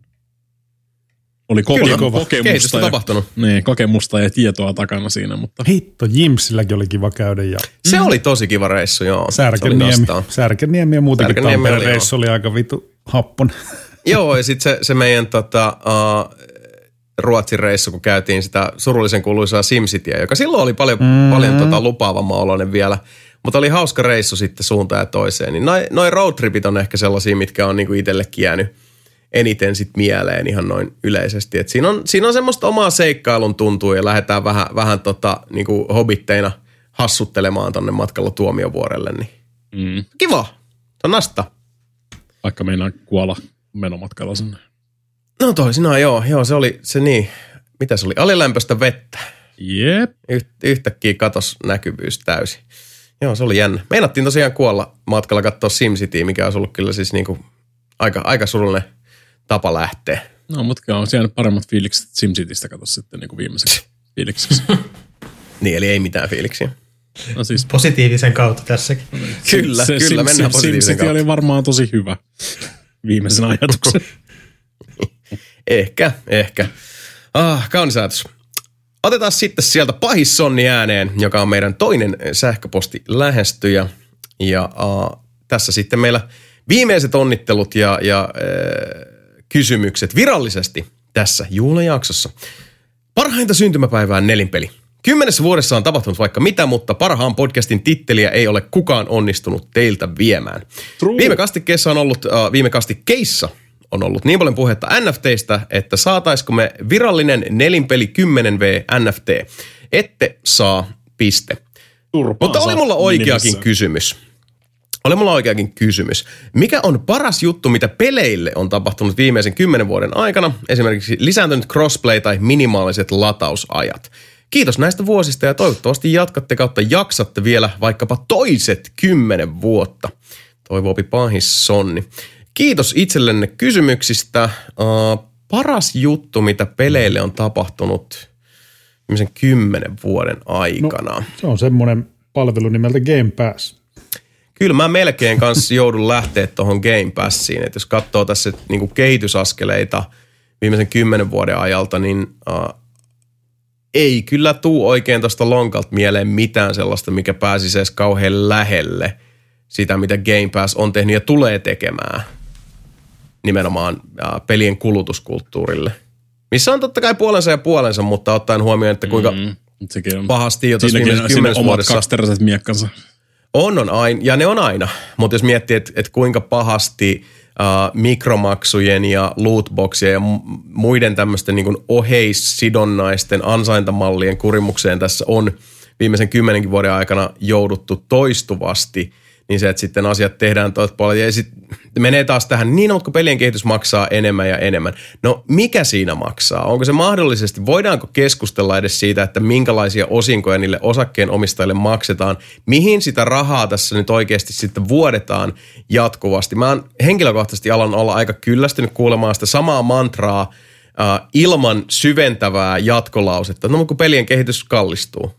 Oli koke- Kyllä, kokemusta, kehitystä ja, tapahtunut. niin, kokemusta ja tietoa takana siinä, mutta Hitto, Jimsilläkin oli kiva käydä ja Se oli tosi kiva reissu, joo. Se oli Särkänniemi, nastaa. Särkänniemi ja muutenkin Särkänniemi Tampereen oli, reissu oli aika vitu happon. Joo, ja sitten se, se meidän tota, uh, Ruotsin reissu, kun käytiin sitä surullisen kuuluisaa SimCityä, joka silloin oli paljon, mm. paljon tota, lupaavamman oloinen vielä, mutta oli hauska reissu sitten suuntaan ja toiseen. Niin noi, noi roadtripit on ehkä sellaisia, mitkä on niinku itsellekin jäänyt eniten sit mieleen ihan noin yleisesti. Et siinä, on, siinä on semmoista omaa seikkailun tuntua ja lähdetään vähän, vähän tota, niinku hobitteina hassuttelemaan tonne matkalla Tuomiovuorelle. Niin. mm, Kiva, se on nasta. vaikka meinaa kuolla menomatkalla sinne. No toisinaan joo, joo se oli se niin, mitä se oli, alilämpöistä vettä. Jep. Yht, yhtäkkiä katos näkyvyys täysin. Joo, se oli jännä. Meinattiin tosiaan kuolla matkalla katsoa SimCityä, mikä olisi ollut kyllä siis niinku aika, aika surullinen tapa lähteä. No, mutta on siellä paremmat fiilikset SimCitystä, kato sitten niin kuin viimeiseksi fiilikseksi. Niin, eli ei mitään fiiliksiä. No siis Positiivisen kautta tässäkin. Kyllä, se, kyllä, Sim- mennään Sim- positiivisen SimCity kautta. oli varmaan tosi hyvä viimeisen ajatuksen. Ehkä, ehkä. Ah, kaunis ajatus. Otetaan sitten sieltä Pahissonni ääneen, joka on meidän toinen sähköposti lähestyjä. Ja uh, tässä sitten meillä viimeiset onnittelut ja, ja äh, kysymykset virallisesti tässä juhlajaksossa. Parhainta syntymäpäivää nelinpeli. Kymmenessä vuodessa on tapahtunut vaikka mitä, mutta parhaan podcastin titteliä ei ole kukaan onnistunut teiltä viemään. True. Viime kastikkeessa on ollut, uh, viime kastikkeissa on ollut niin paljon puhetta N F T:stä, että saataisiko me virallinen nelinpeli kymmenen V N F T. Ette saa piste. Mutta oli mulla oikeakin nimessä. kysymys. Oli mulla oikeakin kysymys. Mikä on paras juttu, mitä peleille on tapahtunut viimeisen kymmenen vuoden aikana? Esimerkiksi lisääntynyt crossplay tai minimaaliset latausajat. Kiitos näistä vuosista ja toivottavasti jatkatte kautta jaksatte vielä vaikkapa toiset kymmenen vuotta. Toivoopi Pahissonni. Kiitos itsellenne kysymyksistä. Uh, paras juttu, mitä peleille on tapahtunut viimeisen kymmenen vuoden aikana. No, se on semmoinen palvelu nimeltä Game Pass. Kyllä mä melkein kanssa joudun lähteä tuohon Game Passiin. Että jos katsoo tässä niinku kehitysaskeleita viimeisen kymmenen vuoden ajalta, niin uh, ei kyllä tuu oikein tuosta lonkalta mieleen mitään sellaista, mikä pääsisi edes kauhean lähelle sitä, mitä Game Pass on tehnyt ja tulee tekemään nimenomaan uh, pelien kulutuskulttuurille. Missä on totta kai puolensa ja puolensa, mutta ottaen huomioon, että kuinka Mm, sekin on. pahasti jo tuossa Siinäkin viimeisessä on siinä kymmenessä omat vuodessa kaksiteräiset miekkansa. on, on aina, ja ne on aina. Mutta jos miettii, että et kuinka pahasti uh, mikromaksujen ja lootboxien ja muiden tämmöisten niin kuin oheissidonnaisten ansaintamallien kurimukseen tässä on viimeisen kymmenenkin vuoden aikana jouduttu toistuvasti, niin se, että sitten asiat tehdään tuolta puolella. Ja sitten menee taas tähän, niin mutta kun pelien kehitys maksaa enemmän ja enemmän. No mikä siinä maksaa? Onko se mahdollisesti, voidaanko keskustella edes siitä, että minkälaisia osinkoja niille osakkeenomistajille maksetaan? Mihin sitä rahaa tässä nyt oikeasti sitten vuodetaan jatkuvasti? Mä oon henkilökohtaisesti alan olla aika kyllästynyt kuulemaan sitä samaa mantraa uh, ilman syventävää jatkolausetta. No kun pelien kehitys kallistuu.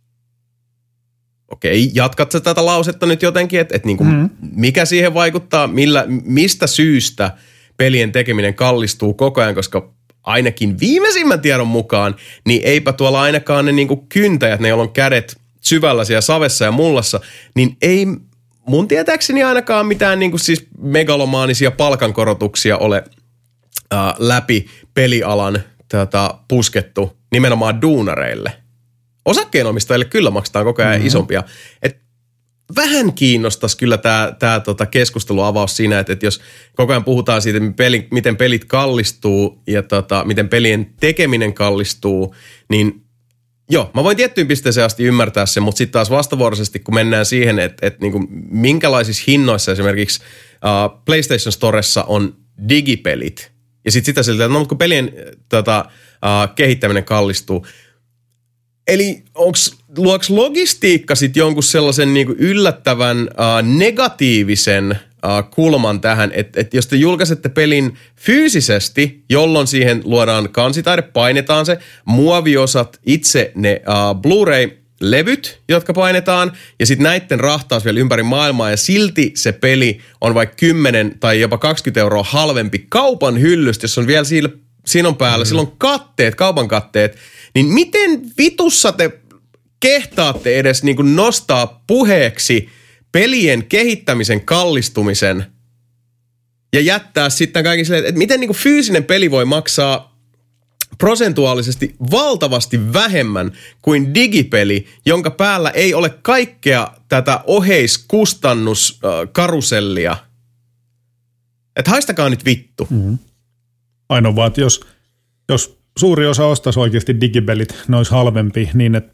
Okei, jatkat sä tätä lausetta nyt jotenkin, että et niinku, mm. mikä siihen vaikuttaa, millä, mistä syystä pelien tekeminen kallistuu koko ajan, koska ainakin viimeisimmän tiedon mukaan, niin eipä tuolla ainakaan ne niinku kyntäjät, ne joilla on kädet syvällä siellä savessa ja mullassa, niin ei mun tietääkseni ainakaan mitään niinku siis megalomaanisia palkankorotuksia ole äh, läpi pelialan tätä puskettu nimenomaan duunareille. Osakkeenomistajille kyllä maksetaan koko ajan mm-hmm. isompia. Et vähän kiinnostaisi kyllä tämä tää tota keskusteluavaus siinä, että et jos koko ajan puhutaan siitä, peli, miten pelit kallistuu ja tota, miten pelien tekeminen kallistuu, niin joo, mä voin tiettyyn pisteeseen asti ymmärtää sen, mutta sitten taas vastavuoroisesti, kun mennään siihen, että et niinku minkälaisissa hinnoissa esimerkiksi uh, PlayStation Storessa on digipelit, ja sitten sitä siltä, että no, mutta kun pelien tota, uh, kehittäminen kallistuu, eli onks, luoks logistiikka sitten jonkun sellaisen niinku yllättävän uh, negatiivisen uh, kulman tähän, että et jos te julkaisette pelin fyysisesti, jolloin siihen luodaan kansitaide, painetaan se, muoviosat, itse ne uh, Blu-ray-levyt, jotka painetaan, ja sitten näitten rahtaus vielä ympäri maailmaa, ja silti se peli on vaikka kymmenen tai jopa kaksikymmentä euroa halvempi kaupan hyllystä, jos on vielä siinä, siinä on päällä, mm. silloin katteet, kaupan katteet, niin miten vitussa te kehtaatte edes niin kuin nostaa puheeksi pelien kehittämisen kallistumisen ja jättää sitten kaikki silleen, että miten niin kuin fyysinen peli voi maksaa prosentuaalisesti valtavasti vähemmän kuin digipeli, jonka päällä ei ole kaikkea tätä oheiskustannuskarusellia. Että haistakaa nyt vittu. Mm-hmm. Ainoa vaan, että jos, jos suuri osa ostaisi oikeasti digipelit, ne olisi halvempi niin, että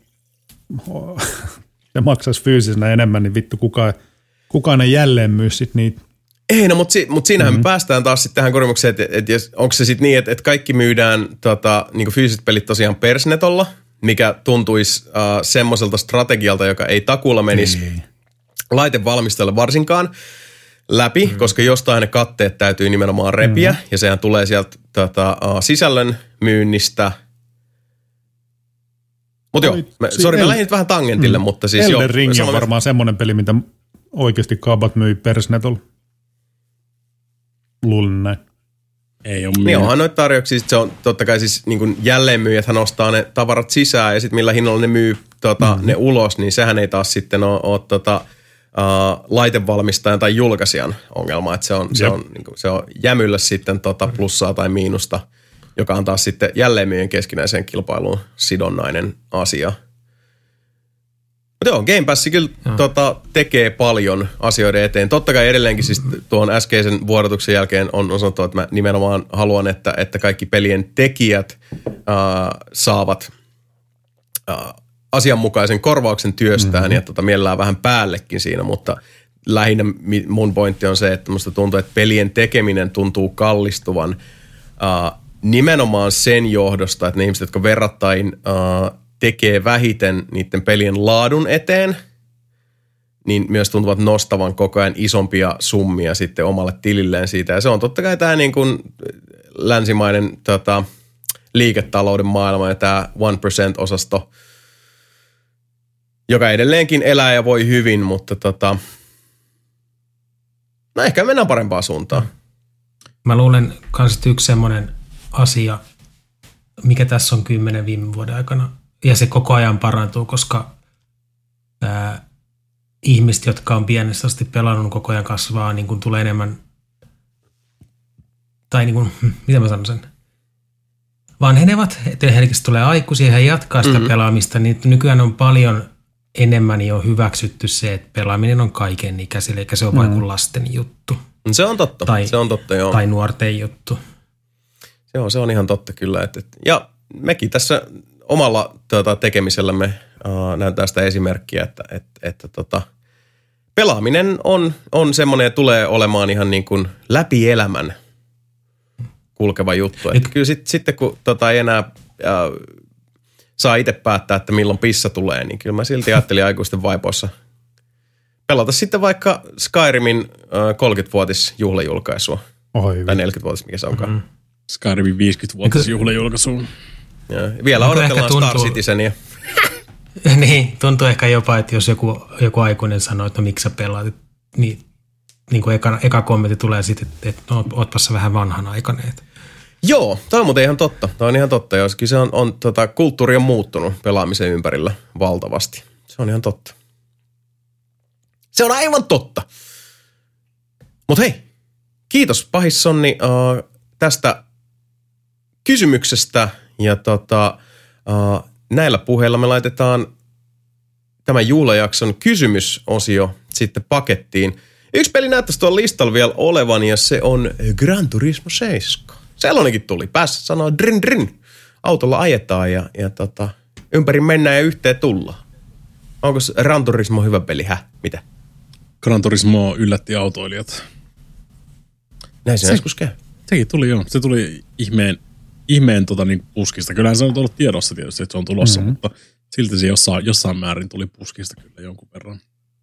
se maksaisi fyysisenä enemmän, niin vittu kukaan, kukaan ei jälleen myy sit niitä. Ei, no mutta si, mut siinähän mm-hmm. me päästään taas sitten tähän korimukseen, että et, et, onko se sitten niin, että et kaikki myydään tota, niinku fyysiset pelit tosiaan persnetolla, mikä tuntuisi uh, semmoiselta strategialta, joka ei takuulla menisi ei. laitevalmistajalle varsinkaan läpi, mm-hmm. koska jostain ne katteet täytyy nimenomaan repiä, mm-hmm. ja sehän tulee sieltä tota, uh, sisällön myynnistä. Mutta joo, me, sori, mä lähdin nyt vähän tangentille, mm. mutta siis Elden joo. Ring on varmaan semmoinen peli, mitä oikeasti kaupat myy persnetolla. Luulen näin. Ei ole myynyt. Niin onhan noita tarjouksia, se on totta kai siis niin kuin jälleenmyyjäthän ostaa ne tavarat sisään ja sitten millä hinnalla ne myy tota, mm-hmm. ne ulos, niin sehän ei taas sitten ole, ole tota, uh, laitevalmistajan tai julkaisijan ongelma, että se on, se on, niin kuin, se on jämyllä sitten tota plussaa tai miinusta, joka on taas sitten jälleenmyyjän keskinäiseen kilpailuun sidonnainen asia. Mutta joo, Game Pass kyllä tota, tekee paljon asioiden eteen. Totta kai edelleenkin siis tuon äskeisen vuorotuksen jälkeen on sanottu, että mä nimenomaan haluan, että, että kaikki pelien tekijät äh, saavat äh, asianmukaisen korvauksen työstään mm-hmm. ja tota, mielellään vähän päällekin siinä, mutta lähinnä mun pointti on se, että musta tuntuu, että pelien tekeminen tuntuu kallistuvan äh, nimenomaan sen johdosta, että ne ihmiset, jotka verrattain äh, tekee vähiten niiden pelien laadun eteen, niin myös tuntuvat nostavan koko ajan isompia summia sitten omalle tililleen siitä. Ja se on totta kai tämä niin kuin länsimainen tota, liiketalouden maailma ja tämä one percent-osasto, joka edelleenkin elää ja voi hyvin, mutta tota, no ehkä mennään parempaan suuntaan. Mä luulen kans, että yksi semmoinen asia, mikä tässä on kymmenen viime vuoden aikana, ja se koko ajan parantuu, koska ää, ihmiset, jotka on pienestä asti pelannut, koko ajan kasvaa, niin kun tulee enemmän, tai niin kuin, mitä mä sanon sen, vanhenevat, että heillekin tulee aikuisia, he jatkaa sitä mm-hmm. pelaamista, niin nykyään on paljon enemmän jo hyväksytty se, että pelaaminen on kaiken ikäisille, eikä se ole mm-hmm. vain kuin lasten juttu. Se on totta, tai, se on totta, joo. Tai nuorten juttu. Joo, se on ihan totta kyllä. Että, ja mekin tässä omalla tuota, tekemisellämme uh, näyttää sitä esimerkkiä, että, että, että tota, pelaaminen on, on semmoinen ja tulee olemaan ihan niin kuin läpi elämän kulkeva juttu. Että kyllä sit, sitten kun tota ei enää äh, saa itse päättää, että milloin pissa tulee, niin kyllä mä silti ajattelin aikuisten vaipoissa pelata sitten vaikka Skyrimin äh, kolmekymmenvuotisjuhlajulkaisua. Oi, tai neljäkymmenvuotis, mikä se onkaan. Mm-hmm. Skyrimin viisikymmenvuotisjuhlajulkaisuun. Vielä odotellaan tuntuu... Star Citizenia. Niin, tuntuu ehkä jopa, että jos joku, joku aikuinen sanoo, että no miksi sä pelaat, niin, niin kuin eka, eka kommentti tulee sitten, että, että no, ootpas sä vähän vanhanaikainen. Joo, tämä on muuten ihan totta. Tämä on ihan totta, joskin se on, on tota, kulttuuri on muuttunut pelaamisen ympärillä valtavasti. Se on ihan totta. Se on aivan totta. Mutta hei, kiitos Pahissonni uh, tästä kysymyksestä ja tota, uh, näillä puheilla me laitetaan tämän juhlajakson kysymysosio sitten pakettiin. Yksi peli näyttäisi tuolla listalla vielä olevan ja se on Gran Turismo seitsemän. Sellainenkin tuli. Päässä sanoo drin drin. Autolla ajetaan ja, ja tota, ympäri mennään ja yhteen tullaan. Onko Gran Turismo hyvä peli? Häh? Mitä? Gran Turismo yllätti autoilijat. Näin se, se joskus käy. Sekin tuli joo. Se tuli ihmeen, ihmeen tota, niin puskista. Kyllähän se on ollut tiedossa tietysti, että se on tulossa, mm-hmm. mutta silti se jossain, jossain määrin tuli puskista kyllä jonkun verran.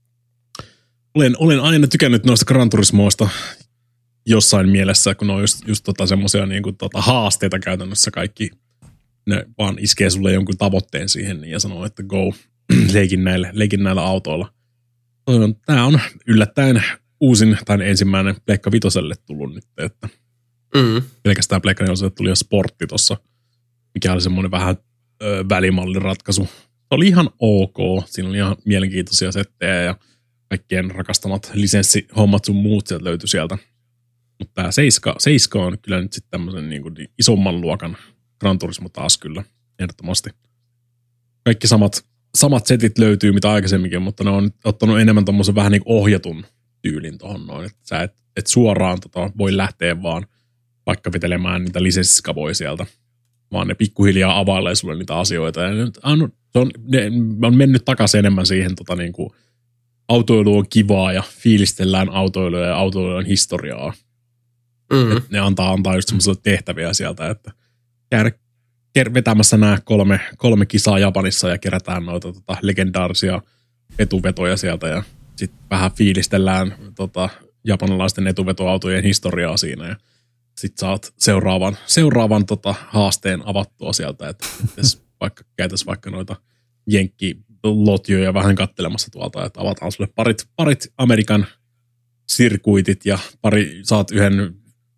Olen, olen aina tykännyt noista Gran Turismoista jossain mielessä, kun ne on just, just tota semmoisia niin kuin tota haasteita käytännössä kaikki. Ne vaan iskee sulle jonkun tavoitteen siihen ja sanoo, että go, leikin näillä, leikin näillä autoilla. Tämä on yllättäen uusin tai ensimmäinen Pleikka Vitoselle tullut nyt, että mm. pelkästään Pleikka Vitoselle tuli jo sportti tuossa, mikä oli semmoinen vähän ö, välimalliratkaisu. Se oli ihan ok, siinä oli ihan mielenkiintoisia settejä ja kaikkien rakastamat lisenssihommat sun muut sieltä löytyi sieltä. Mutta tämä seiska, seiska on kyllä nyt sitten tämmöisen niin kuin isomman luokan Gran Turismo taas kyllä, ehdottomasti. Kaikki samat, samat setit löytyy mitä aikaisemminkin, mutta ne on ottanut enemmän tommosen vähän niin kuin ohjatun tyylin tuohon noin. Että sä et, et suoraan tota voi lähteä vaan vaikka pitelemään niitä lisenssiskavoja sieltä, vaan ne pikkuhiljaa availee sulle niitä asioita. Ja nyt on, se on, ne on mennyt takaisin enemmän siihen tota niin kuin autoilu on kivaa ja fiilistellään autoilua ja autoilun historiaa. Mm-hmm. Ne antaa, antaa just semmoisia tehtäviä sieltä, että käydä vetämässä nämä kolme, kolme kisaa Japanissa ja kerätään noita tota, legendaarisia etuvetoja sieltä ja sitten vähän fiilistellään tota, japanilaisten etuvetoautojen historiaa siinä ja sitten saat seuraavan, seuraavan tota, haasteen avattua sieltä, että vaikka käytäisiin vaikka noita jenkkilotjoja vähän kattelemassa tuolta, että avataan sulle parit, parit Amerikan sirkuitit ja pari, saat yhden,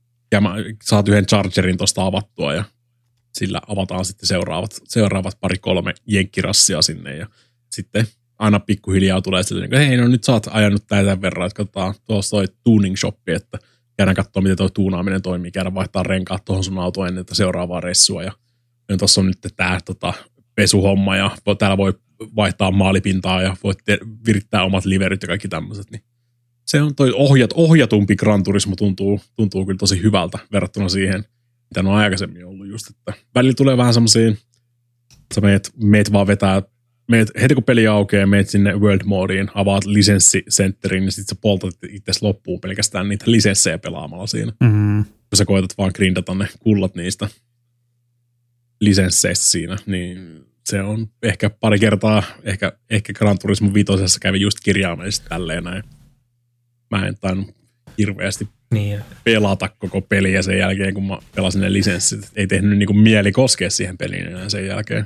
saat yhden Chargerin tuosta avattua ja sillä avataan sitten seuraavat, seuraavat pari kolme jenkkirassia sinne ja sitten aina pikkuhiljaa tulee silleen, että hei no nyt sä oot ajanut tämän verran, että katsotaan tuossa toi tuning shoppi, että käydään katsoa miten tuo tuunaaminen toimii, käydään vaihtaa renkaat tuohon sun autoon ennen seuraavaa ressua ja tuossa on nyt tämä tota, pesuhomma ja täällä voi vaihtaa maalipintaa ja voit virittää omat liverit ja kaikki tämmöiset, niin se on toi ohjat, ohjatumpi Gran Turismo tuntuu, tuntuu kyllä tosi hyvältä verrattuna siihen, mitä ne on aikaisemmin ollut just, että välillä tulee vähän semmosia, sä meet, meet vaan vetää, meet, heti kun peli aukeaa, meet sinne World Modeen, avaat lisenssicentterin ja sit sä poltat itse loppuun pelkästään niitä lisenssejä pelaamalla siinä. Mm-hmm. Kun sä koetat vaan grindata ne kullat niistä lisensseistä siinä, niin se on ehkä pari kertaa, ehkä, ehkä Gran Turismo vitosessa kävi just kirjaimellisesti tälleen näin. Mä en tainnut hirveästi niin. pelata koko peliä sen jälkeen, kun mä pelasin ne lisenssit. Ei tehnyt niinku mieli koskea siihen peliin enää sen jälkeen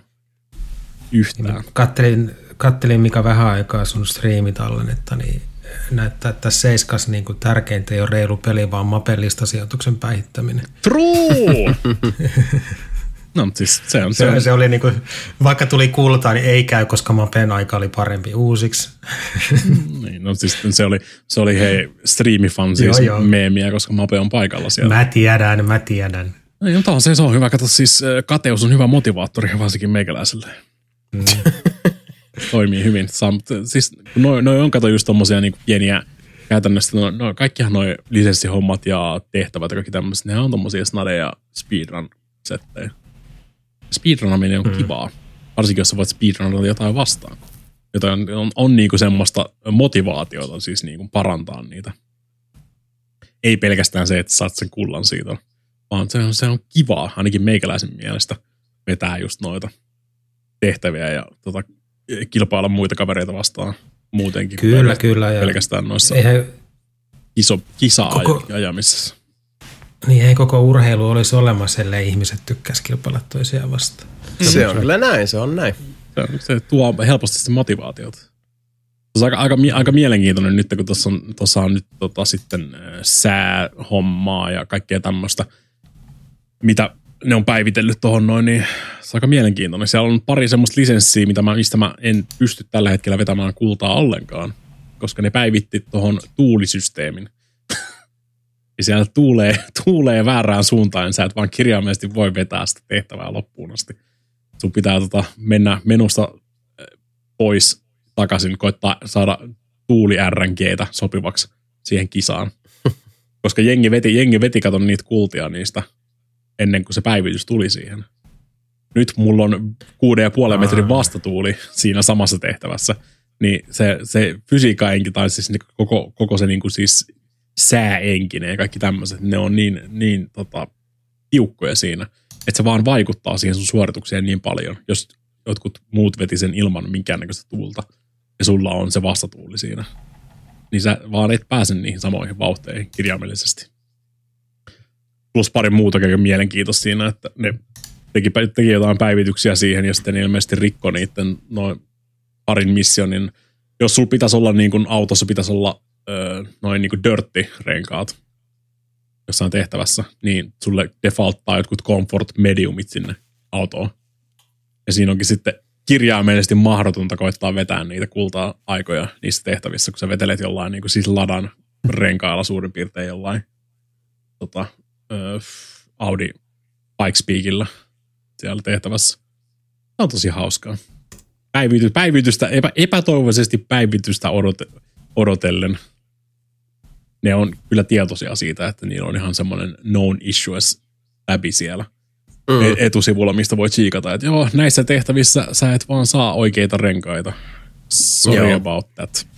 yhtään. Kattelin, kattelin mikä vähän aikaa sun striimitallennetta, niin näyttää, että tässä seiskas niin kuin tärkeintä ei ole reilu peli, vaan mapellista sijoituksen päihittäminen. True! No, siis se on se. Se, se oli niin kuin, vaikka tuli kultaa, niin ei käy, koska mapen aika oli parempi uusiksi. Niin, no siis se oli, se oli hei striimifan siis joo, joo. meemiä, koska mape on paikalla siellä. Mä tiedän, mä tiedän. No, mutta se, se on hyvä. Kato, siis kateus on hyvä motivaattori, varsinkin meikäläiselle. Mm. Toimii hyvin. Saa, siis noi, noi on kato just tommosia niin pieniä käytännössä, no, no kaikkihan noi lisenssihommat ja tehtävät ja kaikki tämmöiset, nehän on tommosia snadeja speedrun-settejä. Speedrunaminen on mm. kivaa, varsinkin jos sä voit speedrunata jotain vastaan. joten on, on niinku semmoista motivaatiota siis niinku parantaa niitä. Ei pelkästään se, että saat sen kullan siitä, vaan se on, se on kivaa, ainakin meikäläisen mielestä, vetää just noita tehtäviä ja tota, kilpailla muita kavereita vastaan muutenkin. Kyllä, pelkästään, kyllä. Ja pelkästään noissa eihän, iso, koko, kisa-ajamisessa. Niin ei koko urheilu olisi olemassa, ellei ihmiset tykkäisi kilpailla toisiaan vastaan. Se, se on kyllä näin, se on näin. Se, se tuo helposti sitä motivaatiota. Se on aika, aika, aika mielenkiintoinen nyt, kun tuossa on, tuossa on nyt tota, sitten säähommaa ja kaikkea tämmöistä, mitä ne on päivitellyt tuohon noin, niin se on aika mielenkiintoinen. Siellä on pari semmoista lisenssiä, mitä mä, mistä mä en pysty tällä hetkellä vetämään kultaa ollenkaan, koska ne päivitti tuohon tuulisysteemin. Ja siellä tuulee, tuulee väärään suuntaan, sä et vaan kirjaimellisesti voi vetää sitä tehtävää loppuun asti. Sun pitää tota mennä menusta pois takaisin, koittaa saada tuuli R N G:tä sopivaksi siihen kisaan. Koska jengi veti, jengi veti katon niitä kultia niistä ennen kuin se päivitys tuli siihen. Nyt mulla on kuuden ja puolen metrin vastatuuli siinä samassa tehtävässä. Niin se, se fysiikka-enki tai siis koko, koko se niinku siis sääenkinen ja kaikki tämmöiset, ne on niin, niin tota, tiukkoja siinä, että se vaan vaikuttaa siihen sun suoritukseen niin paljon, jos jotkut muut veti sen ilman minkäännäköistä tuulta ja sulla on se vastatuuli siinä. Niin sä vaan et pääse niihin samoihin vauhteihin kirjaimellisesti. Plus pari muuta kaiken mielenkiintoista siinä, että ne teki, teki jotain päivityksiä siihen ja sitten ilmeisesti rikko niiden noin parin missionin. Jos sulla pitäisi olla niin kuin autossa, pitäisi olla öö, noin niin kuin dirty-renkaat jossain tehtävässä, niin sulle defaulttaa jotkut comfort mediumit sinne autoon. Ja siinä onkin sitten kirjaimellisesti mahdotonta koittaa vetää niitä kulta-aikoja niissä tehtävissä, kun sä vetelet jollain niin kuin siis ladan renkailla suurin piirtein jollain tota, öö, Audi Pikespeakillä siellä tehtävässä. Se on tosi hauskaa. Päivity, päivitystä, epä, epätoivoisesti päivitystä odot, odotellen. Ne on kyllä tietoisia siitä, että niillä on ihan semmoinen known issues läpi siellä mm. etusivulla, mistä voit siikata, että joo, näissä tehtävissä sä et vaan saa oikeita renkaita. Sorry joo. about that.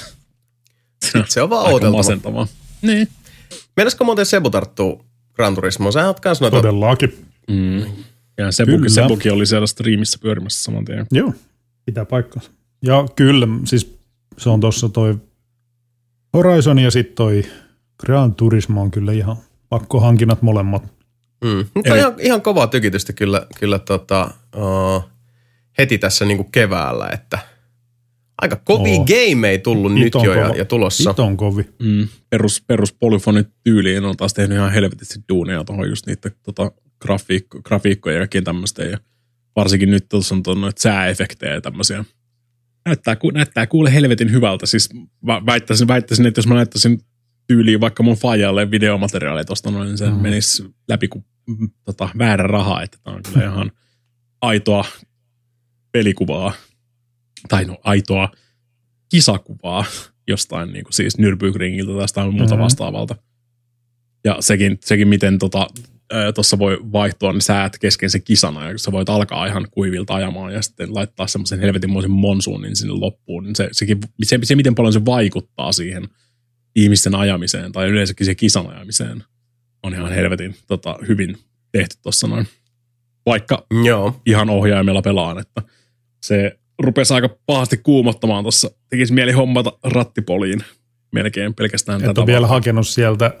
Se on vaan odoteltava. Masentavaa. Niin. Meinaisiko muuten Sebu tarttuu Gran Turismoon? Sä oot kans noita... Todellakin. Mm. Ja Sebukin, Sebukin oli siellä striimissä pyörimässä saman tien. Joo, pitää paikkansa. Ja kyllä, siis se on tossa toi Horizon ja sitten toi Gran Turismo on kyllä ihan pakkohankinnat molemmat. Mm. Mutta Eli... ihan, ihan kovaa tykitystä kyllä, kyllä tota, uh, heti tässä niinku keväällä, että aika kovia oh. gameja tullut It nyt jo ja, ja tulossa. It on kovi. Mm. Perus, perus polyfonit tyyliin on taas tehnyt ihan helvetisti duunia tuohon just niiden tota, grafiikko, grafiikkoja ja kaikkien tämmöistä. Ja varsinkin nyt tuossa on tuonne sääefektejä ja tämmöisiä. Näyttää, näyttää kuule helvetin hyvältä. Siis väittäisin, väittäisin, että jos mä näyttäisin tyyliin vaikka mun faijalle videomateriaalia tuosta noin, niin se mm. menisi läpi kuin tota, väärä raha. Että tää on kyllä ihan aitoa pelikuvaa. Tai no aitoa kisakuvaa jostain niin kuin siis Nürburgringiltä tai jostain muuta mm-hmm. vastaavalta. Ja sekin, sekin miten tota, tuossa voi vaihtua ne säät kesken se kisana, ja sä voit alkaa ihan kuivilta ajamaan ja sitten laittaa semmoisen helvetinmoisen monsuunin sinne loppuun. Niin se, sekin, se, se, miten paljon se vaikuttaa siihen ihmisten ajamiseen tai yleensäkin siihen kisan ajamiseen, on ihan helvetin tota, hyvin tehty tuossa noin. Vaikka Joo. ihan ohjaimella pelaan, että se rupesi aika pahasti kuumottamaan tuossa. Tekisi mieli hommata rattipoliin melkein pelkästään Et tätä. ole vielä hakenut sieltä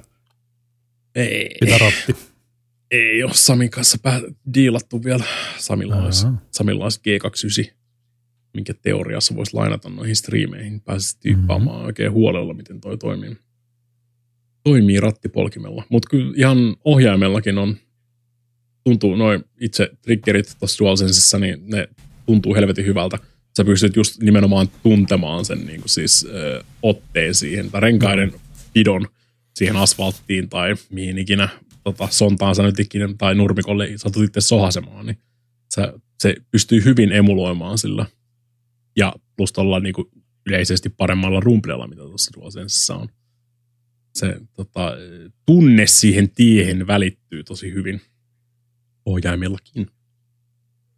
ei, sitä ratti. Ei ole Samin kanssa pää, diilattu vielä. Samilla olisi, Samilla olisi G kaksikymmentäyhdeksän, minkä teoriassa voisi lainata noihin striimeihin. Pääsisi tyyppaamaan mm-hmm. oikein huolella, miten toi toimii. Toimii rattipolkimella. Mutta kyllä ihan ohjaimellakin on, tuntuu noin itse triggerit tuossa DualSensessa, niin ne tuntuu helvetin hyvältä. Sä pystyt just nimenomaan tuntemaan sen niin kuin siis ö, otteen siihen, tai renkaiden pidon siihen asfalttiin tai mihin ikinä tota, sontaan sä nyt ikinä, tai nurmikolle satut itse sohasemaan, niin sä, se pystyy hyvin emuloimaan sillä. Ja plus tuolla niin kuin yleisesti paremmalla rumplella, mitä tuossa DualSensessa on. Se tota, tunne siihen tiehen välittyy tosi hyvin ohjaimillakin.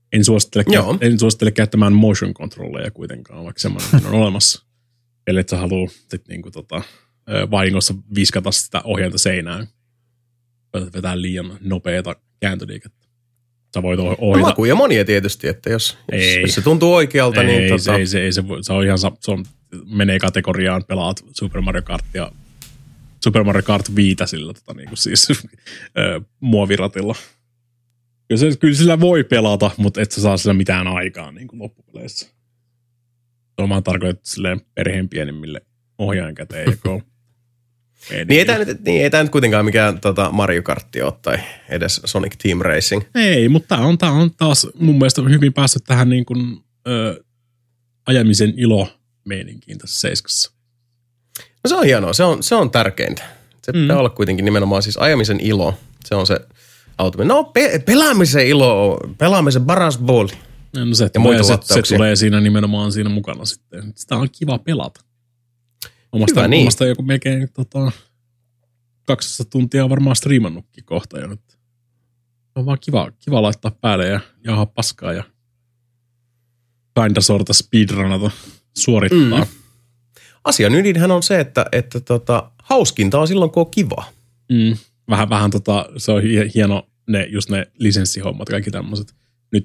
En suosittele, kä- en suosittele käyttämään motion controlleja kuitenkaan, vaikka semmoinen on olemassa. Eli että sä haluaa sit niinku tota, vahingossa viskata sitä ohjainta seinään. Vetää liian nopeata kääntöliikettä. Sä voit ohjata. No makuja monia tietysti, että jos, jos se tuntuu oikealta, ei, niin... Tota... Ei, se, ei, se, se on ihan, se on, menee kategoriaan, pelaat Super Mario Kartia, Super Mario Kart viisi sillä tota, niin kuin siis muoviratilla. Kyllä, se, kyllä sillä voi pelata, mutta et sä saa sillä mitään aikaa niin kuin loppupeleissä. Se on vaan tarkoitettu silleen perheen pienimmille ohjaajan käteen ja go. Niin ei tämä nyt, niin ei nyt kuitenkaan mikään tota Mario Kartti ole tai edes Sonic Team Racing. Ei, mutta tämä on, on taas mun mielestä hyvin päässyt tähän niin kuin, ö, ajamisen ilo-meininkiin tässä seiskassa. No se on hienoa, se on, se on tärkeintä. Se mm. pitää olla kuitenkin nimenomaan siis ajamisen ilo. Se on se auto. No pe- pelaamisen ilo, pelaamisen paras booli. No se, tulee, se, se tulee siinä nimenomaan siinä mukana sitten. Sitä on kiva pelata. Omasta, Hyvä, niin. omasta joku melkein tota, kaksisataa tuntia on varmaan striimannutkin kohta jo nyt. On vaan kiva, kiva laittaa päälle ja jaha paskaa ja kinda sorta speedrunata suorittaa. Mm. Asian ydinhän on se, että, että tota, hauskinta on silloin, kun on kiva. Mm. Vähän, vähän tota, se on hieno ne, just ne lisenssihommat, kaikki tämmöiset. Nyt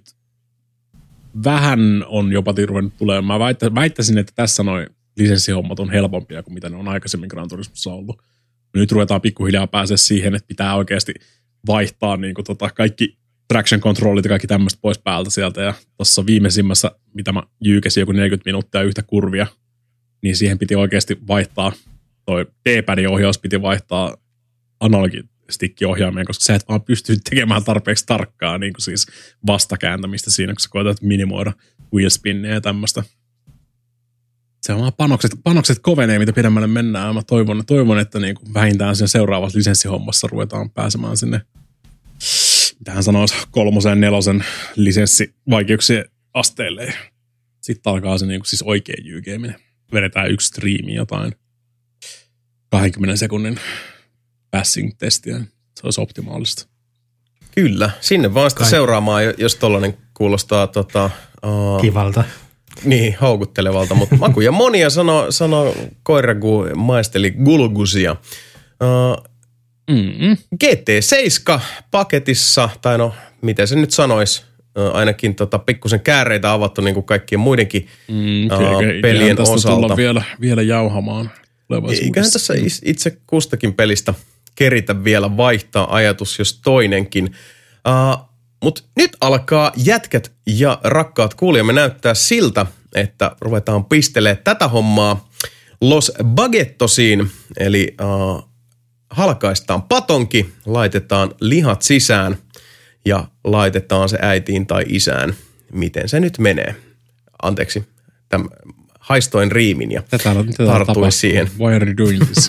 vähän on jopa ruvennut tulemaan. Mä väittä, väittäisin, että tässä noin lisenssihommat on helpompia kuin mitä ne on aikaisemmin Gran Turismossa ollut. Nyt ruvetaan pikkuhiljaa pääsee siihen, että pitää oikeasti vaihtaa niin kuin tota kaikki traction controllit ja kaikki tämmöistä pois päältä sieltä. Ja tuossa viimeisimmässä, mitä mä jyykäsin joku neljäkymmentä minuuttia yhtä kurvia, niin siihen piti oikeasti vaihtaa, toi D-padin ohjaus piti vaihtaa analogistikkiohjaimeen, koska sä et vaan pysty tekemään tarpeeksi tarkkaa niin kuin siis vastakääntämistä siinä, kun sä koetat minimoida wheelspinneja ja tämmöistä. Se on vaan panokset, panokset kovenee, mitä pidemmälle mennään. Mä toivon, toivon että niin kuin vähintään sen seuraavassa lisenssihommassa ruvetaan pääsemään sinne, mitähän sanoisi, kolmosen, nelosen lisenssivaikeuksien asteelle. Sitten alkaa se niin kuin siis oikea jyykeeminen. Vedetään yksi striimi jotain kaksikymmentä sekunnin passing-testiä. Se olisi optimaalista. Kyllä, sinne vaan sitten seuraamaan, jos tollainen kuulostaa tota, uh, kivalta. Niin, houkuttelevalta, mutta makuja monia sano, sano koira, kun maisteli gulgusia. Uh, mm-hmm. G T seitsemän paketissa, tai no, miten se nyt sanoisi, uh, ainakin tota, pikkusen kääreitä avattu niin kuin kaikkien muidenkin mm, uh, pelien tästä osalta. Tulla vielä, vielä jauhamaan. Eiköhän tässä itse kustakin pelistä keritä vielä vaihtaa ajatus, jos toinenkin. Uh, Mutta nyt alkaa jätkät ja rakkaat kuulijamme näyttää siltä, että ruvetaan pistelee tätä hommaa Los Baguettosiin, eli uh, halkaistaan patonki, laitetaan lihat sisään ja laitetaan se äitiin tai isään. Miten se nyt menee? Anteeksi, täm, haistoin riimin ja tätä, tätä tartuin siihen. Why are you doing this?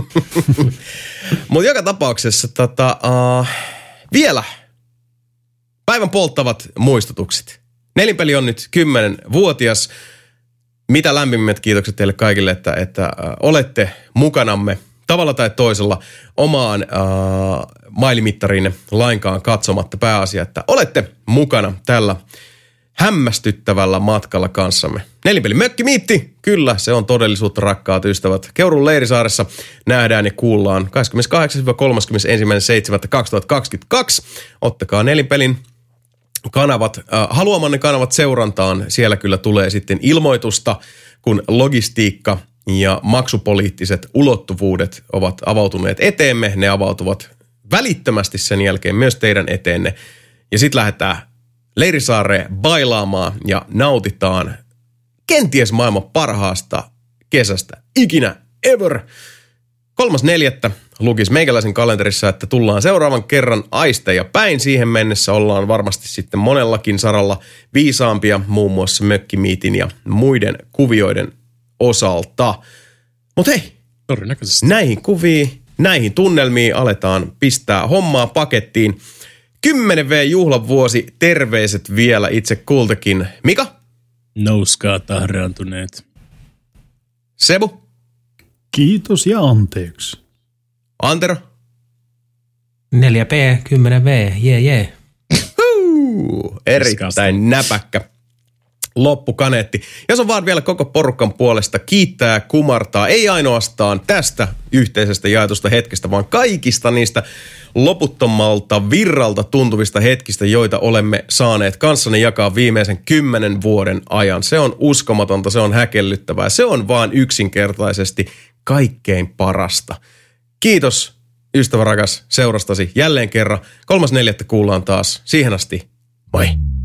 Mutta joka tapauksessa tota, uh, vielä päivän polttavat muistutukset. Nelinpeli on nyt kymmenvuotias. Mitä lämpimmät kiitokset teille kaikille, että, että äh, olette mukanamme tavalla tai toisella omaan äh, mailimittariinne lainkaan katsomatta. Pääasia, että olette mukana tällä hämmästyttävällä matkalla kanssamme. Nelinpeli mökkimiitti, kyllä se on todellisuutta, rakkaat ystävät. Keurun Leirisaaressa nähdään ja kuullaan kaksikymmentäkahdeksas kolmaskymmenesensimmäinen seitsemättä kaksituhattakaksikymmentäkaksi. Ottakaa Nelinpelin kanavat, äh, haluamanne kanavat seurantaan. Siellä kyllä tulee sitten ilmoitusta, kun logistiikka ja maksupoliittiset ulottuvuudet ovat avautuneet eteemme. Ne avautuvat välittömästi sen jälkeen myös teidän eteenne. Ja sitten lähdetään Leirisaareen bailaamaan ja nautitaan kenties maailman parhaasta kesästä ikinä ever. Kolmas neljättä lukisi meikäläisen kalenterissa, että tullaan seuraavan kerran aisteja päin. Siihen mennessä ollaan varmasti sitten monellakin saralla viisaampia, muun muassa mökkimiitin ja muiden kuvioiden osalta. Mutta hei, todennäköisesti näihin kuviin, näihin tunnelmiin aletaan pistää hommaa pakettiin. kymmenen vuosi-juhlavuosi, terveiset vielä itse kultakin. Mika? Nouskaa tahraantuneet. Sebu? Kiitos ja anteeksi. Erittäin näpäkkä loppukaneetti. Ja se on vaan vielä koko porukan puolesta kiittää ja kumartaa, ei ainoastaan tästä yhteisestä jaetusta hetkestä, vaan kaikista niistä loputtomalta virralta tuntuvista hetkistä, joita olemme saaneet kanssanne jakaa viimeisen kymmenen vuoden ajan. Se on uskomatonta, se on häkellyttävää, se on vaan yksinkertaisesti kaikkein parasta. Kiitos, ystävä rakas, seurastasi jälleen kerran. kolmas neljättä kuullaan taas. Siihen asti, moi!